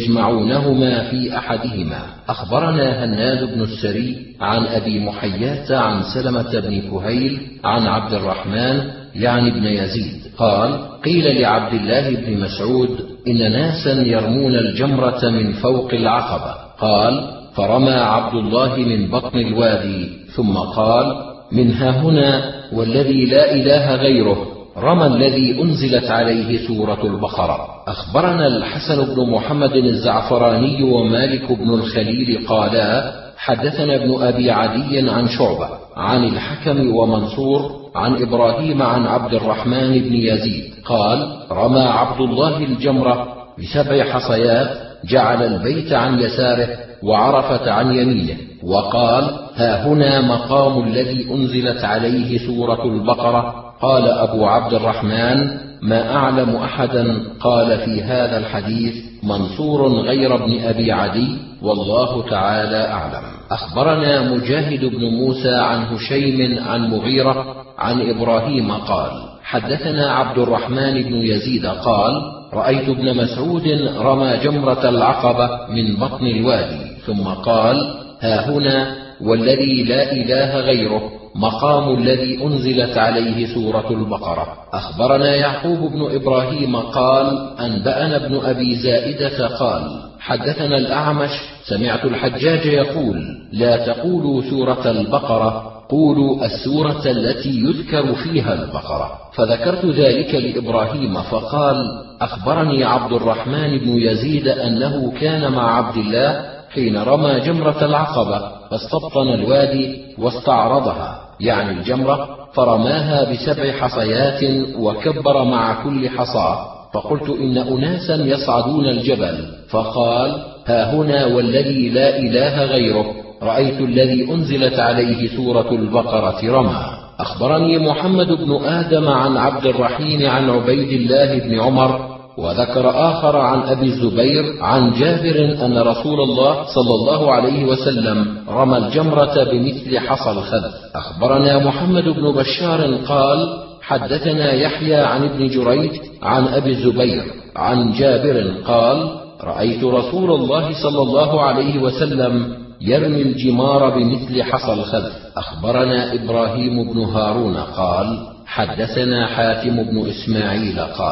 يجمعونهما في أحدهما. أخبرنا هناد بن السري عن أبي محياة عن سلمة بن كهيل عن عبد الرحمن يعني ابن يزيد قال: قيل لعبد الله بن مسعود: إن ناسا يرمون الجمرة من فوق العقبة. قال: فرمى عبد الله من بطن الوادي ثم قال: من ها هنا والذي لا إله غيره رمى الذي أنزلت عليه سورة البقرة. أخبرنا الحسن بن محمد الزعفراني ومالك بن الخليل قالا: حدثنا ابن أبي عدي عن شعبة عن الحكم ومنصور عن إبراهيم عن عبد الرحمن بن يزيد قال: رمى عبد الله الجمرة بسبع حصيات، جعل البيت عن يساره وعرفة عن يمينه، وقال: ها هنا مقام الذي أنزلت عليه سورة البقرة. قال أبو عبد الرحمن: ما أعلم أحدا قال في هذا الحديث منصور غير ابن أبي عدي، والله تعالى أعلم. أخبرنا مجاهد بن موسى عن هشيم عن مغيرة عن إبراهيم قال: حدثنا عبد الرحمن بن يزيد قال: رأيت ابن مسعود رمى جمرة العقبة من بطن الوادي، ثم قال: ها هنا والذي لا إله غيره مقام الذي أنزلت عليه سورة البقرة. أخبرنا يعقوب بن إبراهيم قال: أنبأنا ابن أبي زائدة قال: حدثنا الأعمش سمعت الحجاج يقول: لا تقولوا سورة البقرة، قولوا السورة التي يذكر فيها البقرة. فذكرت ذلك لإبراهيم فقال: أخبرني عبد الرحمن بن يزيد أنه كان مع عبد الله حين رمى جمرة العقبة فاستبطن الوادي واستعرضها، يعني الجمرة، فرماها بسبع حصيات وكبر مع كل حصاة. فقلت: إن أناسا يصعدون الجبل. فقال: ها هنا والذي لا إله غيره رأيت الذي أنزلت عليه سورة البقرة رمى. أخبرني محمد بن آدم عن عبد الرحيم عن عبيد الله بن عمر، وذكر آخر عن أبي الزبير عن جابر أن رسول الله صلى الله عليه وسلم رمى الجمرة بمثل حصى الخذف. أخبرنا محمد بن بشار قال: حدثنا يحيى عن ابن جريج عن أبي الزبير عن جابر قال: رأيت رسول الله صلى الله عليه وسلم يرمي الجمار بمثل حصى الخذف. أخبرنا إبراهيم بن هارون قال: حدثنا حاتم بن إسماعيل قال: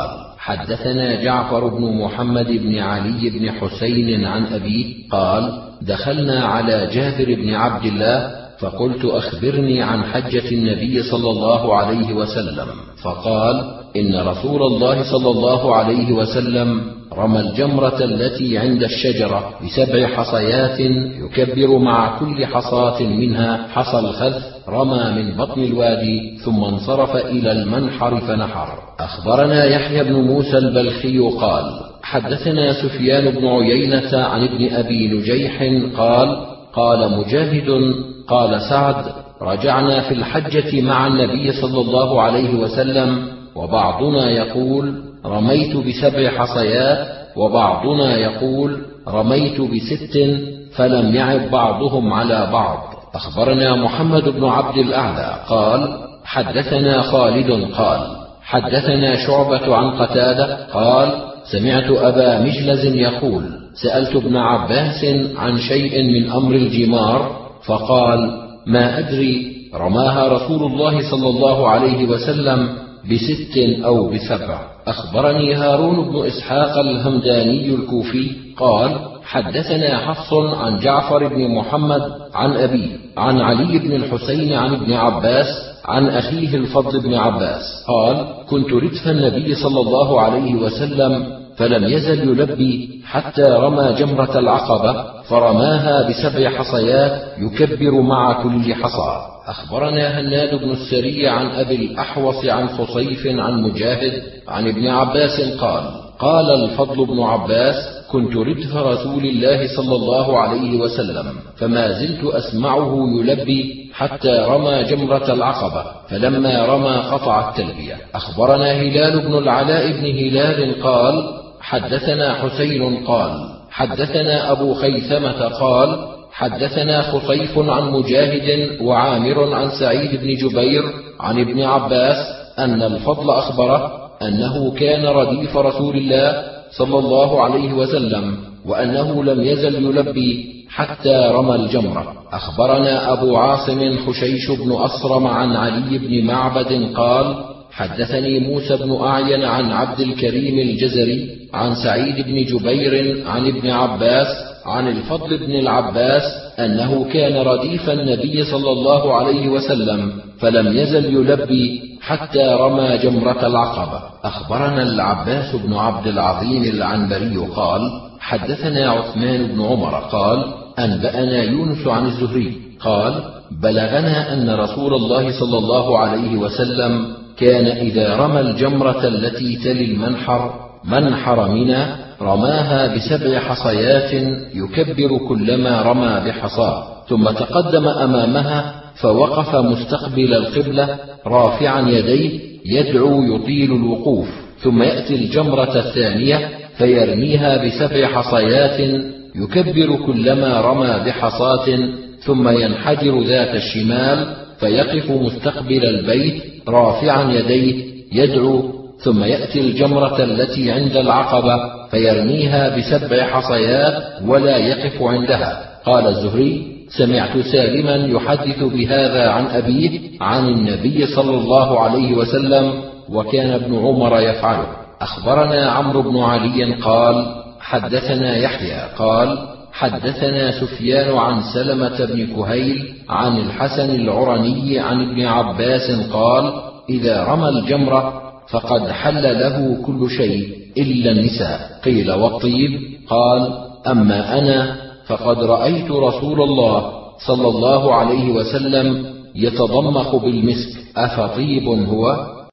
حدثنا جعفر بن محمد بن علي بن حسين عن أبيه قال: دخلنا على جابر بن عبد الله فقلت: أخبرني عن حجة النبي صلى الله عليه وسلم. فقال: إن رسول الله صلى الله عليه وسلم رمى الجمرة التي عند الشجرة بسبع حصيات يكبر مع كل حصاة منها حصى الخذف، رمى من بطن الوادي ثم انصرف إلى المنحر فنحر. أخبرنا يحيى بن موسى البلخي قال: حدثنا سفيان بن عيينة عن ابن أبي نجيح قال: قال مجاهد قال سعد: رجعنا في الحجة مع النبي صلى الله عليه وسلم، وبعضنا يقول: رميت بسبع حصيات، وبعضنا يقول: رميت بست، فلم يعب بعضهم على بعض. أخبرنا محمد بن عبد الأعلى قال: حدثنا خالد قال: حدثنا شعبة عن قتادة قال: سمعت أبا مجلز يقول: سألت ابن عباس عن شيء من أمر الجمار، فقال: ما أدري، رماها رسول الله صلى الله عليه وسلم بست أو بسبع. أخبرني هارون بن إسحاق الهمداني الكوفي قال: حدثنا حفص عن جعفر بن محمد عن أبيه عن علي بن الحسين عن ابن عباس عن أخيه الفضل بن عباس قال: كنت ردف النبي صلى الله عليه وسلم فلم يزل يلبي حتى رمى جمرة العقبة، فرماها بسبع حصيات يكبر مع كل حصى. أخبرنا هناد بن السري عن أبي الأحوص عن خصيف عن مجاهد عن ابن عباس قال: قال الفضل بن عباس: كنت ردف رسول الله صلى الله عليه وسلم فما زلت أسمعه يلبي حتى رمى جمرة العقبة، فلما رمى قطع التلبية. أخبرنا هلال بن العلاء بن هلال قال: حدثنا حسين قال: حدثنا أبو خيثمة قال: حدثنا خصيف عن مجاهد وعامر عن سعيد بن جبير عن ابن عباس أن الفضل أخبره أنه كان رديف رسول الله صلى الله عليه وسلم، وأنه لم يزل يلبي حتى رمى الجمرة. أخبرنا أبو عاصم خشيش بن أصرم عن علي بن معبد قال: حدثني موسى بن أعين عن عبد الكريم الجزري عن سعيد بن جبير عن ابن عباس عن الفضل بن العباس أنه كان رديف النبي صلى الله عليه وسلم فلم يزل يلبي حتى رمى جمرة العقبة. أخبرنا العباس بن عبد العظيم العنبري قال: حدثنا عثمان بن عمر قال: أنبأنا يونس عن الزهري قال: بلغنا أن رسول الله صلى الله عليه وسلم كان إذا رمى الجمرة التي تلي المنحر منحر منى رماها بسبع حصيات يكبر كلما رمى بحصاه، ثم تقدم أمامها فوقف مستقبل القبلة رافعا يديه يدعو يطيل الوقوف، ثم يأتي الجمرة الثانية فيرميها بسبع حصيات يكبر كلما رمى بحصاة، ثم ينحدر ذات الشمال فيقف مستقبل البيت رافعا يديه يدعو، ثم يأتي الجمرة التي عند العقبة فيرميها بسبع حصيات ولا يقف عندها. قال الزهري: سمعت سالما يحدث بهذا عن أبيه عن النبي صلى الله عليه وسلم، وكان ابن عمر يفعله. أخبرنا عمرو بن علي قال: حدثنا يحيى قال: حدثنا سفيان عن سلمة بن كهيل عن الحسن العرني عن ابن عباس قال: إذا رمى الجمرة فقد حل له كل شيء إلا النساء. قيل: والطيب؟ قال: أما أنا فقد رأيت رسول الله صلى الله عليه وسلم يتضمخ بالمسك، أفطيب هو؟